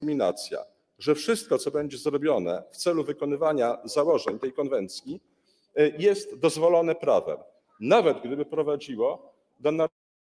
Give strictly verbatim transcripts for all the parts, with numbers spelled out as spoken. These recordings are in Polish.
dyskryminacja, że wszystko, co będzie zrobione w celu wykonywania założeń tej konwencji, jest dozwolone prawem, nawet gdyby prowadziło do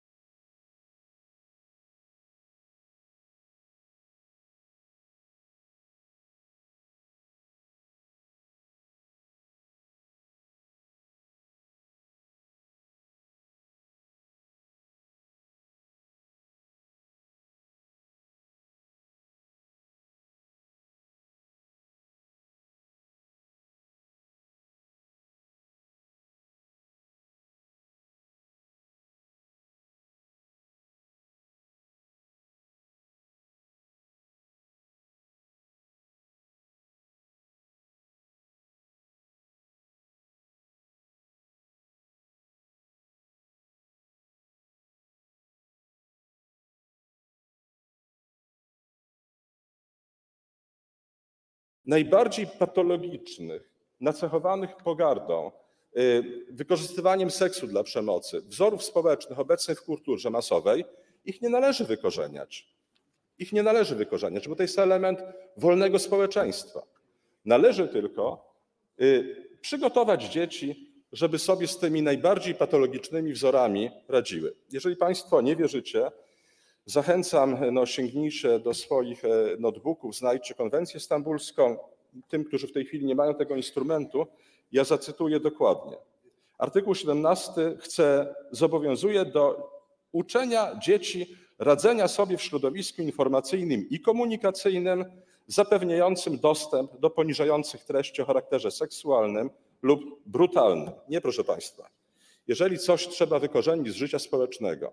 najbardziej patologicznych, nacechowanych pogardą, wykorzystywaniem seksu dla przemocy, wzorów społecznych obecnych w kulturze masowej, ich nie należy wykorzeniać. Ich nie należy wykorzeniać, bo to jest element wolnego społeczeństwa. Należy tylko przygotować dzieci, żeby sobie z tymi najbardziej patologicznymi wzorami radziły. Jeżeli Państwo nie wierzycie, zachęcam, no, sięgnijcie do swoich notebooków, znajdźcie konwencję stambulską. Tym, którzy w tej chwili nie mają tego instrumentu, ja zacytuję dokładnie. Artykuł siedemnasty chce, zobowiązuje do uczenia dzieci radzenia sobie w środowisku informacyjnym i komunikacyjnym zapewniającym dostęp do poniżających treści o charakterze seksualnym lub brutalnym. Nie, proszę Państwa. Jeżeli coś trzeba wykorzenić z życia społecznego,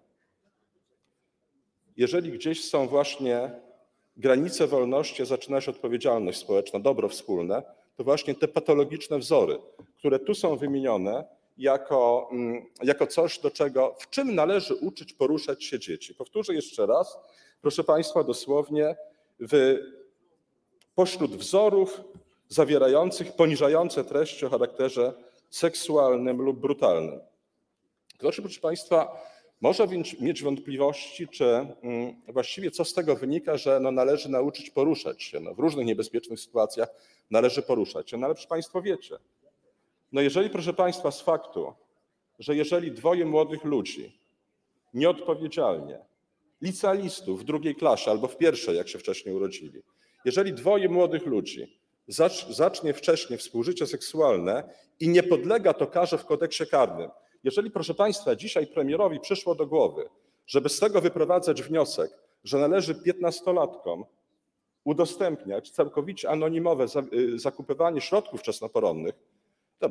jeżeli gdzieś są właśnie granice wolności, zaczyna się odpowiedzialność społeczna, dobro wspólne, to właśnie te patologiczne wzory, które tu są wymienione jako, jako coś, do czego, w czym należy uczyć, poruszać się dzieci. Powtórzę jeszcze raz, proszę Państwa, dosłownie w, pośród wzorów zawierających poniżające treści o charakterze seksualnym lub brutalnym. Ktoś, proszę Państwa, może mieć wątpliwości, czy właściwie co z tego wynika, że no należy nauczyć poruszać się. No w różnych niebezpiecznych sytuacjach należy poruszać się. No ale proszę Państwo wiecie, no jeżeli, proszę Państwa, z faktu, że jeżeli dwoje młodych ludzi nieodpowiedzialnie, licealistów w drugiej klasie albo w pierwszej, jak się wcześniej urodzili, jeżeli dwoje młodych ludzi zacznie wcześniej współżycie seksualne i nie podlega to karze w kodeksie karnym, jeżeli, proszę Państwa, dzisiaj premierowi przyszło do głowy, żeby z tego wyprowadzać wniosek, że należy piętnastolatkom udostępniać całkowicie anonimowe zakupywanie środków wczesnoporonnych, to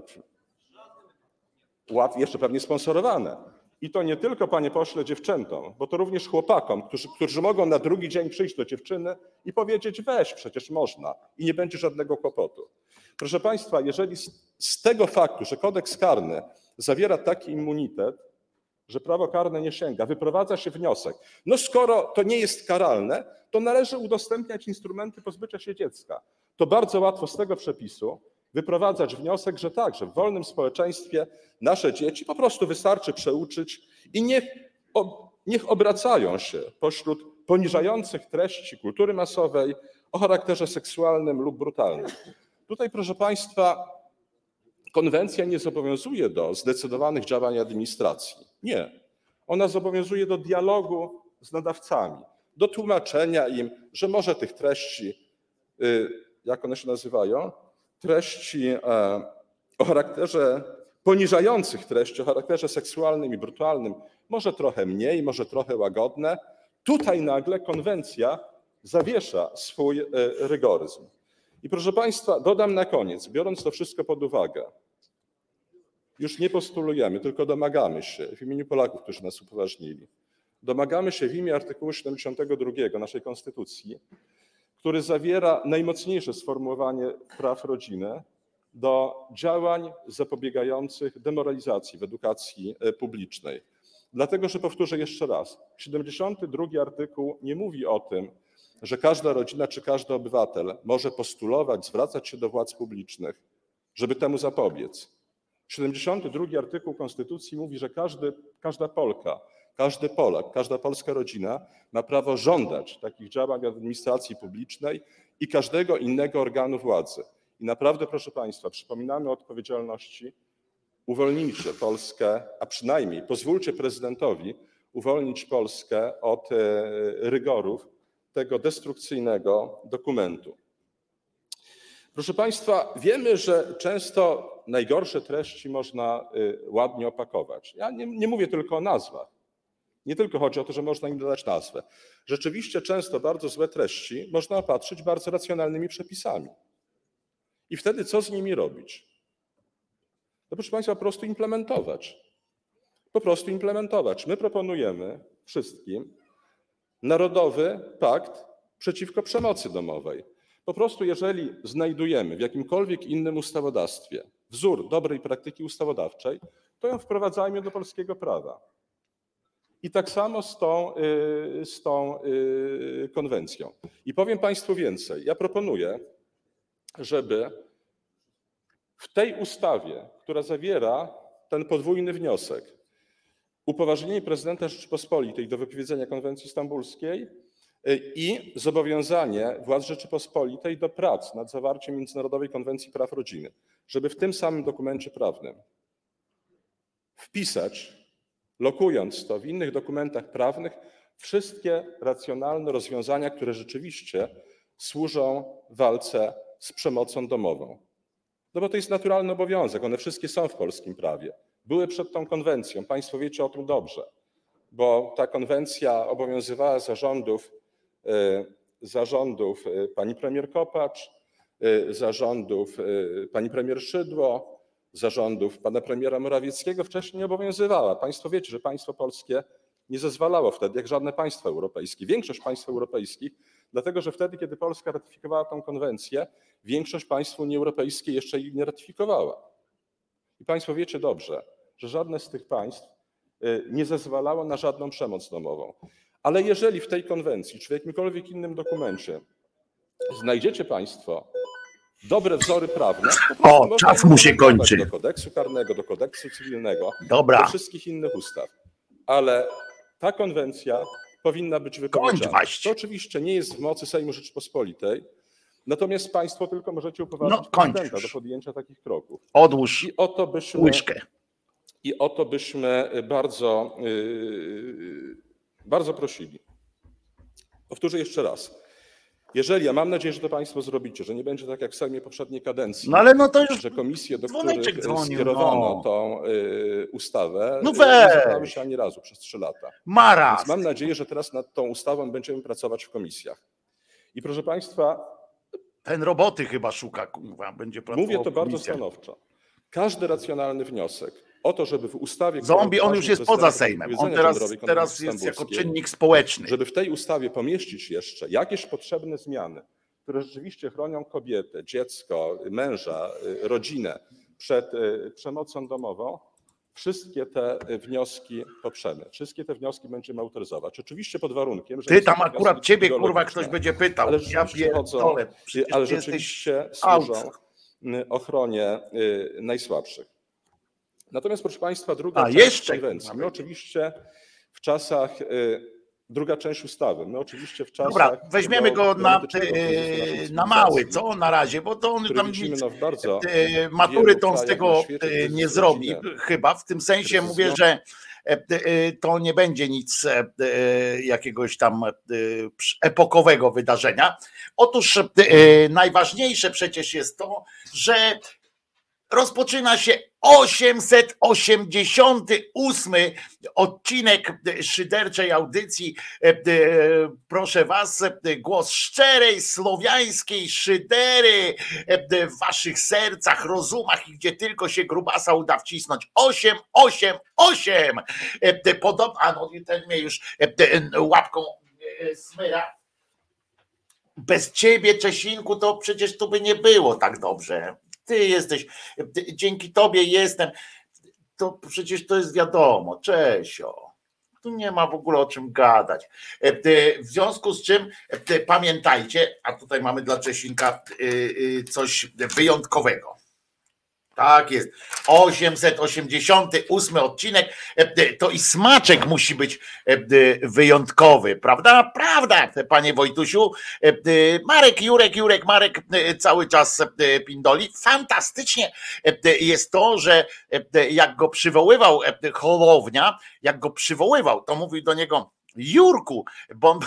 jeszcze pewnie sponsorowane. I to nie tylko, panie pośle, dziewczętom, bo to również chłopakom, którzy, którzy mogą na drugi dzień przyjść do dziewczyny i powiedzieć: weź, przecież można i nie będzie żadnego kłopotu. Proszę Państwa, jeżeli z, z tego faktu, że kodeks karny zawiera taki immunitet, że prawo karne nie sięga, wyprowadza się wniosek, no skoro to nie jest karalne, to należy udostępniać instrumenty pozbycia się dziecka. To bardzo łatwo z tego przepisu wyprowadzać wniosek, że tak, że w wolnym społeczeństwie nasze dzieci po prostu wystarczy przeuczyć i niech, o, niech obracają się pośród poniżających treści kultury masowej o charakterze seksualnym lub brutalnym. Tutaj, proszę Państwa, konwencja nie zobowiązuje do zdecydowanych działań administracji. Nie. Ona zobowiązuje do dialogu z nadawcami, do tłumaczenia im, że może tych treści, jak one się nazywają, treści o charakterze, poniżających treści o charakterze seksualnym i brutalnym, może trochę mniej, może trochę łagodne. Tutaj nagle konwencja zawiesza swój rygoryzm. I proszę Państwa, dodam na koniec, biorąc to wszystko pod uwagę, już nie postulujemy, tylko domagamy się w imieniu Polaków, którzy nas upoważnili, domagamy się w imię artykułu siedemdziesiątego drugiego naszej Konstytucji, który zawiera najmocniejsze sformułowanie praw rodziny, do działań zapobiegających demoralizacji w edukacji publicznej. Dlatego, że powtórzę jeszcze raz, siedemdziesiąty drugi artykuł nie mówi o tym, że każda rodzina czy każdy obywatel może postulować, zwracać się do władz publicznych, żeby temu zapobiec. siedemdziesiąty drugi artykuł Konstytucji mówi, że każdy, każda Polka Każdy Polak, każda polska rodzina ma prawo żądać takich działań administracji publicznej i każdego innego organu władzy. I naprawdę, proszę Państwa, przypominamy o odpowiedzialności. Uwolnijcie Polskę, a przynajmniej pozwólcie prezydentowi uwolnić Polskę od rygorów tego destrukcyjnego dokumentu. Proszę Państwa, wiemy, że często najgorsze treści można ładnie opakować. Ja nie, nie mówię tylko o nazwach. Nie tylko chodzi o to, że można im dodać nazwę. Rzeczywiście często bardzo złe treści można opatrzyć bardzo racjonalnymi przepisami. I wtedy co z nimi robić? No proszę Państwa, po prostu implementować. Po prostu implementować. My proponujemy wszystkim Narodowy Pakt Przeciwko Przemocy Domowej. Po prostu jeżeli znajdujemy w jakimkolwiek innym ustawodawstwie wzór dobrej praktyki ustawodawczej, to ją wprowadzajmy do polskiego prawa. I tak samo z tą, z tą konwencją. I powiem Państwu więcej. Ja proponuję, żeby w tej ustawie, która zawiera ten podwójny wniosek, upoważnienie prezydenta Rzeczypospolitej do wypowiedzenia konwencji stambulskiej i zobowiązanie władz Rzeczypospolitej do prac nad zawarciem Międzynarodowej Konwencji Praw Rodziny, żeby w tym samym dokumencie prawnym wpisać, lokując to w innych dokumentach prawnych, wszystkie racjonalne rozwiązania, które rzeczywiście służą walce z przemocą domową. No bo to jest naturalny obowiązek, one wszystkie są w polskim prawie. Były przed tą konwencją, Państwo wiecie o tym dobrze, bo ta konwencja obowiązywała zarządów, zarządów pani premier Kopacz, zarządów pani premier Szydło, zarządów pana premiera Morawieckiego, wcześniej nie obowiązywała. Państwo wiecie, że państwo polskie nie zezwalało wtedy, jak żadne państwo europejskie, większość państw europejskich, dlatego że wtedy, kiedy Polska ratyfikowała tę konwencję, większość państw Unii Europejskiej jeszcze jej nie ratyfikowała. I Państwo wiecie dobrze, że żadne z tych państw nie zezwalało na żadną przemoc domową. Ale jeżeli w tej konwencji czy w jakimkolwiek innym dokumencie znajdziecie Państwo dobre wzory prawne, to o, czas mu się kończy. Do kodeksu karnego, do kodeksu cywilnego, Dobra. do wszystkich innych ustaw. Ale ta konwencja powinna być wypowiedziana. To oczywiście nie jest w mocy Sejmu Rzeczypospolitej, natomiast Państwo tylko możecie upoważnić no, prezydenta do podjęcia takich kroków. Odłóż I o to byśmy, łyżkę. I o to byśmy bardzo, yy, bardzo prosili. Powtórzę jeszcze raz. Jeżeli, ja mam nadzieję, że to Państwo zrobicie, że nie będzie tak jak w Sejmie poprzedniej kadencji, no ale no to już że komisje, do których dzwonił, skierowano no. tą y, ustawę, no nie zebrały się ani razu przez trzy lata. Maraz. Więc mam nadzieję, że teraz nad tą ustawą będziemy pracować w komisjach. I proszę Państwa... Ten roboty chyba szuka, kurwa, będzie pracował. Mówię to bardzo stanowczo. Każdy racjonalny wniosek o to, żeby w ustawie... Zombie, on już jest poza Sejmem. On teraz, teraz jest jako czynnik społeczny. Żeby w tej ustawie pomieścić jeszcze jakieś potrzebne zmiany, które rzeczywiście chronią kobietę, dziecko, męża, rodzinę przed przemocą domową, wszystkie te wnioski poprzemy. Wszystkie te wnioski będziemy autoryzować. Oczywiście pod warunkiem, że... Ty tam akurat ciebie, kurwa, ktoś będzie pytał. Ale rzeczywiście, ja chodzą, ale rzeczywiście służą ochronie najsłabszych. Natomiast, proszę Państwa, druga A, część jeszcze? konwencji. My oczywiście w czasach, druga część ustawy, my oczywiście w czasach... Dobra, weźmiemy go na, na mały, co na razie, bo to on tam nic, no bardzo matury to on z tego nie zrobi, chyba, w tym sensie mówię, że to nie będzie nic jakiegoś tam epokowego wydarzenia. Otóż najważniejsze przecież jest to, że rozpoczyna się osiemset osiemdziesiąty ósmy odcinek szyderczej audycji. Proszę Was, głos szczerej, słowiańskiej szydery w Waszych sercach, rozumach i gdzie tylko się grubasa uda wcisnąć. osiem osiem osiem. Podobno, a no ten mnie już łapką smyra. Bez Ciebie, Czesinku, to przecież tu by nie było tak dobrze. Ty jesteś, dzięki Tobie jestem, to przecież to jest wiadomo, Czesio, tu nie ma w ogóle o czym gadać. W związku z czym pamiętajcie, a tutaj mamy dla Czesinka coś wyjątkowego. Tak jest. osiemset osiemdziesiąty ósmy odcinek. To i smaczek musi być wyjątkowy, prawda? Prawda, panie Wojtusiu. Marek, Jurek, Jurek, Marek cały czas pindoli. Fantastycznie jest to, że jak go przywoływał Hołownia, jak go przywoływał, to mówił do niego: Jurku, bo on,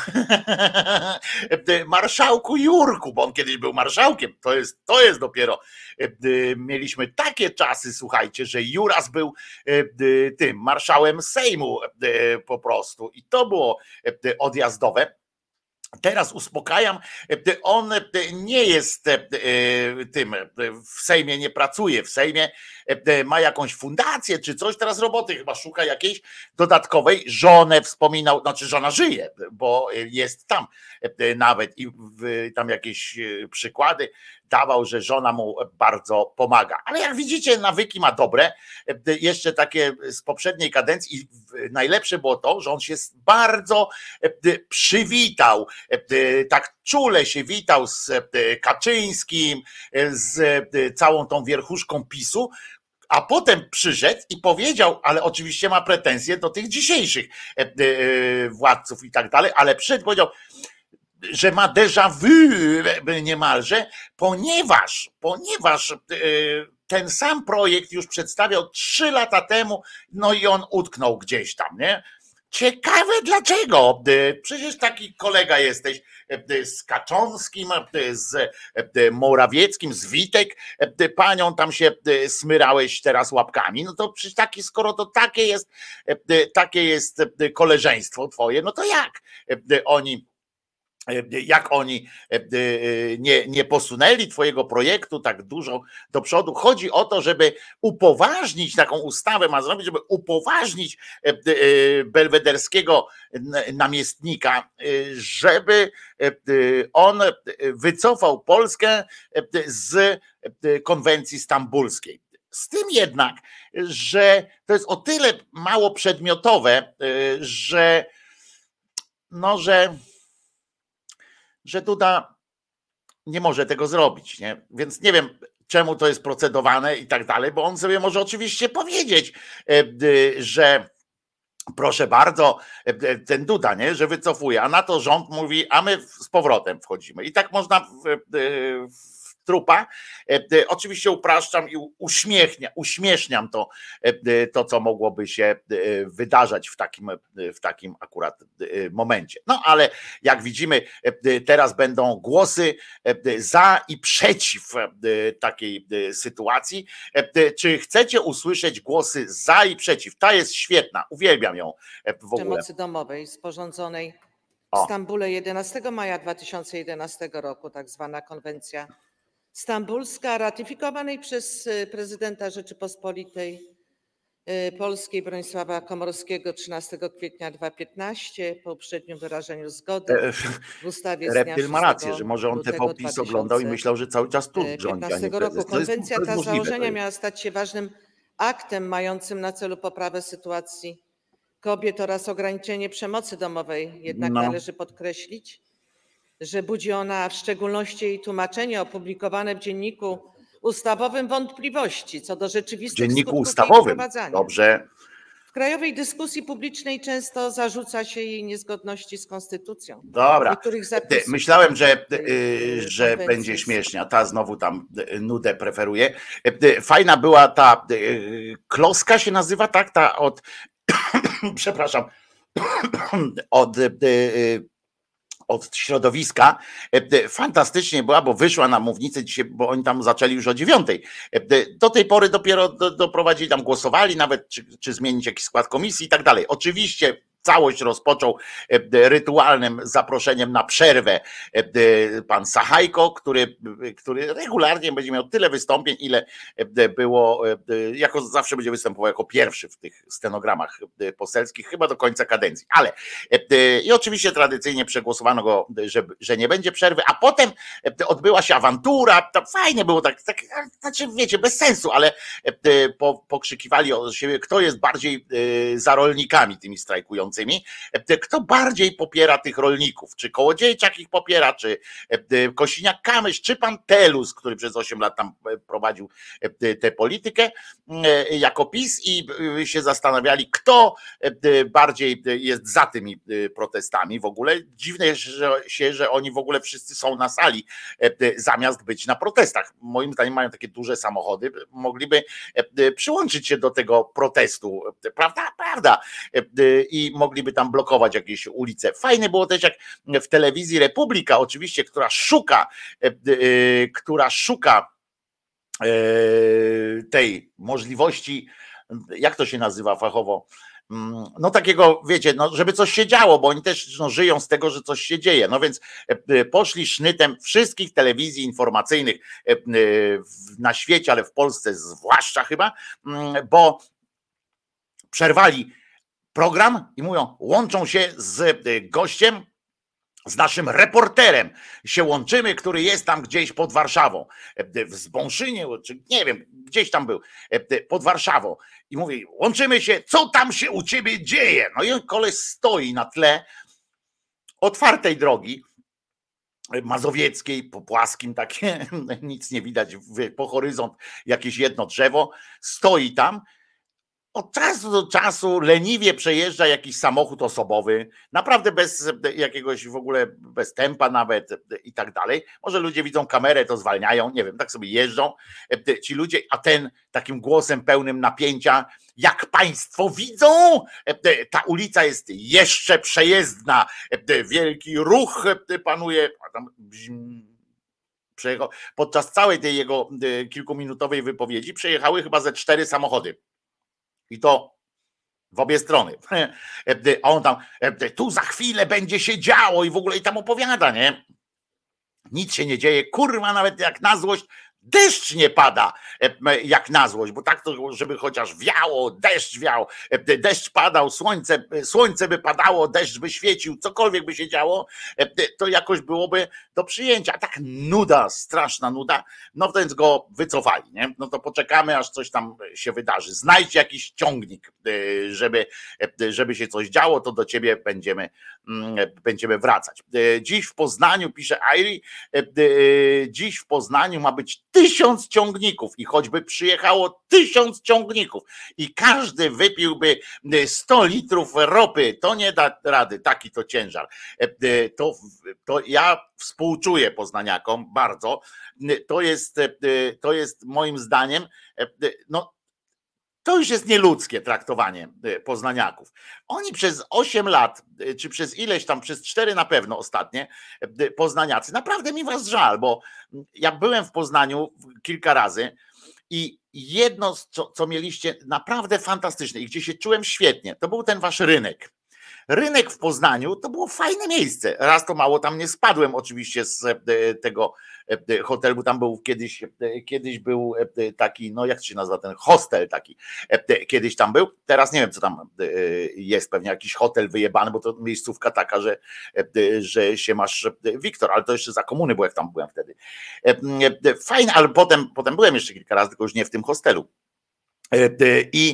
marszałku Jurku, bo on kiedyś był marszałkiem, to jest, to jest dopiero, mieliśmy takie czasy, słuchajcie, że Juras był tym marszałem Sejmu po prostu i to było odjazdowe. Teraz uspokajam, on nie jest tym, w Sejmie nie pracuje, w Sejmie ma jakąś fundację czy coś, teraz roboty chyba szuka jakiejś dodatkowej, żonę wspominał, znaczy żona żyje, bo jest tam nawet i tam jakieś przykłady dawał, że żona mu bardzo pomaga. Ale jak widzicie, nawyki ma dobre, jeszcze takie z poprzedniej kadencji i najlepsze było to, że on się bardzo przywitał, tak czule się witał z Kaczyńskim, z całą tą wierchuszką PiSu, a potem przyszedł i powiedział, ale oczywiście ma pretensje do tych dzisiejszych władców i tak dalej, ale przyszedł i powiedział, że ma déjà vu niemalże, ponieważ, ponieważ ten sam projekt już przedstawiał trzy lata temu, no i on utknął gdzieś tam, nie? Ciekawe dlaczego, przecież taki kolega jesteś z Kacząskim, z Morawieckim, z Witek, panią tam się smyrałeś teraz łapkami, no to przecież taki, skoro to takie jest, takie jest koleżeństwo twoje, no to jak oni jak oni nie, nie posunęli twojego projektu tak dużo do przodu. Chodzi o to, żeby upoważnić, taką ustawę ma zrobić, żeby upoważnić belwederskiego namiestnika, żeby on wycofał Polskę z konwencji stambulskiej. Z tym jednak, że to jest o tyle mało przedmiotowe, że no, że że Duda nie może tego zrobić, nie? Więc nie wiem, czemu to jest procedowane i tak dalej, bo on sobie może oczywiście powiedzieć, że proszę bardzo, ten Duda, nie, że wycofuje, a na to rząd mówi, a my z powrotem wchodzimy. I tak można w, w trupa. Oczywiście upraszczam i uśmiechnia, uśmieszniam to, to, co mogłoby się wydarzać w takim, w takim akurat momencie. No ale jak widzimy, teraz będą głosy za i przeciw takiej sytuacji. Czy chcecie usłyszeć głosy za i przeciw? Ta jest świetna, uwielbiam ją w ogóle. Przemocy domowej sporządzonej w Stambule jedenastego maja dwa tysiące jedenastego roku, tak zwana konwencja stambulska, ratyfikowanej przez prezydenta Rzeczypospolitej Polskiej Bronisława Komorowskiego trzynastego kwietnia dwa tysiące piętnastego po uprzednim wyrażeniu zgody w ustawie z dnia Reptyl ma rację, że może on T V PiS oglądał i myślał, że cały czas tu rządzi, a nie roku. Konwencja ta z założenia jest. miała stać się ważnym aktem mającym na celu poprawę sytuacji kobiet oraz ograniczenie przemocy domowej. Jednak no. należy podkreślić, że budzi ona, w szczególności jej tłumaczenie opublikowane w Dzienniku Ustawowym, wątpliwości co do rzeczywistych Dzienniku skutków Ustawowym. jej wprowadzania. Dobrze. W krajowej dyskusji publicznej często zarzuca się jej niezgodności z konstytucją. Dobra. Myślałem, że, że będzie śmiesznie, a ta znowu tam nudę preferuje. Fajna była ta kloska się nazywa, tak? Ta od przepraszam, od od środowiska, fantastycznie była, bo wyszła na mównicę dzisiaj, bo oni tam zaczęli już o dziewiątej. Do tej pory dopiero do, doprowadzili, tam głosowali nawet, czy, czy zmienić jakiś skład komisji i tak dalej. Oczywiście całość rozpoczął rytualnym zaproszeniem na przerwę pan Sachajko, który, który regularnie będzie miał tyle wystąpień, ile było, jako zawsze będzie występował jako pierwszy w tych stenogramach poselskich, chyba do końca kadencji. Ale i oczywiście tradycyjnie przegłosowano go, że, że nie będzie przerwy, a potem odbyła się awantura, to fajnie było, tak, tak znaczy wiecie, bez sensu, ale po, pokrzykiwali od siebie, kto jest bardziej za rolnikami tymi strajkującymi. protestującymi, kto bardziej popiera tych rolników, czy Kołodziejczak ich popiera, czy Kosiniak-Kamysz, czy pan Telus, który przez osiem lat tam prowadził tę politykę jako PiS i się zastanawiali, kto bardziej jest za tymi protestami w ogóle. Dziwne się, że oni w ogóle wszyscy są na sali zamiast być na protestach. Moim zdaniem mają takie duże samochody, mogliby przyłączyć się do tego protestu, prawda? Prawda. I mogliby tam blokować jakieś ulice. Fajne było też jak w telewizji Republika, oczywiście, która szuka, która szuka tej możliwości, jak to się nazywa fachowo, no takiego, wiecie, no żeby coś się działo, bo oni też no, żyją z tego, że coś się dzieje. No więc poszli sznytem wszystkich telewizji informacyjnych na świecie, ale w Polsce zwłaszcza chyba, bo przerwali program i mówią, łączą się z gościem, z naszym reporterem się łączymy, który jest tam gdzieś pod Warszawą, w Zbąszynie, czy nie wiem, gdzieś tam był, pod Warszawą. I mówi, łączymy się, co tam się u ciebie dzieje? No i koleś stoi na tle otwartej drogi mazowieckiej, po płaskim takie, nic nie widać, po horyzont jakieś jedno drzewo, stoi tam. Od czasu do czasu leniwie przejeżdża jakiś samochód osobowy, naprawdę bez jakiegoś w ogóle, bez tempa nawet i tak dalej. Może ludzie widzą kamerę, to zwalniają, nie wiem, tak sobie jeżdżą ci ludzie, a ten takim głosem pełnym napięcia, jak państwo widzą, ta ulica jest jeszcze przejezdna, wielki ruch panuje, a tam przejechał, podczas całej tej jego kilkuminutowej wypowiedzi przejechały chyba ze cztery samochody. I to w obie strony. A on tam, tu za chwilę będzie się działo i w ogóle i tam opowiada, nie? Nic się nie dzieje, kurwa, nawet jak na złość, deszcz nie pada jak na złość, bo tak to, żeby chociaż wiało, deszcz wiał, deszcz padał, słońce, słońce by padało, deszcz by świecił, cokolwiek by się działo, to jakoś byłoby do przyjęcia. A tak nuda, straszna nuda, no więc go wycofali, nie? No to poczekamy, aż coś tam się wydarzy. Znajdź jakiś ciągnik, żeby, żeby się coś działo, to do ciebie będziemy, będziemy wracać. Dziś w Poznaniu, pisze Airi, dziś w Poznaniu ma być tysiąc ciągników i choćby przyjechało tysiąc ciągników i każdy wypiłby sto litrów ropy, to nie da rady, taki to ciężar. To, to ja współczuję poznaniakom bardzo. To jest, to jest moim zdaniem, no to już jest nieludzkie traktowanie poznaniaków. Oni przez osiem lat, czy przez ileś tam, przez cztery na pewno ostatnie, poznaniacy, naprawdę mi was żal, bo ja byłem w Poznaniu kilka razy i jedno, co, co mieliście naprawdę fantastyczne i gdzie się czułem świetnie, to był ten wasz rynek. Rynek w Poznaniu to było fajne miejsce. Raz to mało tam nie spadłem oczywiście z tego hotelu, bo tam był kiedyś, kiedyś był taki, no jak się nazywa ten hostel taki, kiedyś tam był. Teraz nie wiem, co tam jest, pewnie jakiś hotel wyjebany, bo to miejscówka taka, że, że się masz Wiktor, ale to jeszcze za komuny, bo jak tam byłem wtedy. Fajne, ale potem, potem byłem jeszcze kilka razy, tylko już nie w tym hostelu. I,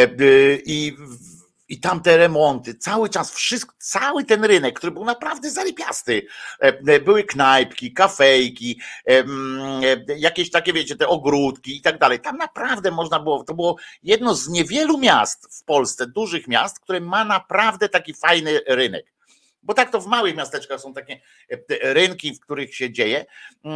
i I tam te remonty, cały czas wszystko, cały ten rynek, który był naprawdę zarypiasty. Były knajpki, kafejki, jakieś takie, wiecie, te ogródki i tak dalej. Tam naprawdę można było, to było jedno z niewielu miast w Polsce, dużych miast, które ma naprawdę taki fajny rynek. Bo tak to w małych miasteczkach są takie rynki, w których się dzieje,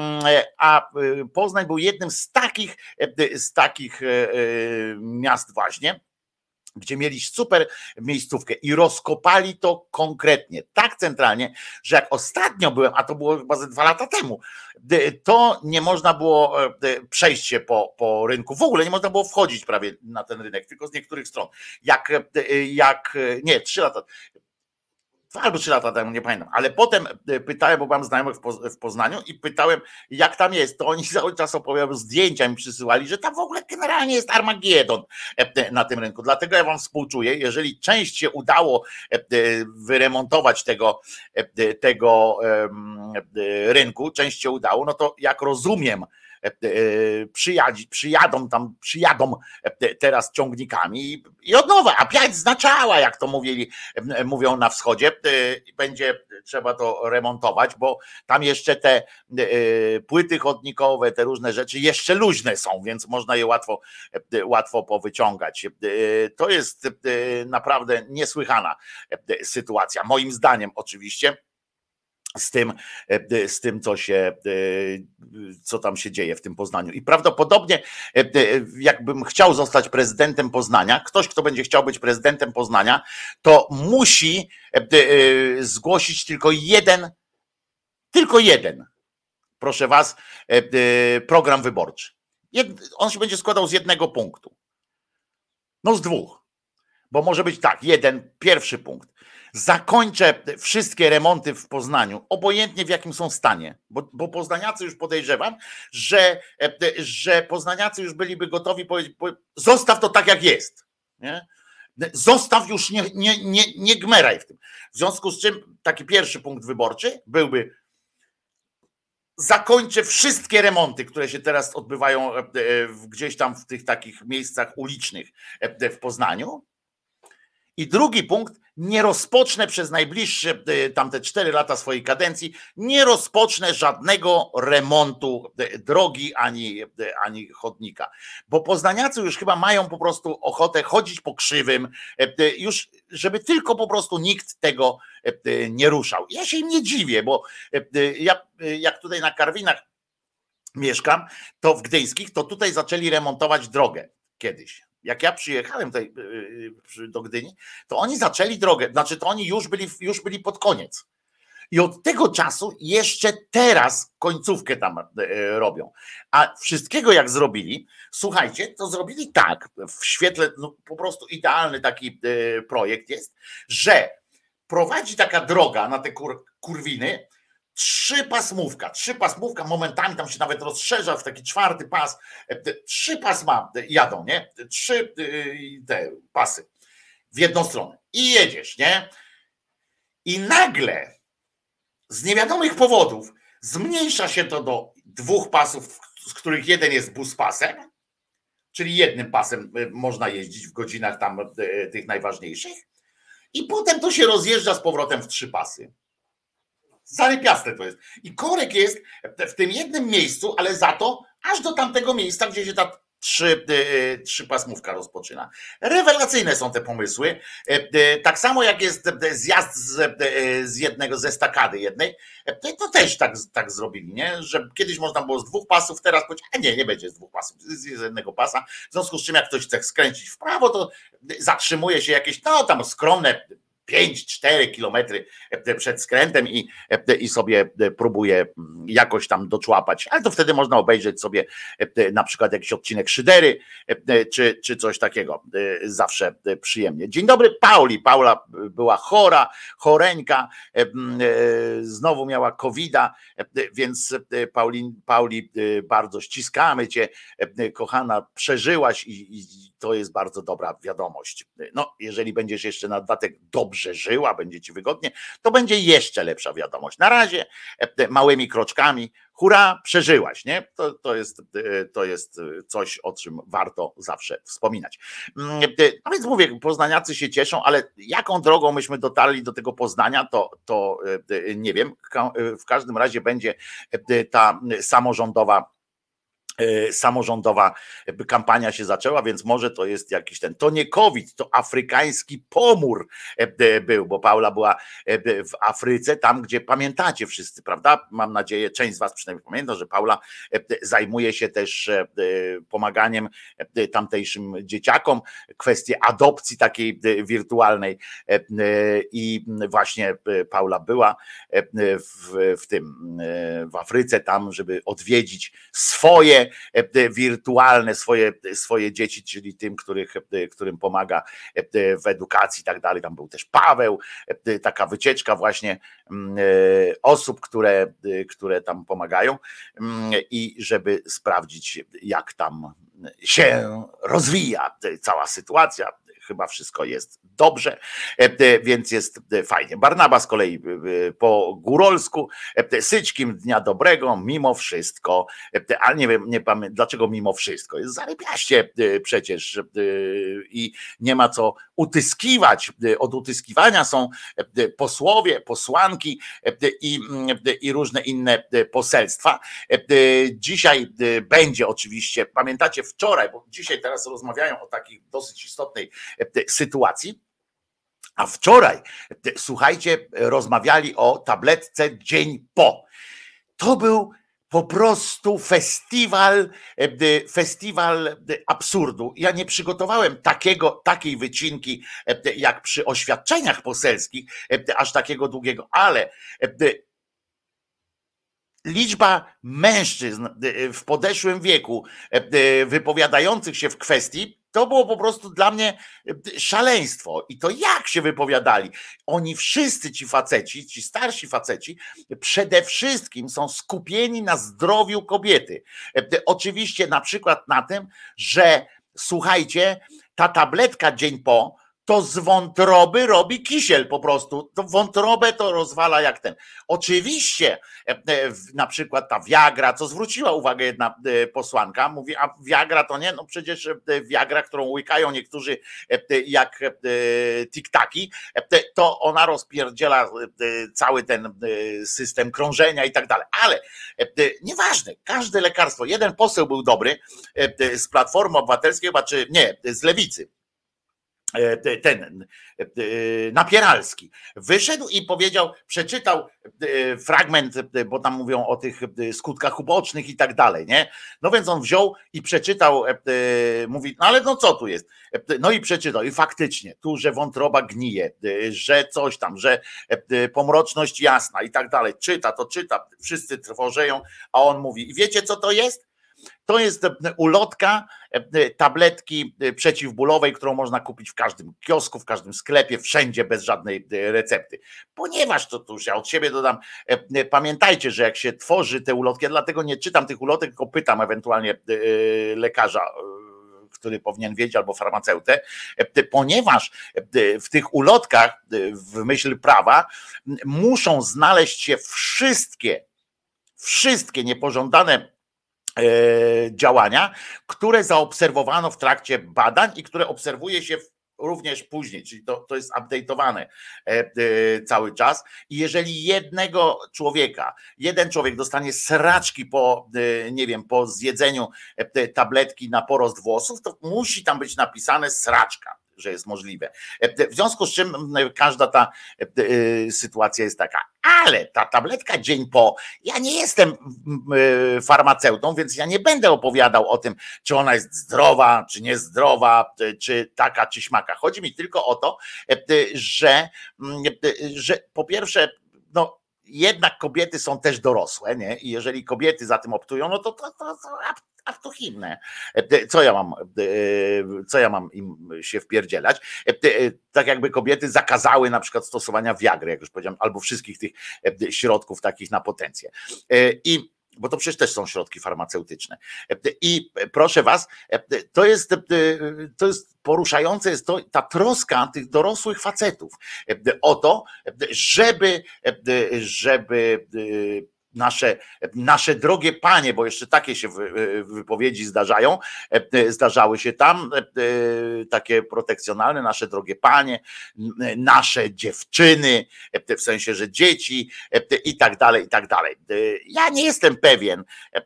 a Poznań był jednym z takich, z takich miast właśnie, gdzie mieli super miejscówkę i rozkopali to konkretnie, tak centralnie, że jak ostatnio byłem, a to było chyba ze dwa lata temu, to nie można było przejść się po, po rynku, w ogóle nie można było wchodzić prawie na ten rynek, tylko z niektórych stron. Jak, jak nie, trzy lata, dwa albo trzy lata temu, nie pamiętam, ale potem pytałem, bo mam znajomych w Poznaniu i pytałem, jak tam jest, to oni cały czas opowiadają, zdjęcia mi przysyłali, że tam w ogóle generalnie jest Armagedon na tym rynku, dlatego ja wam współczuję, jeżeli część się udało wyremontować tego, tego rynku, część się udało, no to jak rozumiem przyjadzi, przyjadą tam, przyjadą teraz ciągnikami i od nowa, a piać znaczała, jak to mówili, mówią na wschodzie, będzie trzeba to remontować, bo tam jeszcze te płyty chodnikowe, te różne rzeczy jeszcze luźne są, więc można je łatwo, łatwo powyciągać. To jest naprawdę niesłychana sytuacja, moim zdaniem oczywiście. Z tym, z tym, co się, co tam się dzieje w tym Poznaniu. I prawdopodobnie, jakbym chciał zostać prezydentem Poznania, ktoś, kto będzie chciał być prezydentem Poznania, to musi zgłosić tylko jeden, tylko jeden, proszę was, program wyborczy. On się będzie składał z jednego punktu. No z dwóch. Bo może być tak, jeden, pierwszy punkt. Zakończę wszystkie remonty w Poznaniu, obojętnie w jakim są stanie, bo, bo poznaniacy już podejrzewam, że, że poznaniacy już byliby gotowi powiedzieć, zostaw to tak jak jest. Nie? Zostaw już, nie, nie, nie, nie gmeraj w tym. W związku z czym taki pierwszy punkt wyborczy byłby: zakończę wszystkie remonty, które się teraz odbywają gdzieś tam w tych takich miejscach ulicznych w Poznaniu. I drugi punkt: nie rozpocznę przez najbliższe tamte cztery lata swojej kadencji, nie rozpocznę żadnego remontu drogi ani, ani chodnika. Bo poznaniacy już chyba mają po prostu ochotę chodzić po krzywym, już żeby tylko po prostu nikt tego nie ruszał. Ja się im nie dziwię, bo ja jak tutaj na Karwinach mieszkam, to w Gdyńskich, to tutaj zaczęli remontować drogę kiedyś. Jak ja przyjechałem tutaj do Gdyni, to oni zaczęli drogę, znaczy to oni już byli, już byli pod koniec. I od tego czasu jeszcze teraz końcówkę tam robią. A wszystkiego jak zrobili, słuchajcie, to zrobili tak, w świetle, no po prostu idealny taki projekt jest, że prowadzi taka droga na te kur, kurwiny, Trzy pasmówka, trzy pasmówka, momentami tam się nawet rozszerza w taki czwarty pas. Trzy pasma jadą, nie? Trzy te pasy w jedną stronę. I jedziesz, nie? I nagle z niewiadomych powodów zmniejsza się to do dwóch pasów, z których jeden jest buspasem, czyli jednym pasem można jeździć w godzinach tam tych najważniejszych. I potem to się rozjeżdża z powrotem w trzy pasy. Zarypiaste to jest. I korek jest w tym jednym miejscu, ale za to aż do tamtego miejsca, gdzie się ta trzy, trzy pasmówka rozpoczyna. Rewelacyjne są te pomysły. Tak samo jak jest zjazd z, z jednego, ze stakady jednej, to też tak, tak zrobili, nie? Że kiedyś można było z dwóch pasów, teraz powiedzieć, a nie, nie będzie z dwóch pasów, z jednego pasa. W związku z czym jak ktoś chce skręcić w prawo, to zatrzymuje się jakieś, no tam skromne pięć cztery kilometry przed skrętem i, i sobie próbuje jakoś tam doczłapać, ale to wtedy można obejrzeć sobie na przykład jakiś odcinek Szydery czy, czy coś takiego, zawsze przyjemnie. Dzień dobry Pauli, Paula była chora, choreńka, znowu miała kowida, więc Pauli, Pauli bardzo ściskamy cię, kochana, przeżyłaś i, i to jest bardzo dobra wiadomość. No, jeżeli będziesz jeszcze na dodatek dobrze żyła, będzie ci wygodnie, to będzie jeszcze lepsza wiadomość. Na razie małymi kroczkami, hurra, przeżyłaś, nie? To, to, jest, to jest coś, o czym warto zawsze wspominać. No więc mówię, poznaniacy się cieszą, ale jaką drogą myśmy dotarli do tego Poznania, to, to nie wiem. W każdym razie będzie ta samorządowa samorządowa kampania się zaczęła, więc może to jest jakiś ten, to nie COVID, to afrykański pomór był, bo Paula była w Afryce, tam gdzie pamiętacie wszyscy, prawda? Mam nadzieję, część z was przynajmniej pamięta, że Paula zajmuje się też pomaganiem tamtejszym dzieciakom, kwestie adopcji takiej wirtualnej i właśnie Paula była w, w tym, w Afryce tam, żeby odwiedzić swoje wirtualne, swoje, swoje dzieci, czyli tym, których, którym pomaga w edukacji i tak dalej. Tam był też Paweł, taka wycieczka właśnie osób, które, które tam pomagają i żeby sprawdzić, jak tam się rozwija cała sytuacja. chyba wszystko jest dobrze, więc jest fajnie. Barnaba z kolei po górolsku, syćkim dnia dobrego, mimo wszystko, ale nie wiem, nie pamiętam dlaczego mimo wszystko, jest zarypiaście przecież i nie ma co utyskiwać, od utyskiwania są posłowie, posłanki i, i różne inne poselstwa. Dzisiaj będzie oczywiście, pamiętacie wczoraj, bo dzisiaj teraz rozmawiają o takiej dosyć istotnej sytuacji, a wczoraj, słuchajcie, rozmawiali o tabletce dzień po. To był po prostu festiwal, festiwal absurdu. Ja nie przygotowałem takiego, takiej wycinki jak przy oświadczeniach poselskich, aż takiego długiego, ale liczba mężczyzn w podeszłym wieku wypowiadających się w kwestii, to było po prostu dla mnie szaleństwo. I to jak się wypowiadali. Oni wszyscy ci faceci, ci starsi faceci, przede wszystkim są skupieni na zdrowiu kobiety. Oczywiście na przykład na tym, że słuchajcie, ta tabletka dzień po, to z wątroby robi kisiel po prostu. To wątrobę to rozwala jak ten. Oczywiście na przykład ta Viagra, co zwróciła uwagę jedna posłanka, mówi, a Viagra to nie, no przecież Viagra, którą łykają niektórzy jak tiktaki, to ona rozpierdziela cały ten system krążenia i tak dalej. Ale nieważne, każde lekarstwo, jeden poseł był dobry z Platformy Obywatelskiej, chyba czy nie, z Lewicy, ten Napieralski wyszedł i powiedział, przeczytał fragment, bo tam mówią o tych skutkach ubocznych i tak dalej, nie? No więc on wziął i przeczytał, mówi, no ale no co tu jest? No i przeczytał i faktycznie, tu, że wątroba gnije, że coś tam, że pomroczność jasna i tak dalej, czyta, to czyta, wszyscy trwożeją, a on mówi, i wiecie co to jest? To jest ulotka tabletki przeciwbólowej, którą można kupić w każdym kiosku, w każdym sklepie, wszędzie bez żadnej recepty. Ponieważ to, to już ja od siebie dodam, pamiętajcie, że jak się tworzy te ulotki, ja dlatego nie czytam tych ulotek, tylko pytam ewentualnie lekarza, który powinien wiedzieć, albo farmaceutę, ponieważ w tych ulotkach w myśl prawa muszą znaleźć się wszystkie, wszystkie niepożądane działania, które zaobserwowano w trakcie badań i które obserwuje się również później, czyli to, to jest update'owane cały czas. I jeżeli jednego człowieka, jeden człowiek dostanie sraczki po, nie wiem, po zjedzeniu tabletki na porost włosów, to musi tam być napisane sraczka, że jest możliwe. W związku z czym każda ta sytuacja jest taka. Ale ta tabletka dzień po, ja nie jestem farmaceutą, więc ja nie będę opowiadał o tym, czy ona jest zdrowa, czy niezdrowa, czy taka, czy śmaka. Chodzi mi tylko o to, że, że po pierwsze, no jednak kobiety są też dorosłe, nie? I jeżeli kobiety za tym optują, no to to, to, to a to inne. Co ja mam, co ja mam im się wpierdzielać? Tak jakby kobiety zakazały na przykład stosowania Viagry, jak już powiedziałem, albo wszystkich tych środków takich na potencję. I bo to przecież też są środki farmaceutyczne. I proszę was, to jest, to jest poruszające, jest to ta troska tych dorosłych facetów o to, żeby, żeby Nasze, nasze drogie panie, bo jeszcze takie się wypowiedzi zdarzają, zdarzały się tam, takie protekcjonalne, nasze drogie panie, nasze dziewczyny, w sensie, że dzieci i tak dalej, i tak dalej. Ja nie jestem pewien,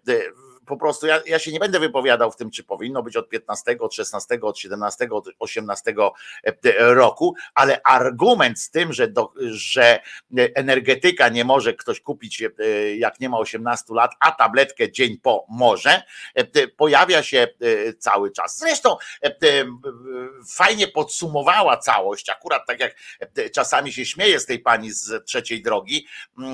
po prostu ja, ja się nie będę wypowiadał w tym, czy powinno być od piętnastego, od szesnastego, od siedemnastego, od osiemnastego roku, ale argument z tym, że, do, że energetyka nie może ktoś kupić, jak nie ma osiemnastu lat, a tabletkę dzień po może, pojawia się cały czas. Zresztą fajnie podsumowała całość, akurat tak jak czasami się śmieję z tej pani z Trzeciej Drogi,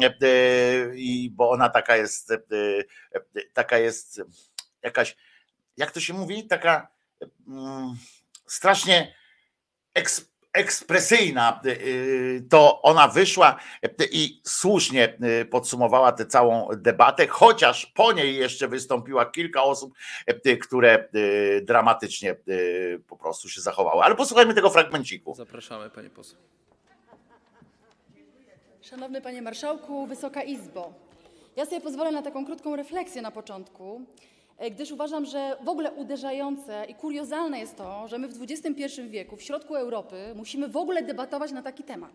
bo ona taka jest, taka jest jakaś, jak to się mówi, taka mm, strasznie eks, ekspresyjna, to ona wyszła i słusznie podsumowała tę całą debatę, chociaż po niej jeszcze wystąpiła kilka osób, które dramatycznie po prostu się zachowały. Ale posłuchajmy tego fragmenciku. Zapraszamy, pani poseł. Szanowny Panie Marszałku, Wysoka Izbo. Ja sobie pozwolę na taką krótką refleksję na początku, gdyż uważam, że w ogóle uderzające i kuriozalne jest to, że my w dwudziestym pierwszym wieku, w środku Europy, musimy w ogóle debatować na taki temat.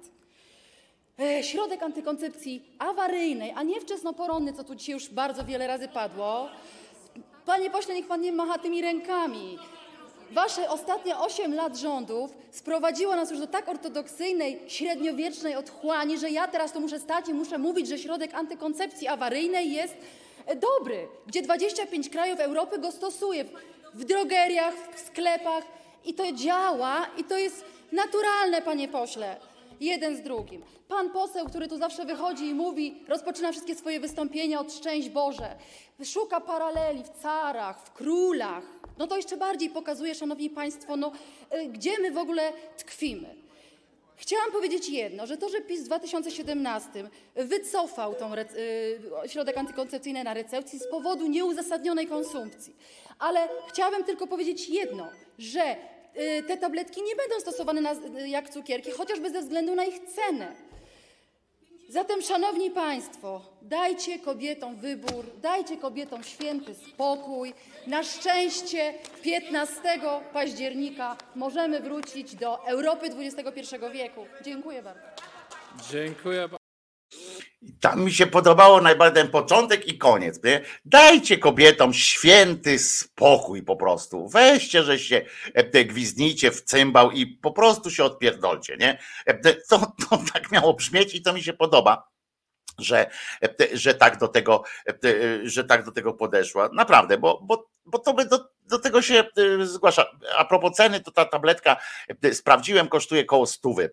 Środek antykoncepcji awaryjnej, a nie wczesnoporonny, co tu dzisiaj już bardzo wiele razy padło. Panie pośle, niech pan nie macha tymi rękami. Wasze ostatnie osiem lat rządów sprowadziło nas już do tak ortodoksyjnej, średniowiecznej otchłani, że ja teraz tu muszę stać i muszę mówić, że środek antykoncepcji awaryjnej jest dobry, gdzie dwadzieścia pięć krajów Europy go stosuje w drogeriach, w sklepach i to działa i to jest naturalne, panie pośle. Jeden z drugim. Pan poseł, który tu zawsze wychodzi i mówi, rozpoczyna wszystkie swoje wystąpienia od szczęść Boże, szuka paraleli w carach, w królach. No to jeszcze bardziej pokazuje, szanowni państwo, no, gdzie my w ogóle tkwimy. Chciałam powiedzieć jedno, że to, że PiS w dwa tysiące siedemnastym wycofał tą rec- środek antykoncepcyjny na recepcji z powodu nieuzasadnionej konsumpcji. Ale chciałabym tylko powiedzieć jedno, że te tabletki nie będą stosowane na, jak cukierki, chociażby ze względu na ich cenę. Zatem, szanowni państwo, dajcie kobietom wybór, dajcie kobietom święty spokój. Na szczęście piętnastego października możemy wrócić do Europy dwudziestego pierwszego wieku. Dziękuję bardzo. Dziękuję. Tam mi się podobało najbardziej ten początek i koniec. Nie? Dajcie kobietom święty spokój po prostu. Weźcie, że się gwizdnijcie w cymbał i po prostu się odpierdolcie. Nie? To, to tak miało brzmieć i to mi się podoba, że, że, tak, do tego, że tak do tego podeszła. Naprawdę, bo, bo, bo to by do, do tego się zgłasza. A propos ceny, to ta tabletka, sprawdziłem, kosztuje koło stówy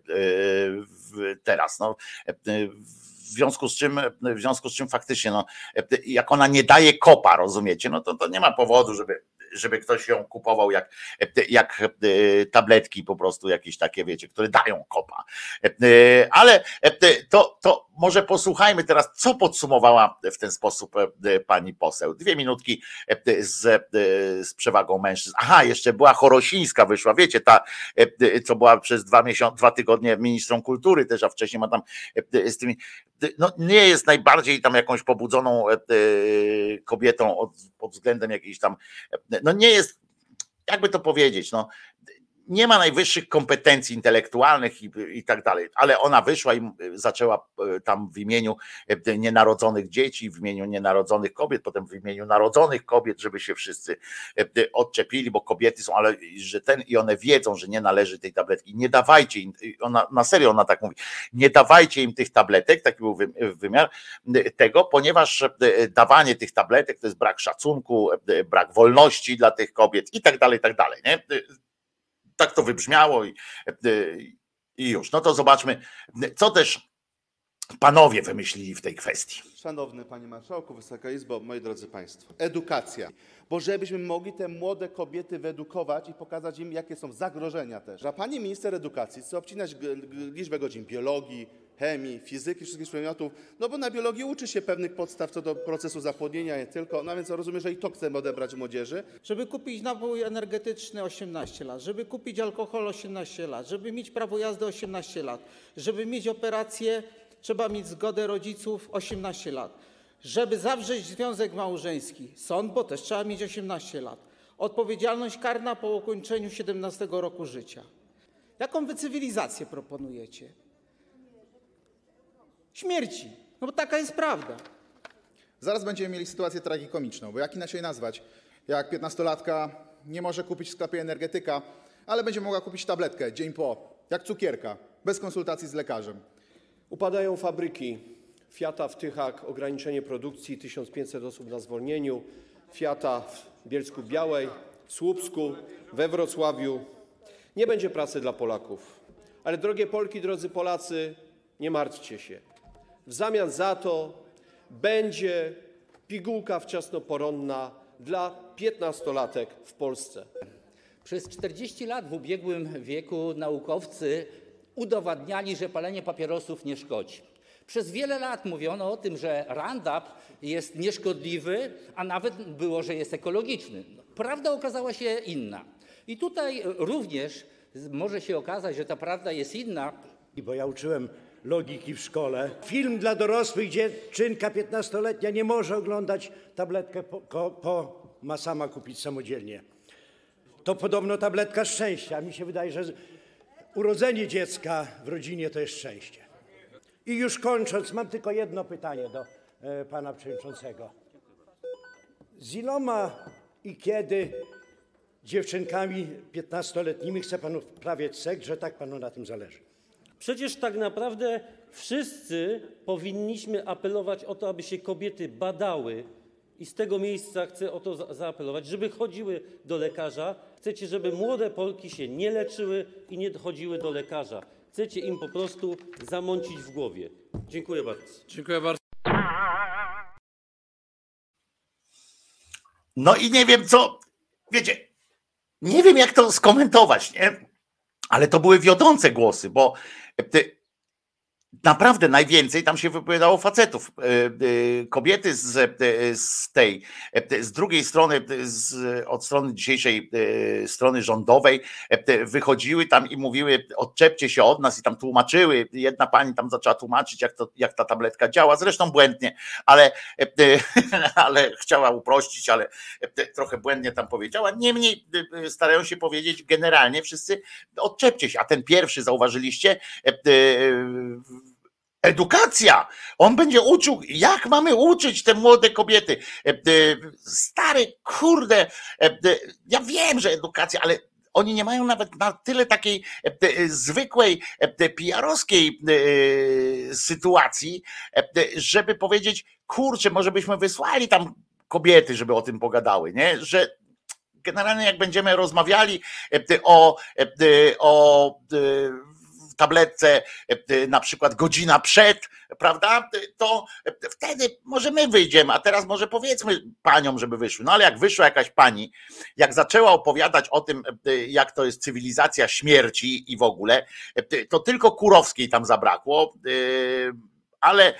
teraz. No, W związku z czym, w związku z czym faktycznie, no, jak ona nie daje kopa, rozumiecie, no to, to nie ma powodu, żeby, żeby ktoś ją kupował jak, jak tabletki po prostu jakieś takie, wiecie, które dają kopa. Ale to, to może posłuchajmy teraz, co podsumowała w ten sposób pani poseł. Dwie minutki z, z przewagą mężczyzn. Aha, jeszcze była Chorosińska wyszła, wiecie, ta, co była przez dwa miesiące, dwa tygodnie ministrą kultury też, a wcześniej ma tam z tymi, no nie jest najbardziej tam jakąś pobudzoną kobietą od, pod względem jakiejś tam, no nie jest, jakby to powiedzieć, no nie ma najwyższych kompetencji intelektualnych i, i tak dalej, ale ona wyszła i zaczęła tam w imieniu nienarodzonych dzieci, w imieniu nienarodzonych kobiet, potem w imieniu narodzonych kobiet, żeby się wszyscy odczepili, bo kobiety są, ale że ten i one wiedzą, że nie należy tej tabletki. Nie dawajcie im, ona, na serio ona tak mówi, nie dawajcie im tych tabletek, taki był wymiar tego, ponieważ dawanie tych tabletek to jest brak szacunku, brak wolności dla tych kobiet i tak dalej, i tak dalej, nie? Tak to wybrzmiało i, i już. No to zobaczmy, co też panowie wymyślili w tej kwestii. Szanowny Panie Marszałku, Wysoka Izbo, moi drodzy Państwo. Edukacja. Bo żebyśmy mogli te młode kobiety wyedukować i pokazać im, jakie są zagrożenia też. A Pani Minister Edukacji chce obcinać liczbę godzin biologii, chemii, fizyki, wszystkich przedmiotów, no bo na biologii uczy się pewnych podstaw co do procesu zapłodnienia, nie tylko, no więc rozumiem, że i to chcemy odebrać młodzieży. Żeby kupić napój energetyczny osiemnaście lat, żeby kupić alkohol osiemnaście lat, żeby mieć prawo jazdy osiemnaście lat, żeby mieć operację, trzeba mieć zgodę rodziców osiemnaście lat, żeby zawrzeć związek małżeński, sąd, bo też trzeba mieć osiemnaście lat, odpowiedzialność karna po ukończeniu siedemnastego roku życia. Jaką wy cywilizację proponujecie? Śmierci, no bo taka jest prawda. Zaraz będziemy mieli sytuację tragikomiczną, bo jak inaczej nazwać, jak piętnastolatka nie może kupić w sklepie energetyka, ale będzie mogła kupić tabletkę dzień po, jak cukierka, bez konsultacji z lekarzem. Upadają fabryki. Fiata w Tychach, ograniczenie produkcji, tysiąc pięćset osób na zwolnieniu. Fiata w Bielsku-Białej, w Słupsku, we Wrocławiu. Nie będzie pracy dla Polaków. Ale drogie Polki, drodzy Polacy, nie martwcie się. W zamian za to będzie pigułka wczesnoporonna dla piętnastolatek w Polsce. Przez czterdzieści lat w ubiegłym wieku naukowcy udowadniali, że palenie papierosów nie szkodzi. Przez wiele lat mówiono o tym, że Roundup jest nieszkodliwy, a nawet było, że jest ekologiczny. Prawda okazała się inna. I tutaj również może się okazać, że ta prawda jest inna. Bo ja uczyłem logiki w szkole. Film dla dorosłych, dziewczynka piętnastoletnia nie może oglądać tabletkę, po, ko, po ma sama kupić samodzielnie. To podobno tabletka szczęścia. A mi się wydaje, że urodzenie dziecka w rodzinie to jest szczęście. I już kończąc, mam tylko jedno pytanie do e, pana przewodniczącego. Z iloma i kiedy dziewczynkami piętnastoletnimi chce pan uprawiać seks, że tak panu na tym zależy? Przecież tak naprawdę wszyscy powinniśmy apelować o to, aby się kobiety badały i z tego miejsca chcę o to za- zaapelować, żeby chodziły do lekarza. Chcecie, żeby młode Polki się nie leczyły i nie chodziły do lekarza. Chcecie im po prostu zamącić w głowie. Dziękuję bardzo. Dziękuję bardzo. No i nie wiem co, wiecie, nie wiem jak to skomentować, nie? Ale to były wiodące głosy, bo ty, naprawdę najwięcej tam się wypowiadało facetów. Kobiety z, z tej, z drugiej strony, z, od strony dzisiejszej strony rządowej wychodziły tam i mówiły, odczepcie się od nas i tam tłumaczyły. Jedna pani tam zaczęła tłumaczyć, jak, to, jak ta tabletka działa, zresztą błędnie, ale, ale chciała uprościć, ale trochę błędnie tam powiedziała. Niemniej starają się powiedzieć generalnie wszyscy, odczepcie się. A ten pierwszy, zauważyliście, edukacja. On będzie uczył, jak mamy uczyć te młode kobiety. Stary, kurde, ja wiem, że edukacja, ale oni nie mają nawet na tyle takiej zwykłej P R-owskiej sytuacji, żeby powiedzieć, kurczę, może byśmy wysłali tam kobiety, żeby o tym pogadały, nie? Że generalnie jak będziemy rozmawiali o, o tabletce na przykład godzina przed, prawda, to wtedy może my wyjdziemy, a teraz może powiedzmy paniom, żeby wyszły. No ale jak wyszła jakaś pani, jak zaczęła opowiadać o tym, jak to jest cywilizacja śmierci i w ogóle, to tylko Kurowskiej tam zabrakło, ale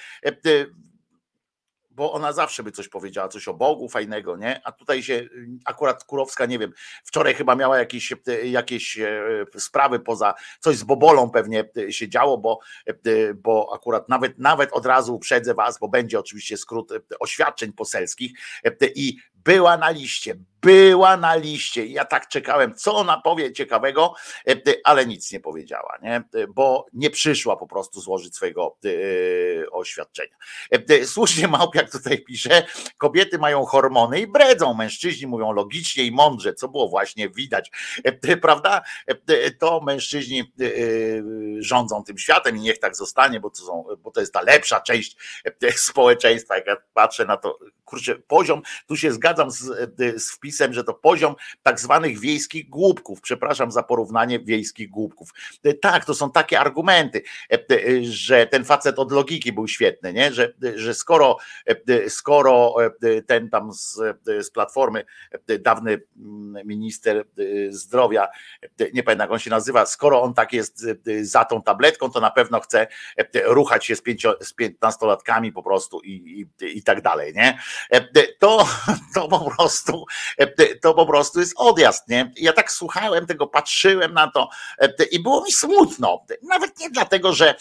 bo ona zawsze by coś powiedziała, coś o Bogu fajnego, nie? A tutaj się akurat Kurowska, nie wiem, wczoraj chyba miała jakieś, jakieś sprawy poza, coś z Bobolą pewnie się działo, bo, bo akurat nawet, nawet od razu uprzedzę was, bo będzie oczywiście skrót oświadczeń poselskich i była na liście, była na liście. Ja tak czekałem, co ona powie ciekawego, ale nic nie powiedziała, nie? Bo nie przyszła po prostu złożyć swojego oświadczenia. Słusznie Małpiak tutaj pisze, kobiety mają hormony i bredzą, mężczyźni mówią logicznie i mądrze, co było właśnie widać, prawda? To mężczyźni rządzą tym światem i niech tak zostanie, bo to, są, bo to jest ta lepsza część społeczeństwa. Jak ja patrzę na to, kurczę, poziom, tu się zgadzam z, z wpisem, że to poziom tak zwanych wiejskich głupków. Przepraszam za porównanie wiejskich głupków. Tak, to są takie argumenty, że ten facet od logiki był świetny, nie? Że, że skoro, skoro ten tam z, z Platformy, dawny minister zdrowia, nie pamiętam jak on się nazywa, skoro on tak jest za tą tabletką, to na pewno chce ruchać się z, pięcio, z piętnastolatkami po prostu i, i, i tak dalej, nie? To, to po prostu to po prostu jest odjazd, nie? Ja tak słuchałem tego, patrzyłem na to i było mi smutno. Nawet nie dlatego, że,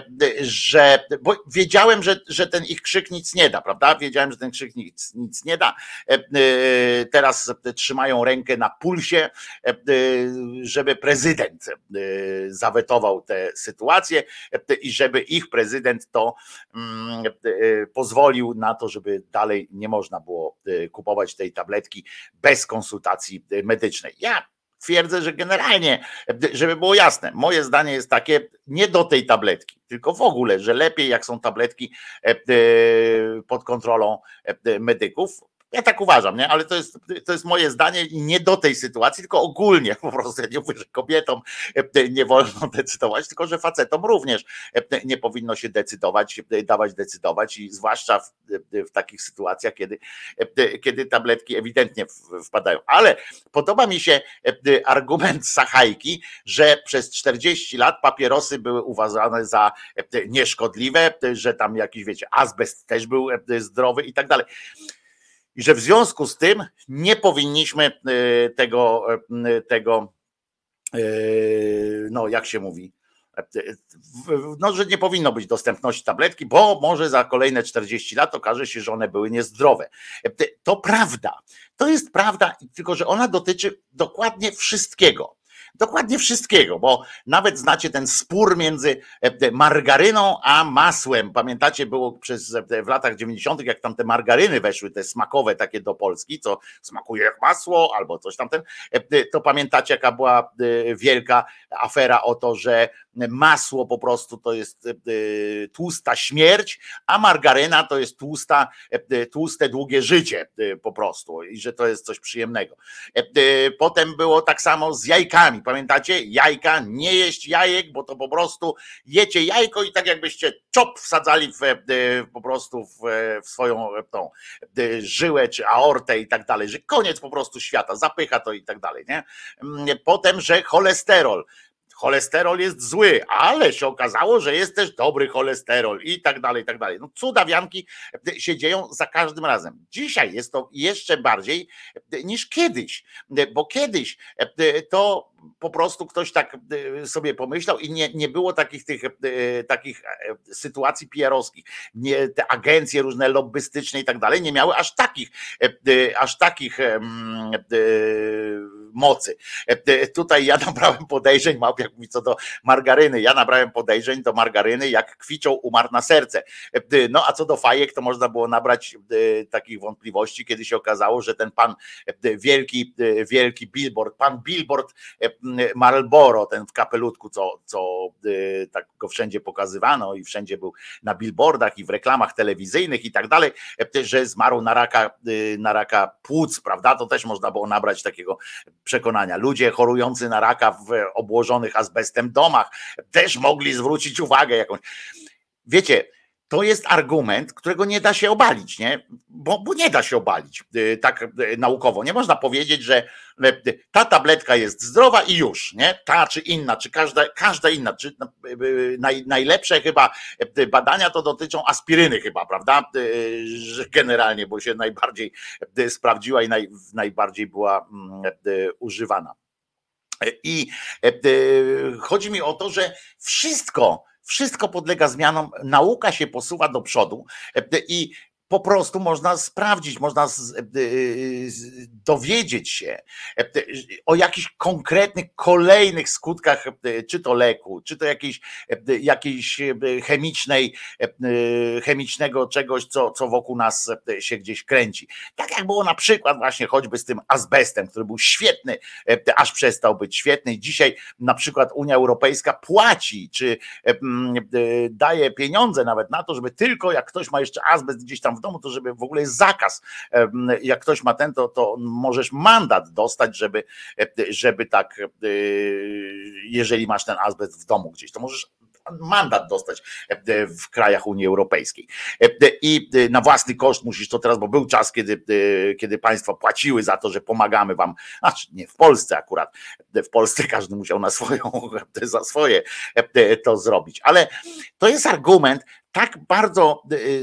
że bo wiedziałem, że, że ten ich krzyk nic nie da, prawda? Wiedziałem, że ten krzyk nic, nic nie da. Teraz trzymają rękę na pulsie, żeby prezydent zawetował tę sytuację i żeby ich prezydent to pozwolił na to, żeby dalej nie można było kupować tej tabletki bez konsultacji medycznej. Ja twierdzę, że generalnie, żeby było jasne, moje zdanie jest takie, nie do tej tabletki, tylko w ogóle, że lepiej jak są tabletki pod kontrolą medyków, Ja tak uważam, nie? Ale to jest, to jest moje zdanie i nie do tej sytuacji, tylko ogólnie po prostu. Ja nie mówię, że kobietom nie wolno decydować, tylko że facetom również nie powinno się decydować, dawać decydować i zwłaszcza w, w takich sytuacjach, kiedy, kiedy tabletki ewidentnie wpadają. Ale podoba mi się argument Sachajki, że przez czterdzieści lat papierosy były uważane za nieszkodliwe, że tam jakiś, wiecie, azbest też był zdrowy i tak dalej. I że w związku z tym nie powinniśmy tego, tego, no jak się mówi, no, że nie powinno być dostępności tabletki, bo może za kolejne czterdzieści lat okaże się, że one były niezdrowe. To prawda, to jest prawda, tylko że ona dotyczy dokładnie wszystkiego. Dokładnie wszystkiego, bo nawet znacie ten spór między margaryną a masłem. Pamiętacie, było przez w latach dziewięćdziesiątych, jak tam te margaryny weszły, te smakowe takie do Polski, co smakuje jak masło albo coś tamten, to pamiętacie, jaka była wielka afera o to, że masło po prostu to jest tłusta śmierć, a margaryna to jest tłusta, tłuste, długie życie po prostu i że to jest coś przyjemnego. Potem było tak samo z jajkami. Pamiętacie? Jajka, nie jeść jajek, bo to po prostu jecie jajko i tak jakbyście czop wsadzali w, po prostu w, w swoją tą żyłę czy aortę i tak dalej, że koniec po prostu świata, zapycha to i tak dalej. Nie? Potem, że cholesterol. Cholesterol jest zły, ale się okazało, że jest też dobry cholesterol i tak dalej, i tak dalej. No cudawianki się dzieją za każdym razem. Dzisiaj jest to jeszcze bardziej niż kiedyś, bo kiedyś to po prostu ktoś tak sobie pomyślał i nie, nie było takich tych takich sytuacji P R-owskich. Nie, te agencje różne lobbystyczne i tak dalej nie miały aż takich aż takich mocy. Tutaj ja nabrałem podejrzeń, Małpiak mówi co do margaryny, ja nabrałem podejrzeń do margaryny, jak kwicią umarł na serce. No a co do fajek, to można było nabrać takich wątpliwości, kiedy się okazało, że ten pan wielki, wielki billboard, pan billboard Marlboro, ten w kapelutku, co, co tak go wszędzie pokazywano i wszędzie był na billboardach i w reklamach telewizyjnych i tak dalej, że zmarł na raka, na raka płuc, prawda? To też można było nabrać takiego przekonania. Ludzie chorujący na raka w obłożonych azbestem domach też mogli zwrócić uwagę jakąś. Wiecie, to jest argument, którego nie da się obalić, nie? Bo, bo nie da się obalić tak naukowo. Nie można powiedzieć, że ta tabletka jest zdrowa i już, nie? Ta czy inna, czy każda, każda inna, czy naj, najlepsze chyba badania to dotyczą aspiryny chyba, prawda? Że generalnie, bo się najbardziej sprawdziła i naj, najbardziej była używana. I chodzi mi o to, że wszystko Wszystko podlega zmianom, nauka się posuwa do przodu i po prostu można sprawdzić, można dowiedzieć się o jakichś konkretnych, kolejnych skutkach, czy to leku, czy to jakiejś, jakiejś chemicznej, chemicznego czegoś, co, co wokół nas się gdzieś kręci. Tak jak było na przykład właśnie choćby z tym azbestem, który był świetny, aż przestał być świetny. I dzisiaj na przykład Unia Europejska płaci, czy daje pieniądze nawet na to, żeby tylko jak ktoś ma jeszcze azbest gdzieś tam w domu, to żeby w ogóle jest zakaz. Jak ktoś ma ten, to, to możesz mandat dostać, żeby, żeby tak, jeżeli masz ten azbest w domu gdzieś, to możesz mandat dostać w krajach Unii Europejskiej. I na własny koszt musisz to teraz, bo był czas, kiedy, kiedy państwa płaciły za to, że pomagamy wam, znaczy nie w Polsce akurat, w Polsce każdy musiał na swoją, za swoje to zrobić, ale to jest argument tak bardzo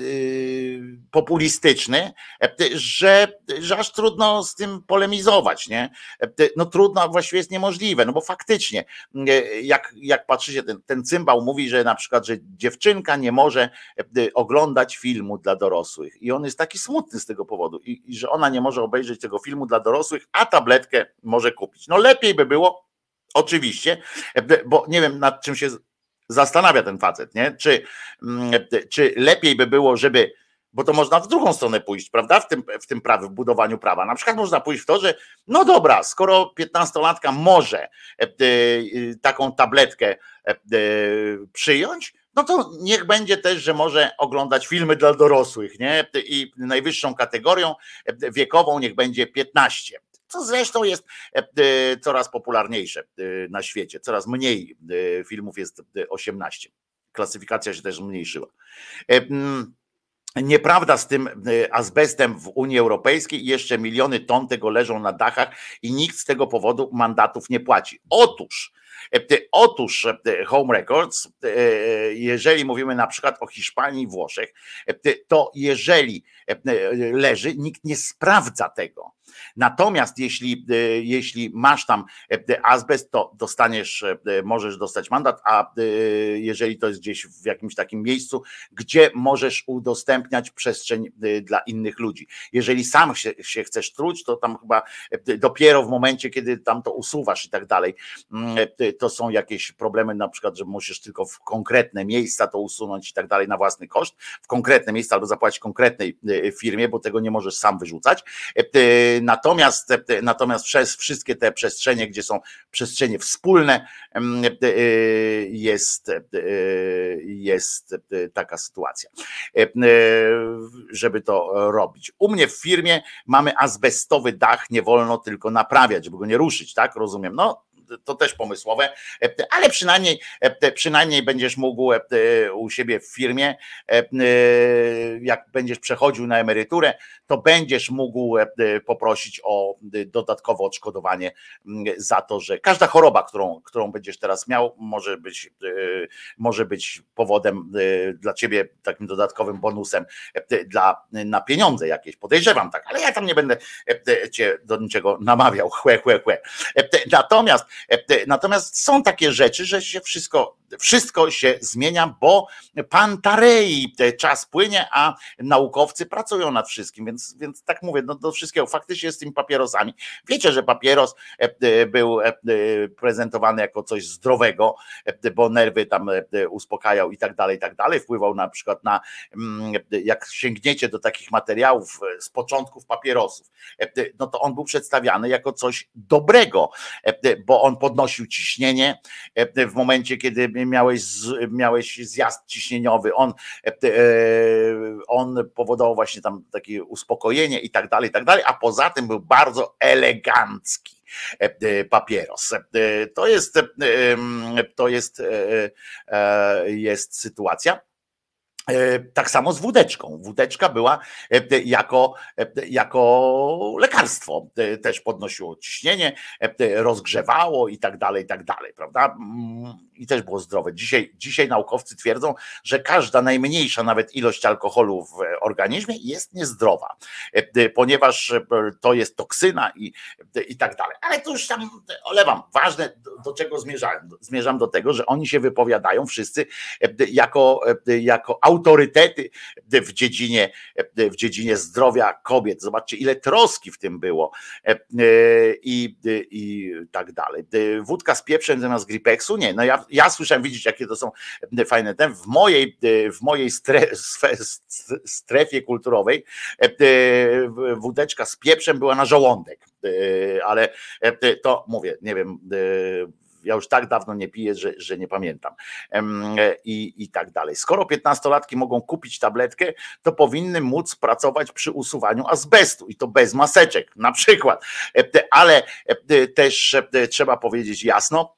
populistyczny, że, że aż trudno z tym polemizować, nie? No trudno, właściwie jest niemożliwe, no bo faktycznie, jak, jak patrzycie, ten, ten cymbał mówi, że na przykład, że dziewczynka nie może oglądać filmu dla dorosłych i on jest taki smutny z tego powodu i, i że ona nie może obejrzeć tego filmu dla dorosłych, a tabletkę może kupić. No lepiej by było, oczywiście, bo nie wiem nad czym się zastanawia ten facet, nie? Czy, czy lepiej by było, żeby, bo to można w drugą stronę pójść, prawda? W tym, w tym prawie, w budowaniu prawa. Na przykład można pójść w to, że no dobra, skoro piętnastolatka może taką tabletkę przyjąć, no to niech będzie też, że może oglądać filmy dla dorosłych, nie? I najwyższą kategorią wiekową niech będzie piętnaście. Co zresztą jest coraz popularniejsze na świecie, coraz mniej filmów jest osiemnaście. Klasyfikacja się też zmniejszyła. Nieprawda z tym azbestem w Unii Europejskiej, jeszcze miliony ton tego leżą na dachach i nikt z tego powodu mandatów nie płaci. Otóż, otóż Home Records, jeżeli mówimy na przykład o Hiszpanii i Włoszech, to jeżeli leży, nikt nie sprawdza tego. Natomiast jeśli, jeśli masz tam azbest, to dostaniesz, możesz dostać mandat, a jeżeli to jest gdzieś w jakimś takim miejscu, gdzie możesz udostępniać przestrzeń dla innych ludzi. Jeżeli sam się, się chcesz truć, to tam chyba dopiero w momencie, kiedy tam to usuwasz i tak dalej, to są jakieś problemy, na przykład, że musisz tylko w konkretne miejsca to usunąć i tak dalej na własny koszt, w konkretne miejsca albo zapłacić konkretnej firmie, bo tego nie możesz sam wyrzucać. Natomiast, natomiast przez wszystkie te przestrzenie, gdzie są przestrzenie wspólne, jest, jest taka sytuacja, żeby to robić. U mnie w firmie mamy azbestowy dach, nie wolno tylko naprawiać, żeby go nie ruszyć, tak? Rozumiem. No, to też pomysłowe, ale przynajmniej, przynajmniej będziesz mógł u siebie w firmie, jak będziesz przechodził na emeryturę, to będziesz mógł poprosić o dodatkowe odszkodowanie za to, że każda choroba, którą, którą będziesz teraz miał, może być, może być powodem dla ciebie takim dodatkowym bonusem dla, na pieniądze jakieś, podejrzewam tak, ale ja tam nie będę cię do niczego namawiał, chłe, chłe, chłe. Natomiast Natomiast są takie rzeczy, że się wszystko, wszystko się zmienia, bo pan Tarei, czas płynie, a naukowcy pracują nad wszystkim, więc, więc tak mówię, no do wszystkiego faktycznie jest z tymi papierosami. Wiecie, że papieros był prezentowany jako coś zdrowego, bo nerwy tam uspokajał i tak dalej, i tak dalej. Wpływał na przykład na, jak sięgniecie do takich materiałów z początków papierosów, no to on był przedstawiany jako coś dobrego, bo on podnosił ciśnienie w momencie, kiedy miałeś, miałeś zjazd ciśnieniowy, on, on powodował właśnie tam takie uspokojenie i tak dalej, i tak dalej, a poza tym był bardzo elegancki papieros. To jest, to jest, jest sytuacja. Tak samo z wódeczką. Wódeczka była jako, jako lekarstwo. Też podnosiło ciśnienie, rozgrzewało i tak dalej, i tak dalej, prawda? I też było zdrowe. Dzisiaj, dzisiaj naukowcy twierdzą, że każda najmniejsza nawet ilość alkoholu w organizmie jest niezdrowa, ponieważ to jest toksyna i, i tak dalej. Ale to już tam olewam. Ważne, do, do czego zmierzam. Zmierzam do tego, że oni się wypowiadają wszyscy jako, jako autorytety w dziedzinie, w dziedzinie zdrowia kobiet. Zobaczcie, ile troski w tym było i, i tak dalej. Wódka z pieprzem zamiast Gripexu? Nie, no ja, ja słyszałem, widzieć, jakie to są fajne temy. W mojej, w mojej strefie kulturowej wódeczka z pieprzem była na żołądek, ale to mówię, nie wiem, ja już tak dawno nie piję, że, że nie pamiętam. I, I tak dalej. Skoro piętnastolatki mogą kupić tabletkę, to powinny móc pracować przy usuwaniu azbestu i to bez maseczek na przykład. Ale też trzeba powiedzieć jasno,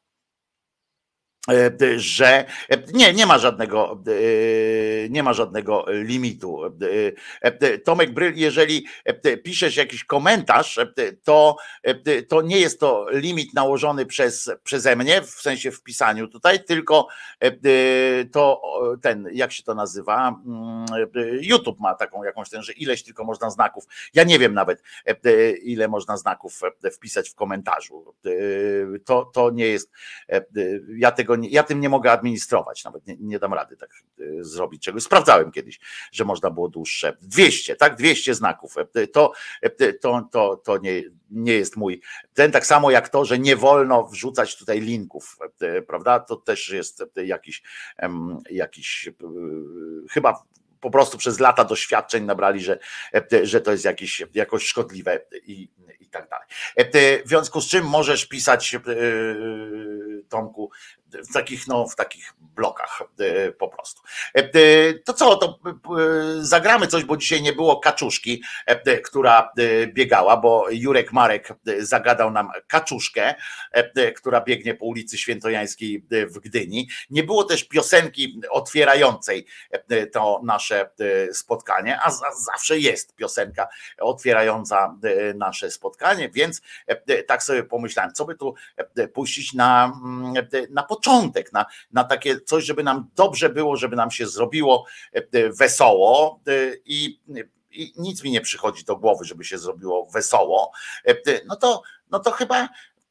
że nie, nie ma żadnego, nie ma żadnego limitu. Tomek Bryl, jeżeli piszesz jakiś komentarz, to, to nie jest to limit nałożony przez, przeze mnie, w sensie w pisaniu tutaj, tylko to ten, jak się to nazywa, YouTube ma taką jakąś ten, że ileś tylko można znaków, ja nie wiem nawet, ile można znaków wpisać w komentarzu. To, to nie jest, ja tego Nie, ja tym nie mogę administrować, nawet nie, nie dam rady tak zrobić czegoś. Sprawdzałem kiedyś, że można było dłuższe. dwieście, tak? dwieście znaków. To, to, to, to nie, nie jest mój. Ten tak samo jak to, że nie wolno wrzucać tutaj linków, prawda? To też jest jakiś, jakiś chyba po prostu przez lata doświadczeń nabrali, że, że to jest jakieś, jakoś szkodliwe i, i tak dalej. W związku z czym możesz pisać, Tomku, w takich, no, w takich blokach po prostu. To co, to zagramy coś, bo dzisiaj nie było kaczuszki, która biegała, bo Jurek Marek zagadał nam kaczuszkę, która biegnie po ulicy Świętojańskiej w Gdyni. Nie było też piosenki otwierającej to nasze spotkanie, a zawsze jest piosenka otwierająca nasze spotkanie, więc tak sobie pomyślałem, co by tu puścić na, na początek, na, na takie coś, żeby nam dobrze było, żeby nam się zrobiło wesoło i, i nic mi nie przychodzi do głowy, żeby się zrobiło wesoło, no to, no to chyba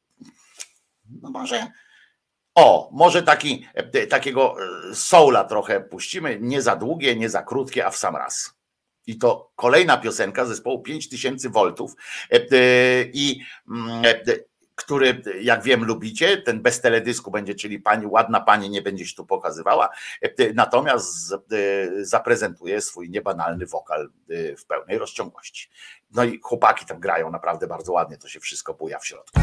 no może o, może taki, takiego soula trochę puścimy, nie za długie, nie za krótkie, a w sam raz. I to kolejna piosenka zespołu pięć tysięcy woltów i który, jak wiem, lubicie, ten bez teledysku będzie, czyli pani, ładna pani nie będzie się tu pokazywała, natomiast zaprezentuje swój niebanalny wokal w pełnej rozciągłości. No i chłopaki tam grają naprawdę bardzo ładnie, to się wszystko buja w środku.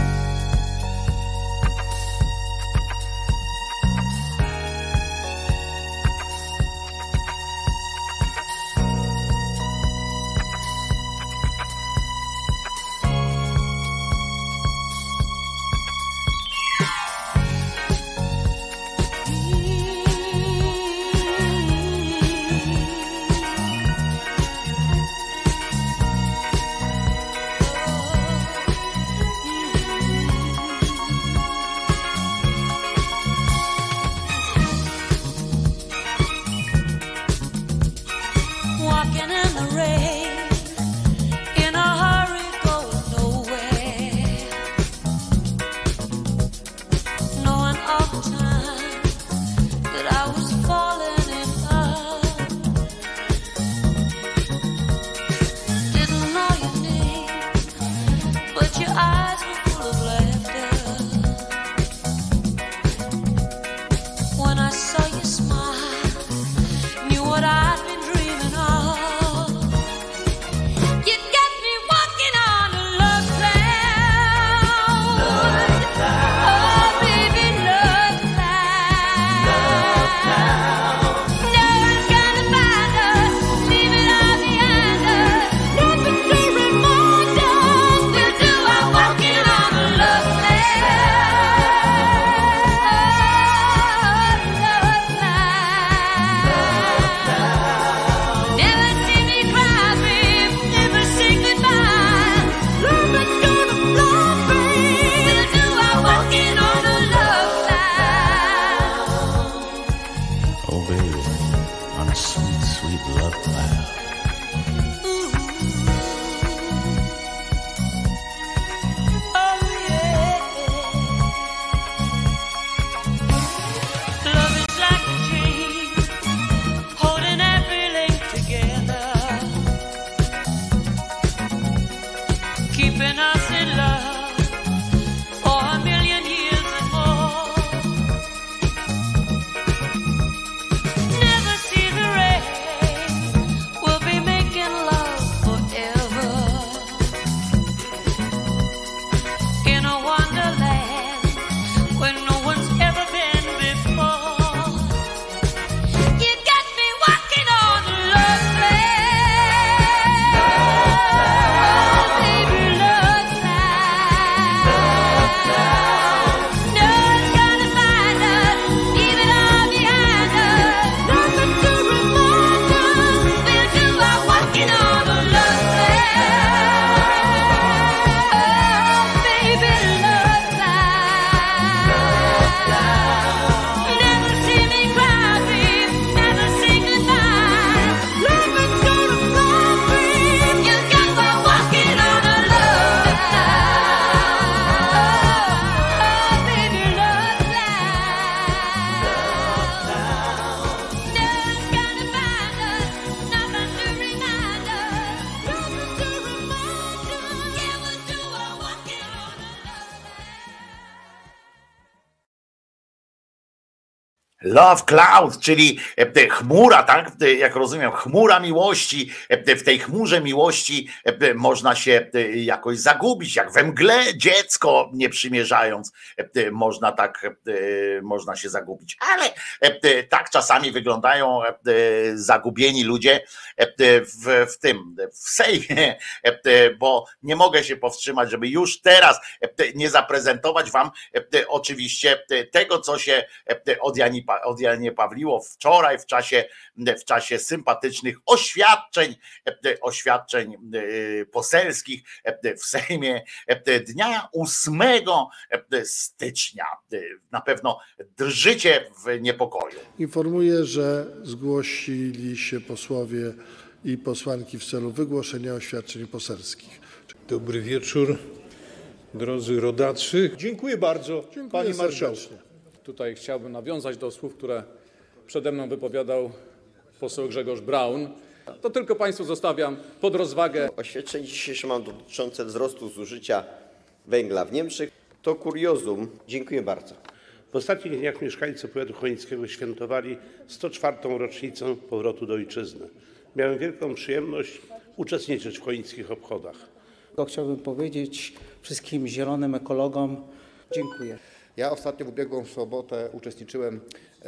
Walking Love Cloud, czyli chmura, tak? Jak rozumiem, chmura miłości. W tej chmurze miłości można się jakoś zagubić, jak we mgle dziecko nie przymierzając, można tak, można się zagubić. Ale tak czasami wyglądają zagubieni ludzie w, w tym, w Sejmie, bo nie mogę się powstrzymać, żeby już teraz nie zaprezentować wam oczywiście tego, co się od Jani od Janie Pawliło wczoraj w czasie, w czasie sympatycznych oświadczeń, oświadczeń poselskich w Sejmie dnia ósmego stycznia. Na pewno drżycie w niepokoju. Informuję, że zgłosili się posłowie i posłanki w celu wygłoszenia oświadczeń poselskich. Dobry wieczór, drodzy rodacy. Dziękuję bardzo, Dziękuję panie marszałku. serdecznie. Tutaj chciałbym nawiązać do słów, które przede mną wypowiadał poseł Grzegorz Braun. To tylko państwu zostawiam pod rozwagę. Oświadczenie dzisiejsze mam dotyczące wzrostu zużycia węgla w Niemczech. To kuriozum. Dziękuję bardzo. W ostatnich dniach mieszkańcy powiatu chojnickiego świętowali sto czwartą rocznicę powrotu do ojczyzny. Miałem wielką przyjemność uczestniczyć w chojnickich obchodach. To chciałbym powiedzieć wszystkim zielonym ekologom dziękuję. Ja ostatnio w ubiegłą sobotę uczestniczyłem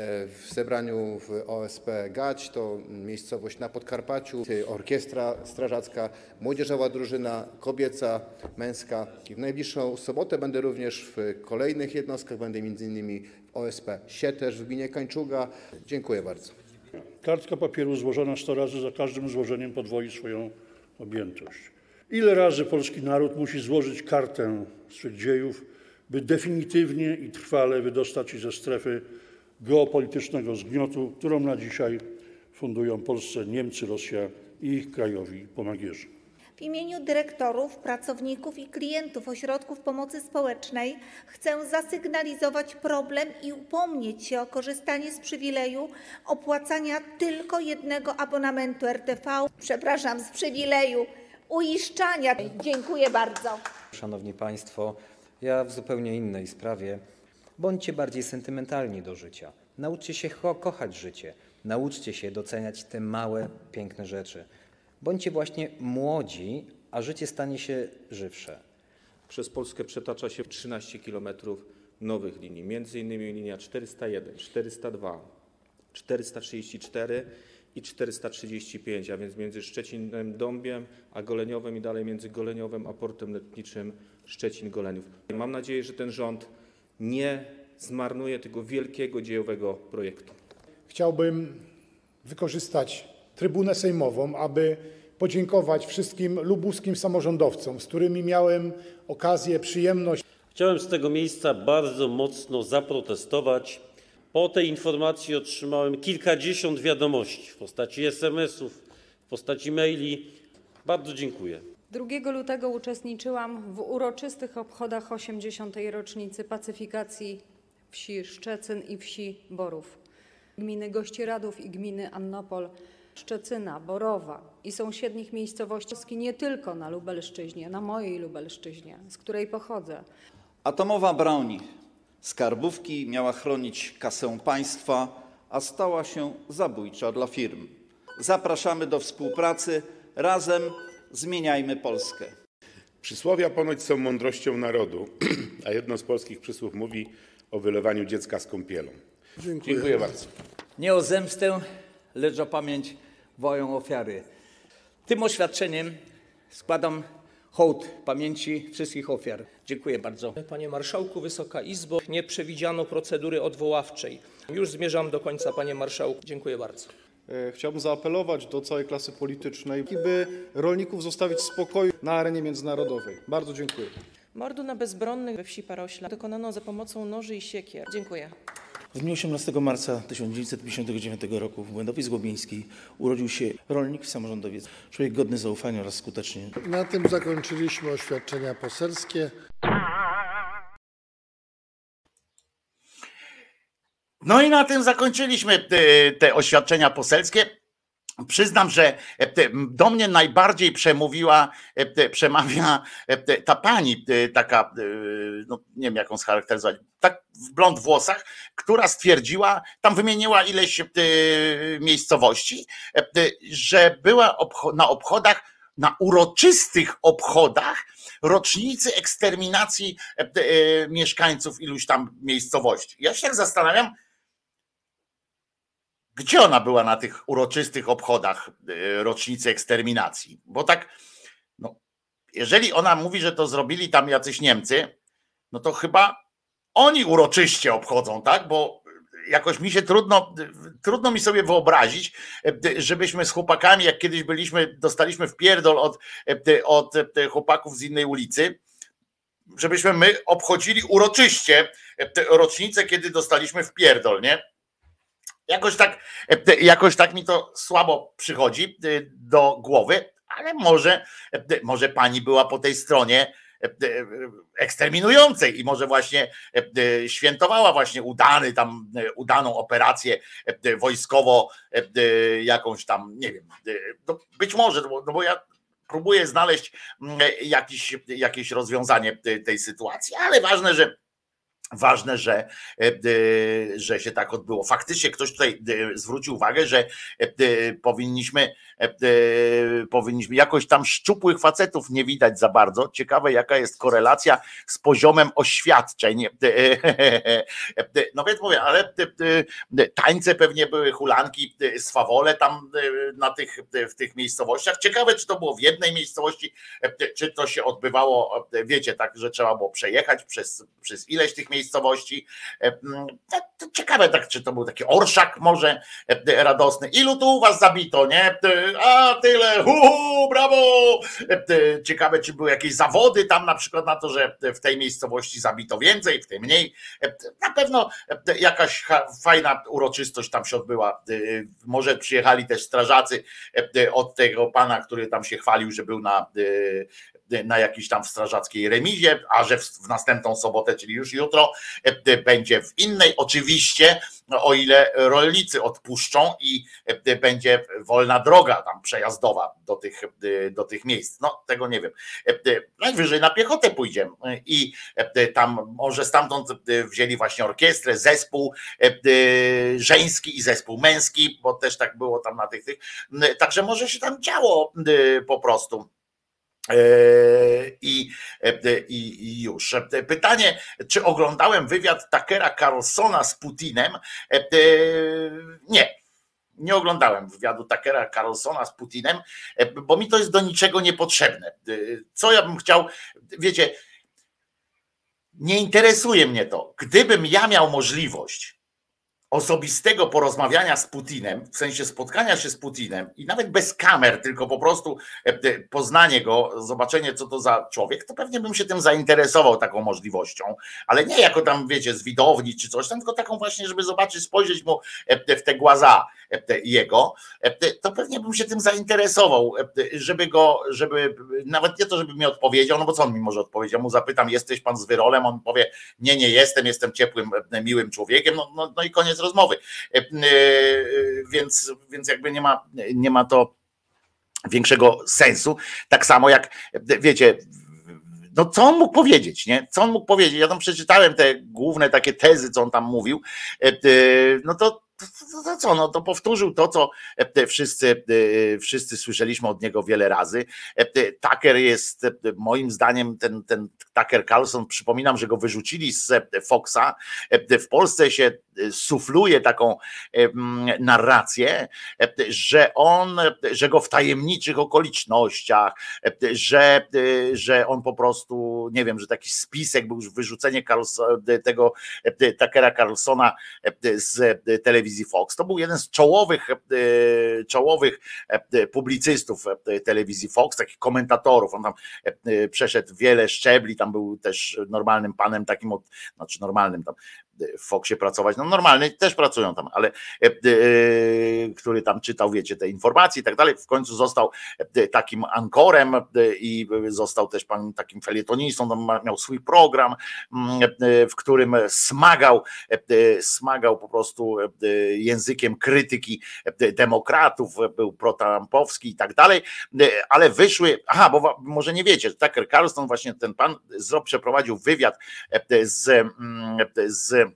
w zebraniu w O S P Gać, to miejscowość na Podkarpaciu, orkiestra strażacka, młodzieżowa drużyna kobieca, męska. I w najbliższą sobotę będę również w kolejnych jednostkach, będę między innymi w O S P Sietierz w gminie Kańczuga. Dziękuję bardzo. Kartka papieru złożona sto razy, za każdym złożeniem podwoi swoją objętość. Ile razy polski naród musi złożyć kartę swych dziejów, by definitywnie i trwale wydostać się ze strefy geopolitycznego zgniotu, którą na dzisiaj fundują Polsce Niemcy, Rosja i ich krajowi pomagierzy. W imieniu dyrektorów, pracowników i klientów ośrodków pomocy społecznej chcę zasygnalizować problem i upomnieć się o korzystanie z przywileju opłacania tylko jednego abonamentu R T V, przepraszam, z przywileju uiszczania. Dziękuję bardzo. Szanowni Państwo, ja w zupełnie innej sprawie. Bądźcie bardziej sentymentalni do życia. Nauczcie się ko- kochać życie. Nauczcie się doceniać te małe, piękne rzeczy. Bądźcie właśnie młodzi, a życie stanie się żywsze. Przez Polskę przetacza się trzynaście kilometrów nowych linii, między innymi linia czterysta jeden, czterysta dwa, czterysta trzydzieści cztery i czterysta trzydzieści pięć, a więc między Szczecinem Dąbiem a Goleniowem i dalej między Goleniowem a portem lotniczym Szczecin-Goleniów. Mam nadzieję, że ten rząd nie zmarnuje tego wielkiego dziejowego projektu. Chciałbym wykorzystać trybunę sejmową, aby podziękować wszystkim lubuskim samorządowcom, z którymi miałem okazję, przyjemność. Chciałem z tego miejsca bardzo mocno zaprotestować. Po tej informacji otrzymałem kilkadziesiąt wiadomości w postaci es em esów, w postaci maili. Bardzo dziękuję. drugiego lutego uczestniczyłam w uroczystych obchodach osiemdziesiątej rocznicy pacyfikacji wsi Szczecin i wsi Borów. Gminy Gościeradów i gminy Annopol, Szczecyna, Borowa i sąsiednich miejscowości, nie tylko na Lubelszczyźnie, na mojej Lubelszczyźnie, z której pochodzę. Atomowa broń skarbówki miała chronić kasę państwa, a stała się zabójcza dla firm. Zapraszamy do współpracy. Razem zmieniajmy Polskę. Przysłowia ponoć są mądrością narodu, a jedno z polskich przysłów mówi o wylewaniu dziecka z kąpielą. Dziękuję, Dziękuję bardzo. Nie o zemstę, lecz o pamięć wołają ofiary. Tym oświadczeniem składam hołd pamięci wszystkich ofiar. Dziękuję bardzo. Panie Marszałku, Wysoka Izbo, nie przewidziano procedury odwoławczej. Już zmierzam do końca, panie marszałku. Dziękuję bardzo. Chciałbym zaapelować do całej klasy politycznej, by rolników zostawić w spokoju na arenie międzynarodowej. Bardzo dziękuję. Mordu na bezbronnych we wsi Parośla dokonano za pomocą noży i siekier. Dziękuję. W dniu osiemnastego marca tysiąc dziewięćset pięćdziesiątego dziewiątego roku w Głędowie Złobieńskiej urodził się rolnik, samorządowiec, człowiek godny zaufania oraz skuteczny. Na tym zakończyliśmy oświadczenia poselskie. No i na tym zakończyliśmy te, te oświadczenia poselskie. Przyznam, że do mnie najbardziej przemówiła, przemawia ta pani, taka, no nie wiem jak ją scharakteryzować, tak w blond włosach, która stwierdziła, tam wymieniła ileś miejscowości, że była na obchodach, na uroczystych obchodach rocznicy eksterminacji mieszkańców iluś tam miejscowości. Ja się tak zastanawiam, gdzie ona była na tych uroczystych obchodach rocznicy eksterminacji? Bo tak, no, jeżeli ona mówi, że to zrobili tam jacyś Niemcy, no to chyba oni uroczyście obchodzą, tak? Bo jakoś mi się trudno, trudno mi sobie wyobrazić, żebyśmy z chłopakami, jak kiedyś byliśmy, dostaliśmy wpierdol od, od chłopaków z innej ulicy, żebyśmy my obchodzili uroczyście rocznicę, kiedy dostaliśmy wpierdol, nie? Jakoś tak, jakoś tak mi to słabo przychodzi do głowy, ale może, może pani była po tej stronie eksterminującej i może właśnie świętowała właśnie udany tam, udaną operację wojskowo jakąś tam, nie wiem, być może, no bo ja próbuję znaleźć jakiś, jakieś rozwiązanie tej sytuacji, ale ważne, że Ważne, że, że się tak odbyło. Faktycznie ktoś tutaj zwrócił uwagę, że powinniśmy, powinniśmy jakoś tam szczupłych facetów nie widać za bardzo. Ciekawe, jaka jest korelacja z poziomem oświadczeń. No więc mówię, ale tańce pewnie były, hulanki, swawole tam na tych, w tych miejscowościach. Ciekawe, czy to było w jednej miejscowości, czy to się odbywało, wiecie, tak, że trzeba było przejechać przez, przez ileś tych miejscowości. miejscowości. To ciekawe, tak, czy to był taki orszak może radosny. Ilu tu u was zabito, nie? A tyle, hu, hu, brawo! Ciekawe, czy były jakieś zawody tam na przykład na to, że w tej miejscowości zabito więcej, w tej mniej. Na pewno jakaś fajna uroczystość tam się odbyła. Może przyjechali też strażacy od tego pana, który tam się chwalił, że był na na jakiejś tam strażackiej remizie, a że w, w następną sobotę, czyli już jutro, będzie w innej, oczywiście, o ile rolnicy odpuszczą i będzie wolna droga tam przejazdowa do tych, do tych miejsc. No, tego nie wiem. Najwyżej na piechotę pójdziemy i tam może stamtąd wzięli właśnie orkiestrę, zespół żeński i zespół męski, bo też tak było tam na tych, tych. Także może się tam działo po prostu. I, i, I już. Pytanie, czy oglądałem wywiad Tuckera Carlsona z Putinem? Nie, nie oglądałem wywiadu Tuckera Carlsona z Putinem, bo mi to jest do niczego niepotrzebne. Co ja bym chciał, wiecie, nie interesuje mnie to. Gdybym ja miał możliwość osobistego porozmawiania z Putinem, w sensie spotkania się z Putinem i nawet bez kamer, tylko po prostu poznanie go, zobaczenie co to za człowiek, to pewnie bym się tym zainteresował, taką możliwością, ale nie jako tam, wiecie, z widowni czy coś tam, tylko taką właśnie, żeby zobaczyć, spojrzeć mu w te głaza jego, to pewnie bym się tym zainteresował, żeby go, żeby nawet nie to, żeby mi odpowiedział, no bo co on mi może odpowiedzieć, ja mu zapytam, jesteś pan z Wyrolem, on powie, nie, nie jestem, jestem ciepłym, miłym człowiekiem, no, no, no i koniec rozmowy, więc, więc jakby nie ma, nie ma to większego sensu, tak samo jak, wiecie, no co on mógł powiedzieć, nie? Co on mógł powiedzieć? Ja tam przeczytałem te główne takie tezy, co on tam mówił, no to To, to co, no to powtórzył to, co wszyscy, wszyscy słyszeliśmy od niego wiele razy. Tucker jest, moim zdaniem, ten, ten Tucker Carlson, przypominam, że go wyrzucili z Foxa. W Polsce się sufluje taką narrację, że on, że go w tajemniczych okolicznościach, że, że on po prostu, nie wiem, że taki spisek był, już wyrzucenie Carlson, tego Tuckera Carlsona z telewizji Fox. To był jeden z czołowych, czołowych publicystów telewizji Fox, takich komentatorów. On tam przeszedł wiele szczebli, tam był też normalnym panem, takim, od, znaczy normalnym, tam w Foxie pracować, no normalnie też pracują tam, ale który tam czytał, wiecie, te informacje i tak dalej, w końcu został takim ankorem i został też pan takim felietonistą, miał swój program, w którym smagał, smagał po prostu językiem krytyki demokratów, był protrampowski i tak dalej, ale wyszły, aha, bo może nie wiecie, Tucker Carlson, właśnie ten pan przeprowadził wywiad z, z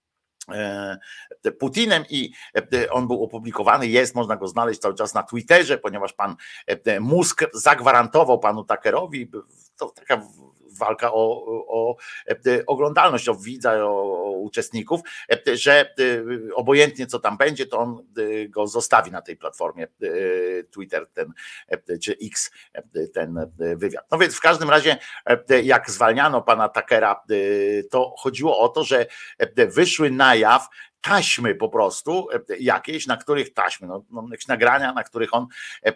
Putinem i on był opublikowany, jest, można go znaleźć cały czas na Twitterze, ponieważ pan Musk zagwarantował panu Tuckerowi, to taka walka o, o oglądalność, o widza, o, o uczestników, że obojętnie co tam będzie, to on go zostawi na tej platformie Twitter, ten czy X, ten wywiad. No więc w każdym razie, jak zwalniano pana Tuckera, to chodziło o to, że wyszły na jaw taśmy po prostu jakieś, na których taśmy, no, no, jakieś nagrania, na których on e, e,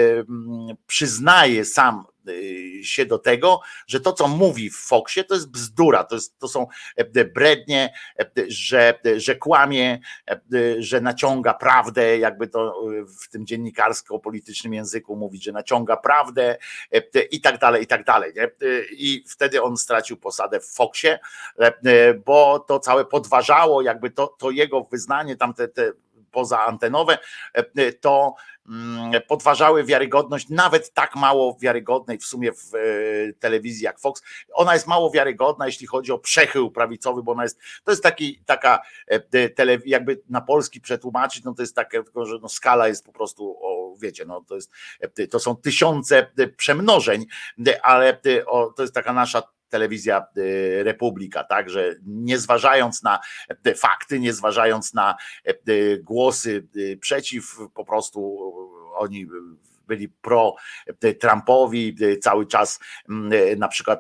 przyznaje sam się do tego, że to, co mówi w Foxie, to jest bzdura, to, jest, to są brednie, że, że kłamie, że naciąga prawdę, jakby to w tym dziennikarsko-politycznym języku mówić, że naciąga prawdę i tak dalej, i tak dalej. Nie? I wtedy on stracił posadę w Foxie, bo to całe podważało jakby to, to jego wyznanie, tamte te pozaantenowe, to podważały wiarygodność, nawet tak mało wiarygodnej w sumie w telewizji jak Fox. Ona jest mało wiarygodna, jeśli chodzi o przechył prawicowy, bo ona jest, to jest taki, taka, jakby na polski przetłumaczyć, no to jest takie, tylko że no skala jest po prostu, o, wiecie, no to jest, to są tysiące przemnożeń, ale to jest taka nasza telewizja Republika, tak, że nie zważając na fakty, nie zważając na głosy przeciw, po prostu oni byli pro-Trumpowi, cały czas na przykład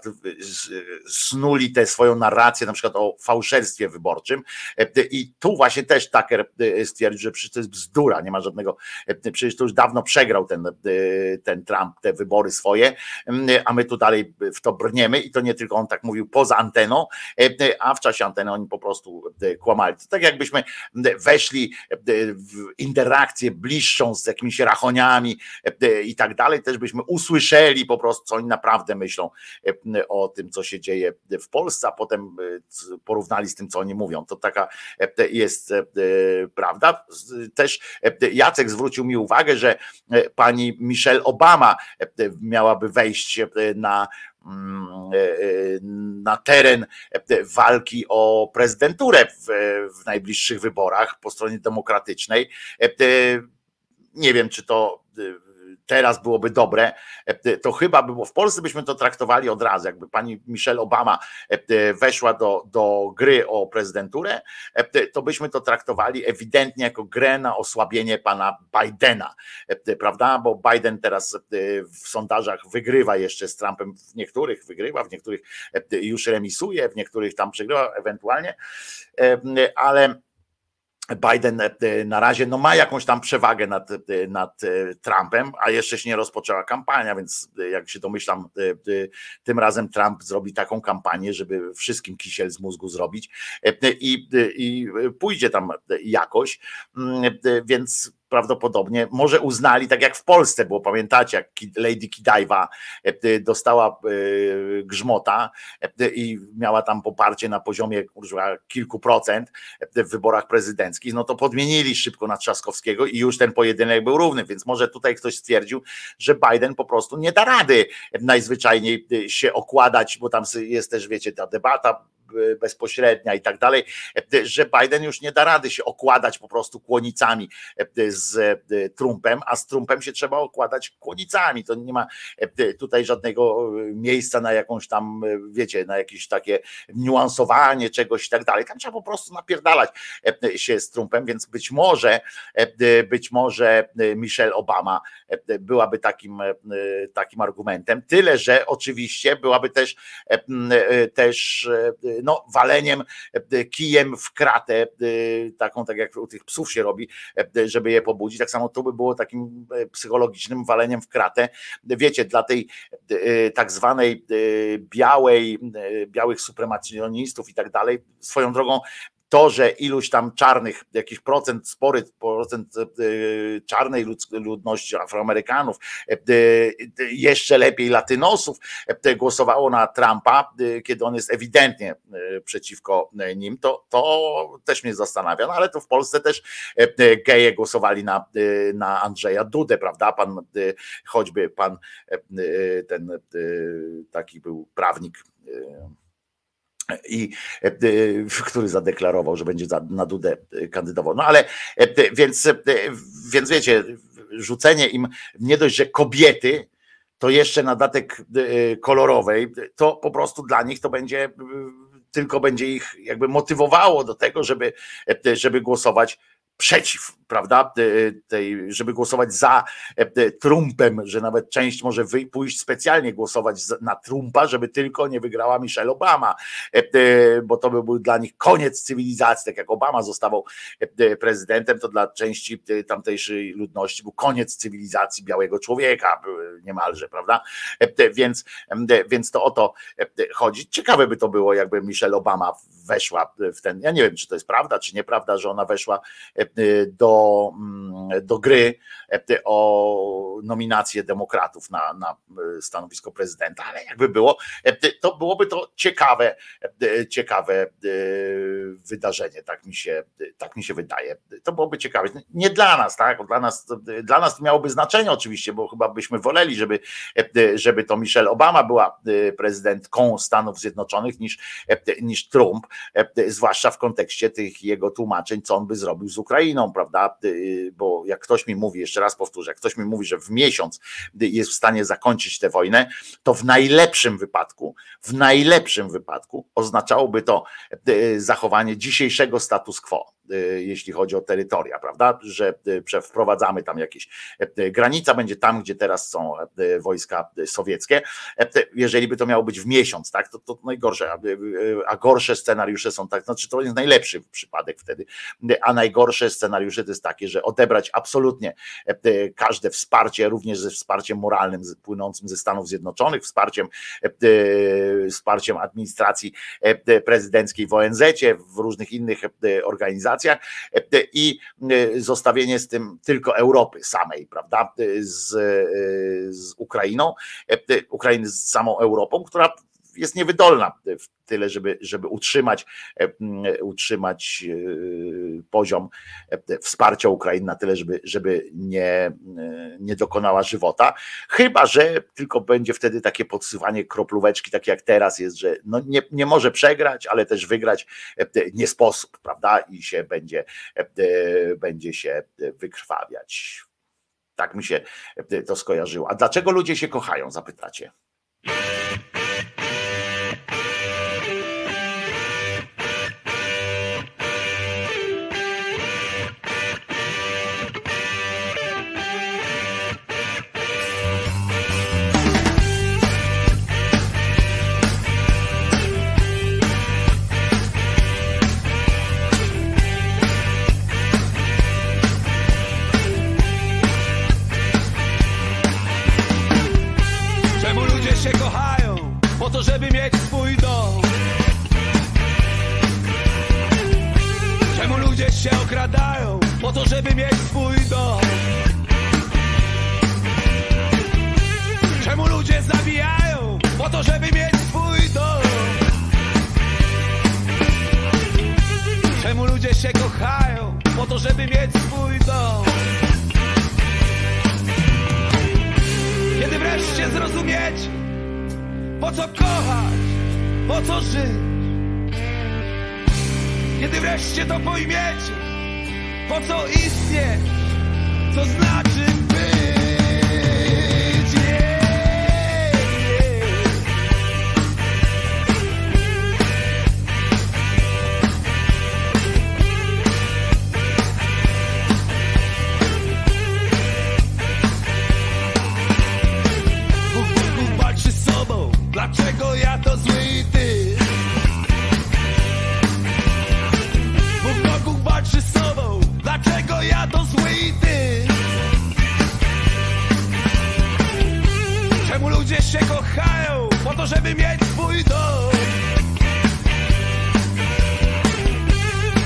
snuli tę swoją narrację na przykład o fałszerstwie wyborczym i tu właśnie też Tucker stwierdził, że przecież to jest bzdura, nie ma żadnego, przecież to już dawno przegrał ten, ten Trump te wybory swoje, a my tu dalej w to brniemy i to nie tylko on tak mówił poza anteną, a w czasie anteny oni po prostu kłamali. To tak jakbyśmy weszli w interakcję bliższą z jakimiś rachoniami i tak dalej, też byśmy usłyszeli po prostu, co oni naprawdę myślą o tym, co się dzieje w Polsce, a potem porównali z tym, co oni mówią. To taka jest prawda. Też Jacek zwrócił mi uwagę, że pani Michelle Obama miałaby wejść na na teren walki o prezydenturę w, w najbliższych wyborach po stronie demokratycznej. Nie wiem, czy to teraz byłoby dobre, to chyba by było, w Polsce byśmy to traktowali od razu, jakby pani Michelle Obama weszła do, do gry o prezydenturę, to byśmy to traktowali ewidentnie jako grę na osłabienie pana Bidena, prawda, bo Biden teraz w sondażach wygrywa jeszcze z Trumpem, w niektórych wygrywa, w niektórych już remisuje, w niektórych tam przegrywa ewentualnie, ale Biden na razie no ma jakąś tam przewagę nad, nad Trumpem, a jeszcze się nie rozpoczęła kampania, więc jak się domyślam, tym razem Trump zrobi taką kampanię, żeby wszystkim kisiel z mózgu zrobić i, i pójdzie tam jakoś, więc prawdopodobnie może uznali, tak jak w Polsce było, pamiętacie, jak Lady Kidajwa dostała grzmota i miała tam poparcie na poziomie kilku procent w wyborach prezydenckich, no to podmienili szybko na Trzaskowskiego i już ten pojedynek był równy, więc może tutaj ktoś stwierdził, że Biden po prostu nie da rady najzwyczajniej się okładać, bo tam jest też, wiecie, ta debata bezpośrednia i tak dalej, że Biden już nie da rady się okładać po prostu kłonicami z Trumpem, a z Trumpem się trzeba okładać kłonicami. To nie ma tutaj żadnego miejsca na jakąś tam, wiecie, na jakieś takie niuansowanie czegoś i tak dalej. Tam trzeba po prostu napierdalać się z Trumpem, więc być może być może Michelle Obama byłaby takim, takim argumentem. Tyle, że oczywiście byłaby też też no, waleniem kijem w kratę, taką tak jak u tych psów się robi, żeby je pobudzić. Tak samo to by było takim psychologicznym waleniem w kratę. Wiecie, dla tej tak zwanej białej, białych supremacjonistów i tak dalej, swoją drogą to, że iluś tam czarnych, jakiś procent, spory procent czarnej ludności, Afroamerykanów, jeszcze lepiej Latynosów głosowało na Trumpa, kiedy on jest ewidentnie przeciwko nim, to, to też mnie zastanawia, no ale to w Polsce też geje głosowali na, na Andrzeja Dudę, prawda? Pan, choćby pan ten taki był prawnik, i który zadeklarował, że będzie na Dudę kandydował. No ale więc, więc wiecie, rzucenie im nie dość, że kobiety, to jeszcze na datek kolorowej, to po prostu dla nich to będzie, tylko będzie ich jakby motywowało do tego, żeby, żeby głosować przeciw, prawda, tej, żeby głosować za Trumpem, że nawet część może pójść specjalnie głosować na Trumpa, żeby tylko nie wygrała Michelle Obama, bo to by był dla nich koniec cywilizacji, tak jak Obama zostawał prezydentem, to dla części tamtejszej ludności był koniec cywilizacji białego człowieka niemalże, prawda, więc, więc to o to chodzi. Ciekawe by to było, jakby Michelle Obama weszła w ten, ja nie wiem, czy to jest prawda, czy nieprawda, że ona weszła do, do gry o nominację demokratów na, na stanowisko prezydenta, ale jakby było, to byłoby to ciekawe, ciekawe wydarzenie, tak mi się, tak mi się wydaje. To byłoby ciekawe. Nie dla nas, tak? Dla nas, dla nas to miałoby znaczenie oczywiście, bo chyba byśmy woleli, żeby, żeby to Michelle Obama była prezydentką Stanów Zjednoczonych niż, niż Trump, zwłaszcza w kontekście tych jego tłumaczeń, co on by zrobił z Ukrainą, prawda? Bo jak ktoś mi mówi, jeszcze raz powtórzę, jak ktoś mi mówi, że w miesiąc jest w stanie zakończyć tę wojnę, to w najlepszym wypadku, w najlepszym wypadku oznaczałoby to zachowanie dzisiejszego status quo, jeśli chodzi o terytoria, prawda? Że wprowadzamy tam jakieś, granica będzie tam, gdzie teraz są wojska sowieckie. Jeżeli by to miało być w miesiąc, tak, to, to najgorsze, a gorsze scenariusze są tak, znaczy to jest najlepszy przypadek wtedy, a najgorsze scenariusze to jest takie, że odebrać absolutnie każde wsparcie, również ze wsparciem moralnym płynącym ze Stanów Zjednoczonych, wsparciem, wsparciem administracji prezydenckiej w O N zecie, w różnych innych organizacjach, i zostawienie z tym tylko Europy samej, prawda, z, z Ukrainą, Ukrainy z samą Europą, która jest niewydolna w tyle, żeby, żeby utrzymać, utrzymać poziom wsparcia Ukrainy na tyle, żeby, żeby nie, nie dokonała żywota. Chyba że tylko będzie wtedy takie podsywanie kroplóweczki, takie jak teraz jest, że no nie, nie może przegrać, ale też wygrać nie sposób, prawda? I się będzie, będzie się wykrwawiać. Tak mi się to skojarzyło. A dlaczego ludzie się kochają, zapytacie? Po to, żeby mieć swój dom. Czemu ludzie się okradają? Po to, żeby mieć swój dom. Czemu ludzie zabijają? Po to, żeby mieć swój dom. Czemu ludzie się kochają? Po to, żeby mieć swój dom. Kiedy wreszcie zrozumiecie, po co kochać, po co żyć? Kiedy wreszcie to pojmiecie, po co istnieć, co znaczy być? Yeah, yeah. Bóg, Bóg, Bóg walczy z sobą. Dlaczego ja to zły i ty? Bóg wokół walczy z sobą. Dlaczego ja to zły i ty? Czemu ludzie się kochają? Po to, żeby mieć swój dom.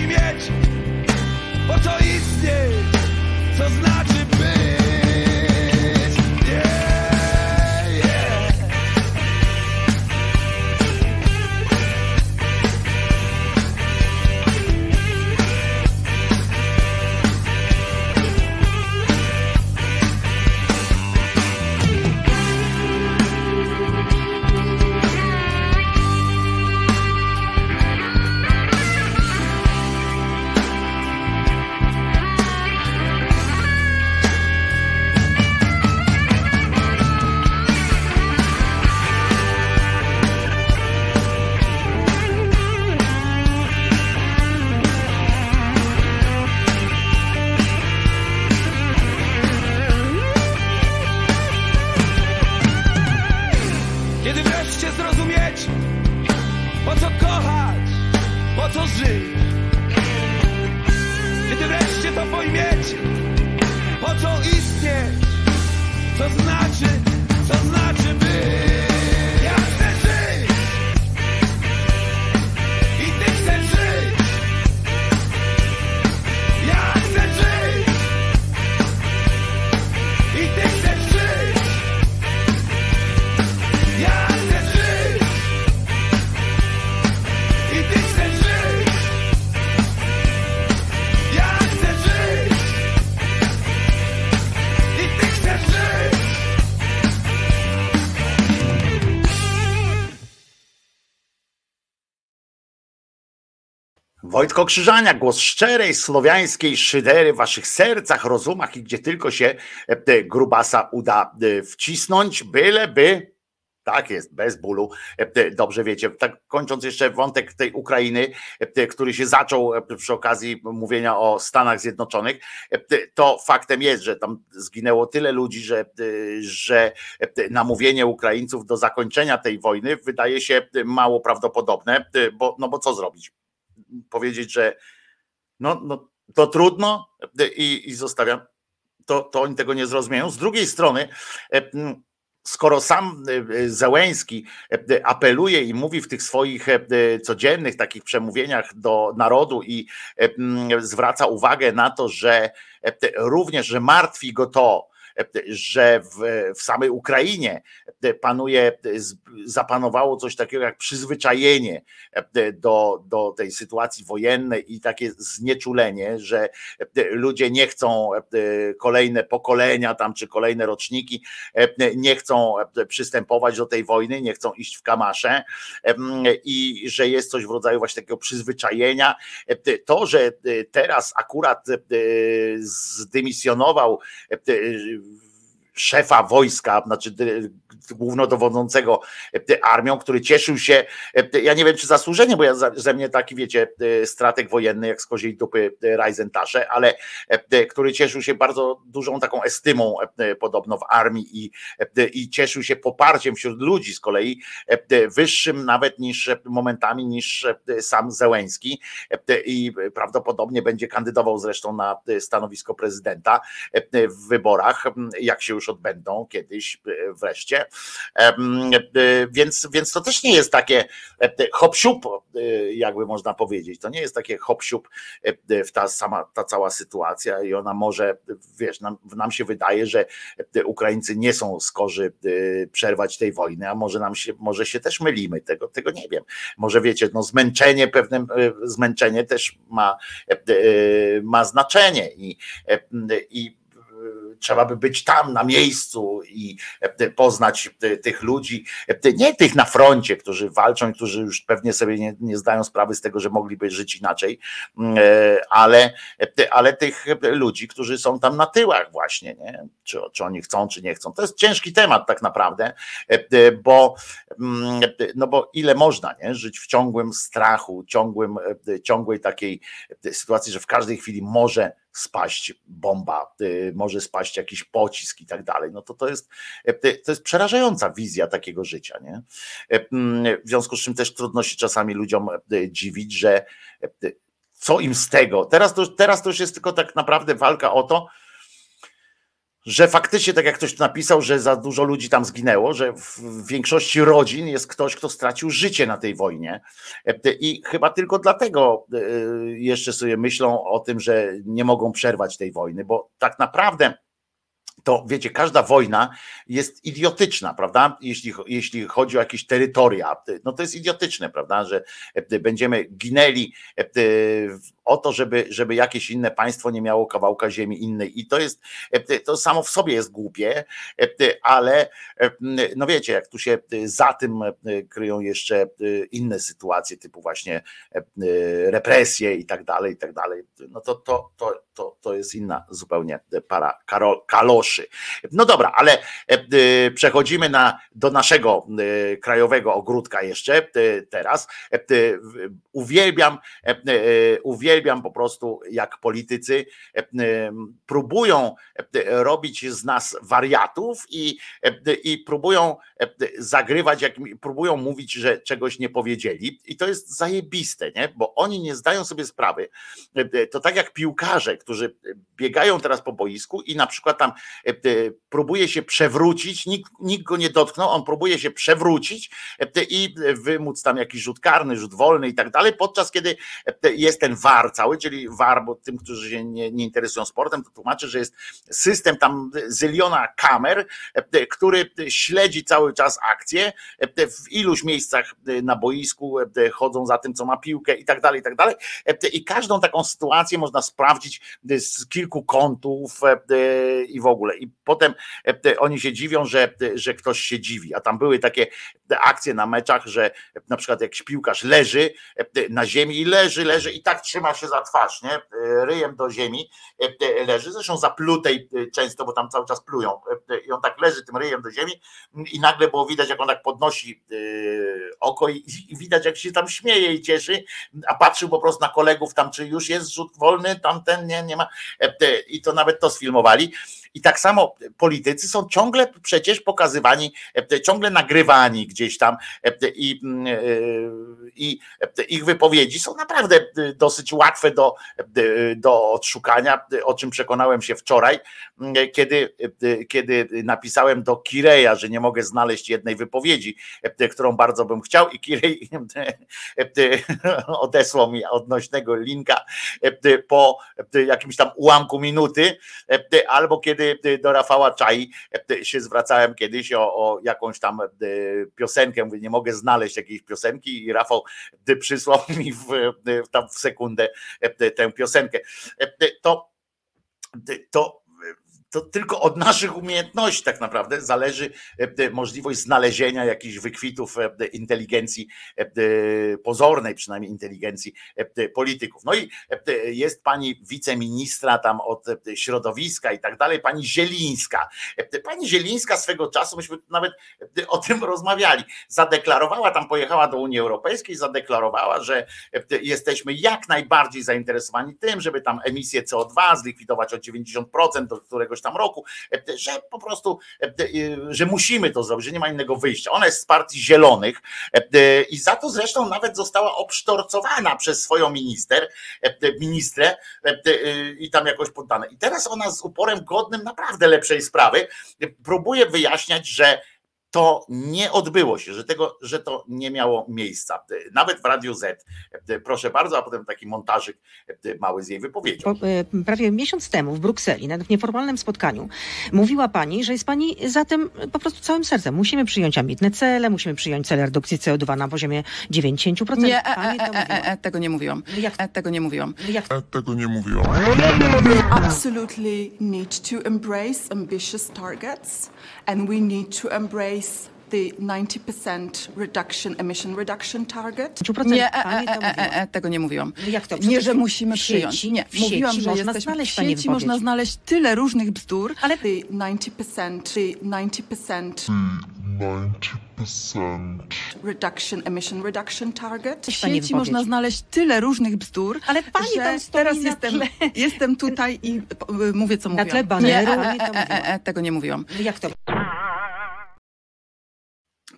pojmiecie, po co istnieć, co znaczy być. Yeah, yeah. Kiedy wreszcie zrozumiecie, po co kochać, po co żyć. Kiedy wreszcie to pojmiecie, po co istnieć, co znaczy, co znaczy być. Ja chcę żyć i ty chcesz żyć. Ja chcę żyć i ty chcesz żyć. Ja chcę żyć i ty chcesz żyć. Ja chcę żyć i ty chcesz żyć. Wojtko Krzyżania, głos szczerej, słowiańskiej szydery w waszych sercach, rozumach i gdzie tylko się e, grubasa uda e, wcisnąć, byleby, tak jest, bez bólu, e, dobrze wiecie. Tak kończąc jeszcze wątek tej Ukrainy, e, który się zaczął e, przy okazji mówienia o Stanach Zjednoczonych, e, to faktem jest, że tam zginęło tyle ludzi, że, e, że namówienie Ukraińców do zakończenia tej wojny wydaje się mało prawdopodobne, e, bo, no bo co zrobić? Powiedzieć, że no, no to trudno i, i zostawiam, to, to oni tego nie zrozumieją. Z drugiej strony, skoro sam Zełenski apeluje i mówi w tych swoich codziennych takich przemówieniach do narodu i zwraca uwagę na to, że również, że martwi go to, że w, w samej Ukrainie panuje, zapanowało coś takiego jak przyzwyczajenie do, do tej sytuacji wojennej i takie znieczulenie, że ludzie nie chcą, kolejne pokolenia tam czy kolejne roczniki nie chcą przystępować do tej wojny, nie chcą iść w kamasze i że jest coś w rodzaju właśnie takiego przyzwyczajenia. To, że teraz akurat zdymisjonował szefa wojska, znaczy głównodowodzącego armią, który cieszył się, ja nie wiem czy zasłużenie, bo ja ze mnie taki, wiecie, strateg wojenny jak z koziej dupy Reisentasche, ale który cieszył się bardzo dużą taką estymą podobno w armii i, i cieszył się poparciem wśród ludzi z kolei wyższym nawet niż momentami niż sam Zełenski i prawdopodobnie będzie kandydował zresztą na stanowisko prezydenta w wyborach, jak się już odbędą kiedyś wreszcie. Więc, więc to też nie jest takie hop-siup, jakby można powiedzieć. To nie jest takie hop-siup w ta sama, ta cała sytuacja i ona może, wiesz, nam, nam się wydaje, że Ukraińcy nie są skorzy przerwać tej wojny, a może nam się, może się też mylimy, tego, tego nie wiem. Może wiecie, no zmęczenie, pewne zmęczenie też ma, ma znaczenie i, i trzeba by być tam na miejscu i poznać tych ludzi, nie tych na froncie, którzy walczą i którzy już pewnie sobie nie, nie zdają sprawy z tego, że mogliby żyć inaczej, ale, ale tych ludzi, którzy są tam na tyłach właśnie, nie? Czy, czy oni chcą, czy nie chcą. To jest ciężki temat tak naprawdę, bo, no bo ile można, nie? Żyć w ciągłym strachu, ciągłym, ciągłej takiej sytuacji, że w każdej chwili może spaść bomba, może spaść jakiś pocisk i tak dalej, no to to jest, to jest przerażająca wizja takiego życia, nie? W związku z czym też trudno się czasami ludziom dziwić, że co im z tego, teraz to, teraz to już jest tylko tak naprawdę walka o to, że faktycznie, tak jak ktoś tu napisał, że za dużo ludzi tam zginęło, że w większości rodzin jest ktoś, kto stracił życie na tej wojnie i chyba tylko dlatego jeszcze sobie myślą o tym, że nie mogą przerwać tej wojny, bo tak naprawdę to wiecie, każda wojna jest idiotyczna, prawda? Jeśli, jeśli chodzi o jakieś terytoria, no to jest idiotyczne, prawda, że będziemy ginęli o to, żeby, żeby jakieś inne państwo nie miało kawałka ziemi innej i to jest, to samo w sobie jest głupie, ale no wiecie, jak tu się za tym kryją jeszcze inne sytuacje, typu właśnie represje i tak dalej, i tak dalej, no to, to, to, to, to jest inna zupełnie para kaloszy. No dobra, ale przechodzimy na, do naszego krajowego ogródka jeszcze teraz. Uwielbiam, uwielbiam po prostu, jak politycy próbują robić z nas wariatów i, i próbują zagrywać, jak, próbują mówić, że czegoś nie powiedzieli i to jest zajebiste, nie? Bo oni nie zdają sobie sprawy. To tak jak piłkarze, którzy biegają teraz po boisku i na przykład tam próbuje się przewrócić, nikt, nikt go nie dotknął, on próbuje się przewrócić i wymóc tam jakiś rzut karny, rzut wolny i tak dalej, podczas kiedy jest ten V A R cały, czyli V A R, bo tym, którzy się nie, nie interesują sportem, to tłumaczy, że jest system tam zyliona kamer, który śledzi cały czas akcję, w iluś miejscach na boisku chodzą za tym, co ma piłkę i tak dalej, i tak dalej. I każdą taką sytuację można sprawdzić z kilku kątów i w ogóle. I potem oni się dziwią, że, że ktoś się dziwi. A tam były takie akcje na meczach, że na przykład jakiś piłkarz leży na ziemi i leży, leży i tak trzyma się za twarz, nie? Ryjem do ziemi leży, zresztą zaplutej często, bo tam cały czas plują. I on tak leży tym ryjem do ziemi i nagle było widać, jak on tak podnosi oko i, i widać, jak się tam śmieje i cieszy, a patrzył po prostu na kolegów tam, czy już jest rzut wolny, tamten nie, nie ma. I to nawet to sfilmowali. I tak samo politycy są ciągle przecież pokazywani, ciągle nagrywani gdzieś tam i, i ich wypowiedzi są naprawdę dosyć łatwe do, do odszukania, o czym przekonałem się wczoraj, kiedy, kiedy napisałem do Kireja, że nie mogę znaleźć jednej wypowiedzi, którą bardzo bym chciał i Kirej odesłał mi odnośnego linka po jakimś tam ułamku minuty, albo kiedy do Rafała Czai się zwracałem kiedyś o, o jakąś tam piosenkę, mówię, nie mogę znaleźć jakiejś piosenki i Rafał przysłał mi w, tam w sekundę tę piosenkę. To, to To tylko od naszych umiejętności tak naprawdę zależy możliwość znalezienia jakichś wykwitów inteligencji, pozornej przynajmniej inteligencji polityków. No i jest pani wiceministra tam od środowiska i tak dalej, pani Zielińska. Pani Zielińska swego czasu, myśmy nawet o tym rozmawiali, zadeklarowała, tam pojechała do Unii Europejskiej, zadeklarowała, że jesteśmy jak najbardziej zainteresowani tym, żeby tam emisję C O dwa zlikwidować o dziewięćdziesiąt procent do któregoś tam roku, że po prostu, że musimy to zrobić, że nie ma innego wyjścia. Ona jest z partii Zielonych i za to zresztą nawet została obsztorcowana przez swoją minister, ministrę i tam jakoś poddana. I teraz ona z uporem godnym naprawdę lepszej sprawy próbuje wyjaśniać, że to nie odbyło się, że, tego, że to nie miało miejsca. Nawet w Radiu Z, proszę bardzo, a potem taki montażyk mały z jej wypowiedzią. Po, prawie miesiąc temu w Brukseli, na nieformalnym spotkaniu, mówiła pani, że jest pani za tym po prostu całym sercem. Musimy przyjąć ambitne cele, musimy przyjąć cele redukcji C O dwa na poziomie dziewięćdziesiąt procent. Nie, e, e, e, e, tego nie mówiłam. Jak e, tego nie mówiłam. Jak e, tego nie mówiłam. We absolutely need to embrace ambitious targets and we need to embrace the ninety percent reduction, emission reduction target. Nie, e, e, e, e, tego nie mówiłam. Jak to? Nie, że musimy sieci, przyjąć. Nie, w mówiłam, sieci że można jesteśmy znaleźć, w sieci, można znaleźć tyle różnych bzdur. Ale the ninety percent, the ninety percent ninety percent reduction, emission reduction target. W Pani sieci można znaleźć tyle różnych bzdur, ale pani że tam stoi teraz na jestem, jestem tutaj i mówię, co na mówiłam. tle baneru. Nie, e, e, e, e, tego nie mówiłam. Jak to?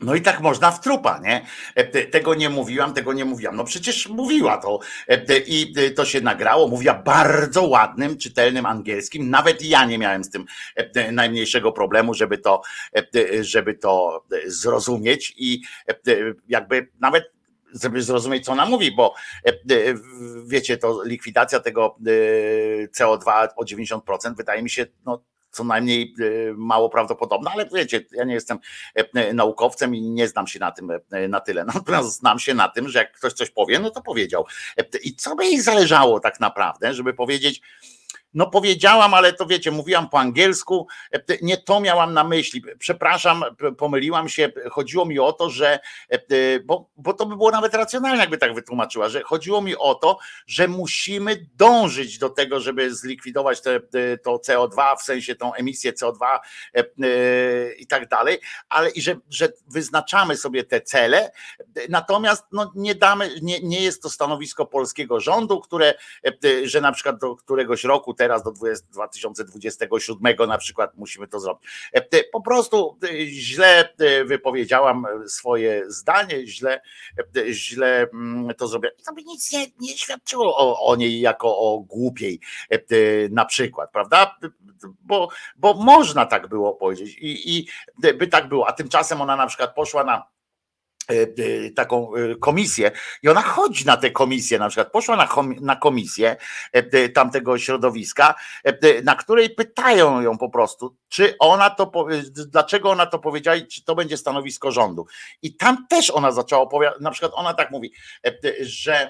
No i tak można w trupa, nie? Tego nie mówiłam, tego nie mówiłam. No przecież mówiła to i to się nagrało. Mówiła bardzo ładnym, czytelnym angielskim. Nawet ja nie miałem z tym najmniejszego problemu, żeby to, żeby to zrozumieć i jakby nawet żeby zrozumieć, co ona mówi, bo wiecie, to likwidacja tego C O dwa o dziewięćdziesiąt procent wydaje mi się, no co najmniej mało prawdopodobne, ale wiecie, ja nie jestem naukowcem i nie znam się na tym na tyle. Natomiast znam się na tym, że jak ktoś coś powie, no to powiedział. I co by jej zależało tak naprawdę, żeby powiedzieć, no powiedziałam, ale to wiecie, mówiłam po angielsku, nie to miałam na myśli, przepraszam, pomyliłam się, chodziło mi o to, że, bo, bo to by było nawet racjonalne, jakby tak wytłumaczyła, że chodziło mi o to, że musimy dążyć do tego, żeby zlikwidować te, to C O dwa, w sensie tą emisję C O dwa i tak dalej, ale i że, że wyznaczamy sobie te cele, natomiast no, nie damy, nie, nie jest to stanowisko polskiego rządu, które, że na przykład do któregoś roku teraz do dwa tysiące dwudziestego siódmego na przykład musimy to zrobić. Po prostu źle wypowiedziałam swoje zdanie, źle, źle to zrobiłem. I to by nic nie, nie świadczyło o, o niej jako o głupiej na przykład, prawda? Bo, bo można tak było powiedzieć i, i by tak było, a tymczasem ona na przykład poszła na taką komisję i ona chodzi na tę komisję, na przykład poszła na, na komisję tamtego środowiska, na której pytają ją po prostu, czy ona to, dlaczego ona to powiedziała i czy to będzie stanowisko rządu. I tam też ona zaczęła opowiadać, na przykład ona tak mówi, że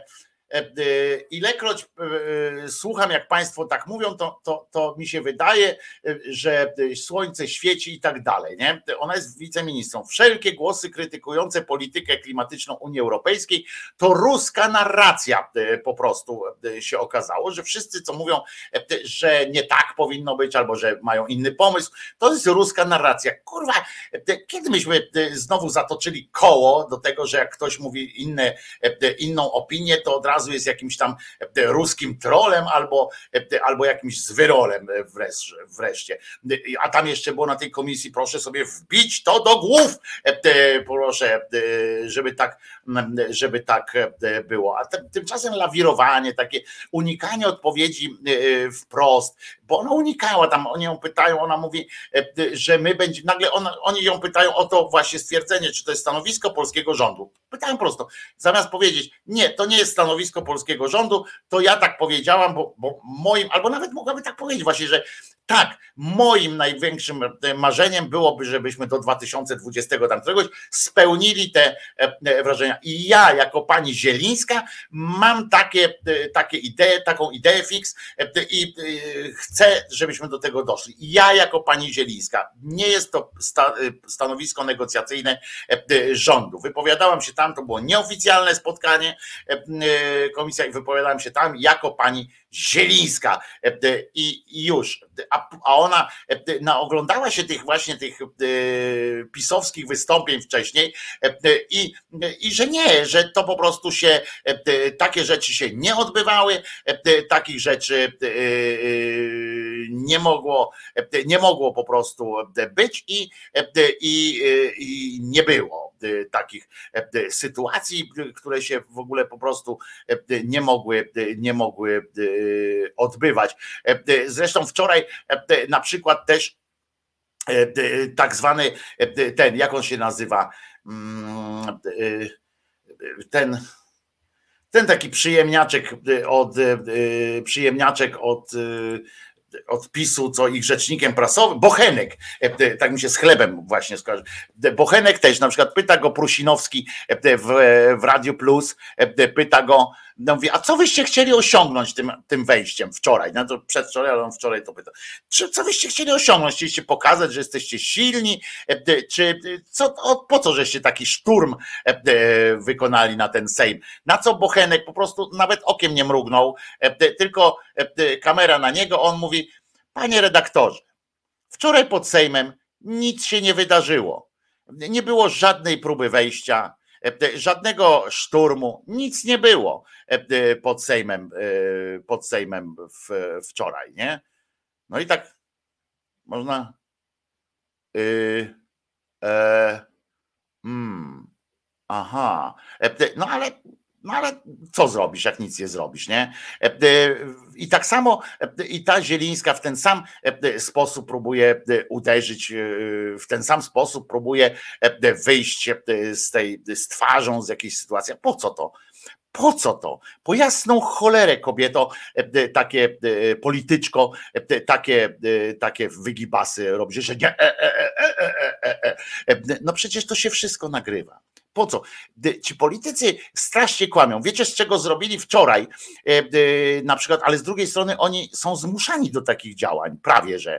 ilekroć słucham, jak państwo tak mówią, to, to, to mi się wydaje, że słońce świeci i tak dalej. Nie? Ona jest wiceministrą. Wszelkie głosy krytykujące politykę klimatyczną Unii Europejskiej to ruska narracja po prostu się okazało, że wszyscy co mówią, że nie tak powinno być albo że mają inny pomysł, to jest ruska narracja. Kurwa, kiedy myśmy znowu zatoczyli koło do tego, że jak ktoś mówi inne, inną opinię, to od razu jest jakimś tam ruskim trolem albo, albo jakimś zwyrolem wreszcie. A tam jeszcze było na tej komisji, proszę sobie wbić to do głów, proszę, żeby tak, żeby tak było. A tymczasem lawirowanie, takie unikanie odpowiedzi wprost, bo ona unikała tam, oni ją pytają, ona mówi, że my będziemy, nagle ona, oni ją pytają o to właśnie stwierdzenie, czy to jest stanowisko polskiego rządu. Pytają prosto, zamiast powiedzieć, nie, to nie jest stanowisko polskiego rządu, to ja tak powiedziałam, bo, bo moim, albo nawet mogłaby tak powiedzieć właśnie, że tak, moim największym marzeniem byłoby, żebyśmy do dwa tysiące dwudziestego tam któregoś spełnili te wrażenia. I ja jako pani Zielińska mam takie, takie idee, taką ideę fix i chcę, żebyśmy do tego doszli. Ja jako pani Zielińska, nie jest to sta, stanowisko negocjacyjne rządu. Wypowiadałam się tam, to było nieoficjalne spotkanie komisja i wypowiadałam się tam jako pani Zielińska i, i już, a, a ona naoglądała się tych właśnie tych pisowskich wystąpień wcześniej i, i że nie, że to po prostu się, takie rzeczy się nie odbywały, takich rzeczy nie mogło, nie mogło po prostu być i, i, i nie było takich sytuacji, które się w ogóle po prostu nie mogły, nie mogły odbywać. Zresztą wczoraj na przykład też tak zwany ten, jak on się nazywa, ten ten taki przyjemniaczek od przyjemniaczek od od PiSu, co ich rzecznikiem prasowym, Bochenek, tak mi się z chlebem właśnie skojarzy. Bochenek też na przykład pyta go Prusinowski w, w Radiu Plus, pyta go, no mówi, a co wyście chcieli osiągnąć tym, tym wejściem wczoraj? No to przedwczoraj, ale on wczoraj to pyta. Czy, co wyście chcieli osiągnąć? Chcieliście pokazać, że jesteście silni? Czy co, po co żeście taki szturm wykonali na ten Sejm? Na co Bochenek po prostu nawet okiem nie mrugnął, tylko kamera na niego, on mówi, panie redaktorze, wczoraj pod Sejmem nic się nie wydarzyło. Nie było żadnej próby wejścia, żadnego szturmu, nic nie było pod Sejmem, pod Sejmem w, wczoraj, nie? No i tak można yy, e, Hmm. Aha. No ale, no ale co zrobisz, jak nic nie zrobisz, nie? I tak samo i ta Zielińska w ten sam sposób próbuje uderzyć, w ten sam sposób próbuje wyjść z tej z twarzą z jakiejś sytuacji. Po co to? Po co to? Po jasną cholerę, kobieto, takie polityczko, takie, takie wygibasy robisz, że nie, e, e, e, e, e, e. No przecież to się wszystko nagrywa. Po co? Ci politycy strasznie kłamią. Wiecie, z czego zrobili wczoraj na przykład, ale z drugiej strony oni są zmuszani do takich działań, prawie że.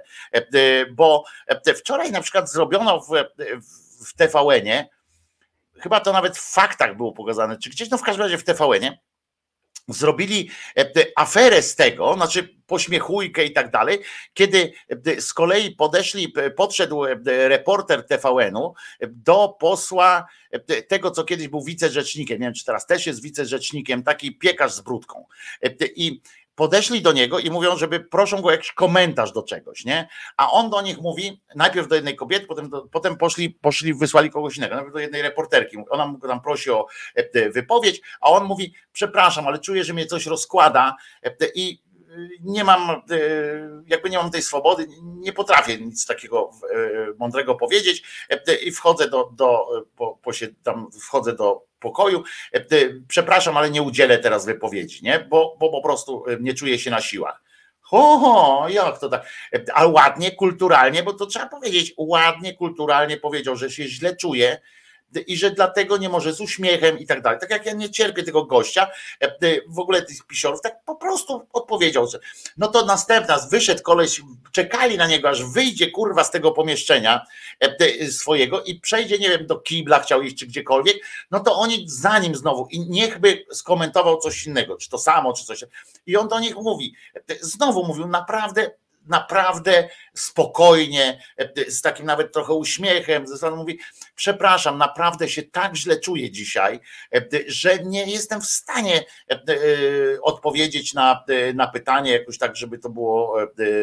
Bo wczoraj na przykład zrobiono w, w T V N-ie, chyba to nawet w faktach było pokazane, czy gdzieś, no w każdym razie w T V N-ie, zrobili aferę z tego, znaczy pośmiechujkę i tak dalej, kiedy z kolei podeszli, podszedł reporter T V N-u do posła tego, co kiedyś był wicerzecznikiem, nie wiem, czy teraz też jest wicerzecznikiem, taki piekarz z brudką. I podeszli do niego i mówią, żeby proszą go jakiś komentarz do czegoś, nie? A on do nich mówi, najpierw do jednej kobiety, potem, do, potem poszli, poszli, wysłali kogoś innego, najpierw do jednej reporterki. Ona mu tam prosi o wypowiedź, a on mówi, przepraszam, ale czuję, że mnie coś rozkłada i nie mam, jakby nie mam tej swobody, nie potrafię nic takiego mądrego powiedzieć i wchodzę do, do po, po się, tam wchodzę do pokoju, przepraszam, ale nie udzielę teraz wypowiedzi, nie? Bo, bo po prostu nie czuję się na siłach. Ho, ho, jak to tak? Ale ładnie, kulturalnie, bo to trzeba powiedzieć, ładnie, kulturalnie powiedział, że się źle czuje i że dlatego nie może, z uśmiechem i tak dalej. Tak jak ja nie cierpię tego gościa, w ogóle tych pisiorów, tak po prostu odpowiedział, że no to następna, wyszedł koleś, czekali na niego, aż wyjdzie kurwa z tego pomieszczenia swojego i przejdzie, nie wiem, do kibla chciał iść, czy gdziekolwiek, no to oni za nim znowu i niechby skomentował coś innego, czy to samo, czy coś. I on do nich mówi, znowu mówił, naprawdę naprawdę spokojnie, z takim nawet trochę uśmiechem, ze strony mówi, przepraszam, naprawdę się tak źle czuję dzisiaj, że nie jestem w stanie odpowiedzieć na, na pytanie jakoś tak, żeby to było,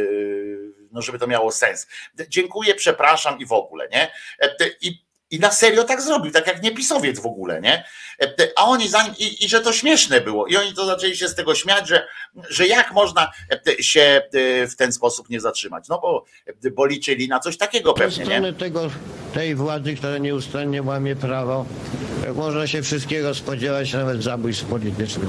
no żeby to miało sens. Dziękuję, przepraszam i w ogóle, nie? I I na serio tak zrobił, tak jak nie pisowiec w ogóle, nie? A oni za nim, i, i że to śmieszne było. I oni to zaczęli się z tego śmiać, że, że jak można się w ten sposób nie zatrzymać. No bo, bo liczyli na coś takiego pewnie, nie? Ze strony tego, tej władzy, która nieustannie łamie prawo, można się wszystkiego spodziewać, nawet zabójstw politycznych.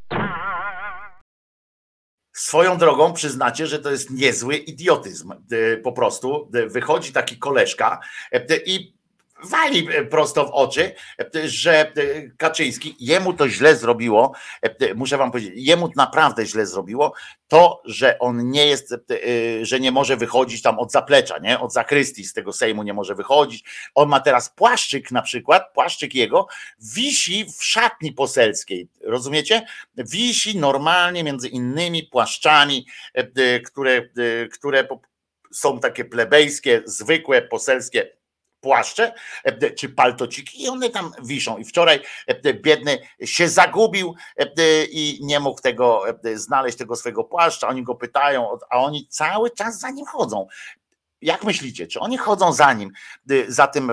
Swoją drogą przyznacie, że to jest niezły idiotyzm. Po prostu wychodzi taki koleżka i wali prosto w oczy, że Kaczyński, jemu to źle zrobiło, muszę wam powiedzieć, jemu naprawdę źle zrobiło to, że on nie jest, że nie może wychodzić tam od zaplecza, nie? Od zakrystii z tego Sejmu nie może wychodzić. On ma teraz płaszczyk na przykład, płaszczyk jego wisi w szatni poselskiej, rozumiecie? Wisi normalnie między innymi płaszczami, które, które są takie plebejskie, zwykłe, poselskie płaszcze czy paltociki i one tam wiszą. I wczoraj biedny się zagubił i nie mógł tego znaleźć, tego swojego płaszcza. Oni go pytają, a oni cały czas za nim chodzą. Jak myślicie, czy oni chodzą za nim, za tym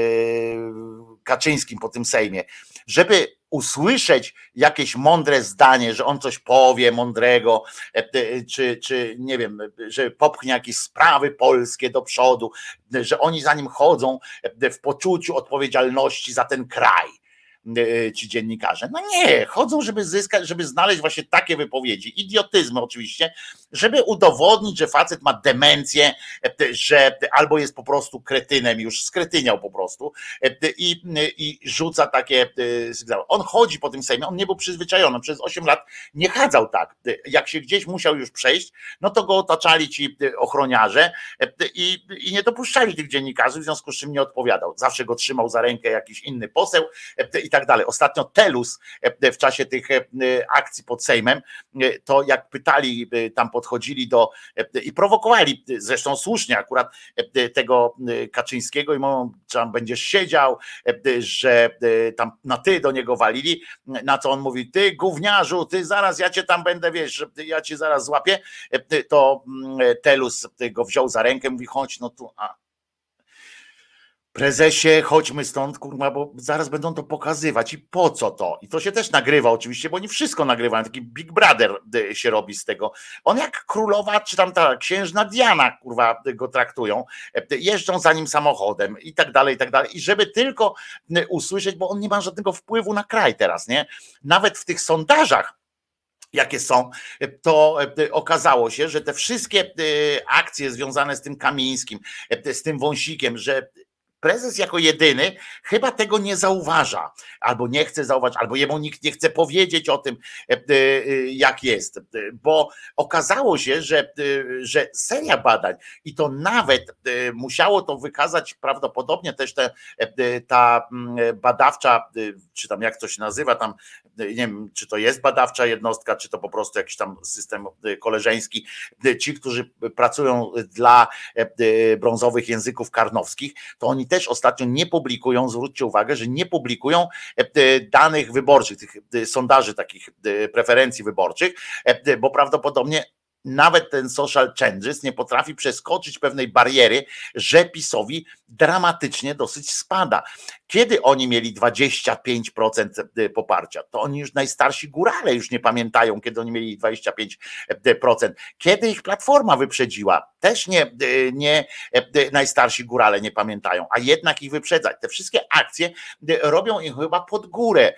Kaczyńskim po tym Sejmie, żeby usłyszeć jakieś mądre zdanie, że on coś powie mądrego, czy, czy nie wiem, że popchnie jakieś sprawy polskie do przodu, że oni za nim chodzą w poczuciu odpowiedzialności za ten kraj, ci dziennikarze. No nie, chodzą, żeby zyskać, żeby znaleźć właśnie takie wypowiedzi, idiotyzmy oczywiście, żeby udowodnić, że facet ma demencję, że albo jest po prostu kretynem, już skretyniał po prostu i, i rzuca takie sygnały. On chodzi po tym Sejmie, on nie był przyzwyczajony, przez osiem lat nie chadzał tak. Jak się gdzieś musiał już przejść, no to go otaczali ci ochroniarze i, i nie dopuszczali tych dziennikarzy, w związku z czym nie odpowiadał. Zawsze go trzymał za rękę jakiś inny poseł i tak dalej. Ostatnio Telus w czasie tych akcji pod Sejmem, to jak pytali, tam podchodzili do i prowokowali, zresztą słusznie akurat tego Kaczyńskiego i mówią, czy tam będziesz siedział, że tam na ty do niego walili, na co on mówi, ty gówniarzu, ty zaraz, ja cię tam będę, wiesz, ja cię zaraz złapię, to Telus go wziął za rękę, mówi, chodź, no tu, a Prezesie, chodźmy stąd, kurwa, bo zaraz będą to pokazywać i po co to? I to się też nagrywa oczywiście, bo oni wszystko nagrywają, taki Big Brother się robi z tego. On jak królowa, czy tam ta księżna Diana, kurwa, go traktują, jeżdżą za nim samochodem i tak dalej, i tak dalej. I żeby tylko usłyszeć, bo on nie ma żadnego wpływu na kraj teraz, nie? Nawet w tych sondażach, jakie są, to okazało się, że te wszystkie akcje związane z tym Kamińskim, z tym Wąsikiem, że prezes jako jedyny chyba tego nie zauważa, albo nie chce zauważyć, albo jemu nikt nie chce powiedzieć o tym, jak jest, bo okazało się, że, że seria badań i to nawet musiało to wykazać prawdopodobnie też te, ta badawcza, czy tam jak to się nazywa, tam nie wiem, czy to jest badawcza jednostka, czy to po prostu jakiś tam system koleżeński, ci, którzy pracują dla brązowych języków karnowskich, to oni też ostatnio nie publikują, zwróćcie uwagę, że nie publikują danych wyborczych, tych sondaży takich preferencji wyborczych, bo prawdopodobnie nawet ten social changes nie potrafi przeskoczyć pewnej bariery, że PiS-owi dramatycznie dosyć spada. Kiedy oni mieli dwadzieścia pięć procent poparcia, to oni już najstarsi górale już nie pamiętają, kiedy oni mieli dwadzieścia pięć procent. Kiedy ich Platforma wyprzedziła, też nie, nie najstarsi górale nie pamiętają, a jednak ich wyprzedzać. Te wszystkie akcje robią im chyba pod górę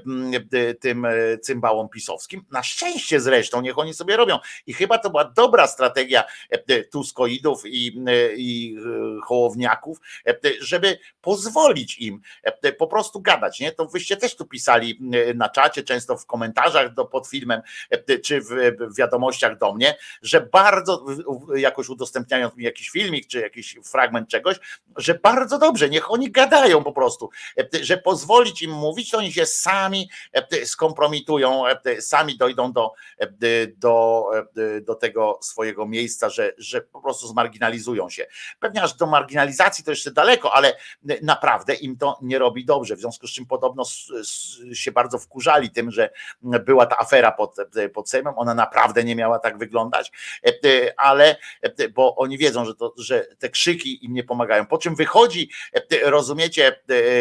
tym cymbałom pisowskim. Na szczęście zresztą, niech oni sobie robią. I chyba to była dobra strategia tuskoidów i, i hołowniaków, żeby pozwolić im po prostu gadać, nie? To wyście też tu pisali na czacie, często w komentarzach do, pod filmem, czy w, w wiadomościach do mnie, że bardzo, jakoś udostępniając mi jakiś filmik, czy jakiś fragment czegoś, że bardzo dobrze, niech oni gadają po prostu, że pozwolić im mówić, to oni się sami skompromitują, sami dojdą do, do, do tego swojego miejsca, że, że po prostu zmarginalizują się. Pewnie aż do marginalizacji to jeszcze daleko, ale naprawdę im to nie robi dobrze, w związku z czym podobno się bardzo wkurzali tym, że była ta afera pod, pod Sejmem, ona naprawdę nie miała tak wyglądać, ale bo oni wiedzą, że, to, że te krzyki im nie pomagają, po czym wychodzi, rozumiecie,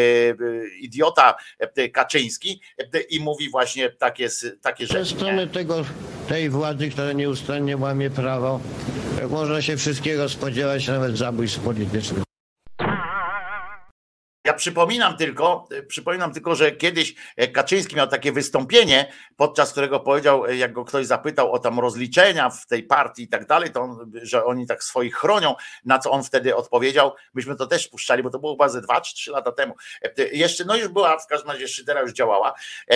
idiota Kaczyński i mówi właśnie takie, takie rzeczy. Ze strony tego, tej władzy, która nieustannie łamie prawo, można się wszystkiego spodziewać, nawet zabójstw politycznych. Ja przypominam tylko, przypominam tylko, że kiedyś Kaczyński miał takie wystąpienie, podczas którego powiedział, jak go ktoś zapytał o tam rozliczenia w tej partii i tak dalej, to on, że oni tak swoich chronią, na co on wtedy odpowiedział, myśmy to też puszczali, bo to było chyba ze dwa czy trzy lata temu. Jeszcze, no już była, w każdym razie Szydera już działała,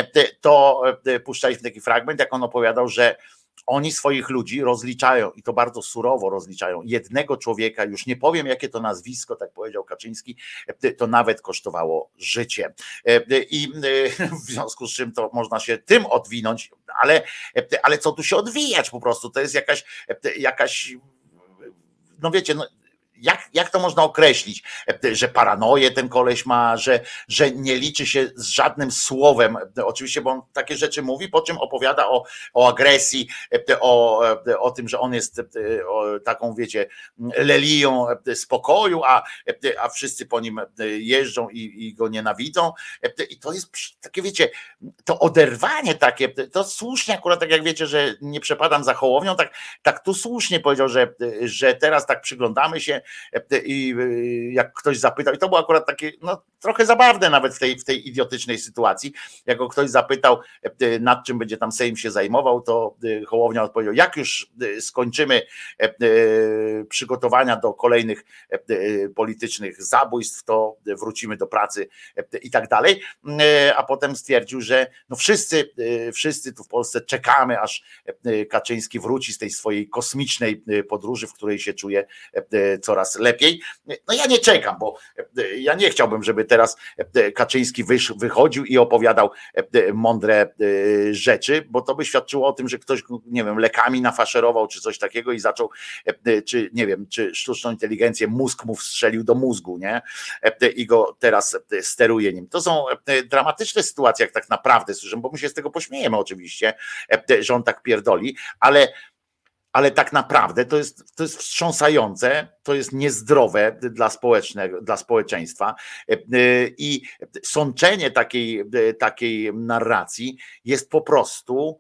to puszczaliśmy taki fragment, jak on opowiadał, że oni swoich ludzi rozliczają i to bardzo surowo rozliczają. Jednego człowieka, już nie powiem jakie to nazwisko, tak powiedział Kaczyński, to nawet kosztowało życie. I w związku z czym to można się tym odwinąć, ale, ale co tu się odwijać po prostu, to jest jakaś, jakaś no wiecie, no, Jak, jak to można określić, że paranoję ten koleś ma, że, że nie liczy się z żadnym słowem, oczywiście, bo on takie rzeczy mówi, po czym opowiada o, o agresji, o, o tym, że on jest taką, wiecie, lelią spokoju, a, a wszyscy po nim jeżdżą i, i go nienawidzą. I to jest takie, wiecie, to oderwanie takie, to słusznie akurat, tak jak wiecie, że nie przepadam za Hołownią, tak, tak tu słusznie powiedział, że, że teraz tak przyglądamy się, i jak ktoś zapytał, i to było akurat takie no, trochę zabawne nawet w tej, w tej idiotycznej sytuacji, jak go ktoś zapytał, nad czym będzie tam Sejm się zajmował, to Hołownia odpowiedział, jak już skończymy przygotowania do kolejnych politycznych zabójstw, to wrócimy do pracy i tak dalej, a potem stwierdził, że no wszyscy, wszyscy tu w Polsce czekamy, aż Kaczyński wróci z tej swojej kosmicznej podróży, w której się czuje coraz lepiej. No ja nie czekam, bo ja nie chciałbym, żeby teraz Kaczyński wysz, wychodził i opowiadał mądre rzeczy, bo to by świadczyło o tym, że ktoś, nie wiem, lekami nafaszerował czy coś takiego i zaczął, czy nie wiem, czy sztuczną inteligencję, mózg mu wstrzelił do mózgu, nie? I go teraz steruje nim. To są dramatyczne sytuacje, jak tak naprawdę słyszę, bo my się z tego pośmiejemy oczywiście, że on tak pierdoli, ale ale tak naprawdę to jest, to jest wstrząsające, to jest niezdrowe dla, społecznego, dla społeczeństwa i sączenie takiej, takiej narracji jest po prostu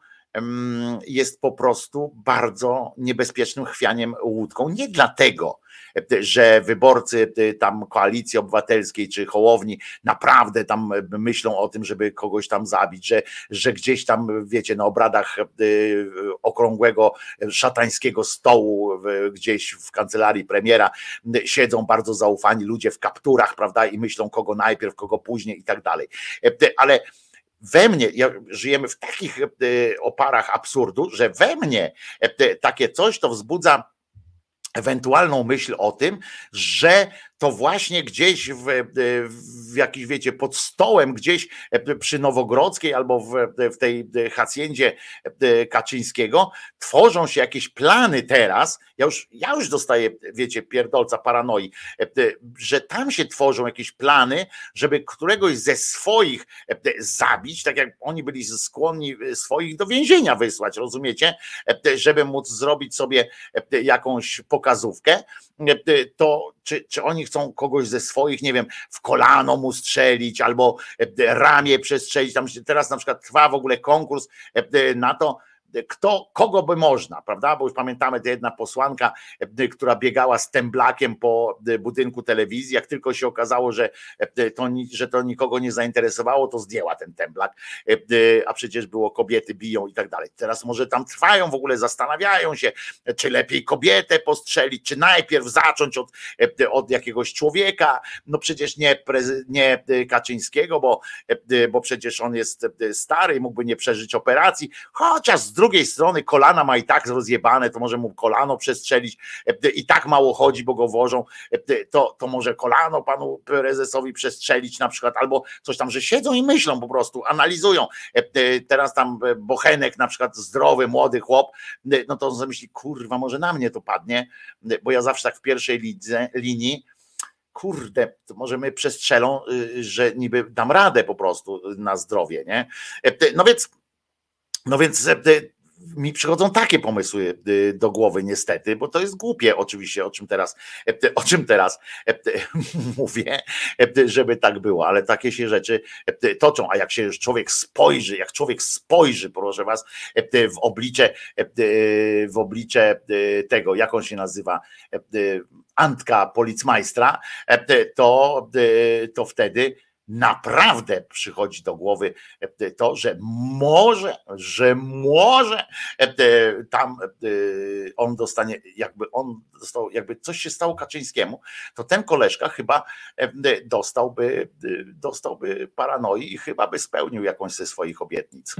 jest po prostu bardzo niebezpiecznym chwianiem łódką. Nie dlatego, że wyborcy tam Koalicji Obywatelskiej czy Hołowni naprawdę tam myślą o tym, żeby kogoś tam zabić, że, że gdzieś tam, wiecie, na obradach okrągłego szatańskiego stołu gdzieś w kancelarii premiera siedzą bardzo zaufani ludzie w kapturach, prawda, i myślą kogo najpierw, kogo później i tak dalej. Ale we mnie, ja, żyjemy w takich oparach absurdu, że we mnie takie coś to wzbudza ewentualną myśl o tym, że to właśnie gdzieś w, w jakiś, wiecie, pod stołem gdzieś przy Nowogrodzkiej albo w, w tej haciendzie Kaczyńskiego tworzą się jakieś plany teraz, ja już, ja już dostaję, wiecie, pierdolca paranoi, że tam się tworzą jakieś plany, żeby któregoś ze swoich zabić, tak jak oni byli skłonni swoich do więzienia wysłać, rozumiecie, żeby móc zrobić sobie jakąś pokazówkę, to czy, czy oni chcą kogoś ze swoich, nie wiem, w kolano mu strzelić albo ramię przestrzelić. Tam teraz na przykład trwa w ogóle konkurs na to, kto, kogo by można, prawda? Bo już pamiętamy, ta jedna posłanka, która biegała z temblakiem po budynku telewizji, jak tylko się okazało, że to, że to nikogo nie zainteresowało, to zdjęła ten temblak, a przecież było kobiety biją i tak dalej. Teraz może tam trwają w ogóle, zastanawiają się, czy lepiej kobietę postrzelić, czy najpierw zacząć od, od jakiegoś człowieka, no przecież nie, nie Kaczyńskiego, bo, bo przecież on jest stary i mógłby nie przeżyć operacji, chociaż z drugiej strony kolana ma i tak rozjebane, to może mu kolano przestrzelić, i tak mało chodzi, bo go wożą, to, to może kolano panu prezesowi przestrzelić na przykład, albo coś tam, że siedzą i myślą po prostu, analizują. Teraz tam Bochenek na przykład, zdrowy, młody chłop, no to on sobie myśli, kurwa, może na mnie to padnie, bo ja zawsze tak w pierwszej lidze, linii, kurde, to może mnie przestrzelą, że niby dam radę po prostu na zdrowie, nie? No więc No więc mi przychodzą takie pomysły do głowy niestety, bo to jest głupie oczywiście, o czym teraz, o czym teraz mówię, żeby tak było, ale takie się rzeczy toczą, a jak się już człowiek spojrzy, jak człowiek spojrzy, proszę was, w oblicze, w oblicze tego, jak on się nazywa, Antka Policmajstra, to, to wtedy naprawdę przychodzi do głowy to, że może, że może tam on dostanie, jakby on dostał, jakby coś się stało Kaczyńskiemu, to ten koleżka chyba dostałby, dostałby paranoi i chyba by spełnił jakąś ze swoich obietnic.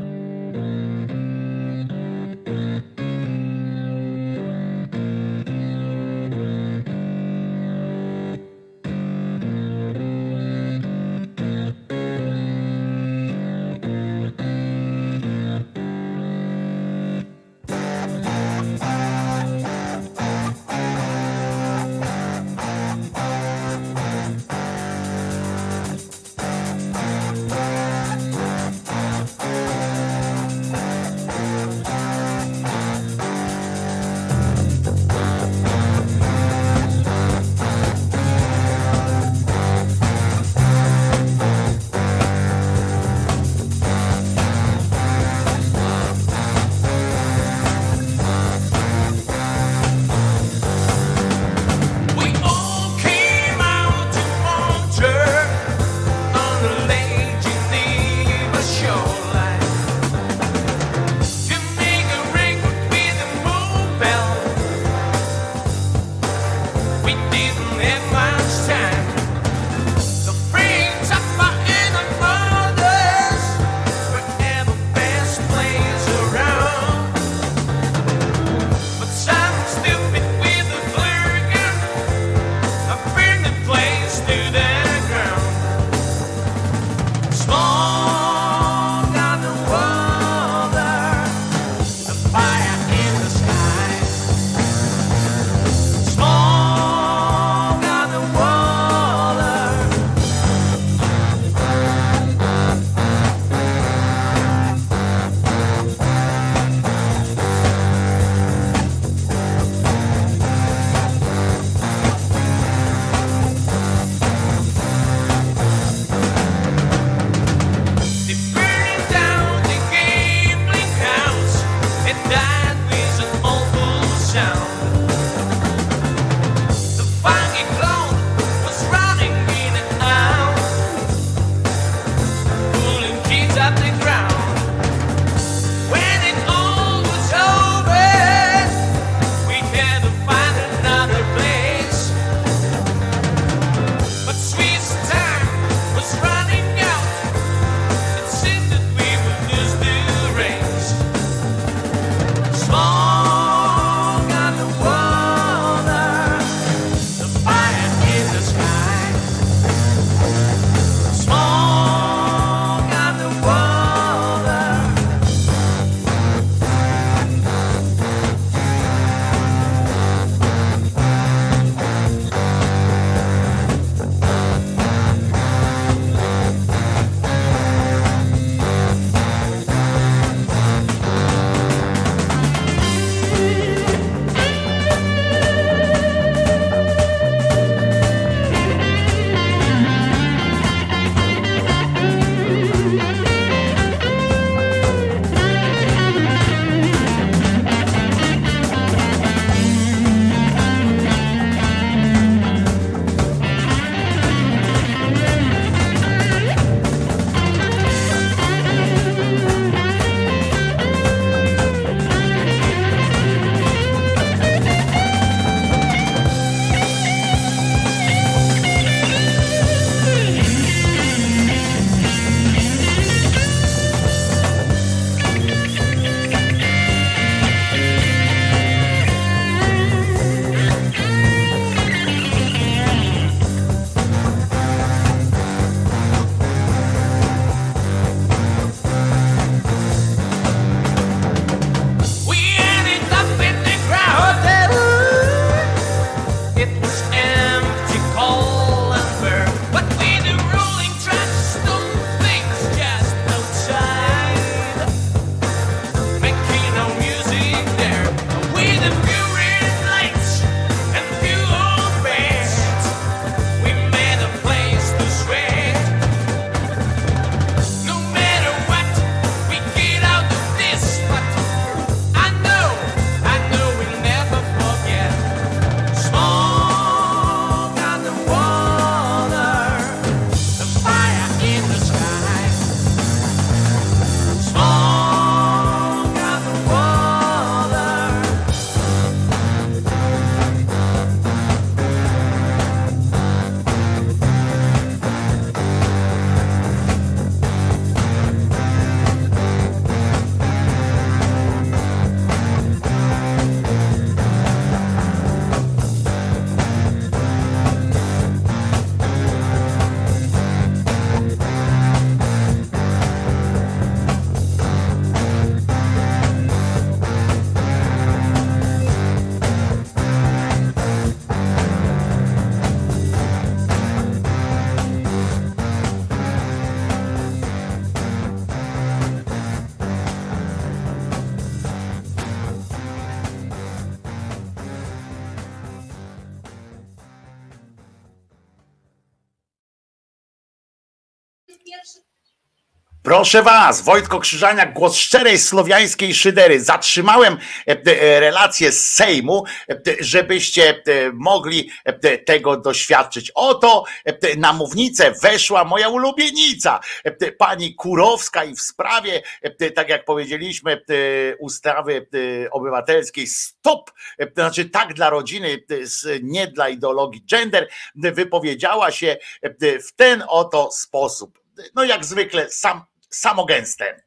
Proszę was, Wojtko Krzyżaniak, głos szczerej słowiańskiej szydery. Zatrzymałem relację z Sejmu, żebyście mogli tego doświadczyć. Oto na mównicę weszła moja ulubienica, pani Kurowska, i w sprawie, tak jak powiedzieliśmy, ustawy obywatelskiej stop, to znaczy tak dla rodziny, nie dla ideologii gender, wypowiedziała się w ten oto sposób. No jak zwykle sam samogęste.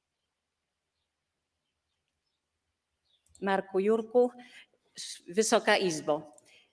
Marku Jurku, Wysoka Izbo.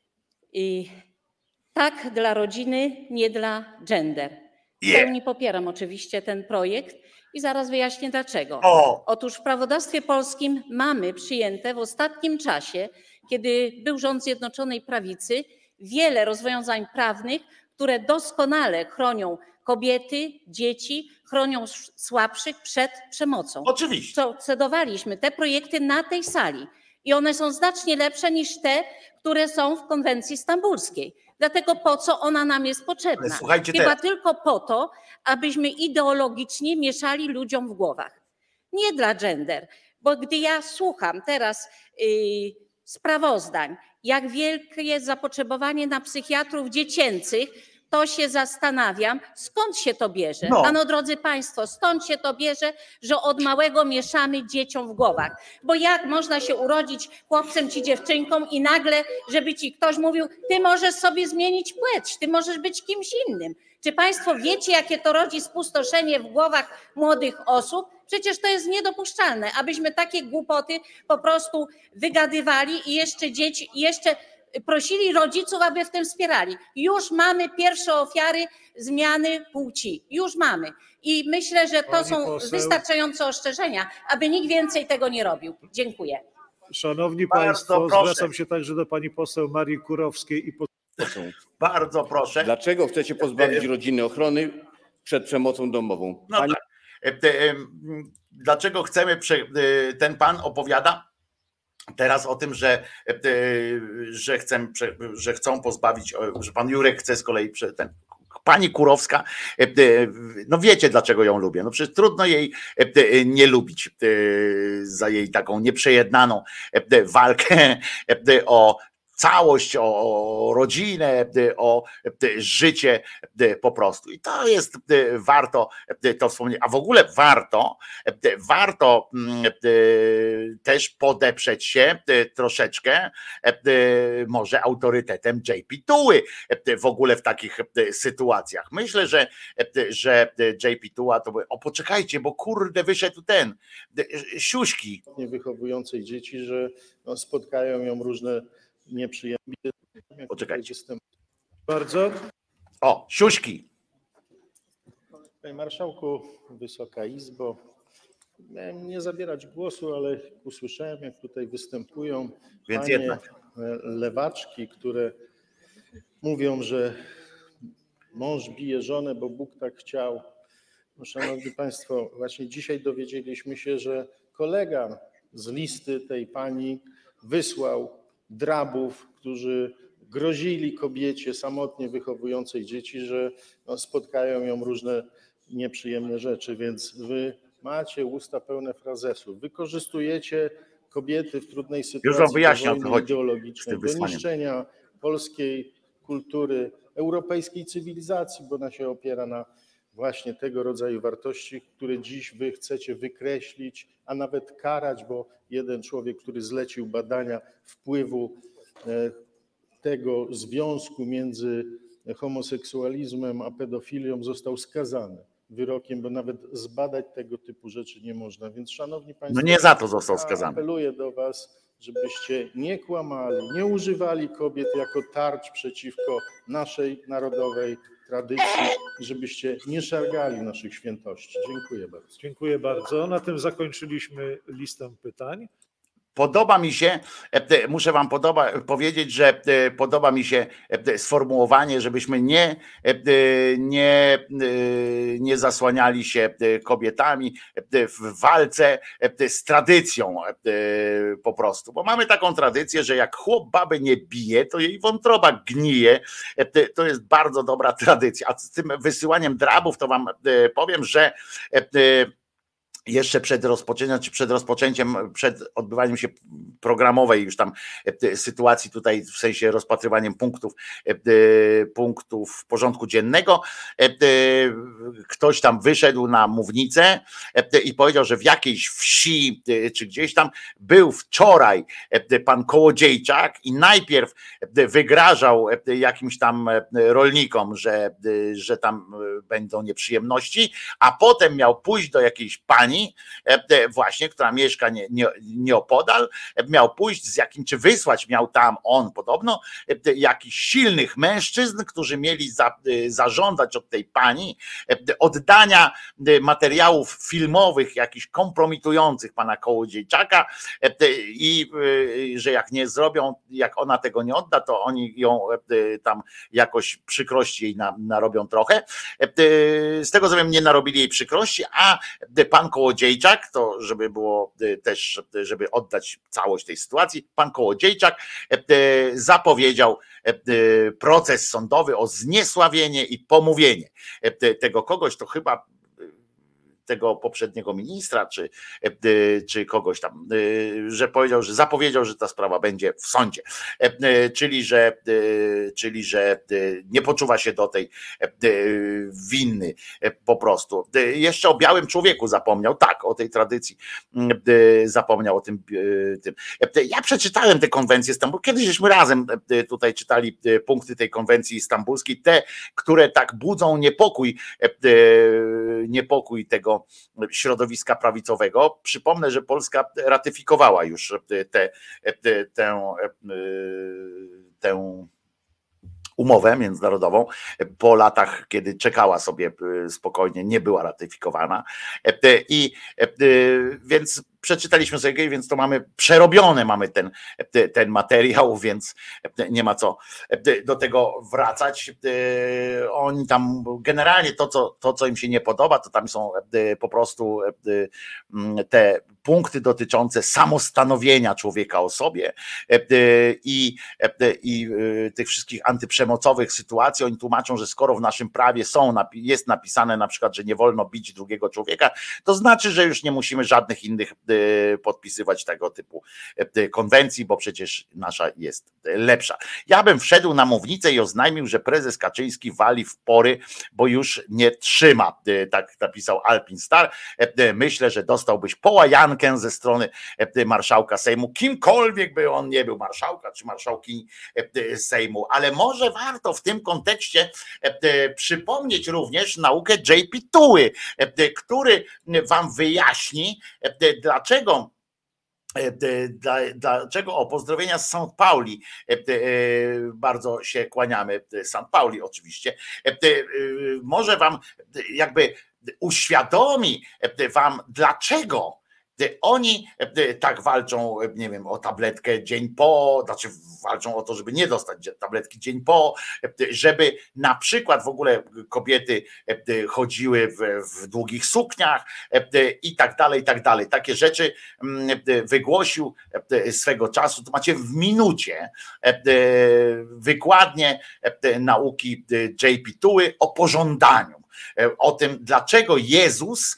I tak dla rodziny, nie dla gender. W pełni popieram oczywiście ten projekt i zaraz wyjaśnię dlaczego. O. Otóż w prawodawstwie polskim mamy przyjęte w ostatnim czasie, kiedy był rząd Zjednoczonej Prawicy, wiele rozwiązań prawnych, które doskonale chronią kobiety, dzieci, chronią słabszych przed przemocą. Oczywiście. Procedowaliśmy te projekty na tej sali i one są znacznie lepsze niż te, które są w konwencji stambulskiej. Dlatego po co ona nam jest potrzebna? Słuchajcie Chyba teraz. tylko po to, abyśmy ideologicznie mieszali ludziom w głowach. Nie dla gender, bo gdy ja słucham teraz yy, sprawozdań, jak wielkie jest zapotrzebowanie na psychiatrów dziecięcych, to się zastanawiam, skąd się to bierze. No. Ano, drodzy Państwo, stąd się to bierze, że od małego mieszamy dzieciom w głowach. Bo jak można się urodzić chłopcem czy dziewczynką i nagle, żeby ci ktoś mówił, ty możesz sobie zmienić płeć, ty możesz być kimś innym. Czy Państwo wiecie, jakie to rodzi spustoszenie w głowach młodych osób? Przecież to jest niedopuszczalne, abyśmy takie głupoty po prostu wygadywali i jeszcze dzieci, jeszcze prosili rodziców, aby w tym wspierali. Już mamy pierwsze ofiary zmiany płci. Już mamy. I myślę, że to Pani są poseł. wystarczające ostrzeżenia, aby nikt więcej tego nie robił. Dziękuję. Szanowni Bardzo Państwo, proszę. zwracam się także do pani poseł Marii Kurowskiej i Bardzo proszę. Dlaczego chcecie pozbawić rodziny ochrony przed przemocą domową? No Pani... tak. Dlaczego chcemy, prze- ten pan opowiada teraz o tym, że, że, chcę, że chcą pozbawić, że pan Jurek chce z kolei ten. Pani Kurowska, no wiecie dlaczego ją lubię, no przecież trudno jej nie lubić za jej taką nieprzejednaną walkę o całość, o rodzinę, o życie po prostu. I to jest warto to wspomnieć. A w ogóle warto, warto też podeprzeć się troszeczkę może autorytetem J P Tuły w ogóle w takich sytuacjach. Myślę, że, że J P Tuła to... O, poczekajcie, bo kurde wyszedł ten siuśki. nie wychowującej dzieci, że no, spotkają ją różne nieprzyjemne. Poczekajcie. Bardzo. O, siuśki. Panie Marszałku, Wysoka Izbo, miałem nie zabierać głosu, ale usłyszałem, jak tutaj występują Więc panie jednak. lewaczki, które mówią, że mąż bije żonę, bo Bóg tak chciał. No, szanowni Państwo, właśnie dzisiaj dowiedzieliśmy się, że kolega z listy tej pani wysłał drabów, którzy grozili kobiecie samotnie wychowującej dzieci, że no, spotkają ją różne nieprzyjemne rzeczy, więc wy macie usta pełne frazesów. Wykorzystujecie kobiety w trudnej sytuacji Już wam wyjaśnię, o co wojny chodzi ideologicznej, z tym do wysłaniem. niszczenia polskiej kultury, europejskiej cywilizacji, bo ona się opiera na właśnie tego rodzaju wartości, które dziś wy chcecie wykreślić, a nawet karać, bo jeden człowiek, który zlecił badania wpływu tego związku między homoseksualizmem a pedofilią, został skazany wyrokiem, bo nawet zbadać tego typu rzeczy nie można. Więc szanowni Państwo, No nie za to został skazany. apeluję do was, żebyście nie kłamali, nie używali kobiet jako tarcz przeciwko naszej narodowej tradycji, żebyście nie szargali naszych świętości. Dziękuję bardzo. Dziękuję bardzo. Na tym zakończyliśmy listę pytań. Podoba mi się, muszę wam podoba, powiedzieć, że podoba mi się sformułowanie, żebyśmy nie, nie, nie zasłaniali się kobietami w walce z tradycją po prostu, bo mamy taką tradycję, że jak chłop babę nie bije, to jej wątroba gnije. To jest bardzo dobra tradycja. A z tym wysyłaniem drabów to wam powiem, że jeszcze przed rozpoczęciem, czy przed rozpoczęciem, przed odbywaniem się programowej już tam sytuacji tutaj w sensie rozpatrywaniem punktów, punktów porządku dziennego, ktoś tam wyszedł na mównicę i powiedział, że w jakiejś wsi, czy gdzieś tam był wczoraj pan Kołodziejczak i najpierw wygrażał jakimś tam rolnikom, że, że tam będą nieprzyjemności, a potem miał pójść do jakiejś pani, właśnie, która mieszka nie, nie, nieopodal, miał pójść z jakim, czy wysłać miał tam on podobno jakichś silnych mężczyzn, którzy mieli za, zażądać od tej pani oddania materiałów filmowych, jakichś kompromitujących pana Kołodziejczaka i że jak nie zrobią, jak ona tego nie odda, to oni ją tam jakoś przykrości jej narobią trochę. Z tego co wiem, nie narobili jej przykrości, a pan Kołodziejczak, to żeby było też, żeby oddać całość tej sytuacji, pan Kołodziejczak zapowiedział proces sądowy o zniesławienie i pomówienie tego kogoś, to chyba tego poprzedniego ministra, czy, czy kogoś tam, że powiedział, że zapowiedział, że ta sprawa będzie w sądzie. Czyli, że, czyli, że nie poczuwa się do tej winny po prostu. Jeszcze o białym człowieku zapomniał, tak, o tej tradycji zapomniał o tym. tym. Ja przeczytałem tę konwencję stambulską, kiedyś żeśmy razem tutaj czytali punkty tej konwencji stambulskiej, te, które tak budzą niepokój, niepokój tego środowiska prawicowego. Przypomnę, że Polska ratyfikowała już tę tę tę tę umowę międzynarodową po latach, kiedy czekała sobie spokojnie, nie była ratyfikowana. I więc przeczytaliśmy sobie, więc to mamy przerobione, mamy ten, ten materiał, więc nie ma co do tego wracać. Oni tam generalnie to co, to, co im się nie podoba, to tam są po prostu te punkty dotyczące samostanowienia człowieka o sobie i, i tych wszystkich antyprzemocowych sytuacji. Oni tłumaczą, że skoro w naszym prawie są, jest napisane na przykład, że nie wolno bić drugiego człowieka, to znaczy, że już nie musimy żadnych innych podpisywać tego typu konwencji, bo przecież nasza jest lepsza. Ja bym wszedł na mównicę i oznajmił, że prezes Kaczyński wali w pory, bo już nie trzyma. Tak napisał Alpin Star. Myślę, że dostałbyś połajankę ze strony marszałka Sejmu, kimkolwiek by on nie był, marszałka czy marszałkini Sejmu, ale może warto w tym kontekście przypomnieć również naukę J P Tuły, który wam wyjaśni, dlaczego Dlaczego? O, pozdrowienia z Saint Pauli. Bardzo się kłaniamy. Saint Pauli oczywiście. Może wam jakby uświadomi wam, dlaczego oni tak walczą, nie wiem, o tabletkę dzień po, znaczy walczą o to, żeby nie dostać tabletki dzień po, żeby na przykład w ogóle kobiety chodziły w, w długich sukniach i tak dalej, i tak dalej. Takie rzeczy wygłosił swego czasu, to macie w minucie wykładnię nauki J P Tuły o pożądaniu. O tym, dlaczego Jezus,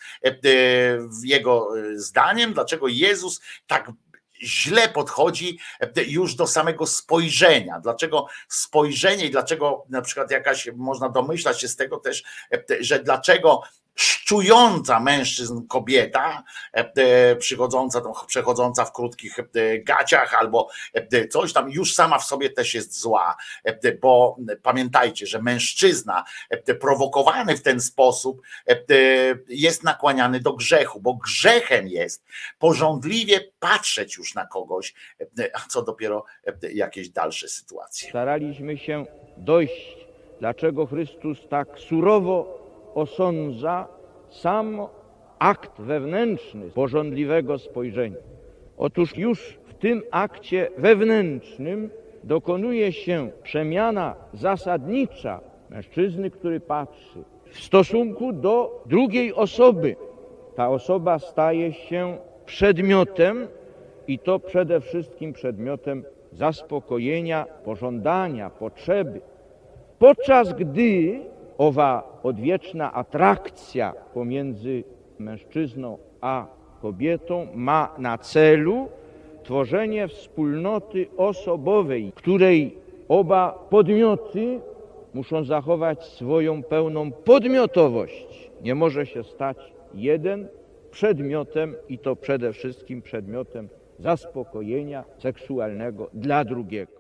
jego zdaniem, dlaczego Jezus tak źle podchodzi już do samego spojrzenia. Dlaczego spojrzenie i dlaczego na przykład jakaś, można domyślać się z tego też, że dlaczego szczująca mężczyzn kobieta, przychodząca, przechodząca w krótkich gaciach albo coś tam, już sama w sobie też jest zła, bo pamiętajcie, że mężczyzna prowokowany w ten sposób jest nakłaniany do grzechu, bo grzechem jest pożądliwie patrzeć już na kogoś, a co dopiero jakieś dalsze sytuacje. Staraliśmy się dojść, dlaczego Chrystus tak surowo osądza sam akt wewnętrzny pożądliwego spojrzenia. Otóż już w tym akcie wewnętrznym dokonuje się przemiana zasadnicza mężczyzny, który patrzy, w stosunku do drugiej osoby. Ta osoba staje się przedmiotem i to przede wszystkim przedmiotem zaspokojenia, pożądania, potrzeby. Podczas gdy owa odwieczna atrakcja pomiędzy mężczyzną a kobietą ma na celu tworzenie wspólnoty osobowej, której oba podmioty muszą zachować swoją pełną podmiotowość. Nie może się stać jeden przedmiotem i to przede wszystkim przedmiotem zaspokojenia seksualnego dla drugiego.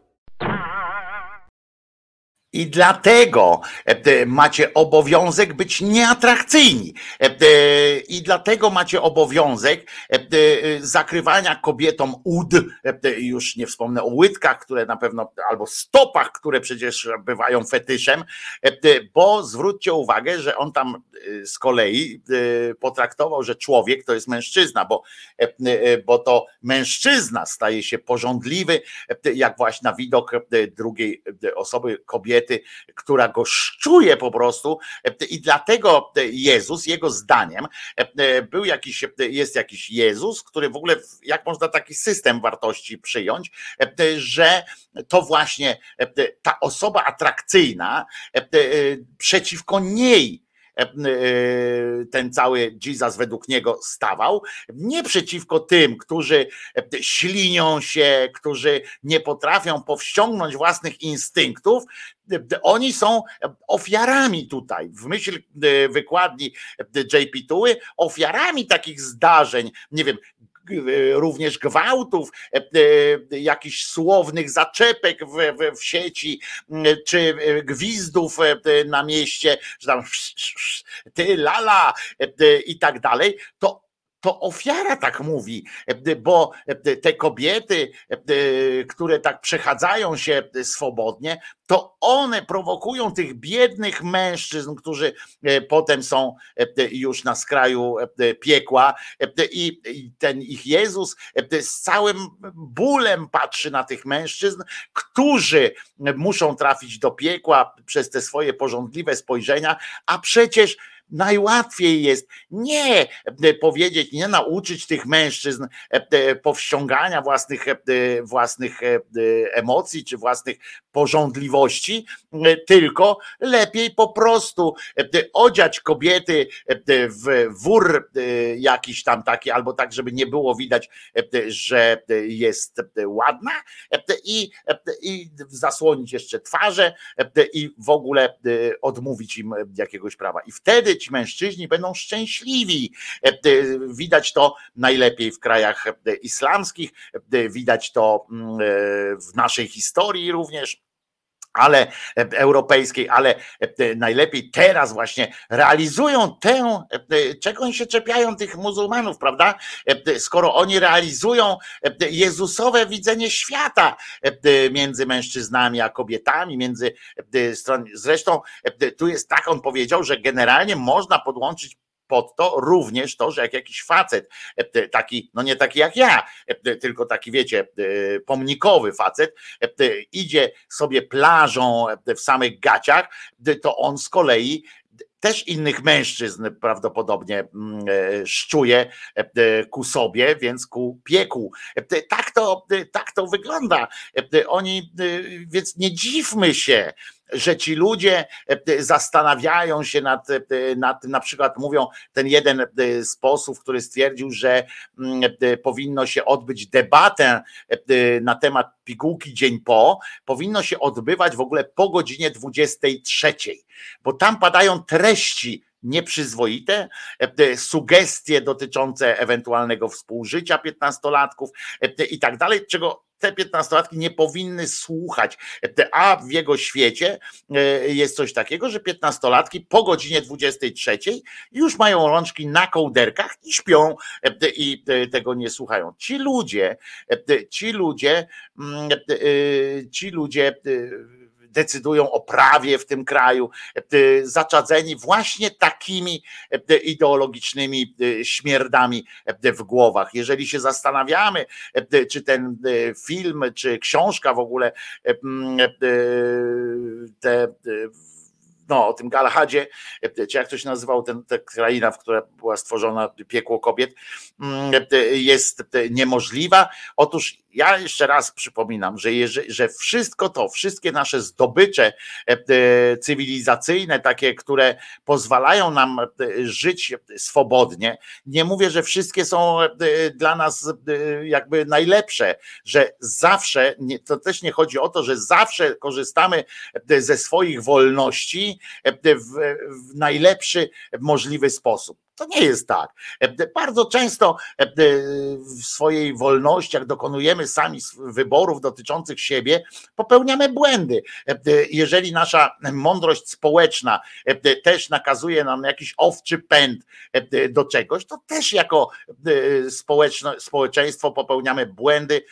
I dlatego macie obowiązek być nieatrakcyjni. I dlatego macie obowiązek zakrywania kobietom ud, już nie wspomnę o łydkach, które na pewno, albo stopach, które przecież bywają fetyszem, bo zwróćcie uwagę, że on tam z kolei potraktował, że człowiek to jest mężczyzna, bo, bo to mężczyzna staje się pożądliwy, jak właśnie na widok drugiej osoby, kobiety, która go szczuje po prostu i dlatego Jezus, jego zdaniem, był jakiś, jest jakiś Jezus, który w ogóle, jak można taki system wartości przyjąć, że to właśnie ta osoba atrakcyjna przeciwko niej ten cały Jesus według niego stawał, nie przeciwko tym, którzy ślinią się, którzy nie potrafią powściągnąć własnych instynktów. Oni są ofiarami tutaj, w myśl wykładni J P Tuły, ofiarami takich zdarzeń, nie wiem, również gwałtów, jakichś słownych zaczepek w, w, w sieci, czy gwizdów na mieście, że tam ty lala i tak dalej, to to ofiara tak mówi, bo te kobiety, które tak przechadzają się swobodnie, to one prowokują tych biednych mężczyzn, którzy potem są już na skraju piekła i ten ich Jezus z całym bólem patrzy na tych mężczyzn, którzy muszą trafić do piekła przez te swoje pożądliwe spojrzenia, a przecież najłatwiej jest nie powiedzieć, nie nauczyć tych mężczyzn powściągania własnych, własnych emocji czy własnych pożądliwości, tylko lepiej po prostu odziać kobiety w wór jakiś tam taki, albo tak, żeby nie było widać, że jest ładna i, i zasłonić jeszcze twarze i w ogóle odmówić im jakiegoś prawa. I wtedy ci mężczyźni będą szczęśliwi. Widać to najlepiej w krajach islamskich, widać to w naszej historii również, ale europejskiej, ale najlepiej teraz właśnie realizują tę, czego oni się czepiają tych muzułmanów, prawda? Skoro oni realizują Jezusowe widzenie świata między mężczyznami a kobietami, między stronami. Zresztą tu jest tak, on powiedział, że generalnie można podłączyć pod to również to, że jak jakiś facet, taki, no nie taki jak ja, tylko taki, wiecie, pomnikowy facet, idzie sobie plażą w samych gaciach, to on z kolei też innych mężczyzn prawdopodobnie szczuje ku sobie, więc ku piekłu. Tak to, tak to wygląda. Oni, więc nie dziwmy się, że ci ludzie zastanawiają się nad, nad tym, na przykład mówią, ten jeden z posłów, który stwierdził, że powinno się odbyć debatę na temat pigułki dzień po, powinno się odbywać w ogóle po godzinie dwudziestej trzeciej, bo tam padają treści nieprzyzwoite, sugestie dotyczące ewentualnego współżycia piętnastolatków i tak dalej, czego te piętnastolatki nie powinny słuchać, a w jego świecie jest coś takiego, że piętnastolatki po godzinie dwudziestej trzeciej już mają rączki na kołderkach i śpią i tego nie słuchają. Ci ludzie, ci ludzie, ci ludzie decydują o prawie w tym kraju, zaczadzeni właśnie takimi ideologicznymi śmierdami w głowach. Jeżeli się zastanawiamy, czy ten film, czy książka w ogóle te no, o tym Galahadzie, czy jak to się nazywał, ten, ta kraina, w której była stworzona piekło kobiet, jest niemożliwa. Otóż ja jeszcze raz przypominam, że, jeżeli, że wszystko to, wszystkie nasze zdobycze cywilizacyjne, takie, które pozwalają nam żyć swobodnie, nie mówię, że wszystkie są dla nas jakby najlepsze, że zawsze, to też nie chodzi o to, że zawsze korzystamy ze swoich wolności w, w najlepszy możliwy sposób. To nie jest tak. Bardzo często w swojej wolności, jak dokonujemy sami wyborów dotyczących siebie, popełniamy błędy. Jeżeli nasza mądrość społeczna też nakazuje nam jakiś owczy pęd do czegoś, to też jako społeczeństwo popełniamy błędy,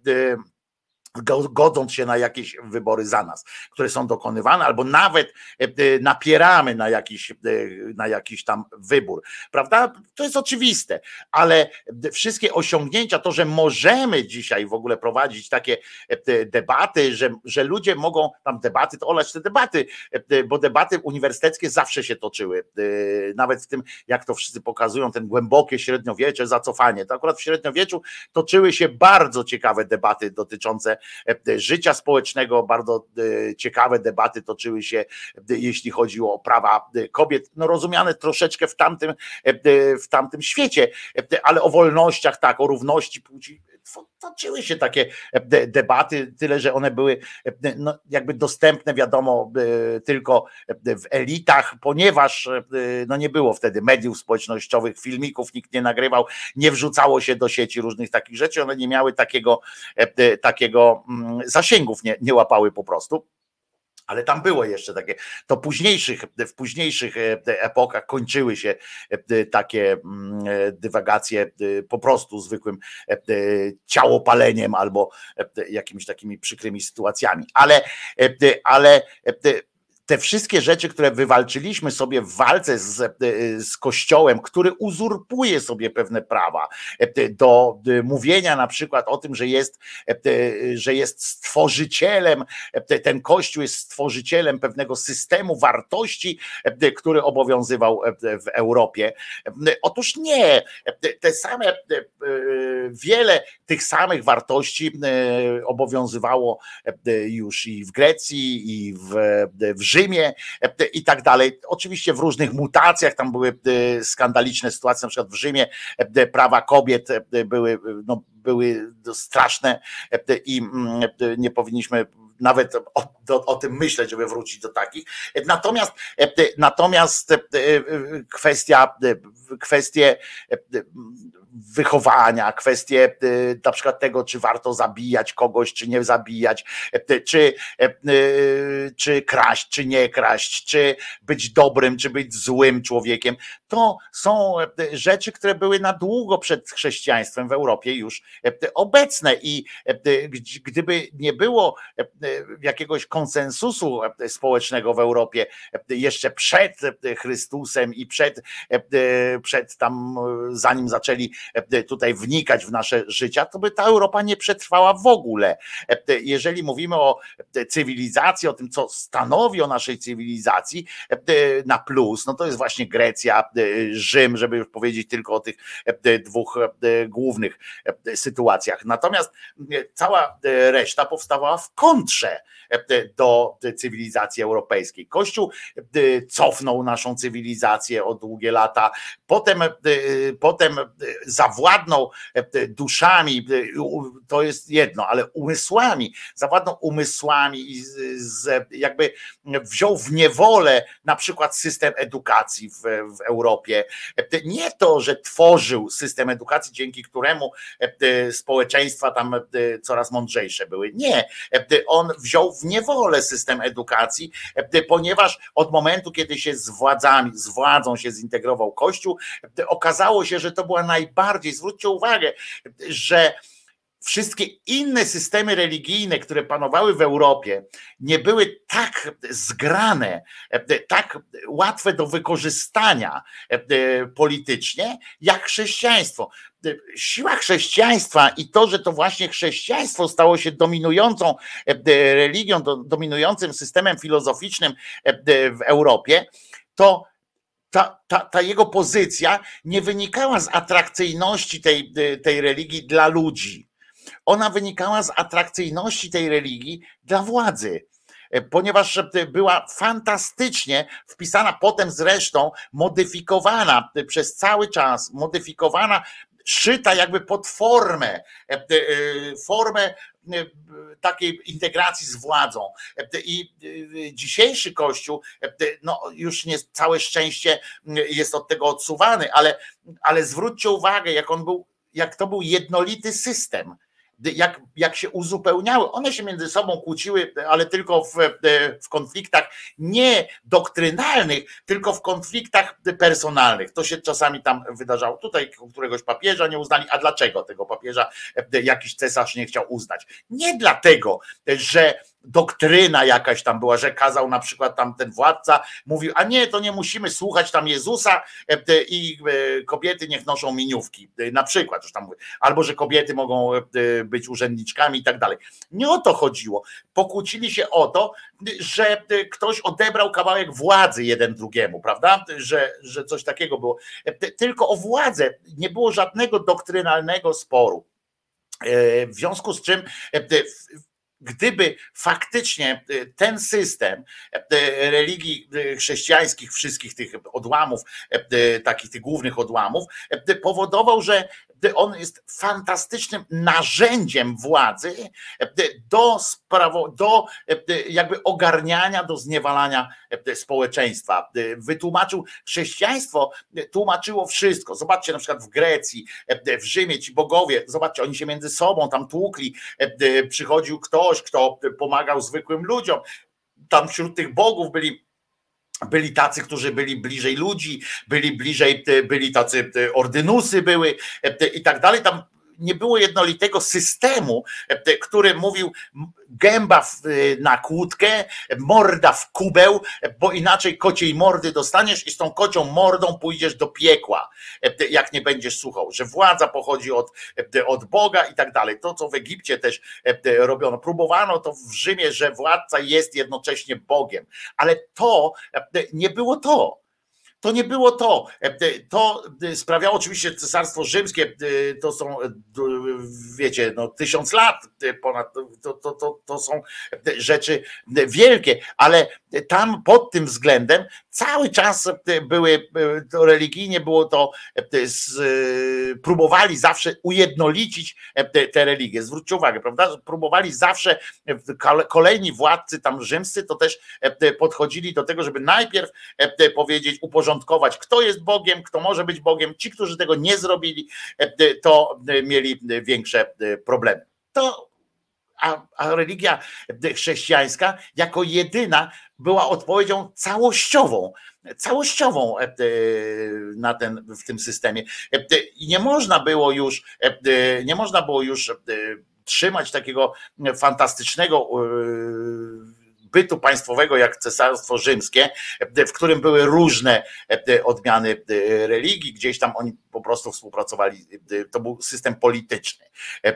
godząc się na jakieś wybory za nas, które są dokonywane, albo nawet napieramy na jakiś, na jakiś tam wybór, prawda? To jest oczywiste, ale wszystkie osiągnięcia, to, że możemy dzisiaj w ogóle prowadzić takie debaty, że, że ludzie mogą, tam debaty, to olać te debaty, bo debaty uniwersyteckie zawsze się toczyły, nawet w tym, jak to wszyscy pokazują, ten głębokie średniowiecze, zacofanie, to akurat w średniowieczu toczyły się bardzo ciekawe debaty dotyczące życia społecznego, bardzo ciekawe debaty toczyły się, jeśli chodzi o prawa kobiet, no rozumiane troszeczkę w tamtym, w tamtym świecie, ale o wolnościach, tak, o równości płci toczyły się takie debaty, tyle że one były no, jakby dostępne, wiadomo, tylko w elitach, ponieważ no, nie było wtedy mediów społecznościowych, filmików, nikt nie nagrywał, nie wrzucało się do sieci różnych takich rzeczy, one nie miały takiego, takiego zasięgów, nie, nie łapały po prostu. Ale tam było jeszcze takie, to późniejszych, w późniejszych epokach kończyły się takie dywagacje po prostu zwykłym ciałopaleniem albo jakimiś takimi przykrymi sytuacjami. Ale, ale te wszystkie rzeczy, które wywalczyliśmy sobie w walce z, z Kościołem, który uzurpuje sobie pewne prawa do mówienia na przykład o tym, że jest, że jest stworzycielem, ten Kościół jest stworzycielem pewnego systemu wartości, który obowiązywał w Europie. Otóż nie, te same, wiele tych samych wartości obowiązywało już i w Grecji, i w, w Rzymie i tak dalej. Oczywiście w różnych mutacjach, tam były skandaliczne sytuacje, na przykład w Rzymie prawa kobiet były, no, były straszne i nie powinniśmy nawet o, do, o tym myśleć, żeby wrócić do takich. Natomiast, natomiast kwestia, kwestie wychowania, kwestie na przykład tego, czy warto zabijać kogoś, czy nie zabijać, czy, czy kraść, czy nie kraść, czy być dobrym, czy być złym człowiekiem. To są rzeczy, które były na długo przed chrześcijaństwem w Europie już obecne i gdyby nie było jakiegoś konsensusu społecznego w Europie jeszcze przed Chrystusem i przed, przed tam, zanim zaczęli tutaj wnikać w nasze życia, to by ta Europa nie przetrwała w ogóle. Jeżeli mówimy o cywilizacji, o tym, co stanowi o naszej cywilizacji na plus, no to jest właśnie Grecja, Rzym, żeby już powiedzieć tylko o tych dwóch głównych sytuacjach. Natomiast cała reszta powstawała w kontrze do cywilizacji europejskiej. Kościół cofnął naszą cywilizację o długie lata, potem, potem zawładnął duszami, to jest jedno, ale umysłami, zawładnął umysłami i z, jakby wziął w niewolę na przykład system edukacji w, w Europie. Nie to, że tworzył system edukacji, dzięki któremu społeczeństwa tam coraz mądrzejsze były. Nie, on wziął w niewolę system edukacji, ponieważ od momentu, kiedy się z władzami, z władzą się zintegrował Kościół, okazało się, że to była najbardziej, zwróćcie uwagę, że wszystkie inne systemy religijne, które panowały w Europie, nie były tak zgrane, tak łatwe do wykorzystania politycznie, jak chrześcijaństwo. Siła chrześcijaństwa i to, że to właśnie chrześcijaństwo stało się dominującą religią, dominującym systemem filozoficznym w Europie, to Ta, ta, ta jego pozycja nie wynikała z atrakcyjności tej, tej religii dla ludzi. Ona wynikała z atrakcyjności tej religii dla władzy, ponieważ była fantastycznie wpisana, potem zresztą modyfikowana przez cały czas, modyfikowana, szyta jakby pod formę, formę takiej integracji z władzą. I dzisiejszy Kościół, no już nie całe szczęście jest od tego odsuwany, ale, ale zwróćcie uwagę, jak on był, jak to był jednolity system. Jak, jak się uzupełniały. One się między sobą kłóciły, ale tylko w, w konfliktach nie doktrynalnych, tylko w konfliktach personalnych. To się czasami tam wydarzało. Tutaj któregoś papieża nie uznali. A dlaczego tego papieża jakiś cesarz nie chciał uznać? Nie dlatego, że doktryna jakaś tam była, że kazał na przykład tam ten władca, mówił, a nie, to nie musimy słuchać tam Jezusa i kobiety niech noszą miniówki, na przykład, już tam mówię, albo że kobiety mogą być urzędniczkami i tak dalej. Nie o to chodziło. Pokłócili się o to, że ktoś odebrał kawałek władzy jeden drugiemu, prawda? Że, że coś takiego było. Tylko o władzę. Nie było żadnego doktrynalnego sporu. W związku z czym gdyby faktycznie ten system religii chrześcijańskich, wszystkich tych odłamów, takich tych głównych odłamów, powodował, że on jest fantastycznym narzędziem władzy do, sprawo, do jakby ogarniania, do zniewalania społeczeństwa. Wytłumaczył, chrześcijaństwo tłumaczyło wszystko. Zobaczcie na przykład w Grecji, w Rzymie ci bogowie, zobaczcie, oni się między sobą tam tłukli, przychodził ktoś, kto pomagał zwykłym ludziom. Tam wśród tych bogów byli Byli tacy, którzy byli bliżej ludzi, byli bliżej, byli tacy ordynusy były i tak dalej. Tam nie było jednolitego systemu, który mówił gęba na kłódkę, morda w kubeł, bo inaczej kociej mordy dostaniesz i z tą kocią mordą pójdziesz do piekła, jak nie będziesz słuchał, że władza pochodzi od, od Boga i tak dalej. To, co w Egipcie też robiono, próbowano to w Rzymie, że władca jest jednocześnie Bogiem, ale to nie było to. To nie było to. To sprawiało oczywiście Cesarstwo Rzymskie, to są, wiecie, no tysiąc lat ponad, to, to, to, to są rzeczy wielkie, ale tam pod tym względem cały czas były, to religijnie było to, próbowali zawsze ujednolicić te, te religie. Zwróćcie uwagę, prawda? Próbowali zawsze, kolejni władcy tam rzymscy to też podchodzili do tego, żeby najpierw powiedzieć, uporządkować, kto jest Bogiem, kto może być Bogiem. Ci, którzy tego nie zrobili, to mieli większe problemy. To A, a religia chrześcijańska jako jedyna była odpowiedzią całościową, całościową na ten, w tym systemie. I nie można było już, nie można było już trzymać takiego fantastycznego bytu państwowego jak Cesarstwo Rzymskie, w którym były różne odmiany religii, gdzieś tam oni po prostu współpracowali, to był system polityczny,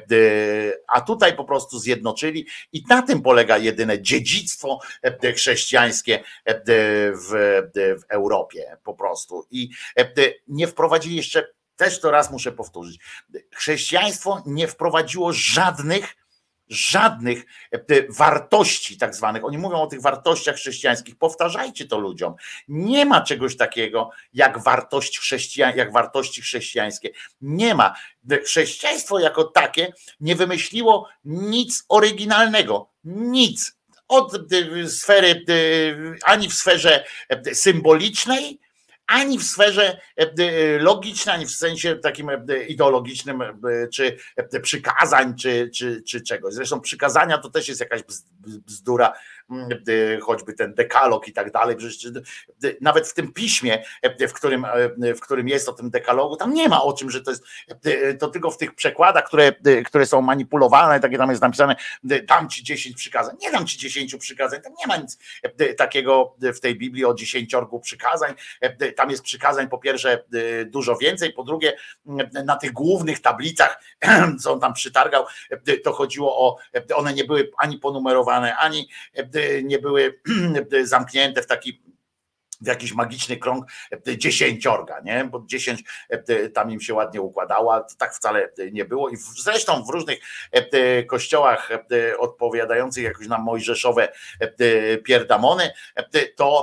a tutaj po prostu zjednoczyli i na tym polega jedyne dziedzictwo chrześcijańskie w, w Europie po prostu i nie wprowadzili jeszcze, też to raz muszę powtórzyć, chrześcijaństwo nie wprowadziło żadnych żadnych wartości tak zwanych, oni mówią o tych wartościach chrześcijańskich, powtarzajcie to ludziom, nie ma czegoś takiego jak wartość chrześcijan, jak wartości chrześcijańskie, nie ma. Chrześcijaństwo jako takie nie wymyśliło nic oryginalnego, nic, od sfery, ani w sferze symbolicznej, ani w sferze logicznej, ani w sensie takim ideologicznym, czy przykazań, czy, czy, czy czegoś. Zresztą przykazania to też jest jakaś bzdura choćby ten dekalog i tak dalej. Nawet w tym piśmie, w którym, w którym jest o tym dekalogu, tam nie ma o czym, że to jest, to tylko w tych przekładach, które, które są manipulowane, takie tam jest napisane, dam ci dziesięć przykazań. Nie dam ci dziesięciu przykazań, tam nie ma nic takiego w tej Biblii o dziesięciorgu przykazań. Tam jest przykazań po pierwsze dużo więcej, po drugie na tych głównych tablicach, co on tam przytargał, to chodziło o, one nie były ani ponumerowane, ani nie były zamknięte w taki w jakiś magiczny krąg dziesięciorga, nie? Bo dziesięć tam im się ładnie układało, a to tak wcale nie było. I zresztą w różnych kościołach odpowiadających jakoś na mojżeszowe pierdamony, to,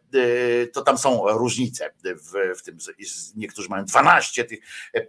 to tam są różnice w, w tym. Niektórzy mają dwanaście tych,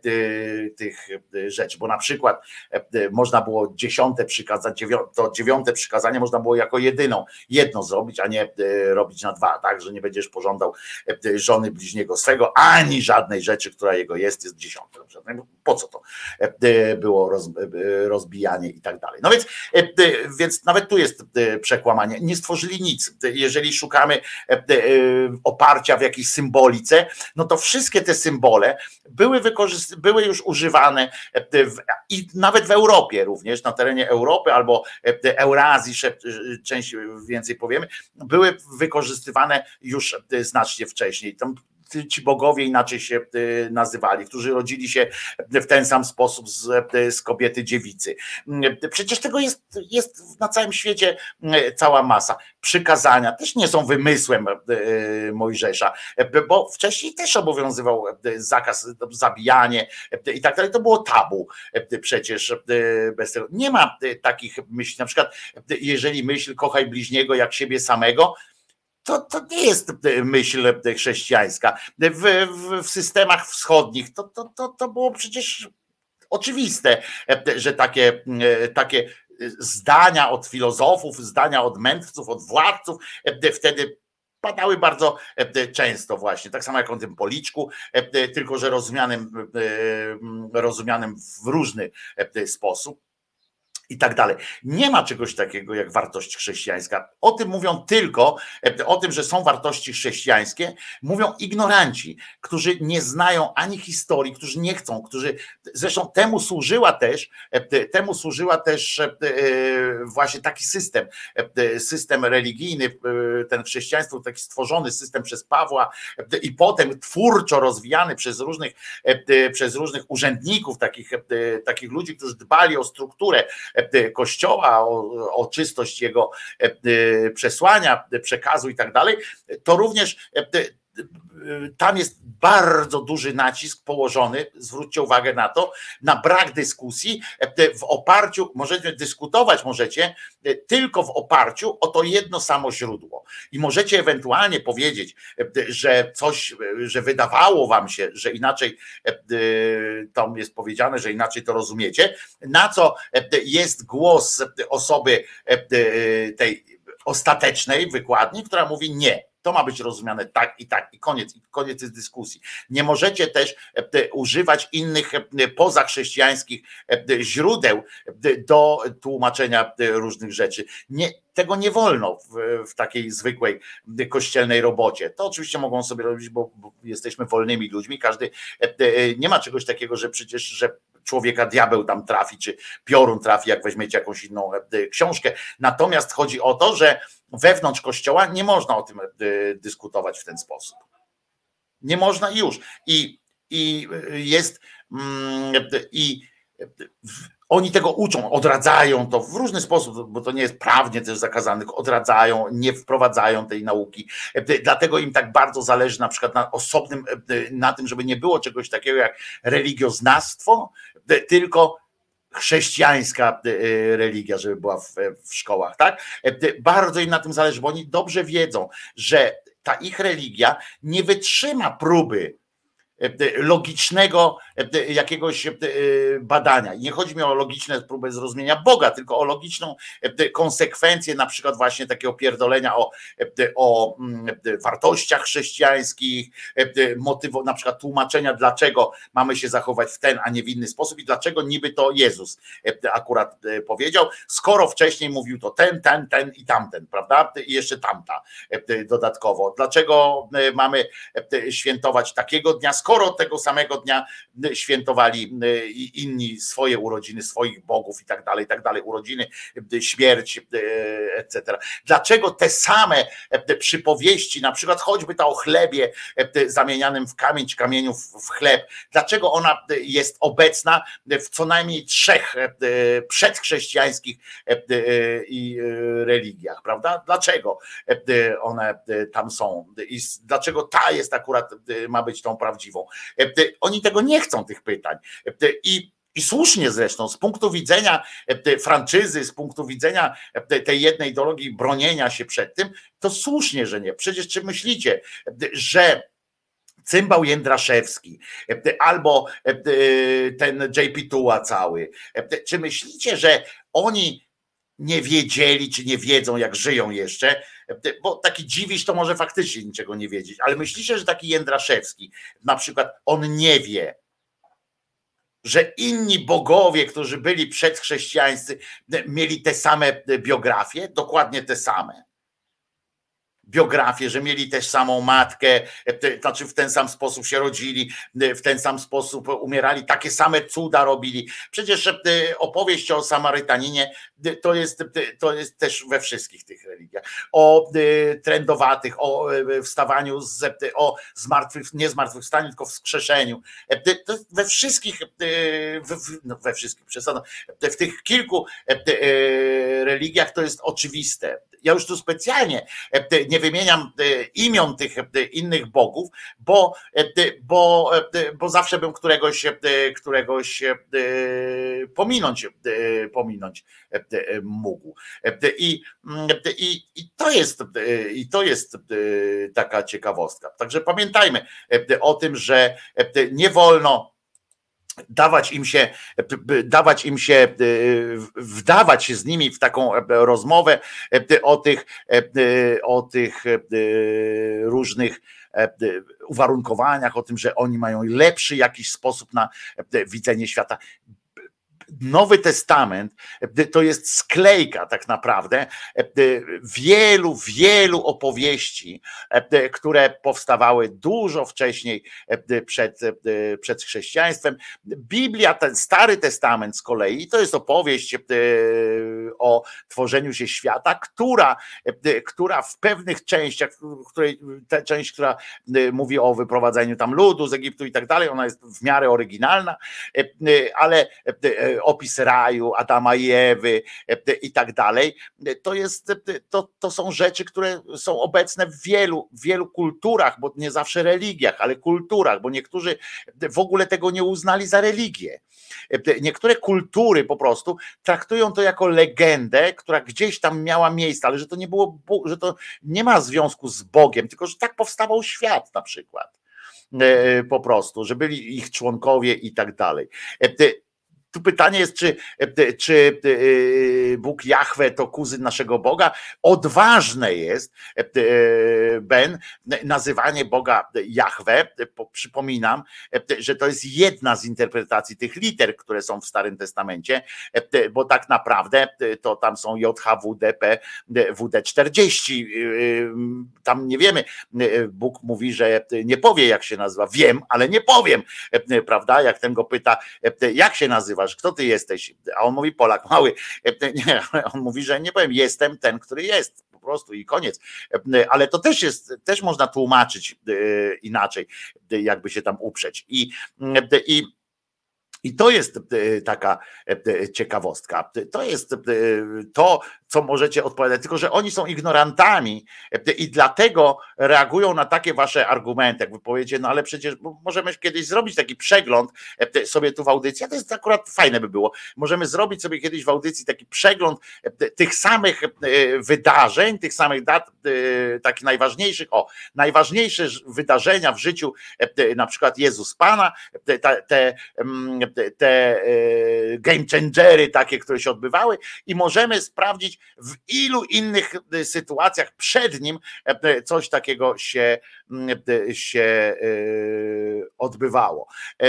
tych rzeczy, bo na przykład można było dziesiąte przykazać, to dziewiąte przykazanie można było jako jedyną, jedno zrobić, a nie robić na dwa, tak, że nie będziesz pożądał żony bliźniego swego, ani żadnej rzeczy, która jego jest, jest dziesiąta. Po co to było rozbijanie i tak dalej. No więc, więc nawet tu jest przekłamanie. Nie stworzyli nic. Jeżeli szukamy oparcia w jakiejś symbolice, no to wszystkie te symbole były, wykorzyst- były już używane w, i nawet w Europie również, na terenie Europy albo Eurazji, część więcej powiemy, były wykorzystywane już znacznie wcześniej. Tam ci bogowie inaczej się nazywali, którzy rodzili się w ten sam sposób z, z kobiety dziewicy. Przecież tego jest, jest na całym świecie cała masa. Przykazania też nie są wymysłem Mojżesza, bo wcześniej też obowiązywał zakaz zabijanie i tak dalej. To było tabu przecież. Bez tego. Nie ma takich myśli, na przykład jeżeli myśl kochaj bliźniego jak siebie samego, To, to nie jest myśl chrześcijańska. W, w, w systemach wschodnich to, to, to, to było przecież oczywiste, że takie, takie zdania od filozofów, zdania od mędrców, od władców wtedy padały bardzo często właśnie, tak samo jak o tym policzku, tylko że rozumianym, rozumianym w różny sposób. I tak dalej. Nie ma czegoś takiego jak wartość chrześcijańska. O tym mówią tylko, o tym, że są wartości chrześcijańskie, mówią ignoranci, którzy nie znają ani historii, którzy nie chcą, którzy zresztą temu służyła też, temu służyła też właśnie taki system, system religijny, ten chrześcijaństwo, taki stworzony system przez Pawła i potem twórczo rozwijany przez różnych, przez różnych urzędników, takich, takich ludzi, którzy dbali o strukturę Kościoła, o, o czystość jego przesłania, przekazu i tak dalej, to również tam jest bardzo duży nacisk położony, zwróćcie uwagę na to, na brak dyskusji w oparciu, możecie dyskutować, możecie tylko w oparciu o to jedno samo źródło i możecie ewentualnie powiedzieć, że coś, że wydawało wam się, że inaczej tam jest powiedziane, że inaczej to rozumiecie, na co jest głos osoby tej ostatecznej wykładni, która mówi nie. To ma być rozumiane tak i tak i koniec, i koniec jest dyskusji. Nie możecie też używać innych pozachrześcijańskich źródeł do tłumaczenia różnych rzeczy. Nie, tego nie wolno w, w takiej zwykłej kościelnej robocie. To oczywiście mogą sobie robić, bo, bo jesteśmy wolnymi ludźmi. Każdy, nie ma czegoś takiego, że przecież, że człowieka diabeł tam trafi, czy piorun trafi, jak weźmiecie jakąś inną książkę. Natomiast chodzi o to, że wewnątrz Kościoła nie można o tym dyskutować w ten sposób. Nie można już. I, i jest i oni tego uczą, odradzają to w różny sposób, bo to nie jest prawnie też zakazanych, odradzają, nie wprowadzają tej nauki. Dlatego im tak bardzo zależy na przykład na osobnym, na tym, żeby nie było czegoś takiego jak religioznawstwo, tylko chrześcijańska religia, żeby była w, w szkołach, tak? Bardzo im na tym zależy, bo oni dobrze wiedzą, że ta ich religia nie wytrzyma próby logicznego jakiegoś badania. I nie chodzi mi o logiczne próby zrozumienia Boga, tylko o logiczną konsekwencję na przykład właśnie takiego pierdolenia o, o wartościach chrześcijańskich, motywu, na przykład tłumaczenia, dlaczego mamy się zachować w ten, a nie w inny sposób i dlaczego niby to Jezus akurat powiedział, skoro wcześniej mówił to ten, ten, ten i tamten, prawda? I jeszcze tamta dodatkowo. Dlaczego mamy świętować takiego dnia, skoro tego samego dnia świętowali inni swoje urodziny, swoich bogów i tak dalej, i tak dalej, urodziny, śmierć, et cetera. Dlaczego te same przypowieści, na przykład choćby ta o chlebie zamienianym w kamień, czy kamieniu w chleb, dlaczego ona jest obecna w co najmniej trzech przedchrześcijańskich i religiach, prawda? Dlaczego one tam są i dlaczego ta jest akurat, ma być tą prawdziwą? Oni tego nie chcą, tych pytań. I I słusznie zresztą, z punktu widzenia franczyzy, z punktu widzenia tej jednej ideologii bronienia się przed tym, to słusznie, że nie. Przecież czy myślicie, że Cymbał Jędraszewski albo ten J P Tuła cały, czy myślicie, że oni nie wiedzieli, czy nie wiedzą, jak żyją jeszcze, bo taki Dziwisz to może faktycznie niczego nie wiedzieć, ale myślicie, że taki Jędraszewski na przykład, on nie wie, że inni bogowie, którzy byli przedchrześcijańscy, mieli te same biografie, dokładnie te same biografie, że mieli też samą matkę, to znaczy w ten sam sposób się rodzili, w ten sam sposób umierali, takie same cuda robili. Przecież opowieść o Samarytaninie to jest, to jest też we wszystkich tych religiach. O trędowatych, o wstawaniu, z, o zmartwych, nie zmartwychwstaniu, tylko wskrzeszeniu. To we wszystkich, no we wszystkich, w tych kilku religiach to jest oczywiste. Ja już tu specjalnie nie wymieniam imion tych innych bogów, bo, bo, bo zawsze bym któregoś, któregoś pominąć, pominąć mógł. I, i, i, to jest, I to jest taka ciekawostka. Także pamiętajmy o tym, że nie wolno dawać im się, dawać im się, wdawać się z nimi w taką rozmowę o tych, o tych różnych uwarunkowaniach, o tym, że oni mają lepszy jakiś sposób na widzenie świata. Nowy Testament to jest sklejka tak naprawdę wielu, wielu opowieści, które powstawały dużo wcześniej przed, przed chrześcijaństwem. Biblia, ten Stary Testament z kolei, to jest opowieść o tworzeniu się świata, która, która w pewnych częściach, w której ta część, która mówi o wyprowadzeniu tam ludu z Egiptu i tak dalej, ona jest w miarę oryginalna, ale opis raju, Adama i Ewy i tak dalej, to jest, to, to są rzeczy, które są obecne w wielu, wielu kulturach, bo nie zawsze religiach, ale kulturach, bo niektórzy w ogóle tego nie uznali za religię. Niektóre kultury po prostu traktują to jako legendę, która gdzieś tam miała miejsce, ale że to nie było, że to nie ma związku z Bogiem, tylko że tak powstawał świat na przykład. Po prostu, że byli ich członkowie i tak dalej. Tu pytanie jest, czy, czy Bóg Jahwe to kuzyn naszego Boga? Odważne jest, Ben, nazywanie Boga Jahwe. Przypominam, że to jest jedna z interpretacji tych liter, które są w Starym Testamencie, bo tak naprawdę to tam są J H W D P W D czterdzieści. Tam nie wiemy. Bóg mówi, że nie powie, jak się nazywa. Wiem, ale nie powiem. Prawda? Jak ten go pyta, jak się nazywa? Kto ty jesteś? A on mówi Polak mały. Nie, on mówi, że nie powiem, jestem ten, który jest. Po prostu i koniec. Ale to też jest, też można tłumaczyć inaczej, jakby się tam uprzeć. I, i I to jest taka ciekawostka. To jest to, co możecie odpowiadać, tylko że oni są ignorantami i dlatego reagują na takie wasze argumenty, jak wy powiecie, no ale przecież możemy kiedyś zrobić taki przegląd sobie tu w audycji, a to jest akurat fajne by było, możemy zrobić sobie kiedyś w audycji taki przegląd tych samych wydarzeń, tych samych dat, takich najważniejszych, o, najważniejsze wydarzenia w życiu, na przykład Jezus Pana, te, te, te, te game changery takie, które się odbywały i możemy sprawdzić, w ilu innych sytuacjach przed nim coś takiego się, się odbywało.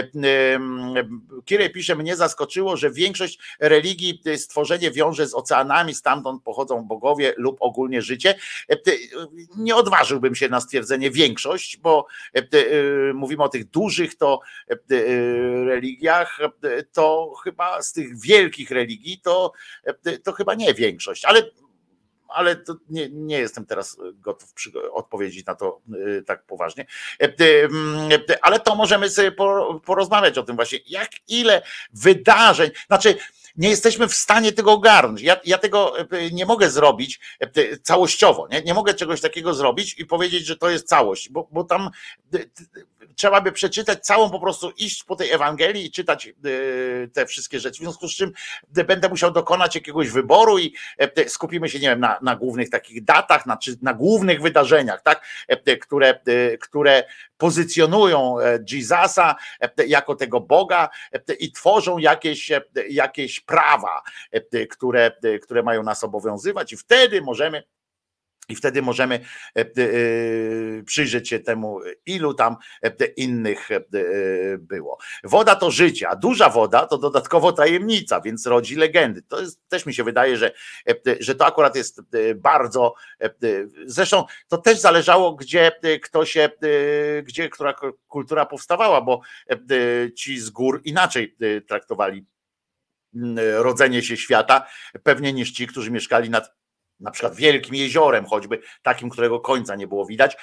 Kirej pisze, mnie zaskoczyło, że większość religii stworzenie wiąże z oceanami, stamtąd pochodzą bogowie lub ogólnie życie. Nie odważyłbym się na stwierdzenie większość, bo mówimy o tych dużych to religiach, to chyba z tych wielkich religii to, to chyba nie większość, ale ale to nie, nie jestem teraz gotów odpowiedzieć na to tak poważnie. Ale to możemy sobie porozmawiać o tym właśnie, jak ile wydarzeń, znaczy nie jesteśmy w stanie tego ogarnąć. Ja, ja tego nie mogę zrobić całościowo, nie? Nie mogę czegoś takiego zrobić i powiedzieć, że to jest całość, bo, bo tam trzeba by przeczytać całą, po prostu iść po tej Ewangelii i czytać te wszystkie rzeczy, w związku z czym będę musiał dokonać jakiegoś wyboru i skupimy się, nie wiem, na, na głównych takich datach, na, czy na głównych wydarzeniach, tak, które, które pozycjonują Jezusa jako tego Boga i tworzą jakieś, jakieś prawa, które, które mają nas obowiązywać i wtedy możemy I wtedy możemy przyjrzeć się temu, ilu tam innych było. Woda to życie, a duża woda to dodatkowo tajemnica, więc rodzi legendy. To jest, też mi się wydaje, że, że to akurat jest bardzo, zresztą to też zależało, gdzie kto się, gdzie która kultura powstawała, bo ci z gór inaczej traktowali rodzenie się świata, pewnie niż ci, którzy mieszkali nad na przykład wielkim jeziorem, choćby takim, którego końca nie było widać,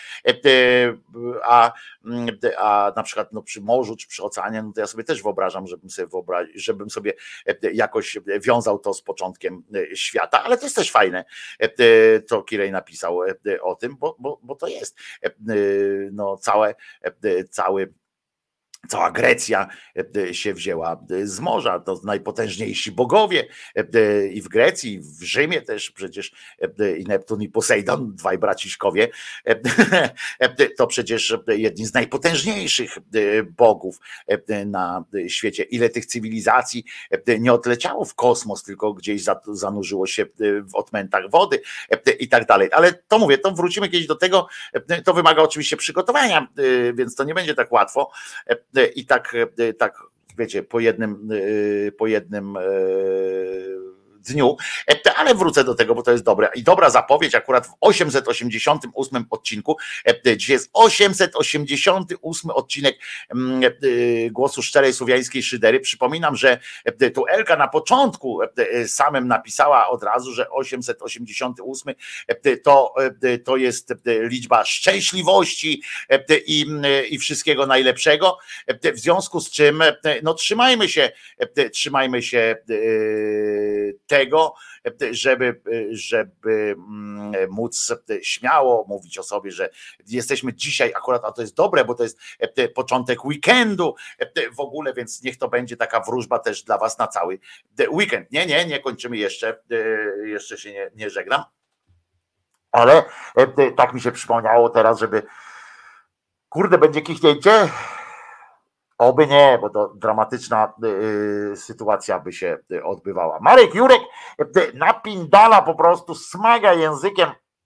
a, a na przykład no, przy morzu czy przy oceanie, no to ja sobie też wyobrażam, żebym sobie, wyobraził, żebym sobie jakoś wiązał to z początkiem świata, ale to jest też fajne, co Kirej napisał o tym, bo, bo, bo to jest no, całe, cały Cała Grecja się wzięła z morza, to najpotężniejsi bogowie i w Grecji, i w Rzymie też przecież i Neptun i Posejdon, dwaj braciszkowie, to przecież jedni z najpotężniejszych bogów na świecie. Ile tych cywilizacji nie odleciało w kosmos, tylko gdzieś zanurzyło się w odmętach wody i tak dalej. Ale to mówię, to wrócimy kiedyś do tego, to wymaga oczywiście przygotowania, więc to nie będzie tak łatwo. I tak, tak wiecie, po jednym, po jednym dniu, ale wrócę do tego, bo to jest dobre i dobra zapowiedź akurat w osiemset osiemdziesiątym ósmym odcinku. Dzisiaj jest osiemset osiemdziesiąty ósmy odcinek Głosu Szczerej Słowiańskiej Szydery. Przypominam, że tu Elka na początku samym napisała od razu, że osiemset osiemdziesiąty ósmy to, to jest liczba szczęśliwości i, i wszystkiego najlepszego, w związku z czym no trzymajmy się, trzymajmy się tego, żeby, żeby móc śmiało mówić o sobie, że jesteśmy dzisiaj akurat, a to jest dobre, bo to jest początek weekendu w ogóle, więc niech to będzie taka wróżba też dla was na cały weekend. Nie, nie, nie kończymy jeszcze, jeszcze się nie, nie żegnam, ale tak mi się przypomniało teraz, żeby kurde, będzie kichnięcie. Oby nie, bo to dramatyczna y, sytuacja by się odbywała. Marek Jurek y, napindala po prostu, smaga językiem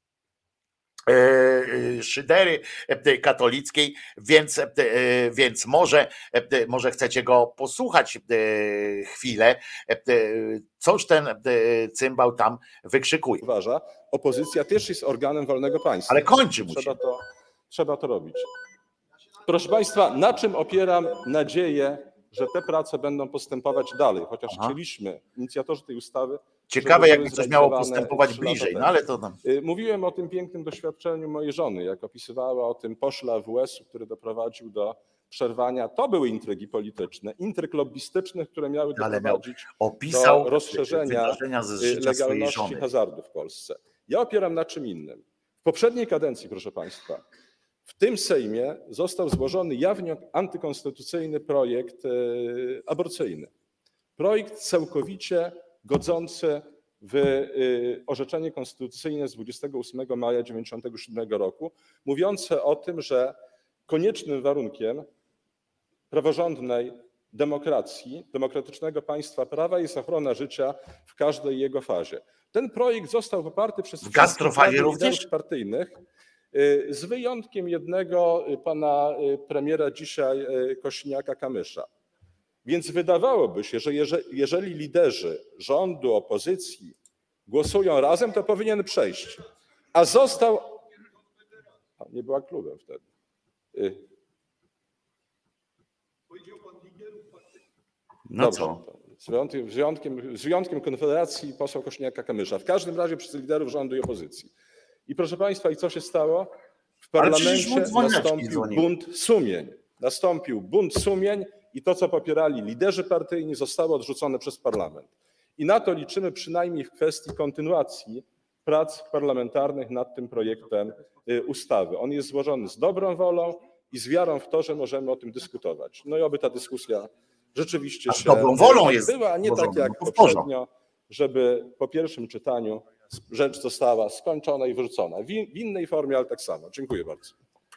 y, y, szydery y, katolickiej, więc, y, więc może, y, może chcecie go posłuchać y, chwilę. Y, coś ten y, cymbał tam wykrzykuje. Uważa, opozycja też jest organem wolnego państwa. Ale kończy mu się. Trzeba to, trzeba to robić. Proszę Państwa, na czym opieram nadzieję, że te prace będą postępować dalej, chociaż Aha. chcieliśmy, inicjatorzy tej ustawy. Ciekawe, jakby coś miało postępować bliżej, no ale to tam. Mówiłem o tym pięknym doświadczeniu mojej żony, jak opisywała o tym pośle A W S-u, który doprowadził do przerwania. To były intrygi polityczne, intryg lobbystycznych, które miały doprowadzić opisał do rozszerzenia legalności hazardu w Polsce. Ja opieram na czym innym. W poprzedniej kadencji, proszę Państwa, w tym Sejmie został złożony jawnie antykonstytucyjny projekt aborcyjny. Projekt całkowicie godzący w orzeczenie konstytucyjne z dwudziestego ósmego maja tysiąc dziewięćset dziewięćdziesiątego siódmego roku, mówiące o tym, że koniecznym warunkiem praworządnej demokracji, demokratycznego państwa prawa jest ochrona życia w każdej jego fazie. Ten projekt został poparty przez wszystkich liderów partyjnych, z wyjątkiem jednego pana premiera dzisiaj Kosiniaka-Kamysza. Więc wydawałoby się, że jeżeli, jeżeli liderzy rządu, opozycji głosują razem, to powinien przejść. A został... A nie była klubem wtedy. No Dobrze, co? Z wyjątkiem, z, wyjątkiem, z wyjątkiem Konfederacji posła Kosiniaka-Kamysza. W każdym razie przez liderów rządu i opozycji. I proszę Państwa, i co się stało? W parlamencie nastąpił bunt sumień. Nastąpił bunt sumień i to, co popierali liderzy partyjni, zostało odrzucone przez parlament. I na to liczymy przynajmniej w kwestii kontynuacji prac parlamentarnych nad tym projektem ustawy. On jest złożony z dobrą wolą i z wiarą w to, że możemy o tym dyskutować. No i oby ta dyskusja rzeczywiście się dobrą wolą jest odbyła, a nie tak jak poprzednio, żeby po pierwszym czytaniu rzecz została skończona i wyrzucona. W innej formie, ale tak samo. Dziękuję bardzo.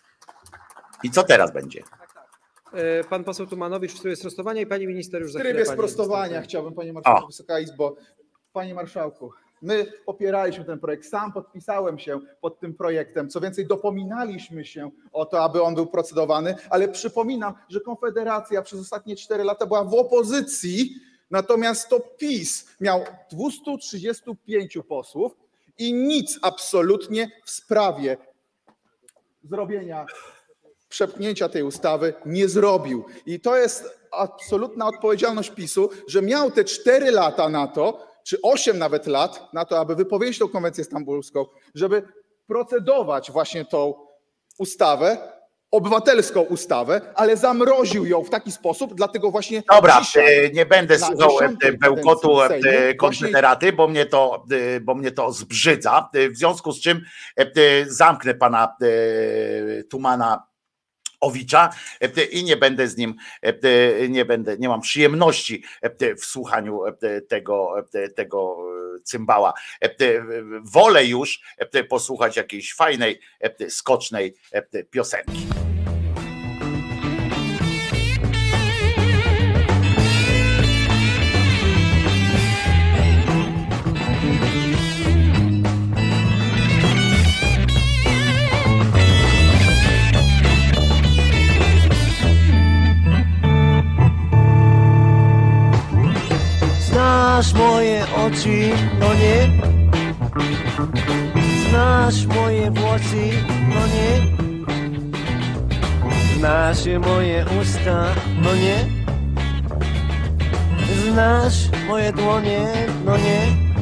I co teraz będzie? Pan poseł Tumanowicz w trybie sprostowania i pani minister już za W chwilę. trybie sprostowania chciałbym, panie marszałku, Wysoka Izbo. Panie marszałku, my popieraliśmy ten projekt, sam podpisałem się pod tym projektem. Co więcej, dopominaliśmy się o to, aby on był procedowany, ale przypominam, że Konfederacja przez ostatnie cztery lata była w opozycji, natomiast to PiS miał dwieście trzydzieści pięć posłów i nic absolutnie w sprawie zrobienia przepchnięcia tej ustawy nie zrobił. I to jest absolutna odpowiedzialność PiSu, że miał te cztery lata na to, czy osiem nawet lat na to, aby wypowiedzieć tą konwencję stambulską, żeby procedować właśnie tą ustawę, obywatelską ustawę, ale zamroził ją w taki sposób, dlatego właśnie Dobra, dzisiaj, nie będę słuchał bełkotu Konfederaty, bo mnie to, bo mnie to zbrzydza, w związku z czym zamknę pana Tumana Owicza i nie będę z nim, nie będę, nie mam przyjemności w słuchaniu tego, tego cymbała. Wolę już posłuchać jakiejś fajnej, skocznej piosenki. Znasz moje oczy, no nie? Znasz moje włosy, no nie? Znasz moje usta, no nie? Znasz moje dłonie, no nie?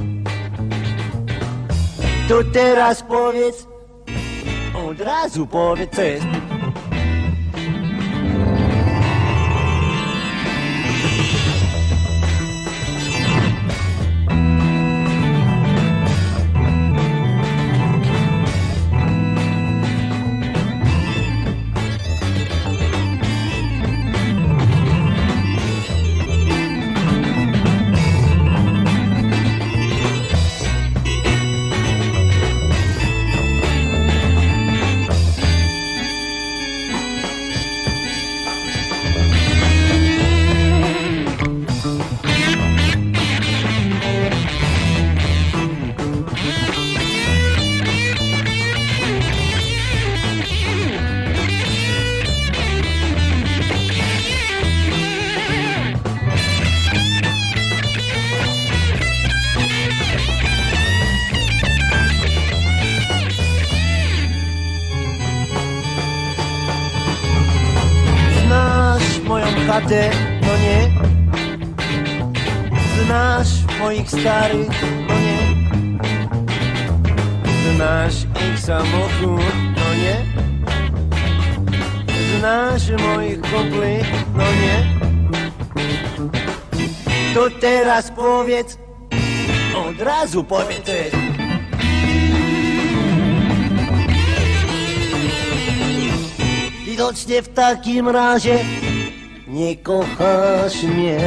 To teraz powiedz, od razu powiedz, co jest. chatę, no nie? Znasz moich starych, no nie? Znasz ich samochód, no nie? znasz moich kumpli, no nie? To teraz powiedz, od razu powiedz. Widocznie w takim razie nie kochasz mnie.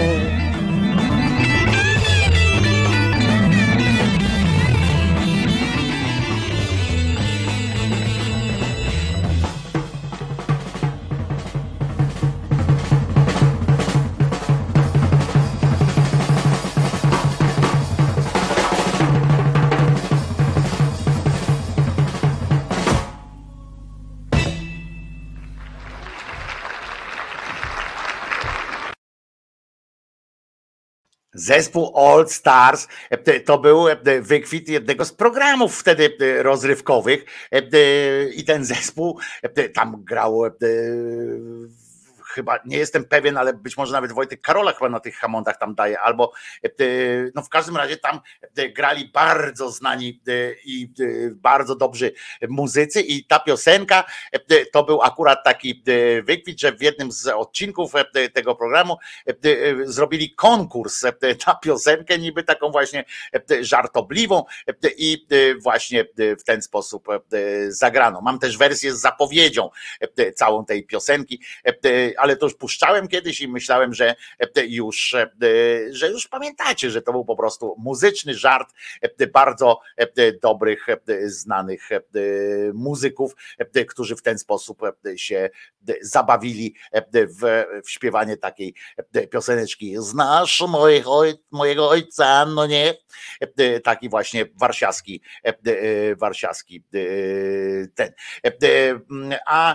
Zespół All Stars to był wykwit jednego z programów wtedy rozrywkowych i ten zespół tam grał chyba, nie jestem pewien, ale być może nawet Wojtek Karola chyba na tych Hammondach tam daje, albo no w każdym razie tam grali bardzo znani i bardzo dobrzy muzycy i ta piosenka to był akurat taki wykwit, że w jednym z odcinków tego programu zrobili konkurs na piosenkę niby taką właśnie żartobliwą i właśnie w ten sposób zagrano. Mam też wersję z zapowiedzią całą tej piosenki, ale to już puszczałem kiedyś i myślałem, że już, że już pamiętacie, że to był po prostu muzyczny żart bardzo dobrych, znanych muzyków, którzy w ten sposób się zabawili w, w śpiewanie takiej pioseneczki. Znasz moich oj, mojego ojca, no nie? Taki właśnie warszawski, warszawski ten. A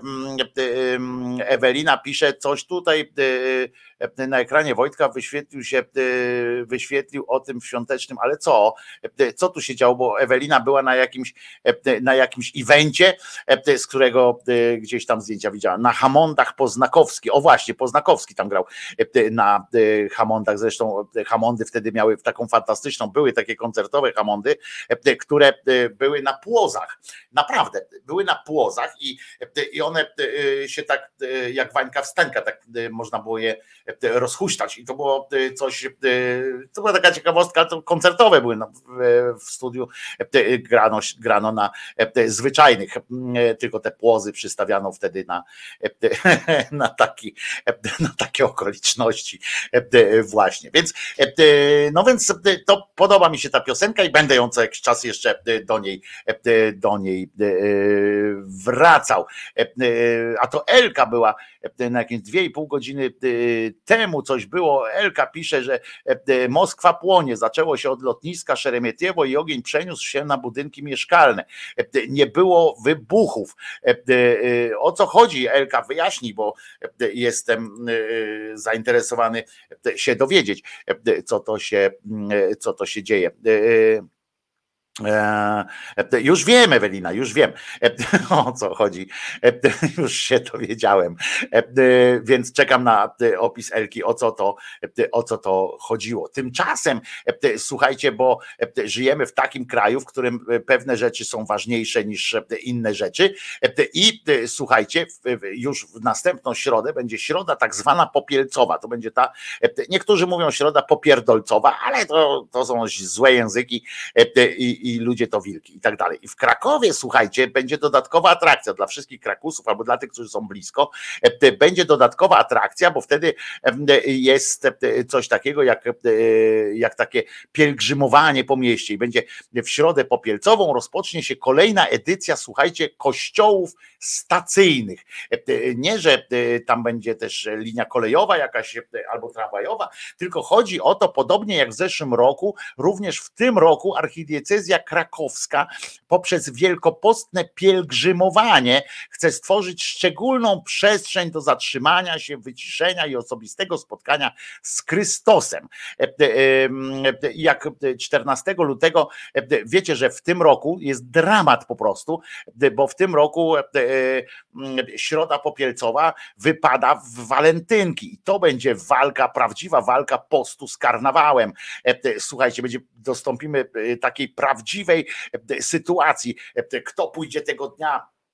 Ewelina pisze coś tutaj na ekranie Wojtka, wyświetlił się, wyświetlił o tym w świątecznym, ale co? Co tu się działo? Bo Ewelina była na jakimś, na jakimś evencie, z którego gdzieś tam zdjęcia widziała. Na Hammondach Poznakowski. O właśnie, Poznakowski tam grał na Hammondach. Zresztą Hammondy wtedy miały taką fantastyczną, były takie koncertowe Hammondy, które były na płozach. Naprawdę, były na płozach i, i one się tak jak Wańka Wstańka, tak można było je rozhuśtać i to było coś, to była taka ciekawostka, to koncertowe były w studiu, grano, grano na zwyczajnych, tylko te płozy przystawiano wtedy na, na, taki, na takie okoliczności właśnie, więc no więc to podoba mi się ta piosenka i będę ją co jakiś czas jeszcze do niej, do niej wracał, a to Elka była na jakieś dwie i pół godziny temu coś było. Elka pisze, że Moskwa płonie, zaczęło się od lotniska Szeremietiewo i ogień przeniósł się na budynki mieszkalne. Nie było wybuchów. O co chodzi, Elka, wyjaśnij, bo jestem zainteresowany się dowiedzieć, co to się, co to się dzieje. Już wiem, Ewelina, już wiem, o co chodzi, już się dowiedziałem, więc czekam na opis Elki, o co to, o co to chodziło. Tymczasem, słuchajcie, bo żyjemy w takim kraju, w którym pewne rzeczy są ważniejsze niż inne rzeczy i słuchajcie, już w następną środę będzie środa tak zwana popielcowa, to będzie ta, niektórzy mówią środa popierdolcowa, ale to, to są złe języki i i ludzie to wilki i tak dalej. I w Krakowie, słuchajcie, będzie dodatkowa atrakcja dla wszystkich Krakusów albo dla tych, którzy są blisko, będzie dodatkowa atrakcja, bo wtedy jest coś takiego jak, jak takie pielgrzymowanie po mieście i będzie w środę popielcową rozpocznie się kolejna edycja, słuchajcie, kościołów stacyjnych. Nie, że tam będzie też linia kolejowa jakaś albo tramwajowa, tylko chodzi o to, podobnie jak w zeszłym roku, również w tym roku archidiecezja krakowska poprzez wielkopostne pielgrzymowanie chce stworzyć szczególną przestrzeń do zatrzymania się, wyciszenia i osobistego spotkania z Chrystusem. Jak czternastego lutego, wiecie, że w tym roku jest dramat po prostu, bo w tym roku środa popielcowa wypada w walentynki i to będzie walka, prawdziwa walka postu z karnawałem. Słuchajcie, będzie, dostąpimy takiej prawdziwej sytuacji, kto pójdzie tego dnia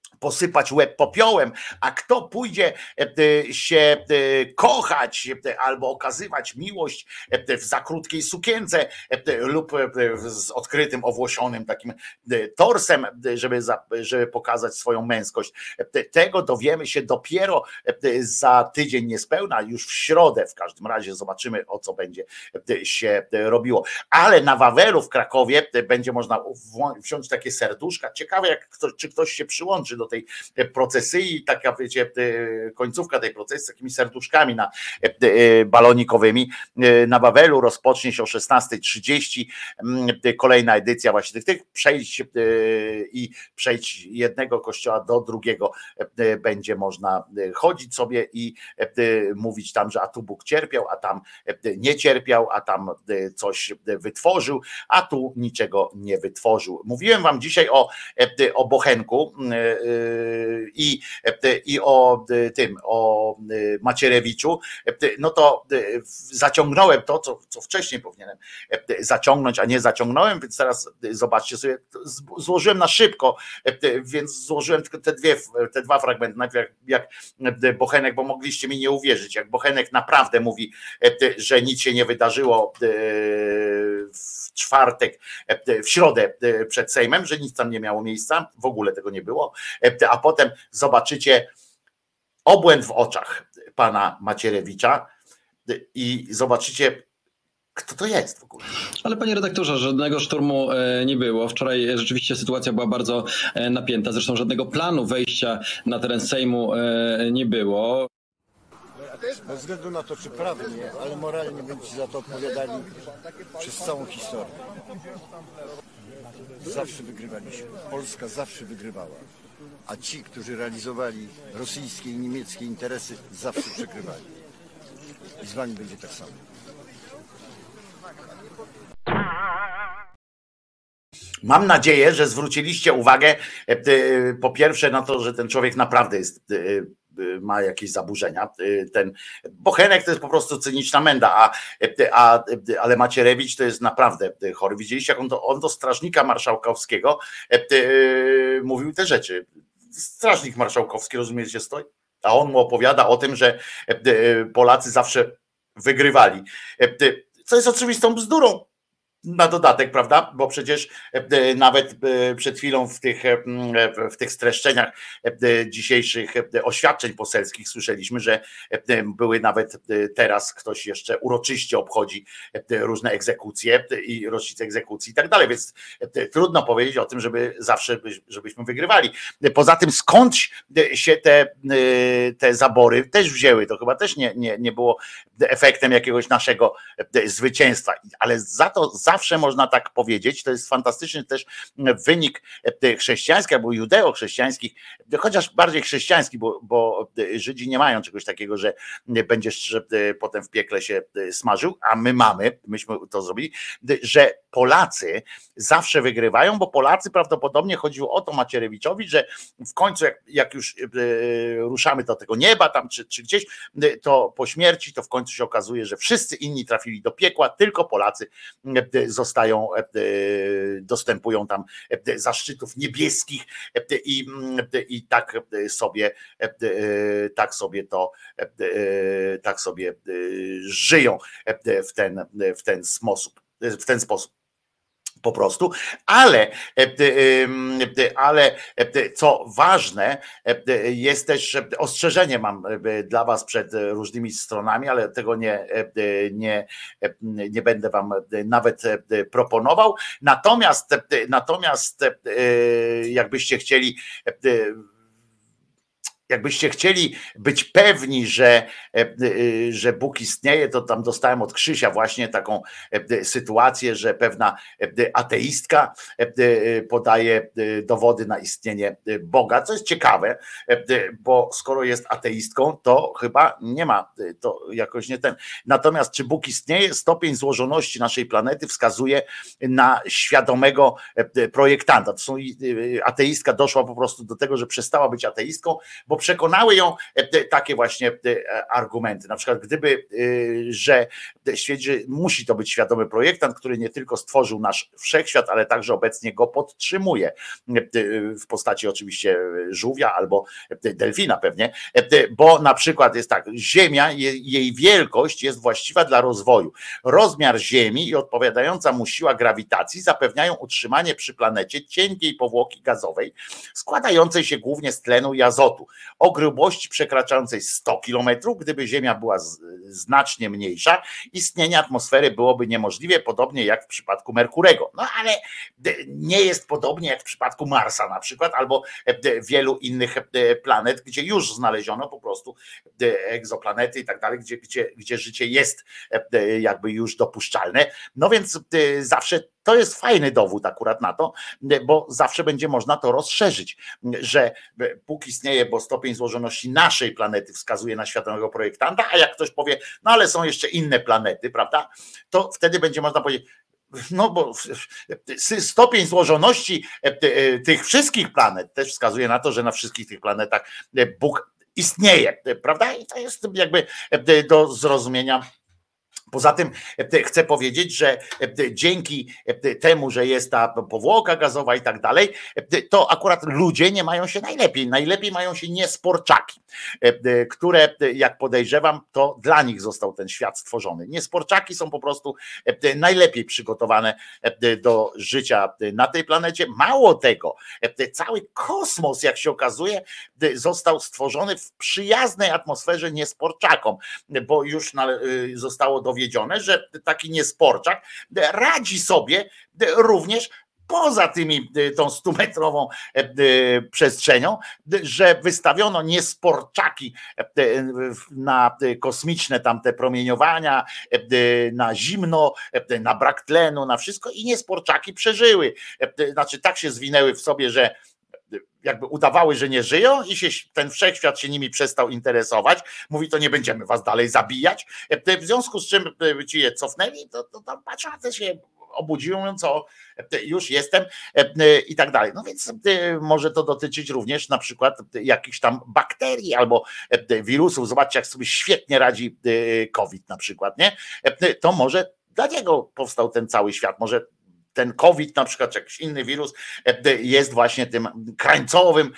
posypać łeb popiołem, a kto pójdzie się kochać albo okazywać miłość w za krótkiej sukience lub z odkrytym, owłosionym takim torsem, żeby, żeby pokazać swoją męskość. Tego dowiemy się dopiero za tydzień niespełna, już w środę w każdym razie zobaczymy, o co będzie się robiło. Ale na Wawelu w Krakowie będzie można wziąć takie serduszka. Ciekawe, jak ktoś, czy ktoś się przyłączy do tej procesji, taka wiecie, końcówka tej procesji z takimi serduszkami na balonikowymi na Wawelu rozpocznie się o szesnasta trzydzieści. Kolejna edycja właśnie tych, tych przejdź i przejdź jednego kościoła do drugiego będzie można chodzić sobie i mówić tam, że a tu Bóg cierpiał, a tam nie cierpiał, a tam coś wytworzył, a tu niczego nie wytworzył. Mówiłem wam dzisiaj o, o Bochenku i, i o tym, o Macierewiczu, no to zaciągnąłem to, co, co wcześniej powinienem zaciągnąć, a nie zaciągnąłem, więc teraz zobaczcie sobie, złożyłem na szybko, więc złożyłem tylko te, dwie, te dwa fragmenty, najpierw jak, jak Bochenek, bo mogliście mi nie uwierzyć, jak Bochenek naprawdę mówi, że nic się nie wydarzyło w czwartek, w środę przed Sejmem, że nic tam nie miało miejsca, w ogóle tego nie było, a potem zobaczycie obłęd w oczach pana Macierewicza i zobaczycie, kto to jest w ogóle. Ale panie redaktorze, żadnego szturmu nie było. Wczoraj rzeczywiście sytuacja była bardzo napięta. Zresztą żadnego planu wejścia na teren Sejmu nie było. Bez względu na to, czy prawnie, ale moralnie będziecie za to odpowiadali przez całą historię. Zawsze wygrywaliśmy. Polska zawsze wygrywała. A ci, którzy realizowali rosyjskie i niemieckie interesy, zawsze przegrywali. I z wami będzie tak samo. Mam nadzieję, że zwróciliście uwagę po pierwsze na to, że ten człowiek naprawdę jest, ma jakieś zaburzenia. Ten Bochenek to jest po prostu cyniczna menda, a, a, ale Macierewicz to jest naprawdę chory. Widzieliście, jak on do, on do strażnika marszałkowskiego mówił te rzeczy. Strażnik marszałkowski, rozumiecie, stoi, a on mu opowiada o tym, że Polacy zawsze wygrywali. Co jest oczywistą bzdurą. Na dodatek, prawda? Bo przecież nawet przed chwilą w tych, w tych streszczeniach dzisiejszych oświadczeń poselskich słyszeliśmy, że były nawet teraz ktoś jeszcze uroczyście obchodzi różne egzekucje i rocznice egzekucji i tak dalej, więc trudno powiedzieć o tym, żeby zawsze żebyśmy wygrywali. Poza tym skąd się te, te zabory też wzięły, to chyba też nie, nie, nie było efektem jakiegoś naszego zwycięstwa, ale za to zawsze można tak powiedzieć, to jest fantastyczny też wynik chrześcijański albo judeo-chrześcijańskich, chociaż bardziej chrześcijański, bo, bo Żydzi nie mają czegoś takiego, że będziesz potem w piekle się smażył, a my mamy, myśmy to zrobili, że Polacy zawsze wygrywają, bo Polacy prawdopodobnie chodziło o to Macierewiczowi, że w końcu jak, jak już ruszamy do tego nieba tam czy, czy gdzieś, to po śmierci to w końcu się okazuje, że wszyscy inni trafili do piekła, tylko Polacy zostają, dostępują tam zaszczytów niebieskich i, i tak sobie tak sobie to tak sobie żyją w ten, w ten sposób, w ten sposób. Po prostu, ale, ale co ważne, jest też ostrzeżenie mam dla was przed różnymi stronami, ale tego nie, nie, nie będę wam nawet proponował. Natomiast, natomiast jakbyście chcieli Jakbyście chcieli być pewni, że, że Bóg istnieje, to tam dostałem od Krzysia właśnie taką sytuację, że pewna ateistka podaje dowody na istnienie Boga, co jest ciekawe, bo skoro jest ateistką, to chyba nie ma, to jakoś nie ten. Natomiast czy Bóg istnieje? Stopień złożoności naszej planety wskazuje na świadomego projektanta. To są, ateistka doszła po prostu do tego, że przestała być ateistką, bo bo przekonały ją takie właśnie argumenty. Na przykład gdyby, że świat, że musi to być świadomy projektant, który nie tylko stworzył nasz wszechświat, ale także obecnie go podtrzymuje w postaci oczywiście żółwia albo delfina pewnie, bo na przykład jest tak, Ziemia, jej wielkość jest właściwa dla rozwoju. Rozmiar Ziemi i odpowiadająca mu siła grawitacji zapewniają utrzymanie przy planecie cienkiej powłoki gazowej, składającej się głównie z tlenu i azotu, o grubości przekraczającej sto kilometrów. Gdyby Ziemia była z, znacznie mniejsza, istnienie atmosfery byłoby niemożliwe, podobnie jak w przypadku Merkurego. No ale nie jest podobnie jak w przypadku Marsa na przykład, albo wielu innych planet, gdzie już znaleziono po prostu egzoplanety i tak dalej, gdzie, gdzie, gdzie życie jest jakby już dopuszczalne. No więc zawsze to jest fajny dowód akurat na to, bo zawsze będzie można to rozszerzyć, że Bóg istnieje, bo stopień złożoności naszej planety wskazuje na świadomego projektanta, a jak ktoś powie, no ale są jeszcze inne planety, prawda, to wtedy będzie można powiedzieć, no bo stopień złożoności tych wszystkich planet też wskazuje na to, że na wszystkich tych planetach Bóg istnieje, prawda? I to jest jakby do zrozumienia. Poza tym chcę powiedzieć, że dzięki temu, że jest ta powłoka gazowa i tak dalej, to akurat ludzie nie mają się najlepiej. Najlepiej mają się niesporczaki, które, jak podejrzewam, to dla nich został ten świat stworzony. Niesporczaki są po prostu najlepiej przygotowane do życia na tej planecie. Mało tego, cały kosmos, jak się okazuje, został stworzony w przyjaznej atmosferze niesporczakom, bo już zostało dowiedzione, że taki niesporczak radzi sobie również poza tymi tą stumetrową przestrzenią, że wystawiono niesporczaki na kosmiczne tamte promieniowania, na zimno, na brak tlenu, na wszystko i niesporczaki przeżyły. Znaczy tak się zwinęły w sobie, że jakby udawały, że nie żyją i się ten wszechświat się nimi przestał interesować. Mówi, to nie będziemy was dalej zabijać. W związku z czym ci je cofnęli, to, to tam patrzą, te się obudziły, mówiąc, co już jestem i tak dalej. No więc może to dotyczyć również na przykład jakichś tam bakterii albo wirusów. Zobaczcie, jak sobie świetnie radzi COVID na przykład, nie? To może dla niego powstał ten cały świat. Może ten COVID na przykład, czy jakiś inny wirus jest właśnie tym krańcowym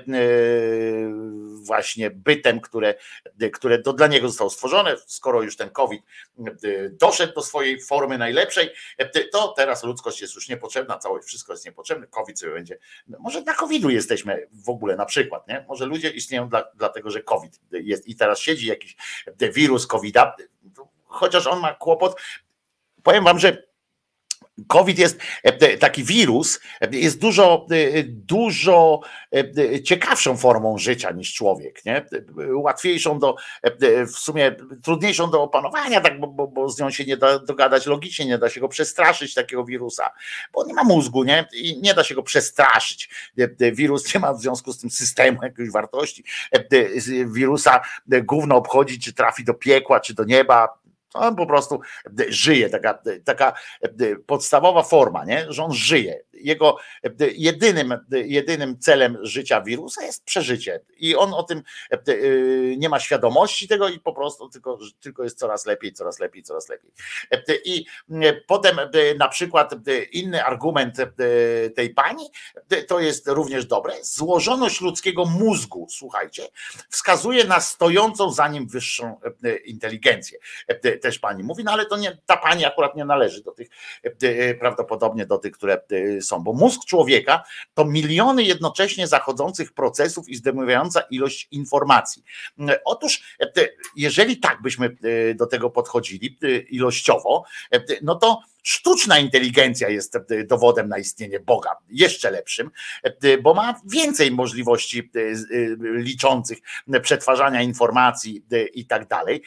właśnie bytem, które, które do, dla niego zostało stworzone. Skoro już ten COVID doszedł do swojej formy najlepszej, to teraz ludzkość jest już niepotrzebna, całe wszystko jest niepotrzebne. COVID sobie będzie, może dla kowida jesteśmy w ogóle na przykład, nie? Może ludzie istnieją dla, dlatego, że COVID jest i teraz siedzi jakiś wirus kowida, chociaż on ma kłopot. Powiem wam, że COVID jest taki wirus, jest dużo, dużo ciekawszą formą życia niż człowiek, nie? Łatwiejszą do, w sumie trudniejszą do opanowania, tak, bo, bo z nią się nie da dogadać logicznie, nie da się go przestraszyć, takiego wirusa, bo on nie ma mózgu, nie? I nie da się go przestraszyć. Wirus nie ma w związku z tym systemu jakiejś wartości. Wirusa gówno obchodzi, czy trafi do piekła, czy do nieba. On po prostu żyje, taka, taka podstawowa forma, nie? Że on żyje. Jego jedynym, jedynym celem życia wirusa jest przeżycie. I on o tym nie ma świadomości tego i po prostu tylko, tylko jest coraz lepiej, coraz lepiej, coraz lepiej. I potem na przykład inny argument tej pani, to jest również dobre, złożoność ludzkiego mózgu, słuchajcie, wskazuje na stojącą za nim wyższą inteligencję. Też pani mówi, no ale to nie, ta pani akurat nie należy do tych, prawdopodobnie do tych, które są, bo mózg człowieka to miliony jednocześnie zachodzących procesów i zdejmująca ilość informacji. Otóż, jeżeli tak byśmy do tego podchodzili ilościowo, no to sztuczna inteligencja jest dowodem na istnienie Boga, jeszcze lepszym, bo ma więcej możliwości liczących przetwarzania informacji i tak dalej.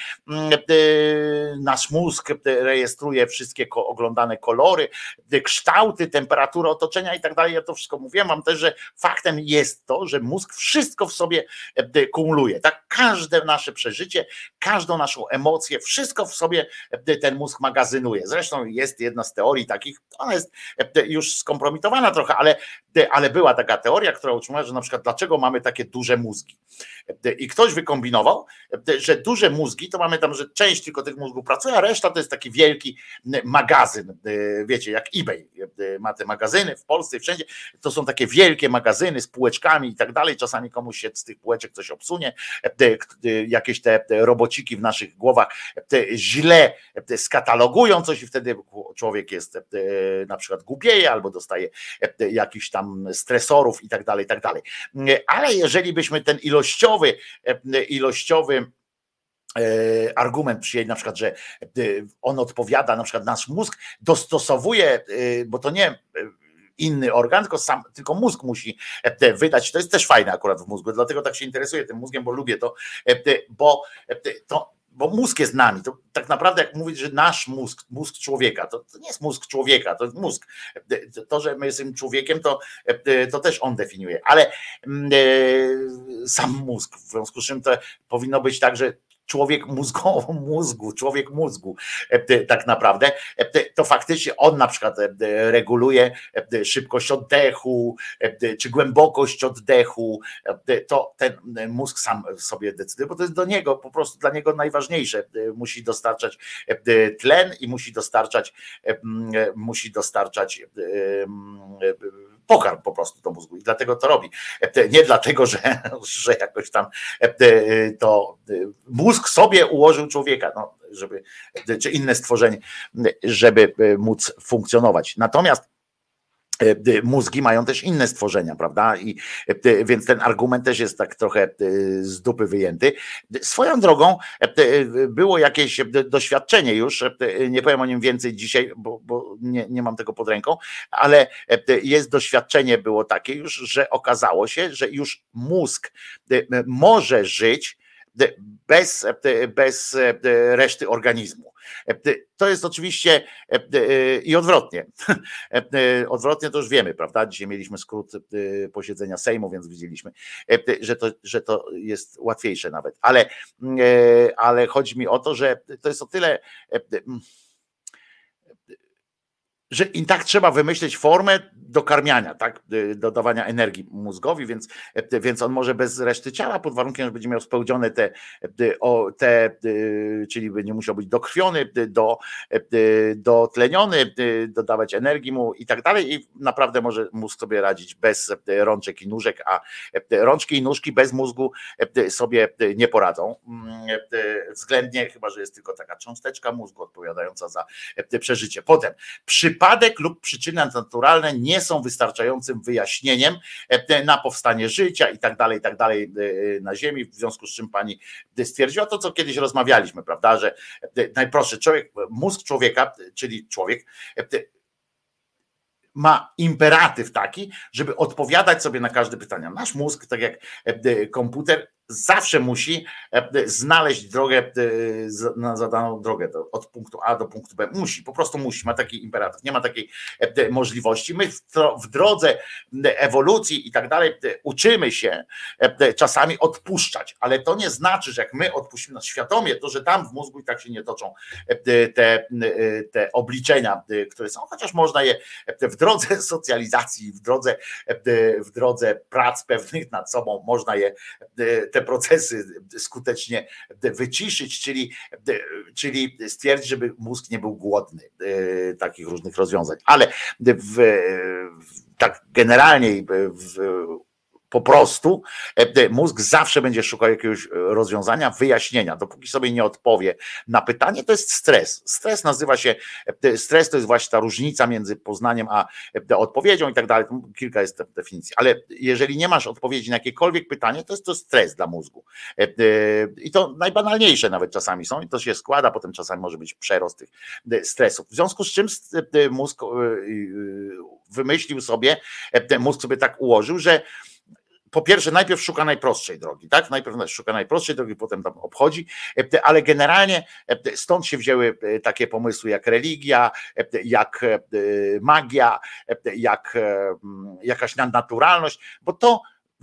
Nasz mózg rejestruje wszystkie oglądane kolory, kształty, temperaturę otoczenia i tak dalej. Ja to wszystko mówiłem wam też, że faktem jest to, że mózg wszystko w sobie kumuluje. Tak? Każde nasze przeżycie, każdą naszą emocję, wszystko w sobie ten mózg magazynuje. Zresztą jest jedna z teorii takich, ona jest już skompromitowana trochę, ale, ale była taka teoria, która utrzymała, że na przykład dlaczego mamy takie duże mózgi. I ktoś wykombinował, że duże mózgi to mamy tam, że część tylko tych mózgów pracuje, a reszta to jest taki wielki magazyn, wiecie, jak eBay ma te magazyny w Polsce i wszędzie, to są takie wielkie magazyny z półeczkami i tak dalej, czasami komuś się z tych półeczek coś obsunie, jakieś te robociki w naszych głowach źle skatalogują coś i wtedy człowiek jest na przykład głupieje albo dostaje jakichś tam stresorów i tak dalej, i tak dalej. Ale jeżeli byśmy ten ilościowy, ilościowy argument przyjęli, na przykład, że on odpowiada, na przykład nasz mózg dostosowuje, bo to nie inny organ, tylko, sam, tylko mózg musi wydać. To jest też fajne akurat w mózgu, dlatego tak się interesuję tym mózgiem, bo lubię to, bo to bo mózg jest nami. To tak naprawdę jak mówić, że nasz mózg, mózg człowieka, to, to nie jest mózg człowieka, to jest mózg. To, że my jesteśmy człowiekiem, to, to też on definiuje, ale sam mózg, w związku z czym to powinno być tak, że człowiek mózgowo, mózgu, człowiek mózgu tak naprawdę, to faktycznie on na przykład reguluje szybkość oddechu, czy głębokość oddechu, to ten mózg sam sobie decyduje, bo to jest do niego, po prostu dla niego najważniejsze. Musi dostarczać tlen i musi dostarczać, musi dostarczać pokarm po prostu do mózgu i dlatego to robi. Nie dlatego, że, że jakoś tam to mózg sobie ułożył człowieka, no, żeby, czy inne stworzenie, żeby móc funkcjonować. Natomiast mózgi mają też inne stworzenia, prawda? I więc ten argument też jest tak trochę z dupy wyjęty. Swoją drogą było jakieś doświadczenie już, nie powiem o nim więcej dzisiaj, bo, bo nie, nie mam tego pod ręką, ale jest doświadczenie było takie już, że okazało się, że już mózg może żyć bez, bez reszty organizmu. To jest oczywiście i odwrotnie. Odwrotnie to już wiemy, prawda? Dzisiaj mieliśmy skrót posiedzenia Sejmu, więc widzieliśmy, że to, że to jest łatwiejsze nawet. Ale, ale chodzi mi o to, że to jest o tyle, że i tak trzeba wymyślić formę dokarmiania, tak, dodawania energii mózgowi, więc, więc on może bez reszty ciała, pod warunkiem, że będzie miał spełnione te, te, czyli nie musiał być dokrwiony, do, dotleniony, dodawać energii mu i tak dalej i naprawdę może mózg sobie radzić bez rączek i nóżek, a rączki i nóżki bez mózgu sobie nie poradzą. Względnie, chyba że jest tylko taka cząsteczka mózgu odpowiadająca za przeżycie. Potem przypadek lub przyczyny naturalne nie są wystarczającym wyjaśnieniem na powstanie życia i tak dalej, i tak dalej na Ziemi, w związku z czym pani stwierdziła to, co kiedyś rozmawialiśmy, prawda, że najprostszy człowiek, mózg człowieka, czyli człowiek, ma imperatyw taki, żeby odpowiadać sobie na każde pytanie. Nasz mózg, tak jak komputer, zawsze musi znaleźć drogę na zadaną drogę od punktu A do punktu B. Musi, po prostu musi, ma taki imperatyw, nie ma takiej możliwości. My w drodze ewolucji i tak dalej uczymy się czasami odpuszczać, ale to nie znaczy, że jak my odpuścimy nas świadomie, to że tam w mózgu i tak się nie toczą te, te obliczenia, które są, chociaż można je w drodze socjalizacji, w drodze, w drodze prac pewnych nad sobą, można je te procesy skutecznie wyciszyć, czyli, czyli stwierdzić, żeby mózg nie był głodny takich różnych rozwiązań. Ale w, tak generalnie w, po prostu mózg zawsze będzie szukał jakiegoś rozwiązania, wyjaśnienia. Dopóki sobie nie odpowie na pytanie, to jest stres. Stres nazywa się, stres to jest właśnie ta różnica między poznaniem a odpowiedzią i tak dalej. Kilka jest definicji. Ale jeżeli nie masz odpowiedzi na jakiekolwiek pytanie, to jest to stres dla mózgu. I to najbanalniejsze nawet czasami są i to się składa, potem czasami może być przerost tych stresów. W związku z czym mózg wymyślił sobie, mózg sobie tak ułożył, że po pierwsze, najpierw szuka najprostszej drogi, tak? Najpierw szuka najprostszej drogi, potem tam obchodzi, ale generalnie stąd się wzięły takie pomysły jak religia, jak magia, jak jakaś nadnaturalność, bo to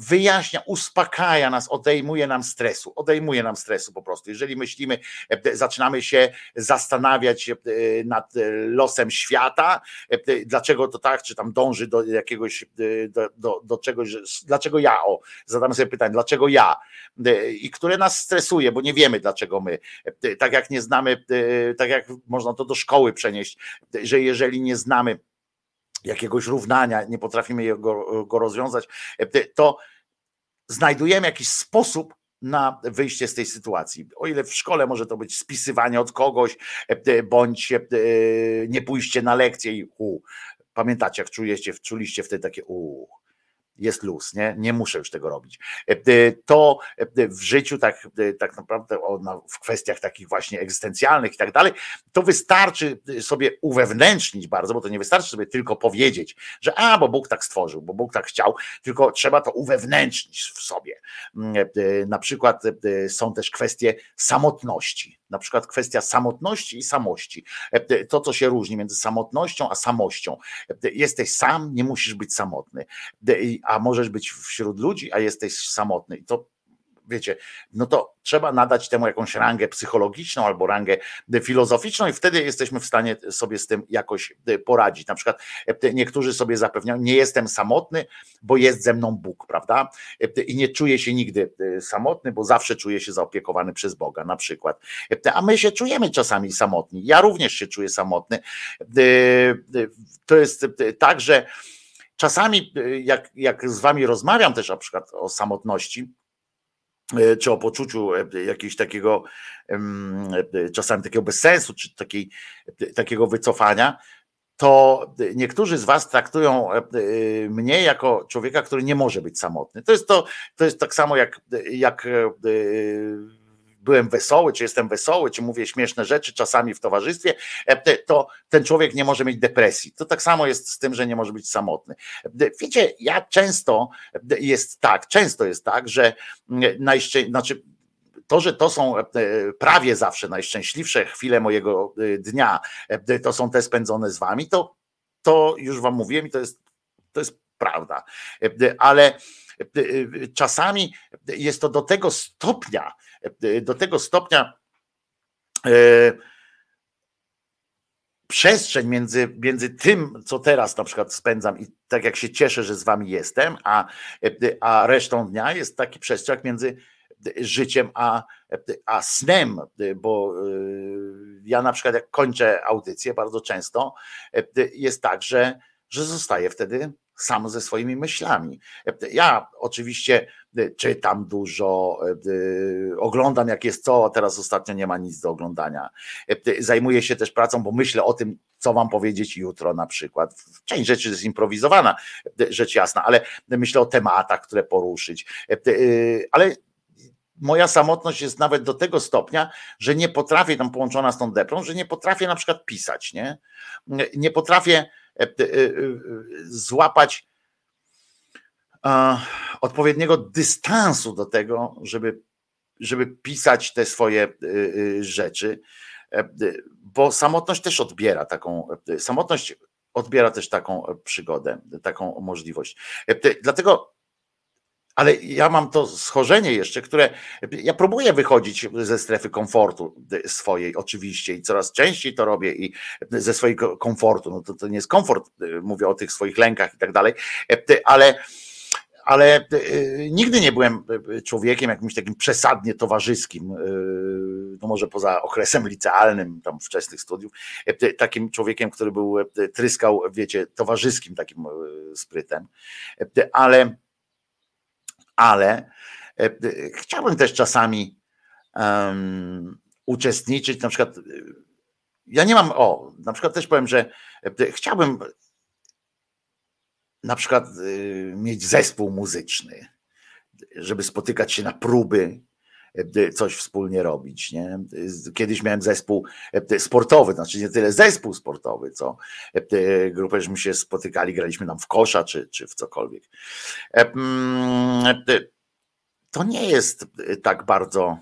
wyjaśnia, uspokaja nas, odejmuje nam stresu, odejmuje nam stresu po prostu. Jeżeli myślimy, zaczynamy się zastanawiać nad losem świata, dlaczego to tak, czy tam dąży do jakiegoś, do, do, do czegoś, dlaczego ja, o, zadamy sobie pytanie, dlaczego ja, i które nas stresuje, bo nie wiemy dlaczego my, tak jak nie znamy, tak jak można to do szkoły przenieść, że jeżeli nie znamy jakiegoś równania, nie potrafimy go, go rozwiązać, to znajdujemy jakiś sposób na wyjście z tej sytuacji. O ile w szkole może to być spisywanie od kogoś, bądź nie pójście na lekcję i u, pamiętacie, jak czujecie, czuliście wtedy takie u, jest luz, nie? Nie muszę już tego robić. To w życiu tak, tak naprawdę w kwestiach takich właśnie egzystencjalnych i tak dalej, to wystarczy sobie uwewnętrznić bardzo, bo to nie wystarczy sobie tylko powiedzieć, że a, bo Bóg tak stworzył, bo Bóg tak chciał, tylko trzeba to uwewnętrznić w sobie. Na przykład są też kwestie samotności. Na przykład kwestia samotności i samości. To, co się różni między samotnością a samością. Jesteś sam, nie musisz być samotny. A możesz być wśród ludzi, a jesteś samotny. I to, wiecie, no to trzeba nadać temu jakąś rangę psychologiczną albo rangę filozoficzną i wtedy jesteśmy w stanie sobie z tym jakoś poradzić. Na przykład niektórzy sobie zapewniają, nie jestem samotny, bo jest ze mną Bóg, prawda? I nie czuję się nigdy samotny, bo zawsze czuję się zaopiekowany przez Boga, na przykład. A my się czujemy czasami samotni. Ja również się czuję samotny. To jest tak, że czasami jak, jak z wami rozmawiam też na przykład o samotności, czy o poczuciu jakiegoś takiego, czasami takiego bezsensu, czy takiej, takiego wycofania, to niektórzy z was traktują mnie jako człowieka, który nie może być samotny. To jest to, to jest tak samo jak, jak byłem wesoły, czy jestem wesoły, czy mówię śmieszne rzeczy czasami w towarzystwie, to ten człowiek nie może mieć depresji. To tak samo jest z tym, że nie może być samotny. Wiecie, ja często jest tak, często jest tak, że najszczęśliwsze, znaczy to, że to są prawie zawsze najszczęśliwsze chwile mojego dnia, to są te spędzone z wami, to, to już wam mówiłem i to jest, to jest prawda. Ale czasami jest to do tego stopnia, do tego stopnia e, przestrzeń między, między tym, co teraz na przykład spędzam i tak jak się cieszę, że z wami jestem, a, a resztą dnia jest taki przestrzeń między życiem a, a snem, bo ja na przykład jak kończę audycję bardzo często jest tak, że, że zostaję wtedy sam ze swoimi myślami. Ja oczywiście czytam dużo, oglądam jak jest co, a teraz ostatnio nie ma nic do oglądania. Zajmuję się też pracą, bo myślę o tym, co wam powiedzieć jutro na przykład. Część rzeczy jest improwizowana, rzecz jasna, ale myślę o tematach, które poruszyć. Ale moja samotność jest nawet do tego stopnia, że nie potrafię, tam połączona z tą deprą, że nie potrafię na przykład pisać, nie? Nie potrafię złapać odpowiedniego dystansu do tego, żeby, żeby pisać te swoje rzeczy, bo samotność też odbiera taką, samotność odbiera też taką przygodę, taką możliwość. Dlatego, ale ja mam to schorzenie jeszcze, które ja próbuję wychodzić ze strefy komfortu swojej oczywiście i coraz częściej to robię i ze swojego komfortu, no to, to nie jest komfort, mówię o tych swoich lękach i tak dalej, ale ale nigdy nie byłem człowiekiem jakimś takim przesadnie towarzyskim, no może poza okresem licealnym, tam wczesnych studiów, takim człowiekiem, który był, tryskał, wiecie, towarzyskim takim sprytem, ale ale chciałbym też czasami um, uczestniczyć, na przykład ja nie mam, o, na przykład też powiem, że chciałbym na przykład mieć zespół muzyczny, żeby spotykać się na próby, coś wspólnie robić, nie? Kiedyś miałem zespół sportowy, znaczy nie tyle zespół sportowy, co grupę, żeśmy się spotykali, graliśmy tam w kosza, czy, czy w cokolwiek. To nie jest tak bardzo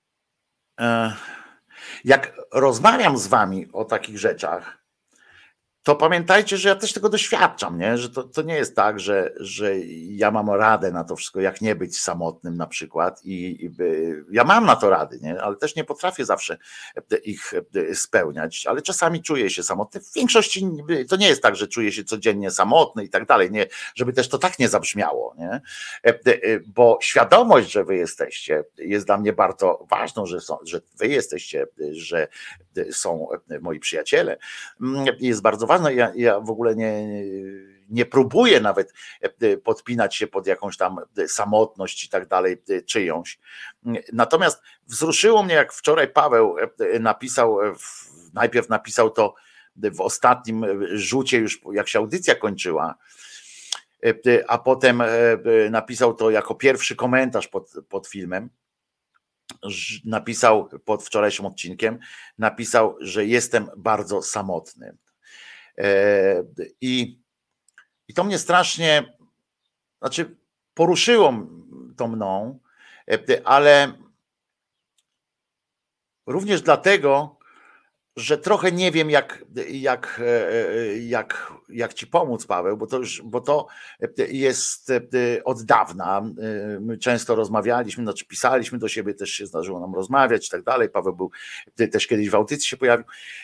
jak rozmawiam z wami o takich rzeczach, to pamiętajcie, że ja też tego doświadczam, nie? Że to, to nie jest tak, że, że ja mam radę na to wszystko, jak nie być samotnym na przykład i, i by, ja mam na to rady, nie? Ale też nie potrafię zawsze ich spełniać, ale czasami czuję się samotny. W większości to nie jest tak, że czuję się codziennie samotny i tak dalej, nie? Żeby też to tak nie zabrzmiało, nie? Bo świadomość, że wy jesteście, jest dla mnie bardzo ważną, że, są, że wy jesteście, że są moi przyjaciele, jest bardzo ważne. Ja, ja w ogóle nie, nie próbuję nawet podpinać się pod jakąś tam samotność i tak dalej czyjąś. Natomiast wzruszyło mnie, jak wczoraj Paweł napisał, najpierw napisał to w ostatnim rzucie, już jak się audycja kończyła, a potem napisał to jako pierwszy komentarz pod, pod filmem. Napisał pod wczorajszym odcinkiem, napisał, że jestem bardzo samotny. I, i to mnie strasznie, znaczy poruszyło to mną, ale również dlatego, że trochę nie wiem, jak, jak, jak, jak ci pomóc, Paweł, bo to już, bo to jest od dawna. My często rozmawialiśmy, znaczy pisaliśmy do siebie, też się zdarzyło nam rozmawiać i tak dalej. Paweł był też kiedyś w audycji, się pojawił.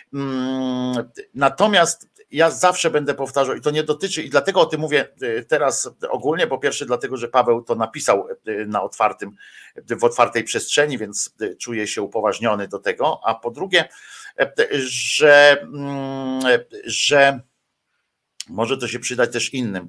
Natomiast ja zawsze będę powtarzał, i to nie dotyczy, i dlatego o tym mówię teraz ogólnie, po pierwsze dlatego, że Paweł to napisał na otwartym, w otwartej przestrzeni, więc czuję się upoważniony do tego, a po drugie, że, że może to się przydać też innym,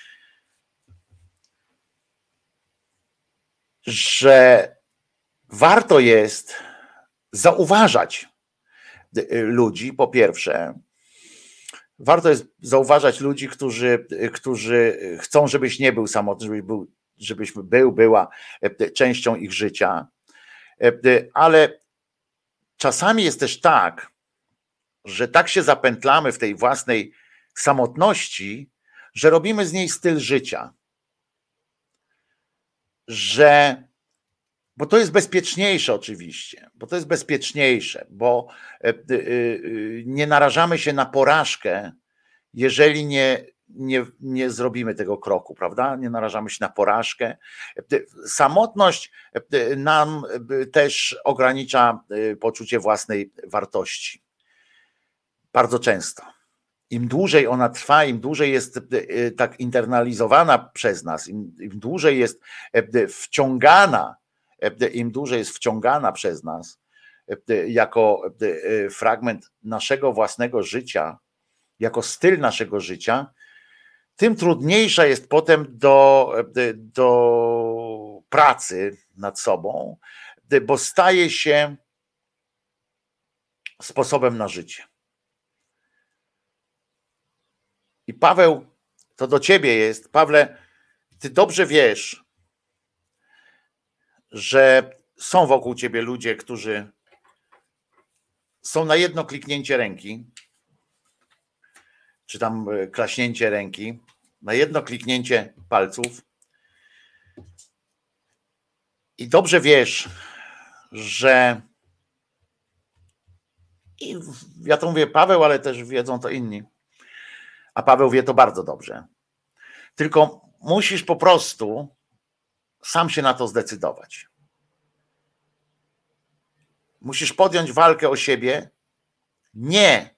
że warto jest zauważać ludzi, po pierwsze, warto jest zauważać ludzi, którzy, którzy chcą, żebyś nie był samotny, żebyś był, żebyś był, była częścią ich życia, ale czasami jest też tak, że tak się zapętlamy w tej własnej samotności, że robimy z niej styl życia. Że, bo to jest bezpieczniejsze oczywiście, bo to jest bezpieczniejsze, bo nie narażamy się na porażkę, jeżeli nie, nie, nie zrobimy tego kroku, prawda? Nie narażamy się na porażkę. Samotność nam też ogranicza poczucie własnej wartości. Bardzo często. Im dłużej ona trwa, im dłużej jest tak internalizowana przez nas, im, im dłużej jest wciągana, im dłużej jest wciągana przez nas jako fragment naszego własnego życia, jako styl naszego życia, tym trudniejsza jest potem do, do pracy nad sobą, bo staje się sposobem na życie. I Paweł, to do ciebie jest, Pawle, ty dobrze wiesz, że są wokół ciebie ludzie, którzy są na jedno kliknięcie ręki, czy tam klaśnięcie ręki, na jedno kliknięcie palców. I dobrze wiesz, że i ja to mówię Paweł, ale też wiedzą to inni. A Paweł wie to bardzo dobrze. Tylko musisz po prostu sam się na to zdecydować. Musisz podjąć walkę o siebie, nie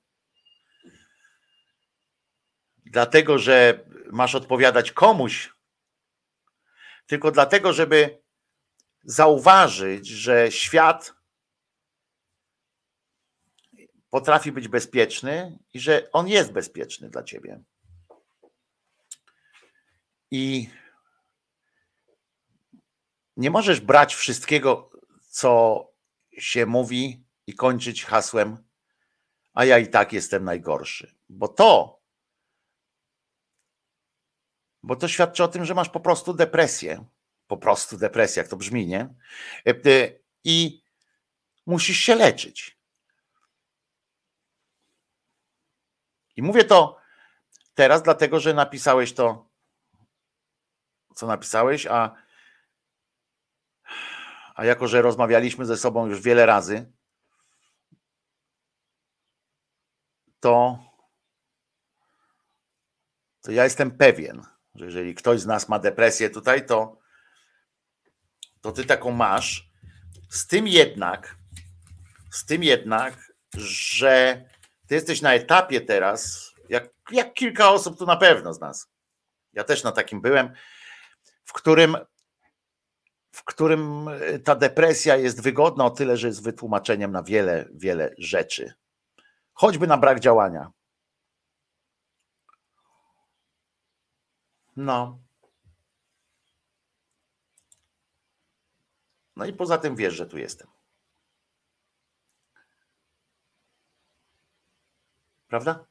dlatego, że masz odpowiadać komuś, tylko dlatego, żeby zauważyć, że świat potrafi być bezpieczny i że on jest bezpieczny dla ciebie. I nie możesz brać wszystkiego, co się mówi i kończyć hasłem, a ja i tak jestem najgorszy. Bo to, bo to świadczy o tym, że masz po prostu depresję. Po prostu depresję, jak to brzmi, nie? I musisz się leczyć. I mówię to teraz dlatego, że napisałeś to, co napisałeś, a, a jako, że rozmawialiśmy ze sobą już wiele razy, to to ja jestem pewien, że jeżeli ktoś z nas ma depresję tutaj, to, to ty taką masz. Z tym jednak, z tym jednak, że ty jesteś na etapie teraz, jak, jak kilka osób tu na pewno z nas. Ja też na takim byłem, w którym, w którym ta depresja jest wygodna o tyle, że jest wytłumaczeniem na wiele, wiele rzeczy. Choćby na brak działania. No. No i poza tym wiesz, że tu jestem. Prawda?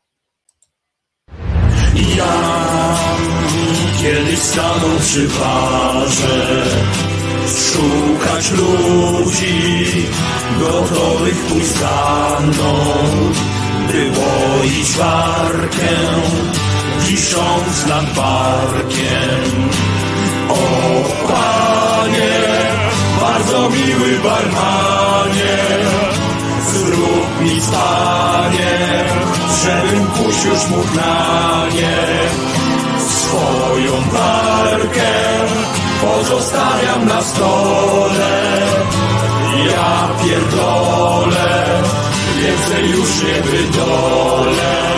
Ja kiedyś stanął przy barze, szukać ludzi gotowych pójść za mną, by łoić warkę, wisząc nad barkiem. O Panie, bardzo miły barmanie, zrób mi Panie, żebym pójść już mógł na nie. Swoją barkę pozostawiam na stole. Ja pierdolę, więcej już nie wydolę.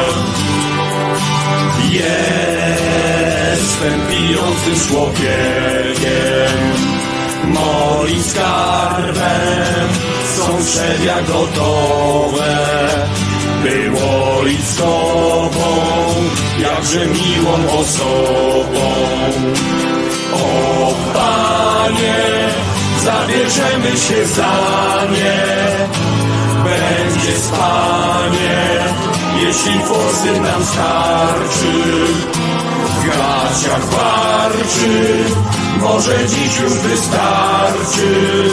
Jestem pijącym człowiekiem, moim skarbem są drzewia gotowe. Było i z tobą, jakże miłą osobą. O Panie, zabierzemy się za nie. Będzie spanie, jeśli forsy nam starczy. W gaciach warczy, może dziś już wystarczy.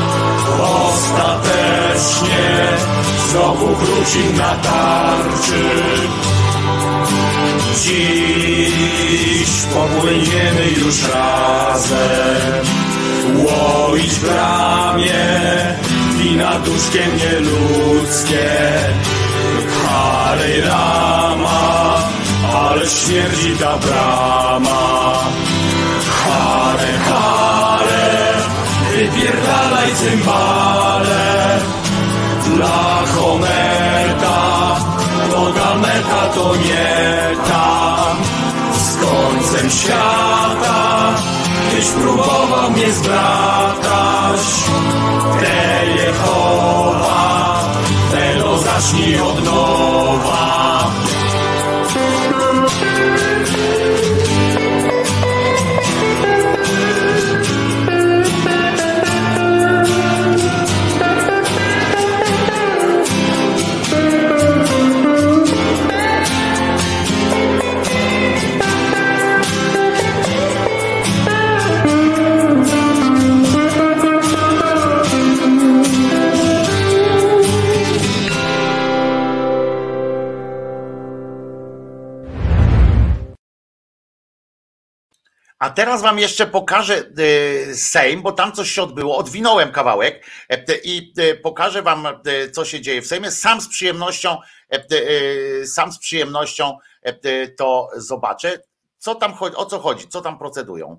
Ostatecznie znowu wróci na tarczy. Dziś popłyniemy już razem, łoić w bramie, wina duszkiem nieludzkie. Hare Rama, ale śmierdzi ta brama. Hare, hare, wypierdalaj cymbale. Dla Hometa, droga meta to nie tam. Z końcem świata, tyś próbował mnie zbratać. Te Jehowa, tego zacznij od nowa. A teraz wam jeszcze pokażę Sejm, bo tam coś się odbyło. Odwinąłem kawałek i pokażę wam, co się dzieje w Sejmie. Sam z przyjemnością, sam z przyjemnością to zobaczę. Co tam chodzi, o co chodzi, co tam procedują.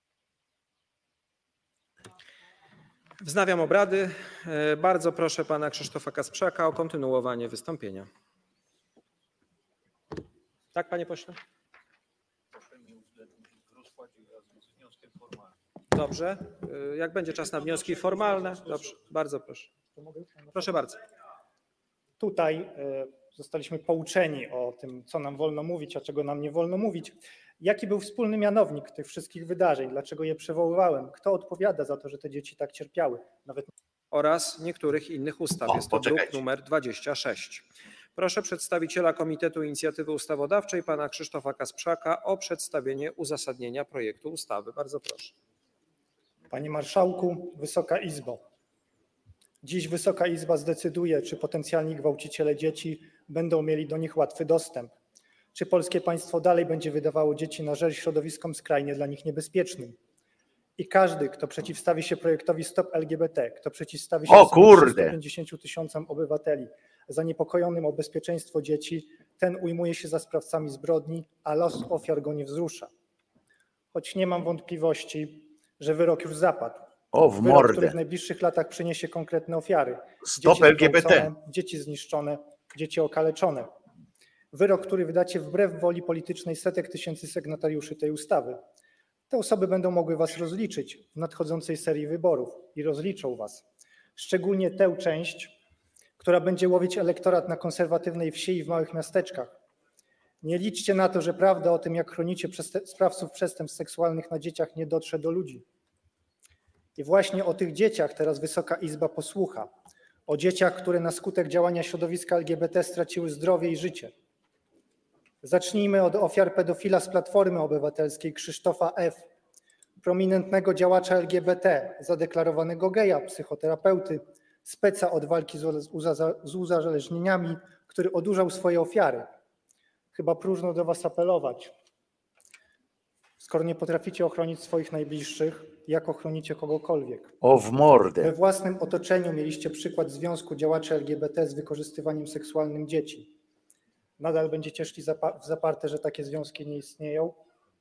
Wznawiam obrady. Bardzo proszę pana Krzysztofa Kasprzaka o kontynuowanie wystąpienia. Tak, panie pośle? Dobrze. Jak będzie czas na wnioski formalne? Dobrze. Bardzo proszę. Proszę bardzo. Tutaj zostaliśmy pouczeni o tym, co nam wolno mówić, a czego nam nie wolno mówić. Jaki był wspólny mianownik tych wszystkich wydarzeń? Dlaczego je przywoływałem? Kto odpowiada za to, że te dzieci tak cierpiały? Nawet... Oraz niektórych innych ustaw. Jest to druk numer dwadzieścia sześć. Proszę przedstawiciela Komitetu Inicjatywy Ustawodawczej, pana Krzysztofa Kasprzaka, o przedstawienie uzasadnienia projektu ustawy. Bardzo proszę. Panie Marszałku, Wysoka Izbo. Dziś Wysoka Izba zdecyduje, czy potencjalni gwałciciele dzieci będą mieli do nich łatwy dostęp. Czy polskie państwo dalej będzie wydawało dzieci na rzeź środowiskom skrajnie dla nich niebezpiecznym. I każdy, kto przeciwstawi się projektowi Stop L G B T, kto przeciwstawi się o kurde stu pięćdziesięciu tysiącom obywateli zaniepokojonym o bezpieczeństwo dzieci, ten ujmuje się za sprawcami zbrodni, a los ofiar go nie wzrusza. Choć nie mam wątpliwości, że wyrok już zapadł. O, w Wyrok, mordę. który w najbliższych latach przyniesie konkretne ofiary. Stop Dzieci L G B T. zgwałcone, dzieci zniszczone, dzieci okaleczone. Wyrok, który wydacie wbrew woli politycznej setek tysięcy sygnatariuszy tej ustawy. Te osoby będą mogły was rozliczyć w nadchodzącej serii wyborów i rozliczą was. Szczególnie tę część, która będzie łowić elektorat na konserwatywnej wsi i w małych miasteczkach. Nie liczcie na to, że prawda o tym, jak chronicie sprawców przestępstw seksualnych na dzieciach, nie dotrze do ludzi. I właśnie o tych dzieciach teraz Wysoka Izba posłucha. O dzieciach, które na skutek działania środowiska L G B T straciły zdrowie i życie. Zacznijmy od ofiar pedofila z Platformy Obywatelskiej Krzysztofa F., prominentnego działacza L G B T, zadeklarowanego geja, psychoterapeuty, speca od walki z uzależnieniami, który odurzał swoje ofiary. Chyba próżno do was apelować. Skoro nie potraficie ochronić swoich najbliższych, jak ochronicie kogokolwiek? O, w mordę. We własnym otoczeniu mieliście przykład związku działaczy L G B T z wykorzystywaniem seksualnym dzieci. Nadal będziecie szli w zaparte, że takie związki nie istnieją?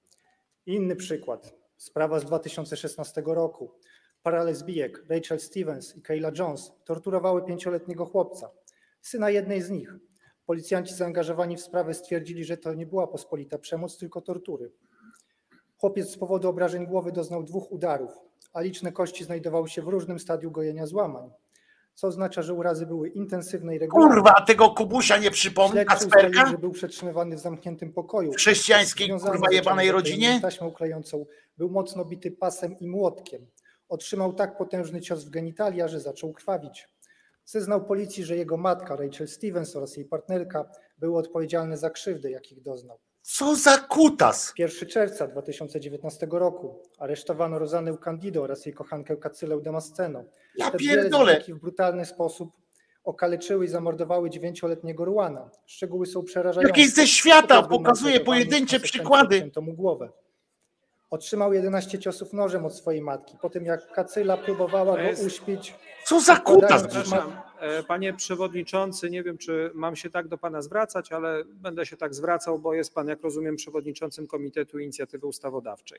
Inny przykład. Sprawa z dwa tysiące szesnastego roku. Para lesbijek, Rachel Stevens i Kayla Jones, torturowały pięcioletniego chłopca, syna jednej z nich. Policjanci zaangażowani w sprawę stwierdzili, że to nie była pospolita przemoc, tylko tortury. Chłopiec z powodu obrażeń głowy doznał dwóch udarów, a liczne kości znajdowały się w różnym stadium gojenia złamań, co oznacza, że urazy były intensywne i regularne. Kurwa, a tego Kubusia nie przypomni Kacperka? Że był przetrzymywany w zamkniętym pokoju. W chrześcijańskiej, kurwa, jebanej rodzinie? Taśmą klejącą, był mocno bity pasem i młotkiem. Otrzymał tak potężny cios w genitalia, że zaczął krwawić. Zeznał policji, że jego matka, Rachel Stevens, oraz jej partnerka były odpowiedzialne za krzywdę, jakich doznał. Co za kutas! pierwszego czerwca dwa tysiące dziewiętnastego roku aresztowano Rozanę Candido oraz jej kochankę Kacylę Damasceno. Ja Te pierdolę! w brutalny sposób okaleczyły i zamordowały dziewięcioletniego Ruana. Szczegóły są przerażające. Jakieś ze świata pokazuje pojedyncze przykłady. Mu głowę. Otrzymał jedenaście ciosów nożem od swojej matki, po tym jak Kacyla próbowała go jest... uśpić. Co za kutas! Panie przewodniczący, nie wiem, czy mam się tak do pana zwracać, ale będę się tak zwracał, bo jest pan, jak rozumiem, przewodniczącym Komitetu Inicjatywy Ustawodawczej.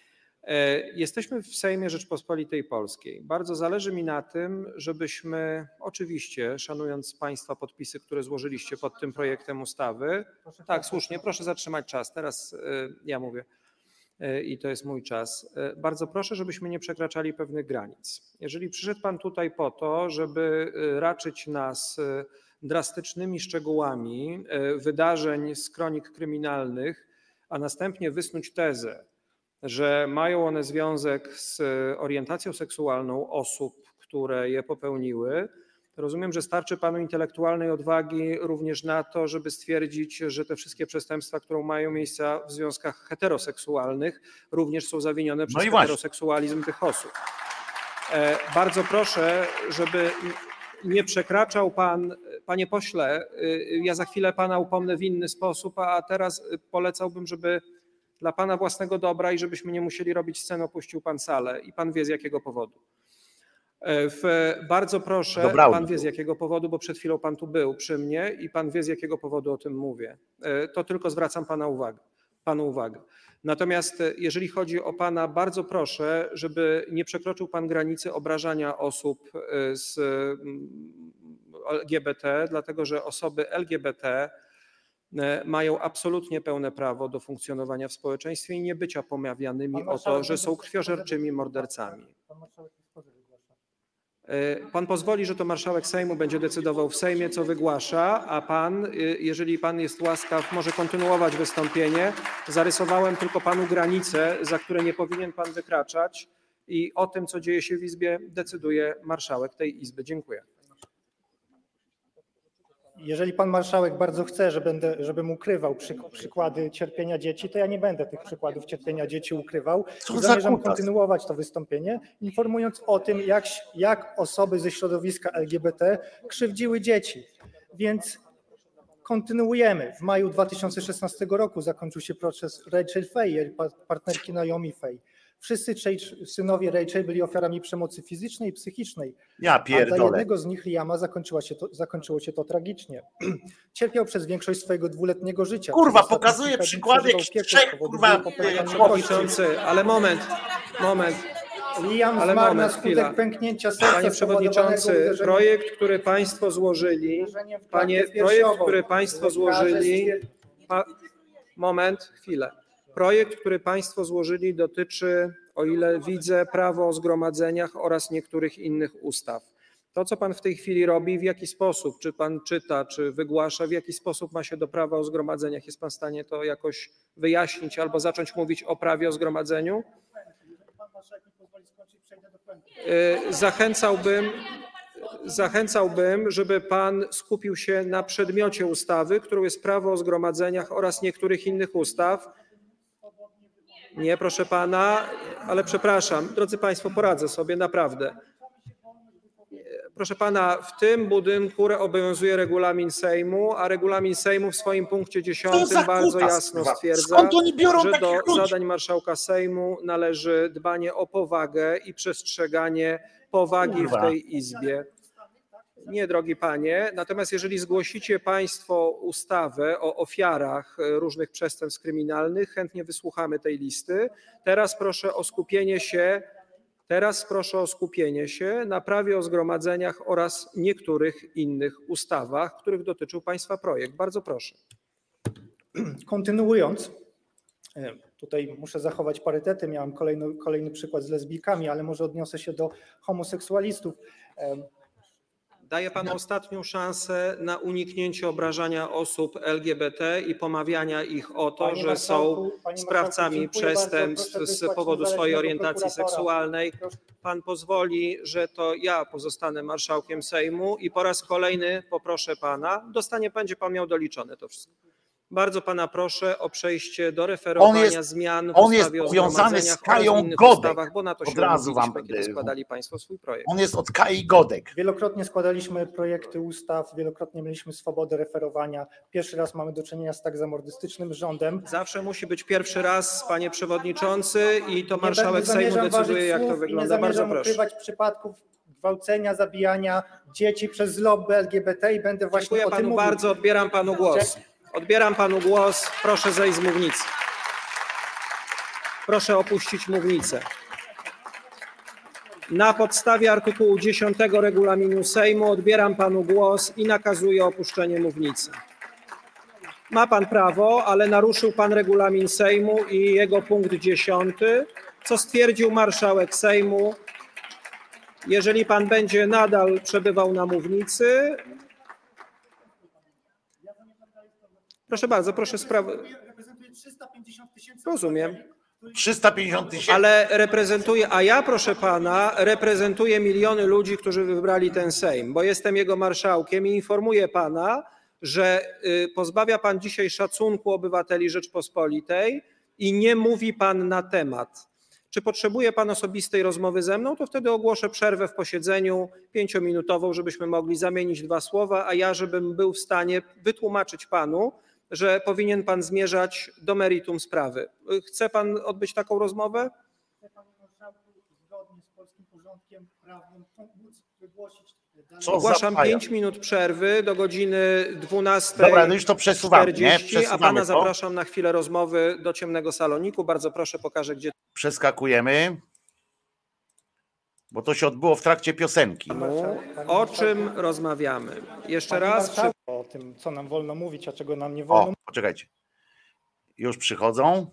Jesteśmy w Sejmie Rzeczpospolitej Polskiej. Bardzo zależy mi na tym, żebyśmy oczywiście, szanując państwa podpisy, które złożyliście pod tym projektem ustawy, tak, słusznie, proszę zatrzymać czas, teraz ja mówię. I to jest mój czas. Bardzo proszę, żebyśmy nie przekraczali pewnych granic. Jeżeli przyszedł pan tutaj po to, żeby raczyć nas drastycznymi szczegółami wydarzeń z kronik kryminalnych, a następnie wysnuć tezę, że mają one związek z orientacją seksualną osób, które je popełniły, rozumiem, że starczy panu intelektualnej odwagi również na to, żeby stwierdzić, że te wszystkie przestępstwa, które mają miejsce w związkach heteroseksualnych, również są zawinione przez no heteroseksualizm tych osób. Bardzo proszę, żeby nie przekraczał pan, panie pośle, ja za chwilę pana upomnę w inny sposób, a teraz polecałbym, żeby dla pana własnego dobra i żebyśmy nie musieli robić sceny, opuścił pan salę i pan wie z jakiego powodu. W, bardzo proszę, Dobra, pan wie z jakiego powodu, bo przed chwilą pan tu był przy mnie i pan wie z jakiego powodu o tym mówię. To tylko zwracam pana uwagę, panu uwagę. Natomiast jeżeli chodzi o pana, bardzo proszę, żeby nie przekroczył pan granicy obrażania osób z L G B T, dlatego że osoby L G B T mają absolutnie pełne prawo do funkcjonowania w społeczeństwie i nie bycia pomawianymi o to, że są krwiożerczymi mordercami. Pan pozwoli, że to marszałek Sejmu będzie decydował w Sejmie, co wygłasza, a pan, jeżeli pan jest łaskaw, może kontynuować wystąpienie. Zarysowałem tylko panu granice, za które nie powinien pan wykraczać i o tym, co dzieje się w Izbie, decyduje marszałek tej Izby. Dziękuję. Jeżeli pan marszałek bardzo chce, że będę, żebym ukrywał przy, przykłady cierpienia dzieci, to ja nie będę tych przykładów cierpienia dzieci ukrywał. I zamierzam kontynuować to wystąpienie, informując o tym, jak, jak osoby ze środowiska L G B T krzywdziły dzieci. Więc kontynuujemy. W maju dwa tysiące szesnastego roku zakończył się proces Rachel Fay, jej partnerki Naomi Fay. Wszyscy trzej synowie Rachel byli ofiarami przemocy fizycznej i psychicznej. Ja pierdolę. A dla jednego z nich, Liama, zakończyło się to, zakończyło się to tragicznie. Cierpiał przez większość swojego dwuletniego życia. Kurwa, pokazuje przykłady trzech, kurwa, przewodniczący, ale moment, moment. Liam ale zmarł moment, na skutek chwila. pęknięcia serca. Panie przewodniczący, projekt, który państwo złożyli, panie, projekt, który państwo złożyli, pa, moment, chwilę. Projekt, który państwo złożyli, dotyczy, o ile widzę, prawo o zgromadzeniach oraz niektórych innych ustaw. To, co pan w tej chwili robi, w jaki sposób, czy pan czyta, czy wygłasza, w jaki sposób ma się do prawa o zgromadzeniach? Jest pan w stanie to jakoś wyjaśnić albo zacząć mówić o prawie o zgromadzeniu? Zachęcałbym, zachęcałbym, żeby pan skupił się na przedmiocie ustawy, którą jest prawo o zgromadzeniach oraz niektórych innych ustaw. Nie, proszę pana, ale przepraszam, drodzy państwo, poradzę sobie naprawdę. Proszę pana, w tym budynku obowiązuje regulamin Sejmu, a regulamin Sejmu w swoim punkcie dziesiątym bardzo jasno stwierdza, że do zadań marszałka Sejmu należy dbanie o powagę i przestrzeganie powagi w tej Izbie. Nie, drogi panie, natomiast jeżeli zgłosicie państwo ustawę o ofiarach różnych przestępstw kryminalnych, chętnie wysłuchamy tej listy. Teraz proszę o skupienie się Teraz proszę o skupienie się na prawie o zgromadzeniach oraz niektórych innych ustawach, których dotyczył państwa projekt. Bardzo proszę. Kontynuując, tutaj muszę zachować parytety, miałem kolejny, kolejny przykład z lesbijkami, ale może odniosę się do homoseksualistów. Daję panu ostatnią szansę na uniknięcie obrażania osób L G B T i pomawiania ich o to, że są sprawcami przestępstw z powodu swojej orientacji seksualnej. Pan pozwoli, że to ja pozostanę marszałkiem Sejmu i po raz kolejny poproszę pana, dostanie, będzie pan miał doliczone to wszystko. Bardzo pana proszę o przejście do referowania on jest, zmian w on ustawie jest o powiązany z Kają Godek. Bo na to od razu wam kiedy składali państwo swój projekt. On jest od Kai Godek. Wielokrotnie składaliśmy projekty ustaw, wielokrotnie mieliśmy swobodę referowania. Pierwszy raz mamy do czynienia z tak zamordystycznym rządem. Zawsze musi być pierwszy raz, panie przewodniczący, i to marszałek Sejmu decyduje, jak to wygląda. Bardzo proszę. Nie ukrywać przypadków gwałcenia, zabijania dzieci przez lobby L G B T i będę właśnie Dziękuję o tym panu mówił. bardzo, odbieram panu głos. Odbieram panu głos, proszę zejść z mównicy. Proszę opuścić mównicę. Na podstawie artykułu dziesiątego regulaminu Sejmu odbieram panu głos i nakazuję opuszczenie mównicy. Ma pan prawo, ale naruszył pan regulamin Sejmu i jego punkt dziesiąty, co stwierdził marszałek Sejmu. Jeżeli pan będzie nadal przebywał na mównicy, proszę bardzo, proszę sprawę. Rozumiem. trzysta pięćdziesiąt tysięcy. Ale reprezentuję, a ja, proszę pana, reprezentuję miliony ludzi, którzy wybrali ten Sejm, bo jestem jego marszałkiem i informuję pana, że pozbawia pan dzisiaj szacunku obywateli Rzeczpospolitej i nie mówi pan na temat. Czy potrzebuje pan osobistej rozmowy ze mną, to wtedy ogłoszę przerwę w posiedzeniu pięciominutową, żebyśmy mogli zamienić dwa słowa, a ja, żebym był w stanie wytłumaczyć panu, że powinien pan zmierzać do meritum sprawy. Chce pan odbyć taką rozmowę? Chce panie marszałku zgodnie z polskim porządkiem prawnym móc wygłosić. Ogłaszam pięć minut przerwy do godziny dwunastej. Dobra, no już to przesuwamy, nie? Przesuwamy a pana to. zapraszam na chwilę rozmowy do ciemnego saloniku. Bardzo proszę, pokażę gdzie. Przeskakujemy, bo to się odbyło w trakcie piosenki. O czym rozmawiamy? Jeszcze Panie raz. Przy... O tym, co nam wolno mówić, a czego nam nie wolno. O, poczekajcie. Już przychodzą.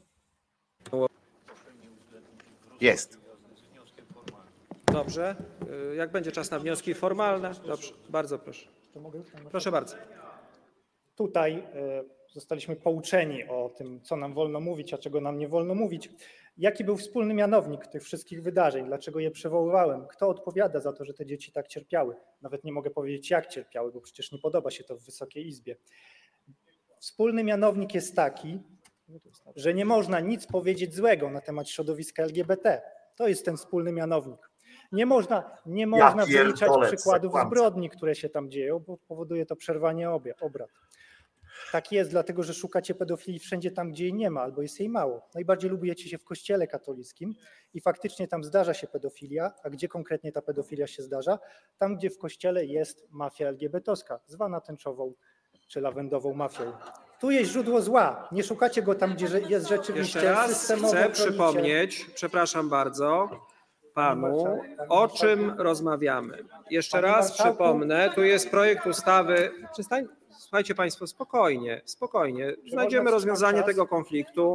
Jest. Dobrze. Jak będzie czas na wnioski formalne? Dobrze, bardzo proszę. Proszę bardzo. Tutaj zostaliśmy pouczeni o tym, co nam wolno mówić, a czego nam nie wolno mówić. Jaki był wspólny mianownik tych wszystkich wydarzeń? Dlaczego je przywoływałem? Kto odpowiada za to, że te dzieci tak cierpiały? Nawet nie mogę powiedzieć, jak cierpiały, bo przecież nie podoba się to w Wysokiej Izbie. Wspólny mianownik jest taki, że nie można nic powiedzieć złego na temat środowiska L G B T. To jest ten wspólny mianownik. Nie można, nie można ja wyliczać przykładów zbrodni, które się tam dzieją, bo powoduje to przerwanie obrad. Tak jest, dlatego że szukacie pedofilii wszędzie tam, gdzie jej nie ma, albo jest jej mało. Najbardziej lubujecie się w kościele katolickim i faktycznie tam zdarza się pedofilia, a gdzie konkretnie ta pedofilia się zdarza? Tam, gdzie w kościele jest mafia el gie be te owska, zwana tęczową czy lawendową mafią. Tu jest źródło zła. Nie szukacie go tam, gdzie jest rzeczywiście Jeszcze raz systemowo. chcę chronicie. przypomnieć, przepraszam bardzo, panu, o czym rozmawiamy. Jeszcze raz przypomnę, tu jest projekt ustawy. Przestań, słuchajcie państwo, spokojnie, spokojnie. Znajdziemy rozwiązanie tego konfliktu.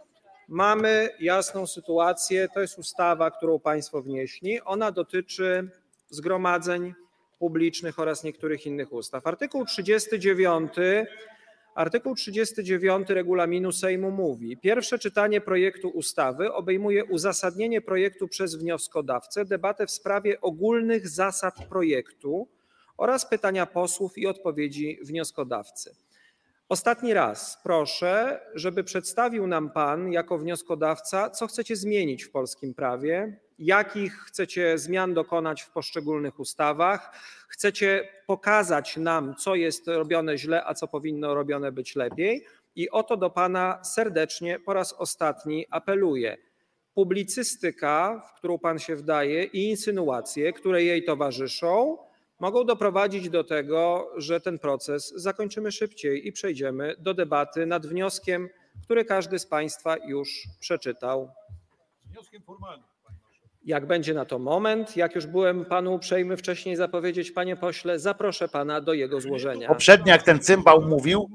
Mamy jasną sytuację, to jest ustawa, którą państwo wnieśli. Ona dotyczy zgromadzeń publicznych oraz niektórych innych ustaw. Artykuł trzydziesty dziewiąty Artykuł trzydziesty dziewiąty regulaminu Sejmu mówi: pierwsze czytanie projektu ustawy obejmuje uzasadnienie projektu przez wnioskodawcę, debatę w sprawie ogólnych zasad projektu oraz pytania posłów i odpowiedzi wnioskodawcy. Ostatni raz proszę, żeby przedstawił nam pan jako wnioskodawca, co chcecie zmienić w polskim prawie, jakich chcecie zmian dokonać w poszczególnych ustawach. Chcecie pokazać nam, co jest robione źle, a co powinno robione być lepiej. I o to do pana serdecznie po raz ostatni apeluję. Publicystyka, w którą pan się wdaje, i insynuacje, które jej towarzyszą, mogą doprowadzić do tego, że ten proces zakończymy szybciej i przejdziemy do debaty nad wnioskiem, który każdy z państwa już przeczytał. Wnioskiem formalnym. Jak będzie na to moment, jak już byłem panu uprzejmy wcześniej zapowiedzieć, panie pośle, zaproszę pana do jego złożenia. Poprzednio, jak ten cymbał mówił,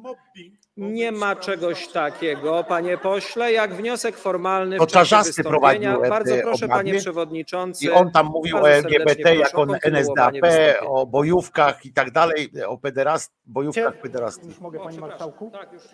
nie ma czegoś takiego, panie pośle, jak wniosek formalny to w czasie Czarzasty wystąpienia. prowadził Bardzo proszę, obrady. panie przewodniczący. I on tam mówił o bardzo el gie be serdecznie te proszę jako o en es de a kontynuowanie pe, wystąpienia. o bojówkach i tak dalej, o pederast, bojówkach pederastów. Już mogę, panie marszałku?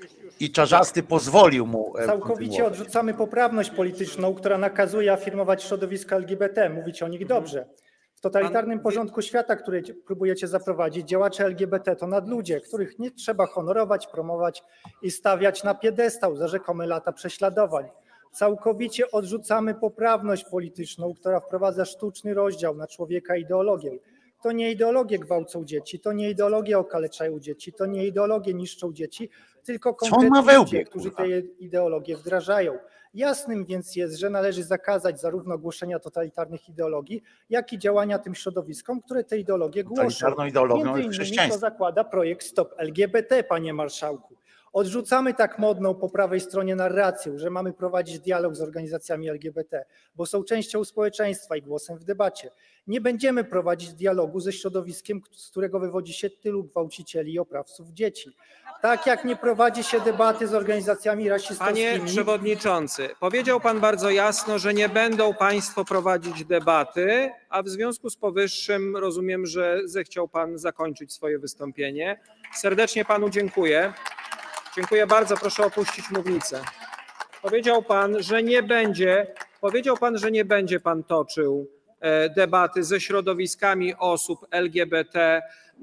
I Czarzasty pozwolił mu e, Całkowicie kontynuować. odrzucamy poprawność polityczną, która nakazuje afirmować środowiska el gie be te, mówić o nich dobrze. W totalitarnym porządku świata, który próbujecie zaprowadzić, działacze el gie be te to nadludzie, których nie trzeba honorować, promować i stawiać na piedestał za rzekome lata prześladowań. Całkowicie odrzucamy poprawność polityczną, która wprowadza sztuczny rozdział na człowieka i ideologię. To nie ideologie gwałcą dzieci, to nie ideologie okaleczają dzieci, to nie ideologie niszczą dzieci, tylko konkretni ludzie, którzy te ideologie wdrażają. Jasnym więc jest, że należy zakazać zarówno głoszenia totalitarnych ideologii, jak i działania tym środowiskom, które te ideologie głoszą. Totalitarną ideologią Między jest innymi to chrześcijaństwo. zakłada projekt Stop el gie be te, panie marszałku. Odrzucamy tak modną po prawej stronie narrację, że mamy prowadzić dialog z organizacjami el gie be te, bo są częścią społeczeństwa i głosem w debacie. Nie będziemy prowadzić dialogu ze środowiskiem, z którego wywodzi się tylu gwałcicieli i oprawców dzieci. Tak jak nie prowadzi się debaty z organizacjami rasistowskimi. Panie przewodniczący, powiedział pan bardzo jasno, że nie będą państwo prowadzić debaty, a w związku z powyższym rozumiem, że zechciał pan zakończyć swoje wystąpienie. Serdecznie panu dziękuję. Dziękuję bardzo, proszę opuścić mównicę. Powiedział pan, że nie będzie, powiedział pan, że nie będzie pan toczył debaty ze środowiskami osób el gie be te,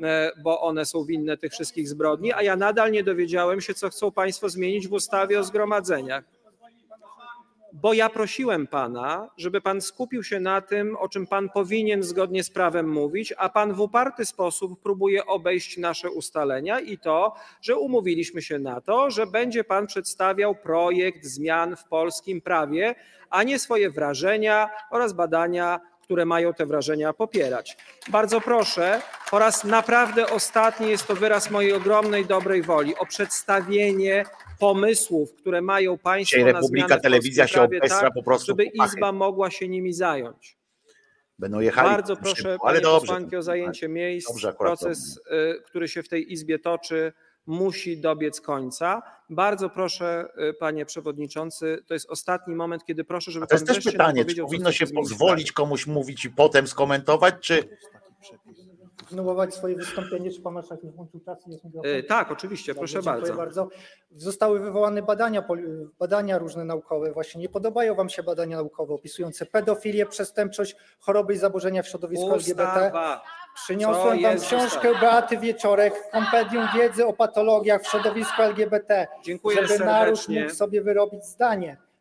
bo one są winne tych wszystkich zbrodni, a ja nadal nie dowiedziałem się, co chcą państwo zmienić w ustawie o zgromadzeniach. Bo ja prosiłem pana, żeby pan skupił się na tym, o czym pan powinien zgodnie z prawem mówić, a pan w uparty sposób próbuje obejść nasze ustalenia i to, że umówiliśmy się na to, że będzie pan przedstawiał projekt zmian w polskim prawie, a nie swoje wrażenia oraz badania, które mają te wrażenia popierać. Bardzo proszę, po raz naprawdę ostatni, jest to wyraz mojej ogromnej dobrej woli, o przedstawienie pomysłów, które mają państwo Dzisiaj na Republika zmianę w Telewizja polskim się prawie, obestra tak, po prostu żeby po pachy. Izba mogła się nimi zająć. Będą jechali. Bardzo proszę, szybko, ale panie dobrze. posłanki, o zajęcie miejsc. Dobrze, akurat Proces, y, który się w tej Izbie toczy, musi dobiec końca. Bardzo proszę, y, panie przewodniczący, to jest ostatni moment, kiedy proszę, żeby A to jest pan też wreszcie nam pytanie, czy powiedział, co powinno się chcecie zmienić w pozwolić komuś mówić i potem skomentować, czy... kontynuować swoje wystąpienie, czy pan marszałek nie włączył czasu? Jest Yy, tak, oczywiście, proszę Dziękuję bardzo. bardzo. Zostały wywołane badania, badania różne naukowe. Właśnie nie podobają wam się badania naukowe opisujące pedofilię, przestępczość, choroby i zaburzenia w środowisku el gie be te. Ustawa. Przyniosłem Co wam jest książkę ustawa? Beaty Wieczorek, kompendium wiedzy o patologiach w środowisku el gie be te, Dziękuję żeby naród serdecznie. mógł sobie wyrobić zdanie.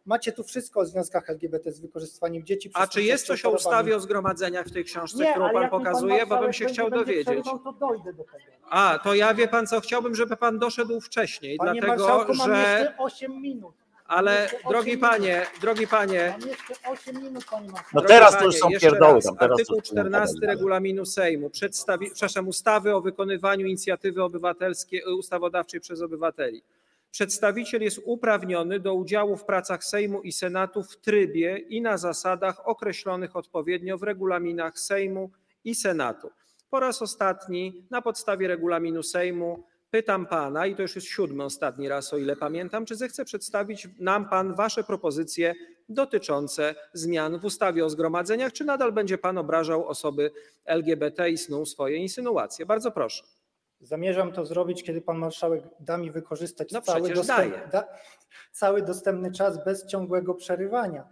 Macie tu wszystko o związkach L G B T z wykorzystywaniem dzieci. A czy jest coś o ustawie o zgromadzeniach w tej książce, nie, którą pan pokazuje, pan bo bym się chciał dowiedzieć. To dojdę do tego. A, to ja wie pan co, chciałbym, żeby pan doszedł wcześniej, Panie dlatego marszałku, mam że... jeszcze osiem minut. Ale drogi panie, drogi panie, Mam jeszcze osiem minut, panie marszałku. No teraz to już są pierdoły. Raz, artykuł czternasty regulaminu Sejmu, przedstawi, przepraszam, ustawy o wykonywaniu inicjatywy obywatelskiej, ustawodawczej przez obywateli. Przedstawiciel jest uprawniony do udziału w pracach Sejmu i Senatu w trybie i na zasadach określonych odpowiednio w regulaminach Sejmu i Senatu. Po raz ostatni na podstawie regulaminu Sejmu pytam pana, i to już jest siódmy ostatni raz, o ile pamiętam, czy zechce przedstawić nam pan wasze propozycje dotyczące zmian w ustawie o zgromadzeniach, czy nadal będzie pan obrażał osoby L G B T i snuł swoje insynuacje? Bardzo proszę. Zamierzam to zrobić, kiedy pan marszałek da mi wykorzystać no cały, dostęp, da, cały dostępny czas bez ciągłego przerywania.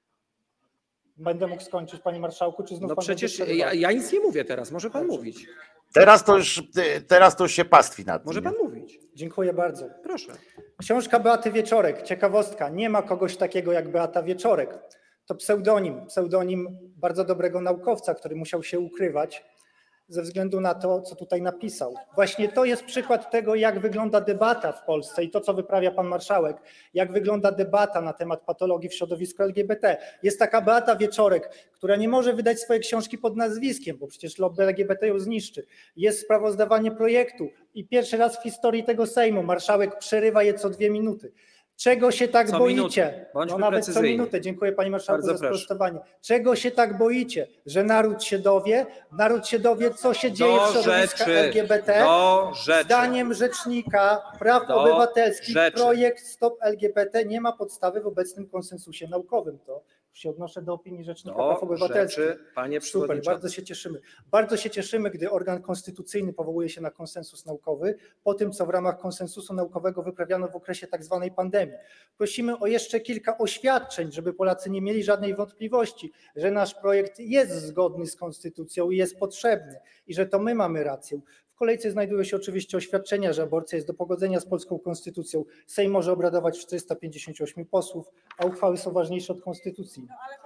Będę mógł skończyć, panie marszałku, czy znów no pan przecież ja, ja nic nie mówię teraz, może pan Dobrze. mówić. Teraz to już, teraz to już się pastwi nad tym. Może pan mówić. Dziękuję bardzo. Proszę. Książka Beaty Wieczorek. Ciekawostka. Nie ma kogoś takiego jak Beata Wieczorek. To pseudonim. Pseudonim bardzo dobrego naukowca, który musiał się ukrywać ze względu na to, co tutaj napisał. Właśnie to jest przykład tego, jak wygląda debata w Polsce i to, co wyprawia pan marszałek, jak wygląda debata na temat patologii w środowisku L G B T. Jest taka Beata Wieczorek, która nie może wydać swojej książki pod nazwiskiem, bo przecież lobby L G B T ją zniszczy. Jest sprawozdawanie projektu i pierwszy raz w historii tego Sejmu marszałek przerywa je co dwie minuty. Czego się tak co boicie? No nawet precyzyjni. co minutę. Dziękuję panie marszałku Bardzo za sprostowanie. Czego się tak boicie? Że naród się dowie? Naród się dowie, co się dzieje do w środowisku L G B T? Do rzeczy. Zdaniem Rzecznika Praw do Obywatelskich rzeczy. projekt Stop L G B T nie ma podstawy w obecnym konsensusie naukowym. To się odnoszę do opinii Rzecznika do Praw Obywatelskich. Rzeczy, panie Super, bardzo się cieszymy. Bardzo się cieszymy, gdy organ konstytucyjny powołuje się na konsensus naukowy, po tym, co w ramach konsensusu naukowego wyprawiano w okresie tak zwanej pandemii. Prosimy o jeszcze kilka oświadczeń, żeby Polacy nie mieli żadnej wątpliwości, że nasz projekt jest zgodny z konstytucją i jest potrzebny i że to my mamy rację. W kolejce znajdują się oczywiście oświadczenia, że aborcja jest do pogodzenia z polską konstytucją. Sejm może obradować w czterysta pięćdziesiąt osiem posłów, a uchwały są ważniejsze od konstytucji.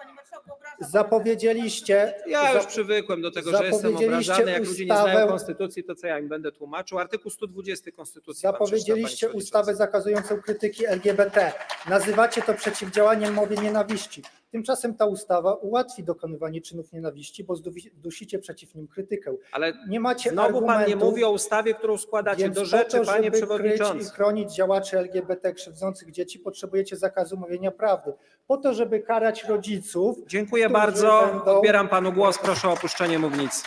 Zapowiedzieliście... Ja już przywykłem do tego, że jestem obrażany. Jak ludzie nie znają konstytucji, to co ja im będę tłumaczył? Artykuł sto dwudziesty Konstytucji. Zapowiedzieliście ustawę zakazującą krytyki L G B T. Nazywacie to przeciwdziałaniem mowie nienawiści. Tymczasem ta ustawa ułatwi dokonywanie czynów nienawiści, bo dusicie przeciw nim krytykę. Ale nie macie znowu pan nie mówi o ustawie, którą składacie do rzeczy, po to, panie przewodniczący. Kryć i chronić działaczy L G B T krzywdzących dzieci, potrzebujecie zakazu mówienia prawdy. Po to, żeby karać rodziców. Dziękuję bardzo. Będą... Odbieram panu głos. Proszę o opuszczenie mównicy.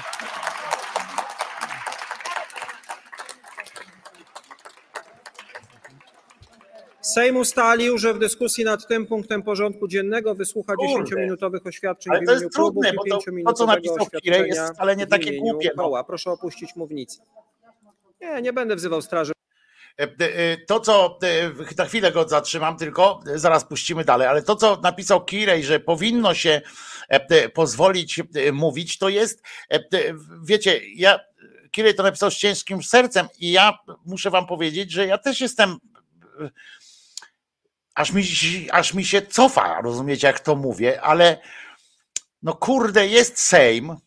Sejm ustalił, że w dyskusji nad tym punktem porządku dziennego wysłucha dziesięciominutowych oświadczeń ale w to imieniu jest trudne, klubów i bo to, to co napisał Kirej jest wcale nie takie głupie. No. Proszę opuścić mównicę. Nie, nie będę wzywał straży. To, co na chwilę go zatrzymam, tylko zaraz puścimy dalej, ale to, co napisał Kirej, że powinno się pozwolić mówić, to jest, wiecie, ja Kirej to napisał z ciężkim sercem i ja muszę wam powiedzieć, że ja też jestem, aż mi, aż mi się cofa, rozumiecie, jak to mówię, ale no kurde, jest Sejm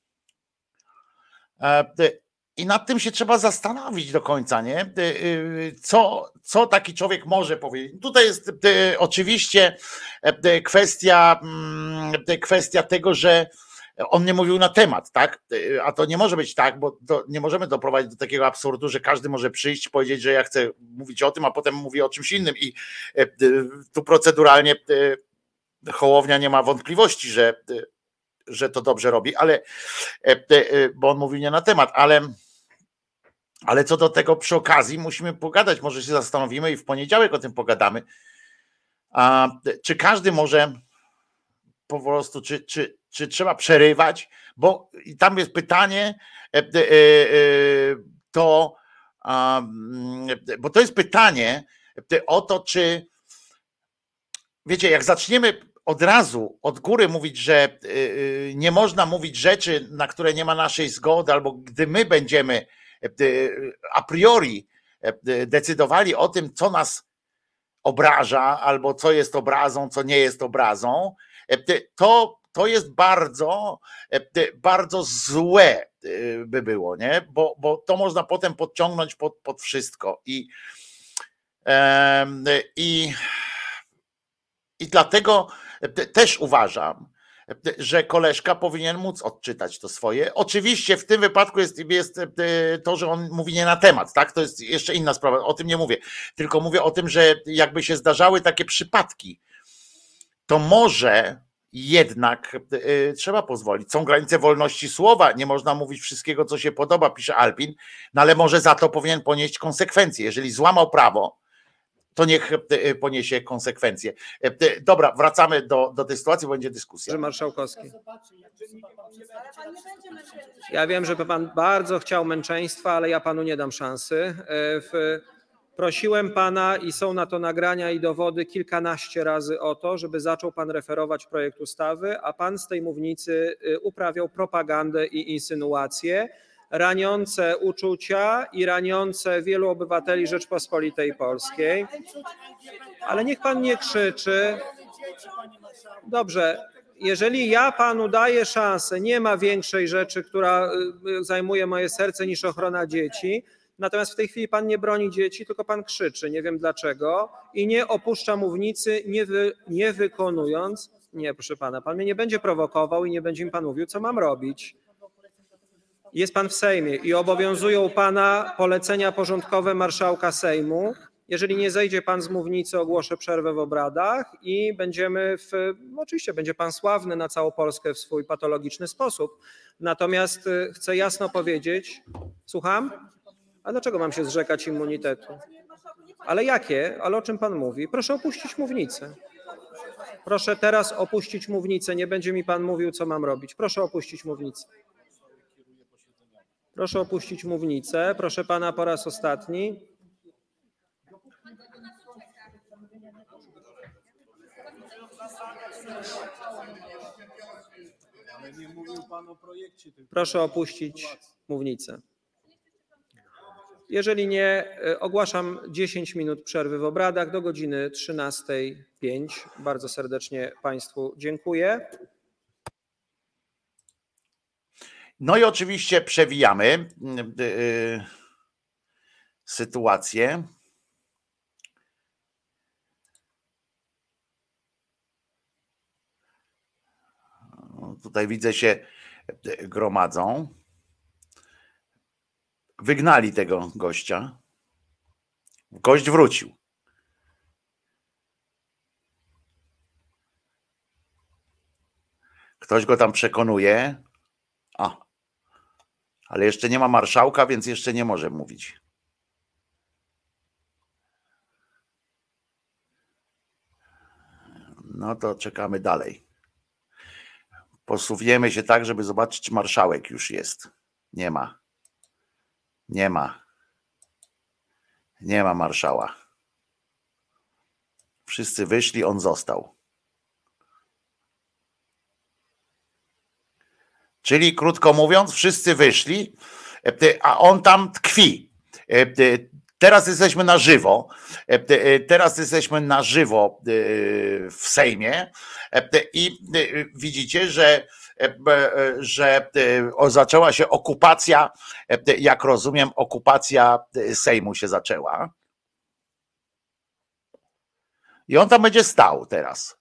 i nad tym się trzeba zastanowić do końca, nie? Co, co taki człowiek może powiedzieć? Tutaj jest oczywiście kwestia, kwestia tego, że on nie mówił na temat, tak? A to nie może być tak, bo to nie możemy doprowadzić do takiego absurdu, że każdy może przyjść, powiedzieć, że ja chcę mówić o tym, a potem mówi o czymś innym i tu proceduralnie Hołownia nie ma wątpliwości, że, że to dobrze robi, ale bo on mówił nie na temat, ale ale co do tego przy okazji musimy pogadać, może się zastanowimy i w poniedziałek o tym pogadamy. A czy każdy może po prostu, czy, czy, czy trzeba przerywać, bo tam jest pytanie, to, bo to jest pytanie o to, czy wiecie, jak zaczniemy od razu, od góry mówić, że nie można mówić rzeczy, na które nie ma naszej zgody, albo gdy my będziemy a priori decydowali o tym, co nas obraża, albo co jest obrazą, co nie jest obrazą, to, to jest bardzo, bardzo złe by było, nie? Bo, bo to można potem podciągnąć pod, pod wszystko. I, i, i dlatego też uważam, że koleżka powinien móc odczytać to swoje. Oczywiście w tym wypadku jest, jest to, że on mówi nie na temat, tak? To jest jeszcze inna sprawa, o tym nie mówię. Tylko mówię o tym, że jakby się zdarzały takie przypadki, to może jednak y, trzeba pozwolić. Są granice wolności słowa, nie można mówić wszystkiego, co się podoba, pisze Alpin, no ale może za to powinien ponieść konsekwencje. Jeżeli złamał prawo, to niech poniesie konsekwencje. Dobra, wracamy do, do tej sytuacji, bo będzie dyskusja. Marszałkowski. Ja wiem, że pan bardzo chciał męczeństwa, ale ja panu nie dam szansy. W, prosiłem pana i są na to nagrania i dowody kilkanaście razy o to, żeby zaczął pan referować projekt ustawy, a pan z tej mównicy uprawiał propagandę i insynuacje raniące uczucia i raniące wielu obywateli Rzeczpospolitej Polskiej. Ale niech pan nie krzyczy. Dobrze, jeżeli ja panu daję szansę, nie ma większej rzeczy, która zajmuje moje serce niż ochrona dzieci, natomiast w tej chwili pan nie broni dzieci, tylko pan krzyczy, nie wiem dlaczego, i nie opuszcza mównicy, nie, wy, nie wykonując. Nie, proszę pana, pan mnie nie będzie prowokował i nie będzie mi pan mówił, co mam robić. Jest pan w Sejmie i obowiązują pana polecenia porządkowe marszałka Sejmu. Jeżeli nie zejdzie pan z mównicy, ogłoszę przerwę w obradach i będziemy w, oczywiście będzie pan sławny na całą Polskę w swój patologiczny sposób. Natomiast chcę jasno powiedzieć, słucham? A dlaczego mam się zrzekać immunitetu? Ale jakie? Ale o czym pan mówi? Proszę opuścić mównicę. Proszę teraz opuścić mównicę, nie będzie mi pan mówił, co mam robić. Proszę opuścić mównicę. Proszę opuścić mównicę. Proszę pana po raz ostatni. Proszę opuścić mównicę. Jeżeli nie, ogłaszam dziesięć minut przerwy w obradach do godziny trzynastej pięć. Bardzo serdecznie państwu dziękuję. No i oczywiście przewijamy yy, sytuację. Tutaj widzę, się gromadzą. Wygnali tego gościa. Gość wrócił. Ktoś go tam przekonuje. A, ale jeszcze nie ma marszałka, więc jeszcze nie może mówić. No to czekamy dalej. Posuwiemy się tak, żeby zobaczyć, czy marszałek już jest. Nie ma. Nie ma. Nie ma marszała. Wszyscy wyszli, on został. Czyli krótko mówiąc, wszyscy wyszli, a on tam tkwi. Teraz jesteśmy na żywo. Teraz jesteśmy na żywo w Sejmie i widzicie, że, że zaczęła się okupacja, jak rozumiem, okupacja Sejmu się zaczęła. I on tam będzie stał teraz.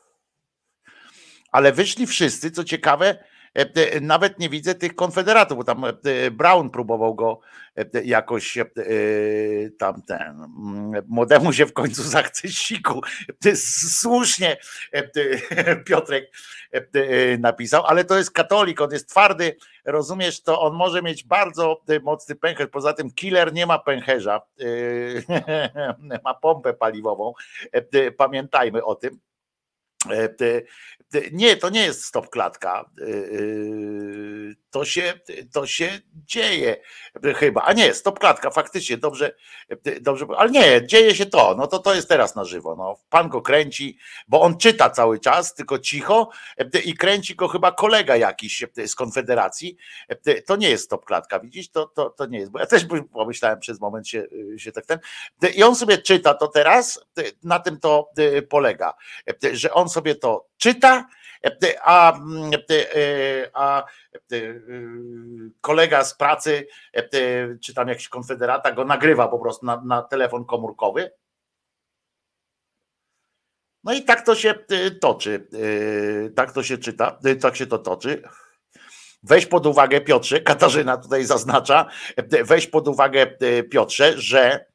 Ale wyszli wszyscy, co ciekawe, nawet nie widzę tych konfederatów, bo tam Braun próbował go jakoś tam ten, młodemu się w końcu zachce siku. Słusznie Piotrek napisał, ale to jest katolik, on jest twardy, rozumiesz, to on może mieć bardzo mocny pęcherz, poza tym killer nie ma pęcherza, ma pompę paliwową, pamiętajmy o tym. Nie, to nie jest stop klatka. To się, to się dzieje chyba. A nie, stop klatka, faktycznie, dobrze, dobrze, ale nie, dzieje się to, no to to jest teraz na żywo. No. Pan go kręci, bo on czyta cały czas, tylko cicho i kręci go chyba kolega jakiś z Konfederacji. To nie jest stop klatka, widzisz, to, to, to nie jest, bo ja też pomyślałem przez moment się, się tak ten. I on sobie czyta to teraz, na tym to polega, że on sobie to czyta, a, a kolega z pracy, czy tam jakiś konfederata go nagrywa po prostu na, na telefon komórkowy. No i tak to się toczy, tak to się czyta, tak się to toczy. Weź pod uwagę, Piotrze, Katarzyna tutaj zaznacza, weź pod uwagę, Piotrze, że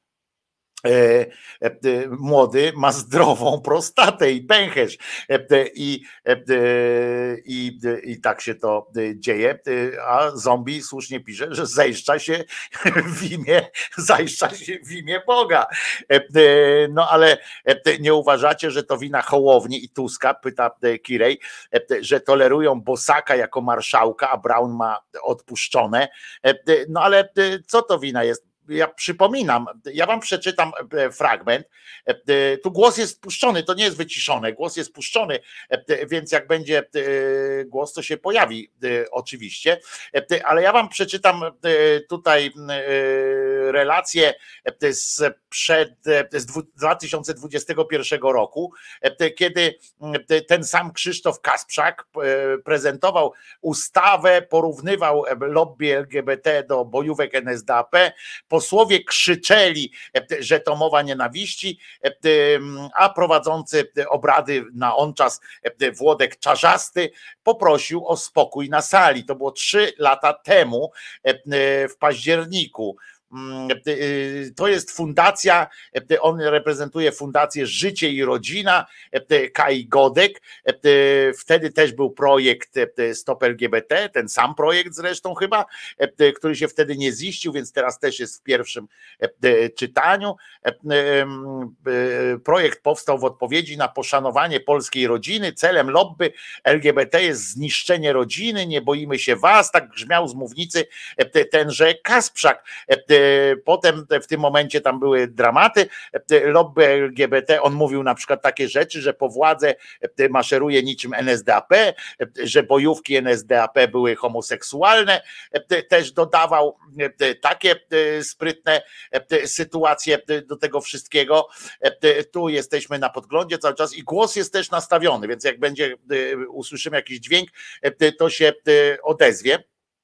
młody ma zdrową prostatę i pęcherz i, i, i tak się to dzieje, a zombie słusznie pisze, że zajszcza się w imię, zajszcza się w imię Boga. No ale nie uważacie, że to wina Hołowni i Tuska, pyta Kirej, że tolerują Bosaka jako marszałka, a Braun ma odpuszczone. No ale co to wina jest? Ja przypominam, ja wam przeczytam fragment, tu głos jest puszczony, to nie jest wyciszone, głos jest puszczony, więc jak będzie głos, to się pojawi oczywiście, ale ja wam przeczytam tutaj relację sprzed z dwa tysiące dwudziestego pierwszego roku, kiedy ten sam Krzysztof Kasprzak prezentował ustawę, porównywał lobby L G B T do bojówek N S D A P. Posłowie krzyczeli, że to mowa nienawiści, a prowadzący obrady na on czas Włodek Czarzasty poprosił o spokój na sali. To było trzy lata temu w październiku. To jest fundacja, on reprezentuje fundację Życie i Rodzina, Kai Godek, wtedy też był projekt Stop L G B T, ten sam projekt zresztą chyba, który się wtedy nie ziścił, więc teraz też jest w pierwszym czytaniu. Projekt powstał w odpowiedzi na poszanowanie polskiej rodziny, celem lobby L G B T jest zniszczenie rodziny, nie boimy się was, tak grzmiał z mównicy tenże Kasprzak. Potem w tym momencie tam były dramaty, lobby L G B T, on mówił na przykład takie rzeczy, że po władzę maszeruje niczym N S D A P, że bojówki N S D A P były homoseksualne, też dodawał takie sprytne sytuacje do tego wszystkiego. Tu jesteśmy na podglądzie cały czas i głos jest też nastawiony, więc jak będzie, usłyszymy jakiś dźwięk, to się odezwie.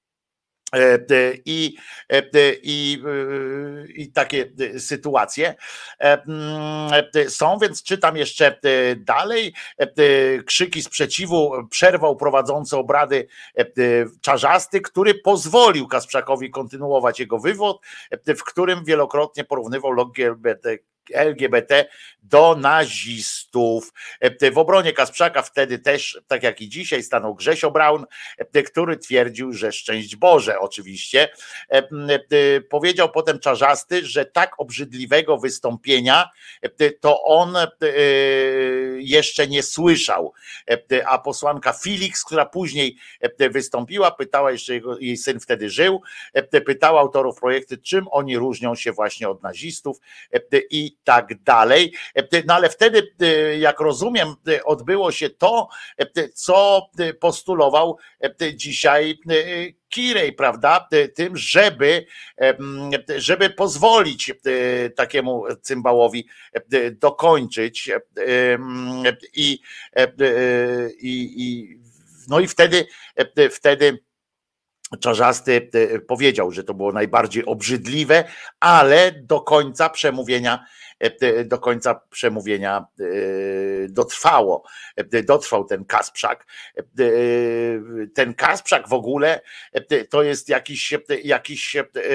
I, i, i takie sytuacje są, więc czytam jeszcze dalej. Krzyki sprzeciwu przerwał prowadzący obrady Czarzasty, który pozwolił Kasprzakowi kontynuować jego wywód, w którym wielokrotnie porównywał lobby L G B T do nazistów. W obronie Kasprzaka wtedy też, tak jak i dzisiaj, stanął Grzesio Braun, który twierdził, że szczęść Boże oczywiście. Powiedział potem Czarzasty, że tak obrzydliwego wystąpienia to on jeszcze nie słyszał. A posłanka Felix, która później wystąpiła, pytała, jeszcze jego, jej syn wtedy żył, pytała autorów projektu, czym oni różnią się właśnie od nazistów i tak dalej. No ale wtedy, jak rozumiem, odbyło się to, co postulował dzisiaj Kirej, prawda, tym, żeby, żeby pozwolić takiemu cymbałowi dokończyć i, i, i no i wtedy, wtedy Czarzasty powiedział, że to było najbardziej obrzydliwe, ale do końca przemówienia, do końca przemówienia dotrwało, dotrwał ten Kasprzak. Ten Kasprzak w ogóle to jest jakiś, jakiś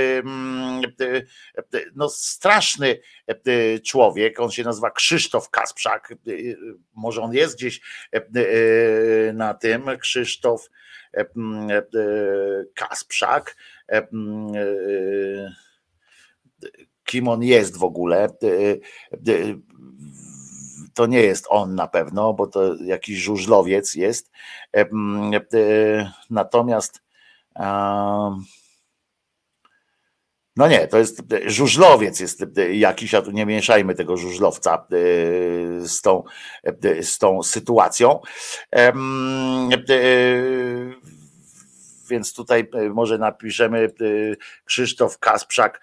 no straszny człowiek, on się nazywa Krzysztof Kasprzak, może on jest gdzieś na tym, Krzysztof Kasprzak, kim on jest w ogóle, to nie jest on na pewno, bo to jakiś żużlowiec jest. Natomiast no nie, to jest żużlowiec jest jakiś, a tu nie mieszajmy tego żużlowca z tą, z tą sytuacją. Więc tutaj może napiszemy Krzysztof Kasprzak,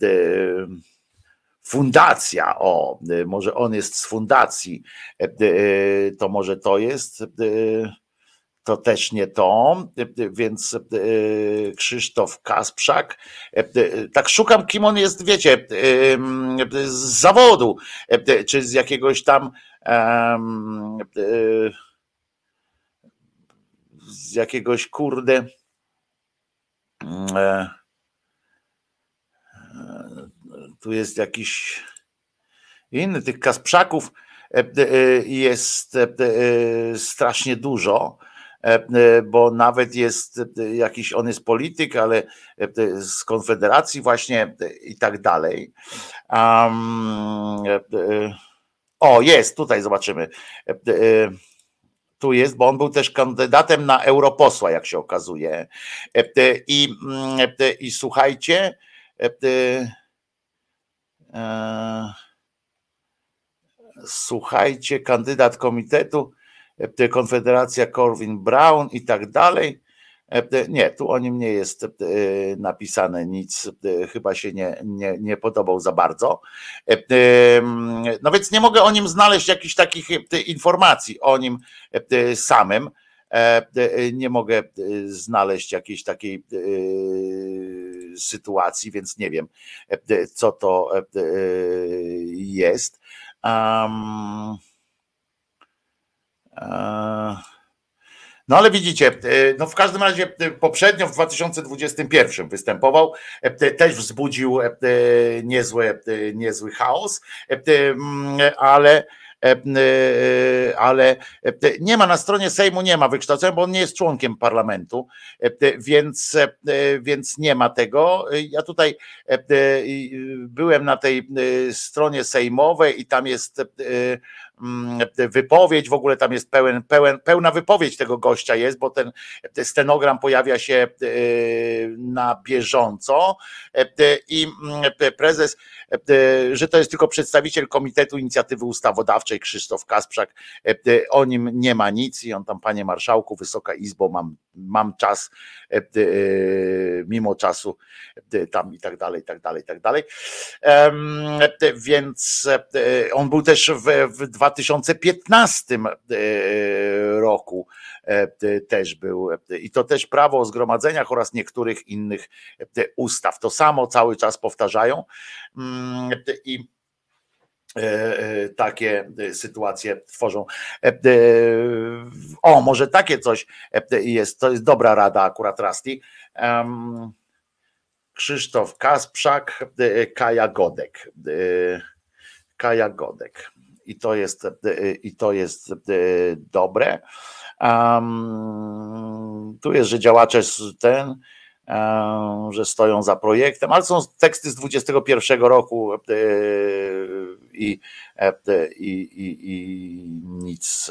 fundacja, o, może on jest z fundacji, to może to jest, to też nie to, więc Krzysztof Kasprzak, tak szukam, kim on jest, wiecie, z zawodu, czy z jakiegoś tam z jakiegoś kurde tu jest jakiś inny, tych Kasprzaków jest strasznie dużo, bo nawet jest jakiś, on jest polityk, ale z Konfederacji właśnie i tak dalej. Um, o, jest, tutaj zobaczymy. Tu jest, bo on był też kandydatem na europosła, jak się okazuje. I, i słuchajcie, słuchajcie, kandydat komitetu, Konfederacja Corwin Brown i tak dalej. Nie, tu o nim nie jest napisane nic, chyba się nie, nie, nie podobał za bardzo. No więc nie mogę o nim znaleźć jakichś takich informacji o nim samym. Nie mogę znaleźć jakiejś takiej sytuacji, więc nie wiem, co to jest. Um, No ale widzicie, no w każdym razie poprzednio w dwa tysiące dwudziestym pierwszym występował, też wzbudził niezły, niezły chaos, ale ale nie ma na stronie Sejmu, nie ma wykształcenia, bo on nie jest członkiem parlamentu, więc, więc nie ma tego. Ja tutaj byłem na tej stronie sejmowej i tam jest wypowiedź, w ogóle tam jest pełen, pełen, pełna wypowiedź tego gościa jest, bo ten stenogram pojawia się na bieżąco i prezes, że to jest tylko przedstawiciel Komitetu Inicjatywy Ustawodawczej Krzysztof Kasprzak, o nim nie ma nic i on tam, panie marszałku, Wysoka Izbo, mam, mam czas, mimo czasu tam i tak dalej, i tak dalej, i tak dalej. Więc on był też w, w dwa tysiące piętnastym roku też był i to też prawo o zgromadzeniach oraz niektórych innych ustaw. To samo cały czas powtarzają i takie sytuacje tworzą. O, może takie coś jest, to jest dobra rada akurat Rasti. Krzysztof Kasprzak, Kaja Godek. Kaja Godek. I to jest, i to jest dobre. Um, tu jest, że działacze ten, um, że stoją za projektem, ale są teksty z dwudziestego pierwszego roku i, i, i, i nic,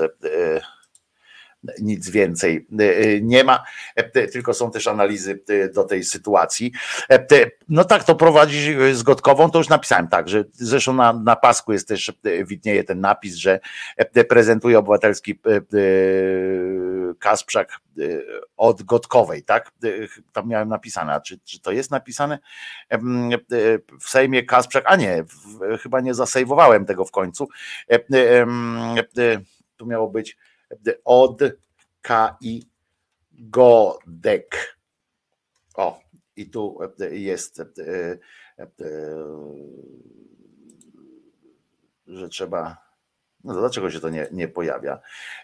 nic więcej nie ma, tylko są też analizy do tej sytuacji. No tak to prowadzi z Gotkową, to już napisałem tak, że zresztą na, na pasku jest też, widnieje ten napis, że prezentuje obywatelski Kasprzak od Gotkowej, tak? Tam miałem napisane, a czy, czy to jest napisane w Sejmie Kasprzak, a nie, chyba nie zasejwowałem tego w końcu. Tu miało być od K I Godek. O, i tu jest, że trzeba, no dlaczego się to nie, nie pojawia?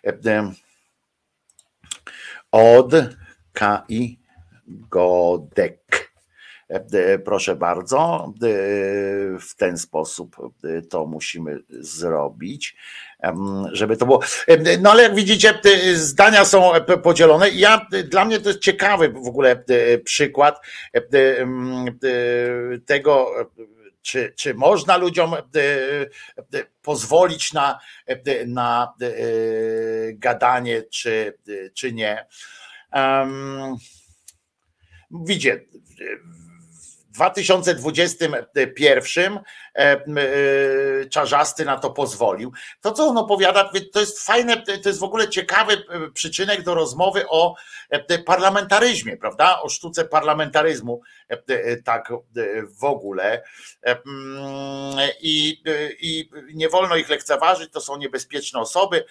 Od K I Godek. Proszę bardzo, w ten sposób to musimy zrobić, żeby to było. No ale jak widzicie, zdania są podzielone. Ja, dla mnie to jest ciekawy w ogóle przykład tego, czy, czy można ludziom pozwolić na, na gadanie, czy, czy nie. Um, widzicie, w dwa tysiące dwudziestym pierwszym Czarzasty na to pozwolił. To, co on opowiada, to jest fajne, to jest w ogóle ciekawy przyczynek do rozmowy o parlamentaryzmie, prawda? O sztuce parlamentaryzmu, tak w ogóle. I, i nie wolno ich lekceważyć, to są niebezpieczne osoby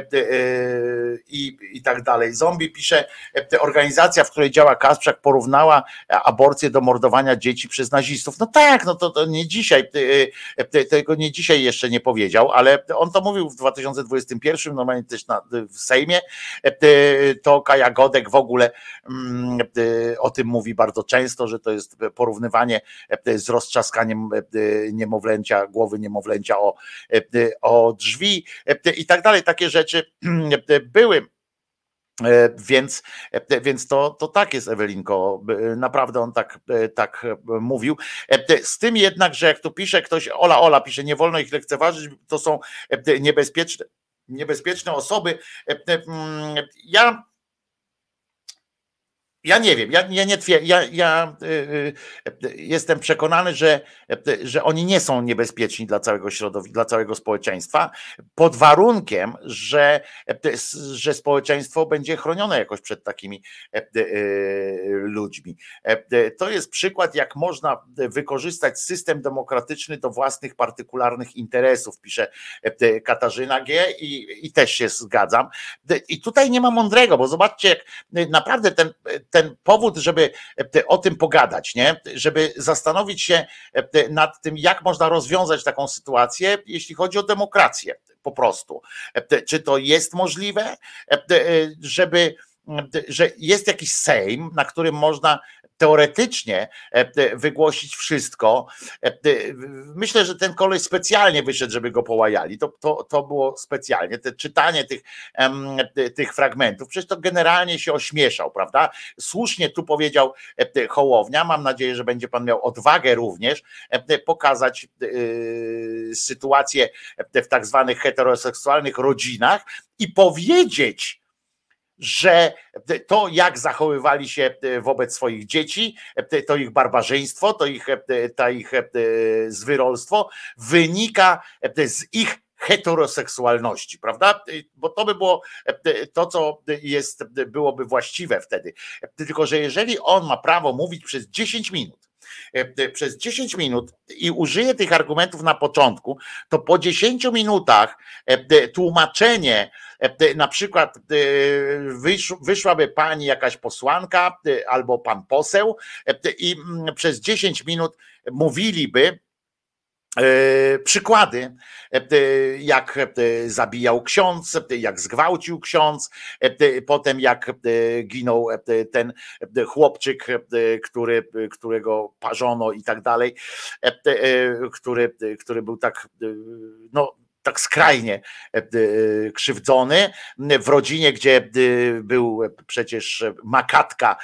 i, i tak dalej. Zombie pisze, organizacja, w której działa Kasprzak, porównała aborcję do mordowania dzieci przez nazistów. No tak, no to, to nie dzisiaj, tego nie dzisiaj jeszcze nie powiedział, ale on to mówił w dwa tysiące dwudziestym pierwszym, normalnie też na, w Sejmie. To Kaja Godek w ogóle o tym mówi bardzo często, że to jest porównywanie z roztrzaskaniem niemowlęcia, głowy niemowlęcia o, o drzwi i tak dalej. Takie rzeczy były. Więc, więc to, to tak jest, Ewelinko, naprawdę on tak, tak mówił. Z tym jednak, że jak tu pisze ktoś, Ola, Ola pisze, nie wolno ich lekceważyć, to są niebezpieczne, niebezpieczne osoby. Ja Ja nie wiem, ja, ja nie twierdzę, ja, ja y, y, jestem przekonany, że, y, że oni nie są niebezpieczni dla całego środowiska, dla całego społeczeństwa, pod warunkiem, że, y, że społeczeństwo będzie chronione jakoś przed takimi y, y, ludźmi. Y, to jest przykład, jak można wykorzystać system demokratyczny do własnych partykularnych interesów, pisze y, Katarzyna G. I, i też się zgadzam. Y, I tutaj nie ma mądrego, bo zobaczcie, jak naprawdę ten ten powód, żeby o tym pogadać, nie? Żeby zastanowić się nad tym, jak można rozwiązać taką sytuację, jeśli chodzi o demokrację po prostu. Czy to jest możliwe, żeby, że jest jakiś Sejm, na którym można teoretycznie wygłosić wszystko. Myślę, że ten koleś specjalnie wyszedł, żeby go połajali. To, to, to było specjalnie. Te czytanie tych, tych fragmentów, przecież to generalnie się ośmieszał, prawda? Słusznie tu powiedział Hołownia, mam nadzieję, że będzie pan miał odwagę również pokazać sytuację w tak zwanych heteroseksualnych rodzinach i powiedzieć, że to, jak zachowywali się wobec swoich dzieci, to ich barbarzyństwo, to ich, to ich zwyrolstwo wynika z ich heteroseksualności, prawda? Bo to by było to, co jest, byłoby właściwe wtedy. Tylko że jeżeli on ma prawo mówić przez dziesięć minut, przez dziesięć minut i użyje tych argumentów na początku, to po dziesięciu minutach tłumaczenie, na przykład wyszłaby pani jakaś posłanka albo pan poseł i przez dziesięć minut mówiliby przykłady, jak zabijał ksiądz, jak zgwałcił ksiądz, potem jak ginął ten chłopczyk, który, którego parzono i tak dalej, który, który był tak, no, tak skrajnie krzywdzony w rodzinie, gdzie był przecież makatka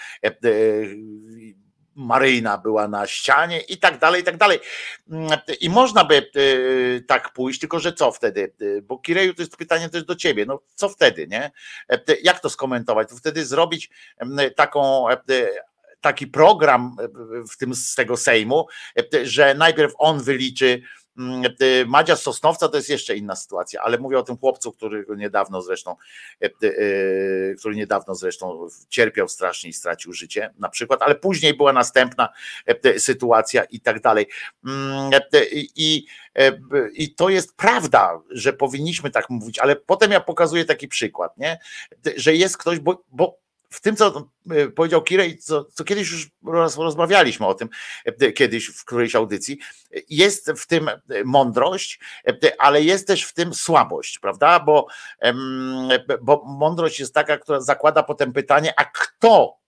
Maryjna była na ścianie i tak dalej, i tak dalej. I można by tak pójść, tylko że co wtedy? Bo Kireju, to jest pytanie też do ciebie, no co wtedy, nie? Jak to skomentować? To wtedy zrobić taką, taki program w tym, z tego Sejmu, że najpierw on wyliczy. Madzia z Sosnowca to jest jeszcze inna sytuacja, ale mówię o tym chłopcu, którego niedawno zresztą, który niedawno zresztą cierpiał strasznie i stracił życie na przykład, ale później była następna sytuacja i tak dalej. I, i to jest prawda, że powinniśmy tak mówić, ale potem ja pokazuję taki przykład, nie? Że jest ktoś, bo, bo w tym, co powiedział Kirej, co, co kiedyś już rozmawialiśmy o tym, kiedyś w którejś audycji, jest w tym mądrość, ale jest też w tym słabość, prawda? Bo, bo mądrość jest taka, która zakłada potem pytanie, a kto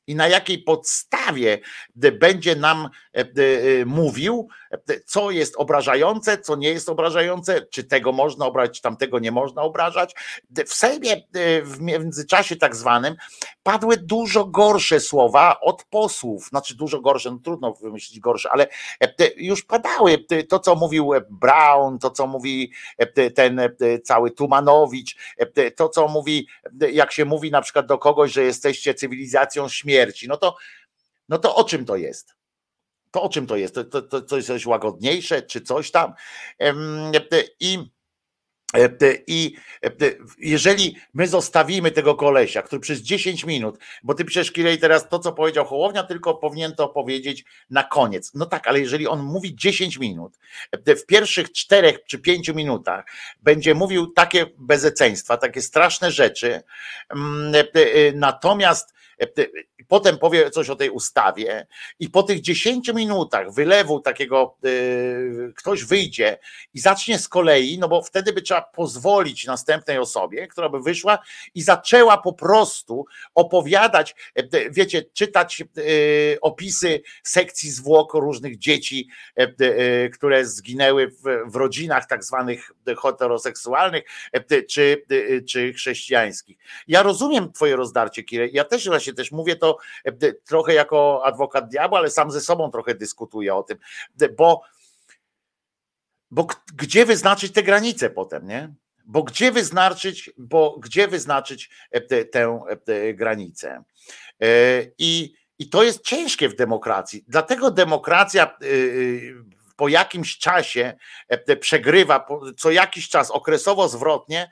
i na jakiej podstawie będzie nam mówił, co jest obrażające, co nie jest obrażające, czy tego można obrażać, czy tamtego nie można obrażać. W Sejmie w międzyczasie tak zwanym padły dużo gorsze słowa od posłów, znaczy dużo gorsze, no trudno wymyślić gorsze, ale już padały to, co mówił Braun, to, co mówi ten cały Tumanowicz, to, co mówi, jak się mówi na przykład do kogoś, że jesteście cywilizacją śmierci, no to, no to o czym to jest? To o czym to jest? To, to, to, to jest coś łagodniejsze, czy coś tam? I I jeżeli my zostawimy tego kolesia, który przez dziesięć minut, bo ty piszesz, Kirej, teraz to, co powiedział Hołownia, tylko powinien to powiedzieć na koniec. No tak, ale jeżeli on mówi dziesięć minut, w pierwszych czterech czy pięciu minutach będzie mówił takie bezeceństwa, takie straszne rzeczy, natomiast potem powie coś o tej ustawie i po tych dziesięciu minutach wylewu takiego yy, ktoś wyjdzie i zacznie z kolei, no bo wtedy by trzeba pozwolić następnej osobie, która by wyszła i zaczęła po prostu opowiadać, yy, wiecie, czytać yy, opisy sekcji zwłok różnych dzieci, yy, yy, które zginęły w, w rodzinach tak zwanych heteroseksualnych yy, czy, yy, czy chrześcijańskich. Ja rozumiem twoje rozdarcie, Kirej, ja też właśnie też mówię to trochę jako adwokat diabła, ale sam ze sobą trochę dyskutuję o tym, bo, bo gdzie wyznaczyć te granice potem, nie? Bo gdzie wyznaczyć, bo gdzie wyznaczyć tę, tę, tę granicę? I, I to jest ciężkie w demokracji. Dlatego demokracja po jakimś czasie przegrywa, co jakiś czas okresowo zwrotnie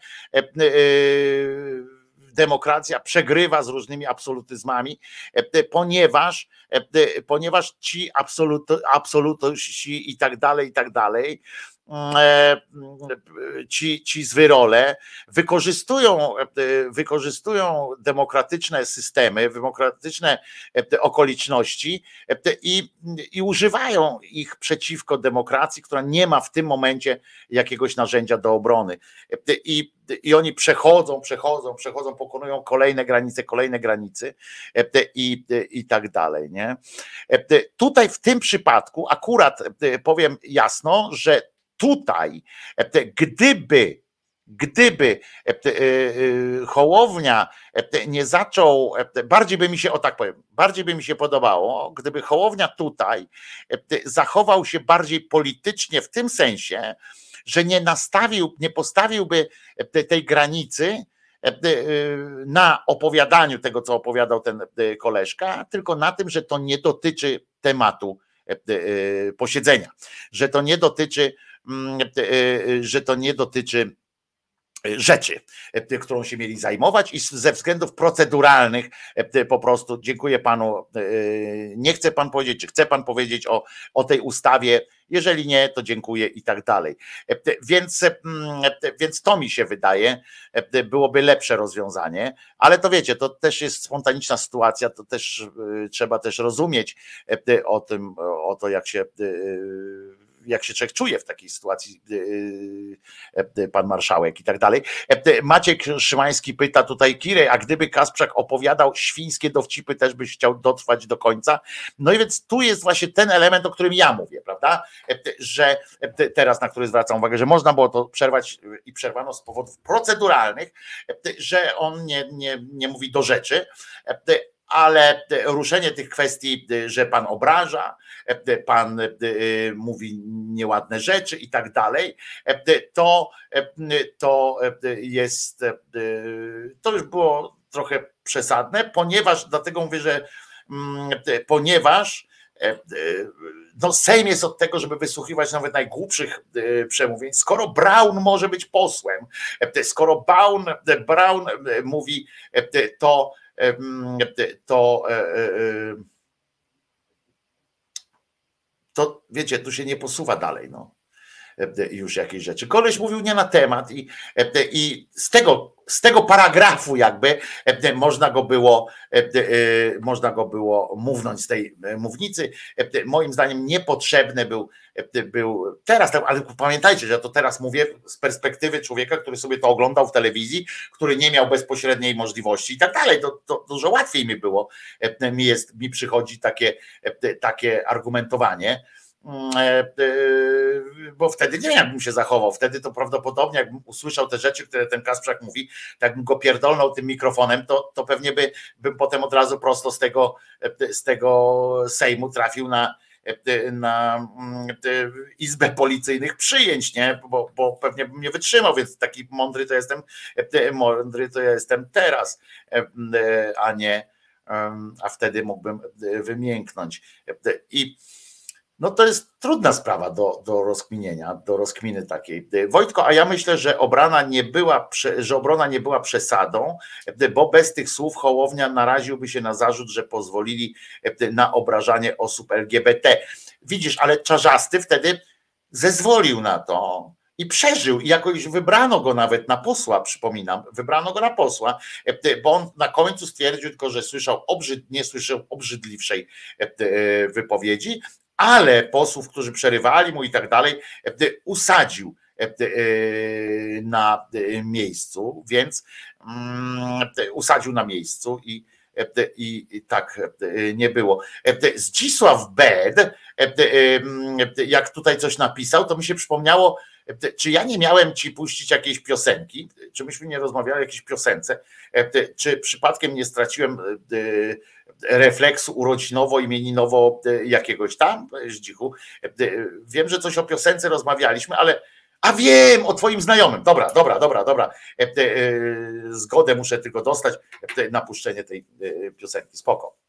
demokracja przegrywa z różnymi absolutyzmami, ponieważ, ponieważ ci absolut, absolutyści i tak dalej, i tak dalej, ci, ci zwyrole wykorzystują, wykorzystują demokratyczne systemy, demokratyczne okoliczności i, i używają ich przeciwko demokracji, która nie ma w tym momencie jakiegoś narzędzia do obrony. I, i oni przechodzą, przechodzą, przechodzą, pokonują kolejne granice, kolejne granice i, i tak dalej. Nie? Tutaj w tym przypadku akurat powiem jasno, że tutaj, gdyby, gdyby Hołownia nie zaczął, bardziej by mi się, o tak powiem, bardziej by mi się podobało, gdyby Hołownia tutaj zachował się bardziej politycznie w tym sensie, że nie nastawił, nie postawiłby tej granicy na opowiadaniu tego, co opowiadał ten koleżka, tylko na tym, że to nie dotyczy tematu posiedzenia, że to nie dotyczy że to nie dotyczy rzeczy, którą się mieli zajmować i ze względów proceduralnych po prostu dziękuję panu, nie chce pan powiedzieć, czy chce pan powiedzieć o, o tej ustawie, jeżeli nie, to dziękuję i tak dalej. Więc, więc to mi się wydaje, byłoby lepsze rozwiązanie, ale to wiecie, to też jest spontaniczna sytuacja, to też trzeba też rozumieć o tym, o to jak się jak się człowiek czuje w takiej sytuacji, pan marszałek i tak dalej. Maciek Szymański pyta tutaj, Kirej, a gdyby Kasprzak opowiadał świńskie dowcipy, też byś chciał dotrwać do końca? No i więc tu jest właśnie ten element, o którym ja mówię, prawda? Że teraz, na który zwracam uwagę, że można było to przerwać i przerwano z powodów proceduralnych, że on nie, nie, nie mówi do rzeczy, ale ruszenie tych kwestii, że pan obraża, pan mówi nieładne rzeczy i tak dalej, to, to jest, to już było trochę przesadne, ponieważ, dlatego mówię, że ponieważ no Sejm jest od tego, żeby wysłuchiwać nawet najgłupszych przemówień. Skoro Braun może być posłem, skoro Braun, Braun mówi to, to, to wiecie, tu się nie posuwa dalej. No. już jakieś rzeczy. Koleś mówił nie na temat i, i z tego, z tego paragrafu jakby można go było, można go było mównąć z tej mównicy. Moim zdaniem niepotrzebny był, był teraz, ale pamiętajcie, że ja to teraz mówię z perspektywy człowieka, który sobie to oglądał w telewizji, który nie miał bezpośredniej możliwości i tak dalej. To, to dużo łatwiej mi było, mi, jest, mi przychodzi takie, takie argumentowanie, bo wtedy nie wiem, jakbym się zachował. Wtedy to prawdopodobnie, jakbym usłyszał te rzeczy, które ten Kasprzak mówi, tak bym go pierdolnął tym mikrofonem, to, to pewnie by, bym potem od razu prosto z tego, z tego Sejmu trafił na, na Izbę Policyjnych Przyjęć, nie? Bo, bo pewnie bym nie wytrzymał, więc taki mądry to jestem, mądry to ja jestem teraz, a nie, a wtedy mógłbym wymięknąć. I no to jest trudna sprawa do, do rozkminienia, do rozkminy takiej. Wojtko, a ja myślę, że obrona nie była, że obrona nie była przesadą, bo bez tych słów Hołownia naraziłby się na zarzut, że pozwolili na obrażanie osób L G B T. Widzisz, ale Czarzasty wtedy zezwolił na to i przeżył i jakoś wybrano go nawet na posła, przypominam, wybrano go na posła, bo on na końcu stwierdził tylko, że słyszał obrzyd, nie słyszał obrzydliwszej wypowiedzi, ale posłów, którzy przerywali mu i tak dalej, usadził na miejscu, więc usadził na miejscu i, i, i tak nie było. Zdzisław Bed, jak tutaj coś napisał, to mi się przypomniało, czy ja nie miałem ci puścić jakiejś piosenki, czy myśmy nie rozmawiali o jakiejś piosence, czy przypadkiem nie straciłem refleksu urodzinowo-imieninowo jakiegoś tam, Zdzichu. Wiem, że coś o piosence rozmawialiśmy, ale a wiem, o twoim znajomym. Dobra, dobra, dobra, dobra. Zgodę muszę tylko dostać na puszczenie tej piosenki. Spoko.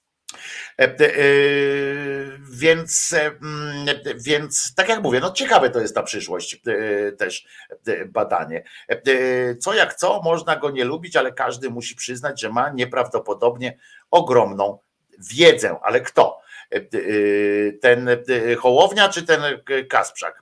Więc, więc tak jak mówię, no ciekawe to jest ta przyszłość, też badanie. Co jak co, można go nie lubić, ale każdy musi przyznać, że ma nieprawdopodobnie ogromną wiedzę. Ale kto? Ten Hołownia czy ten Kasprzak?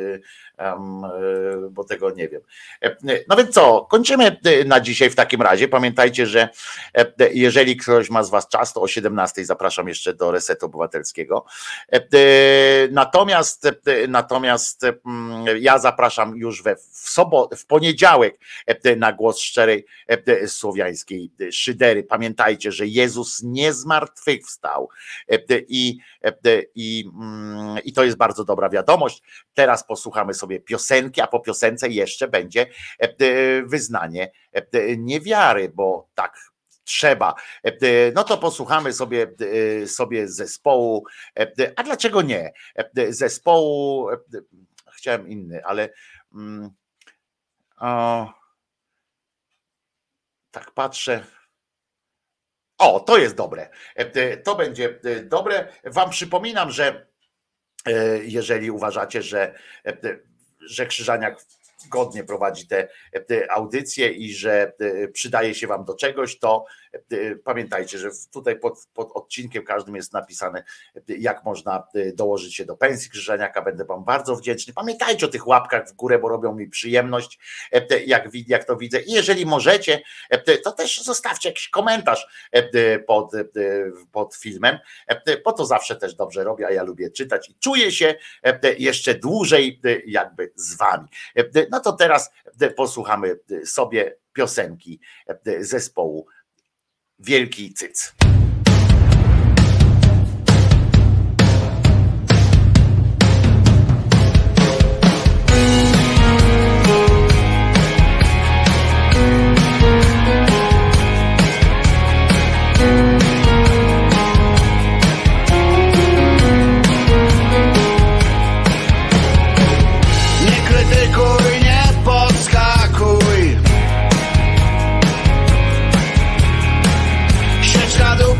Bo tego nie wiem. No więc co, kończymy na dzisiaj w takim razie. Pamiętajcie, że jeżeli ktoś ma z was czas, to o siedemnastej zapraszam jeszcze do Resetu Obywatelskiego. Natomiast natomiast ja zapraszam już we, w, sobot, w poniedziałek na Głos Szczerej Słowiańskiej Szydery. Pamiętajcie, że Jezus nie zmartwychwstał i, i, i to jest bardzo dobra wiadomość. Teraz posłuchamy sobie piosenki, a po piosence jeszcze będzie wyznanie niewiary, bo tak trzeba. No to posłuchamy sobie, sobie zespołu, a dlaczego nie? Zespołu, chciałem inny, ale o, tak patrzę. O, to jest dobre. To będzie dobre. Wam przypominam, że jeżeli uważacie, że, że Krzyżaniak godnie prowadzi te, te audycje i że przydaje się wam do czegoś, to pamiętajcie, że tutaj pod, pod odcinkiem każdym jest napisane, jak można dołożyć się do pensji Krzyżaniaka. Będę wam bardzo wdzięczny. Pamiętajcie o tych łapkach w górę, bo robią mi przyjemność, jak, jak to widzę. I jeżeli możecie, to też zostawcie jakiś komentarz pod, pod filmem, bo to zawsze też dobrze robię, a ja lubię czytać i czuję się jeszcze dłużej jakby z wami. No to teraz posłuchamy sobie piosenki zespołu Wielki Cyc. Siedź na dół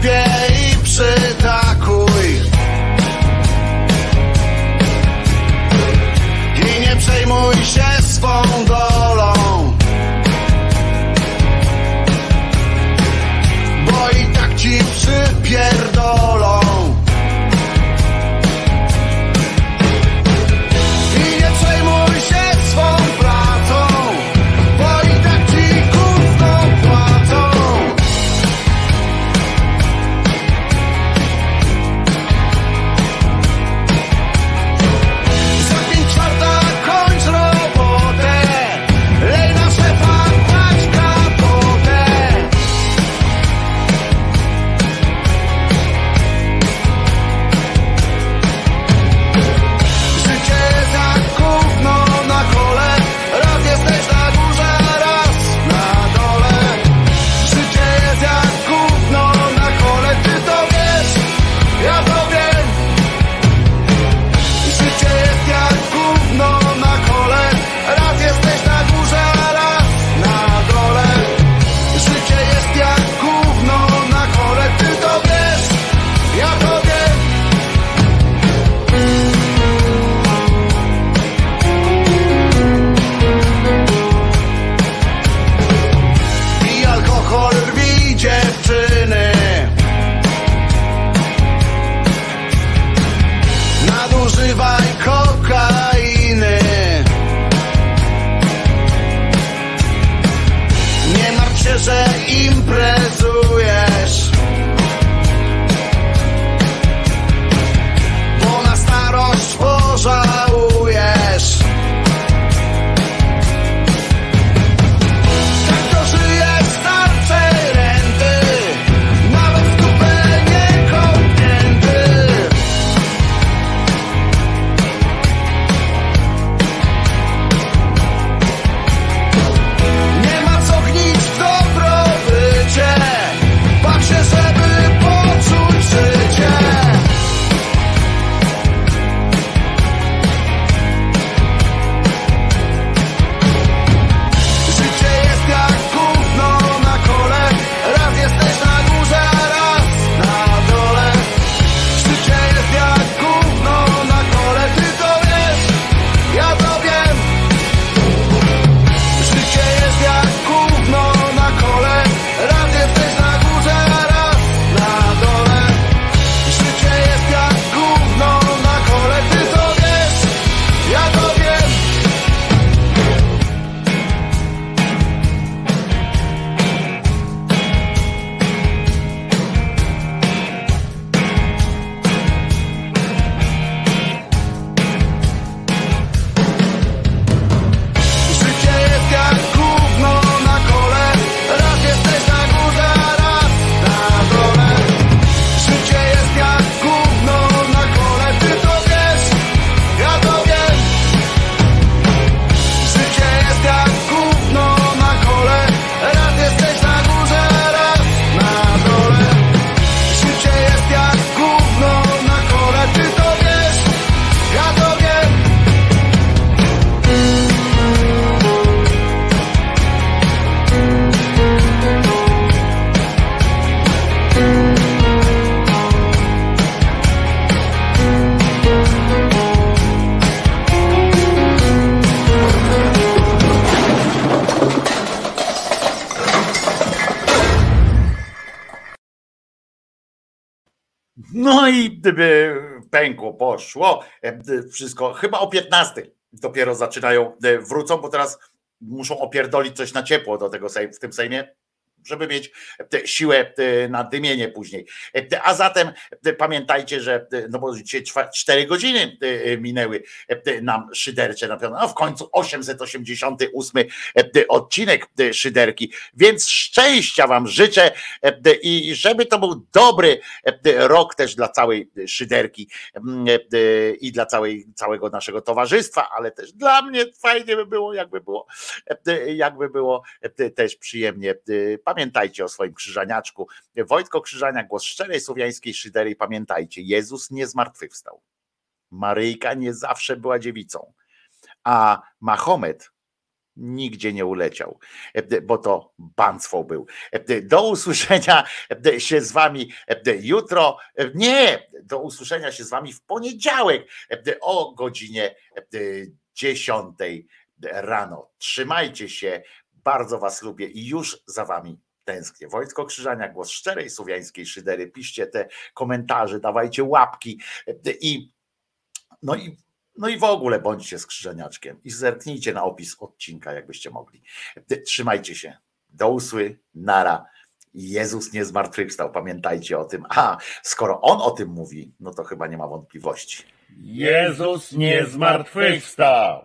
No i pękło, poszło, wszystko, chyba o piętnastej dopiero zaczynają, wrócą, bo teraz muszą opierdolić coś na ciepło do tego w tym Sejmie, żeby mieć siłę na dymienie później. A zatem pamiętajcie, że no bo dzisiaj cztery godziny minęły nam szydercze na pewno, no w końcu osiemset osiemdziesiąty ósmy odcinek szyderki, więc szczęścia wam życzę i żeby to był dobry rok też dla całej szyderki i dla całej, całego naszego towarzystwa, ale też dla mnie fajnie by było, jakby było, jakby było też przyjemnie. Pamiętajcie o swoim krzyżaniaczku. Wojtko Krzyżaniak, głos szczerej słowiańskiej szydery. Pamiętajcie, Jezus nie zmartwychwstał. Maryjka nie zawsze była dziewicą, a Mahomet nigdzie nie uleciał, bo to banctwo był. Do usłyszenia się z wami jutro. Nie, do usłyszenia się z wami w poniedziałek o godzinie dziesiątej rano. Trzymajcie się. Bardzo was lubię i już za wami tęsknię. Wojtko Krzyżaniak, głos szczerej słowiańskiej szydery. Piszcie te komentarze, dawajcie łapki i no i, no i w ogóle bądźcie z Krzyżaniaczkiem i zerknijcie na opis odcinka, jakbyście mogli. Trzymajcie się. Do usły. Nara. Jezus nie zmartwychwstał. Pamiętajcie o tym. A skoro on o tym mówi, no to chyba nie ma wątpliwości. Jezus nie zmartwychwstał.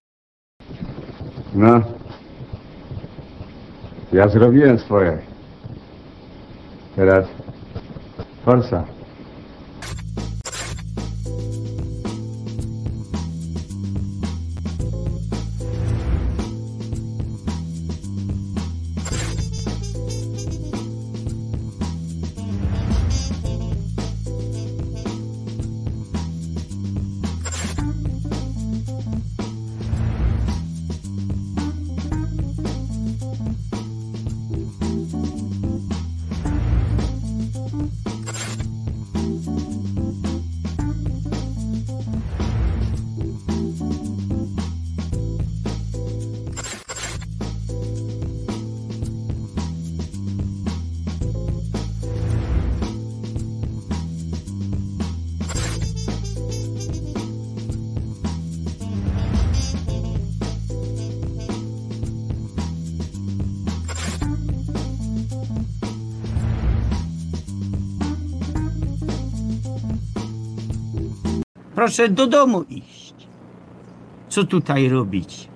No. Ja zrobiłem swoje. Teraz forsa. Proszę do domu iść. Co tutaj robić?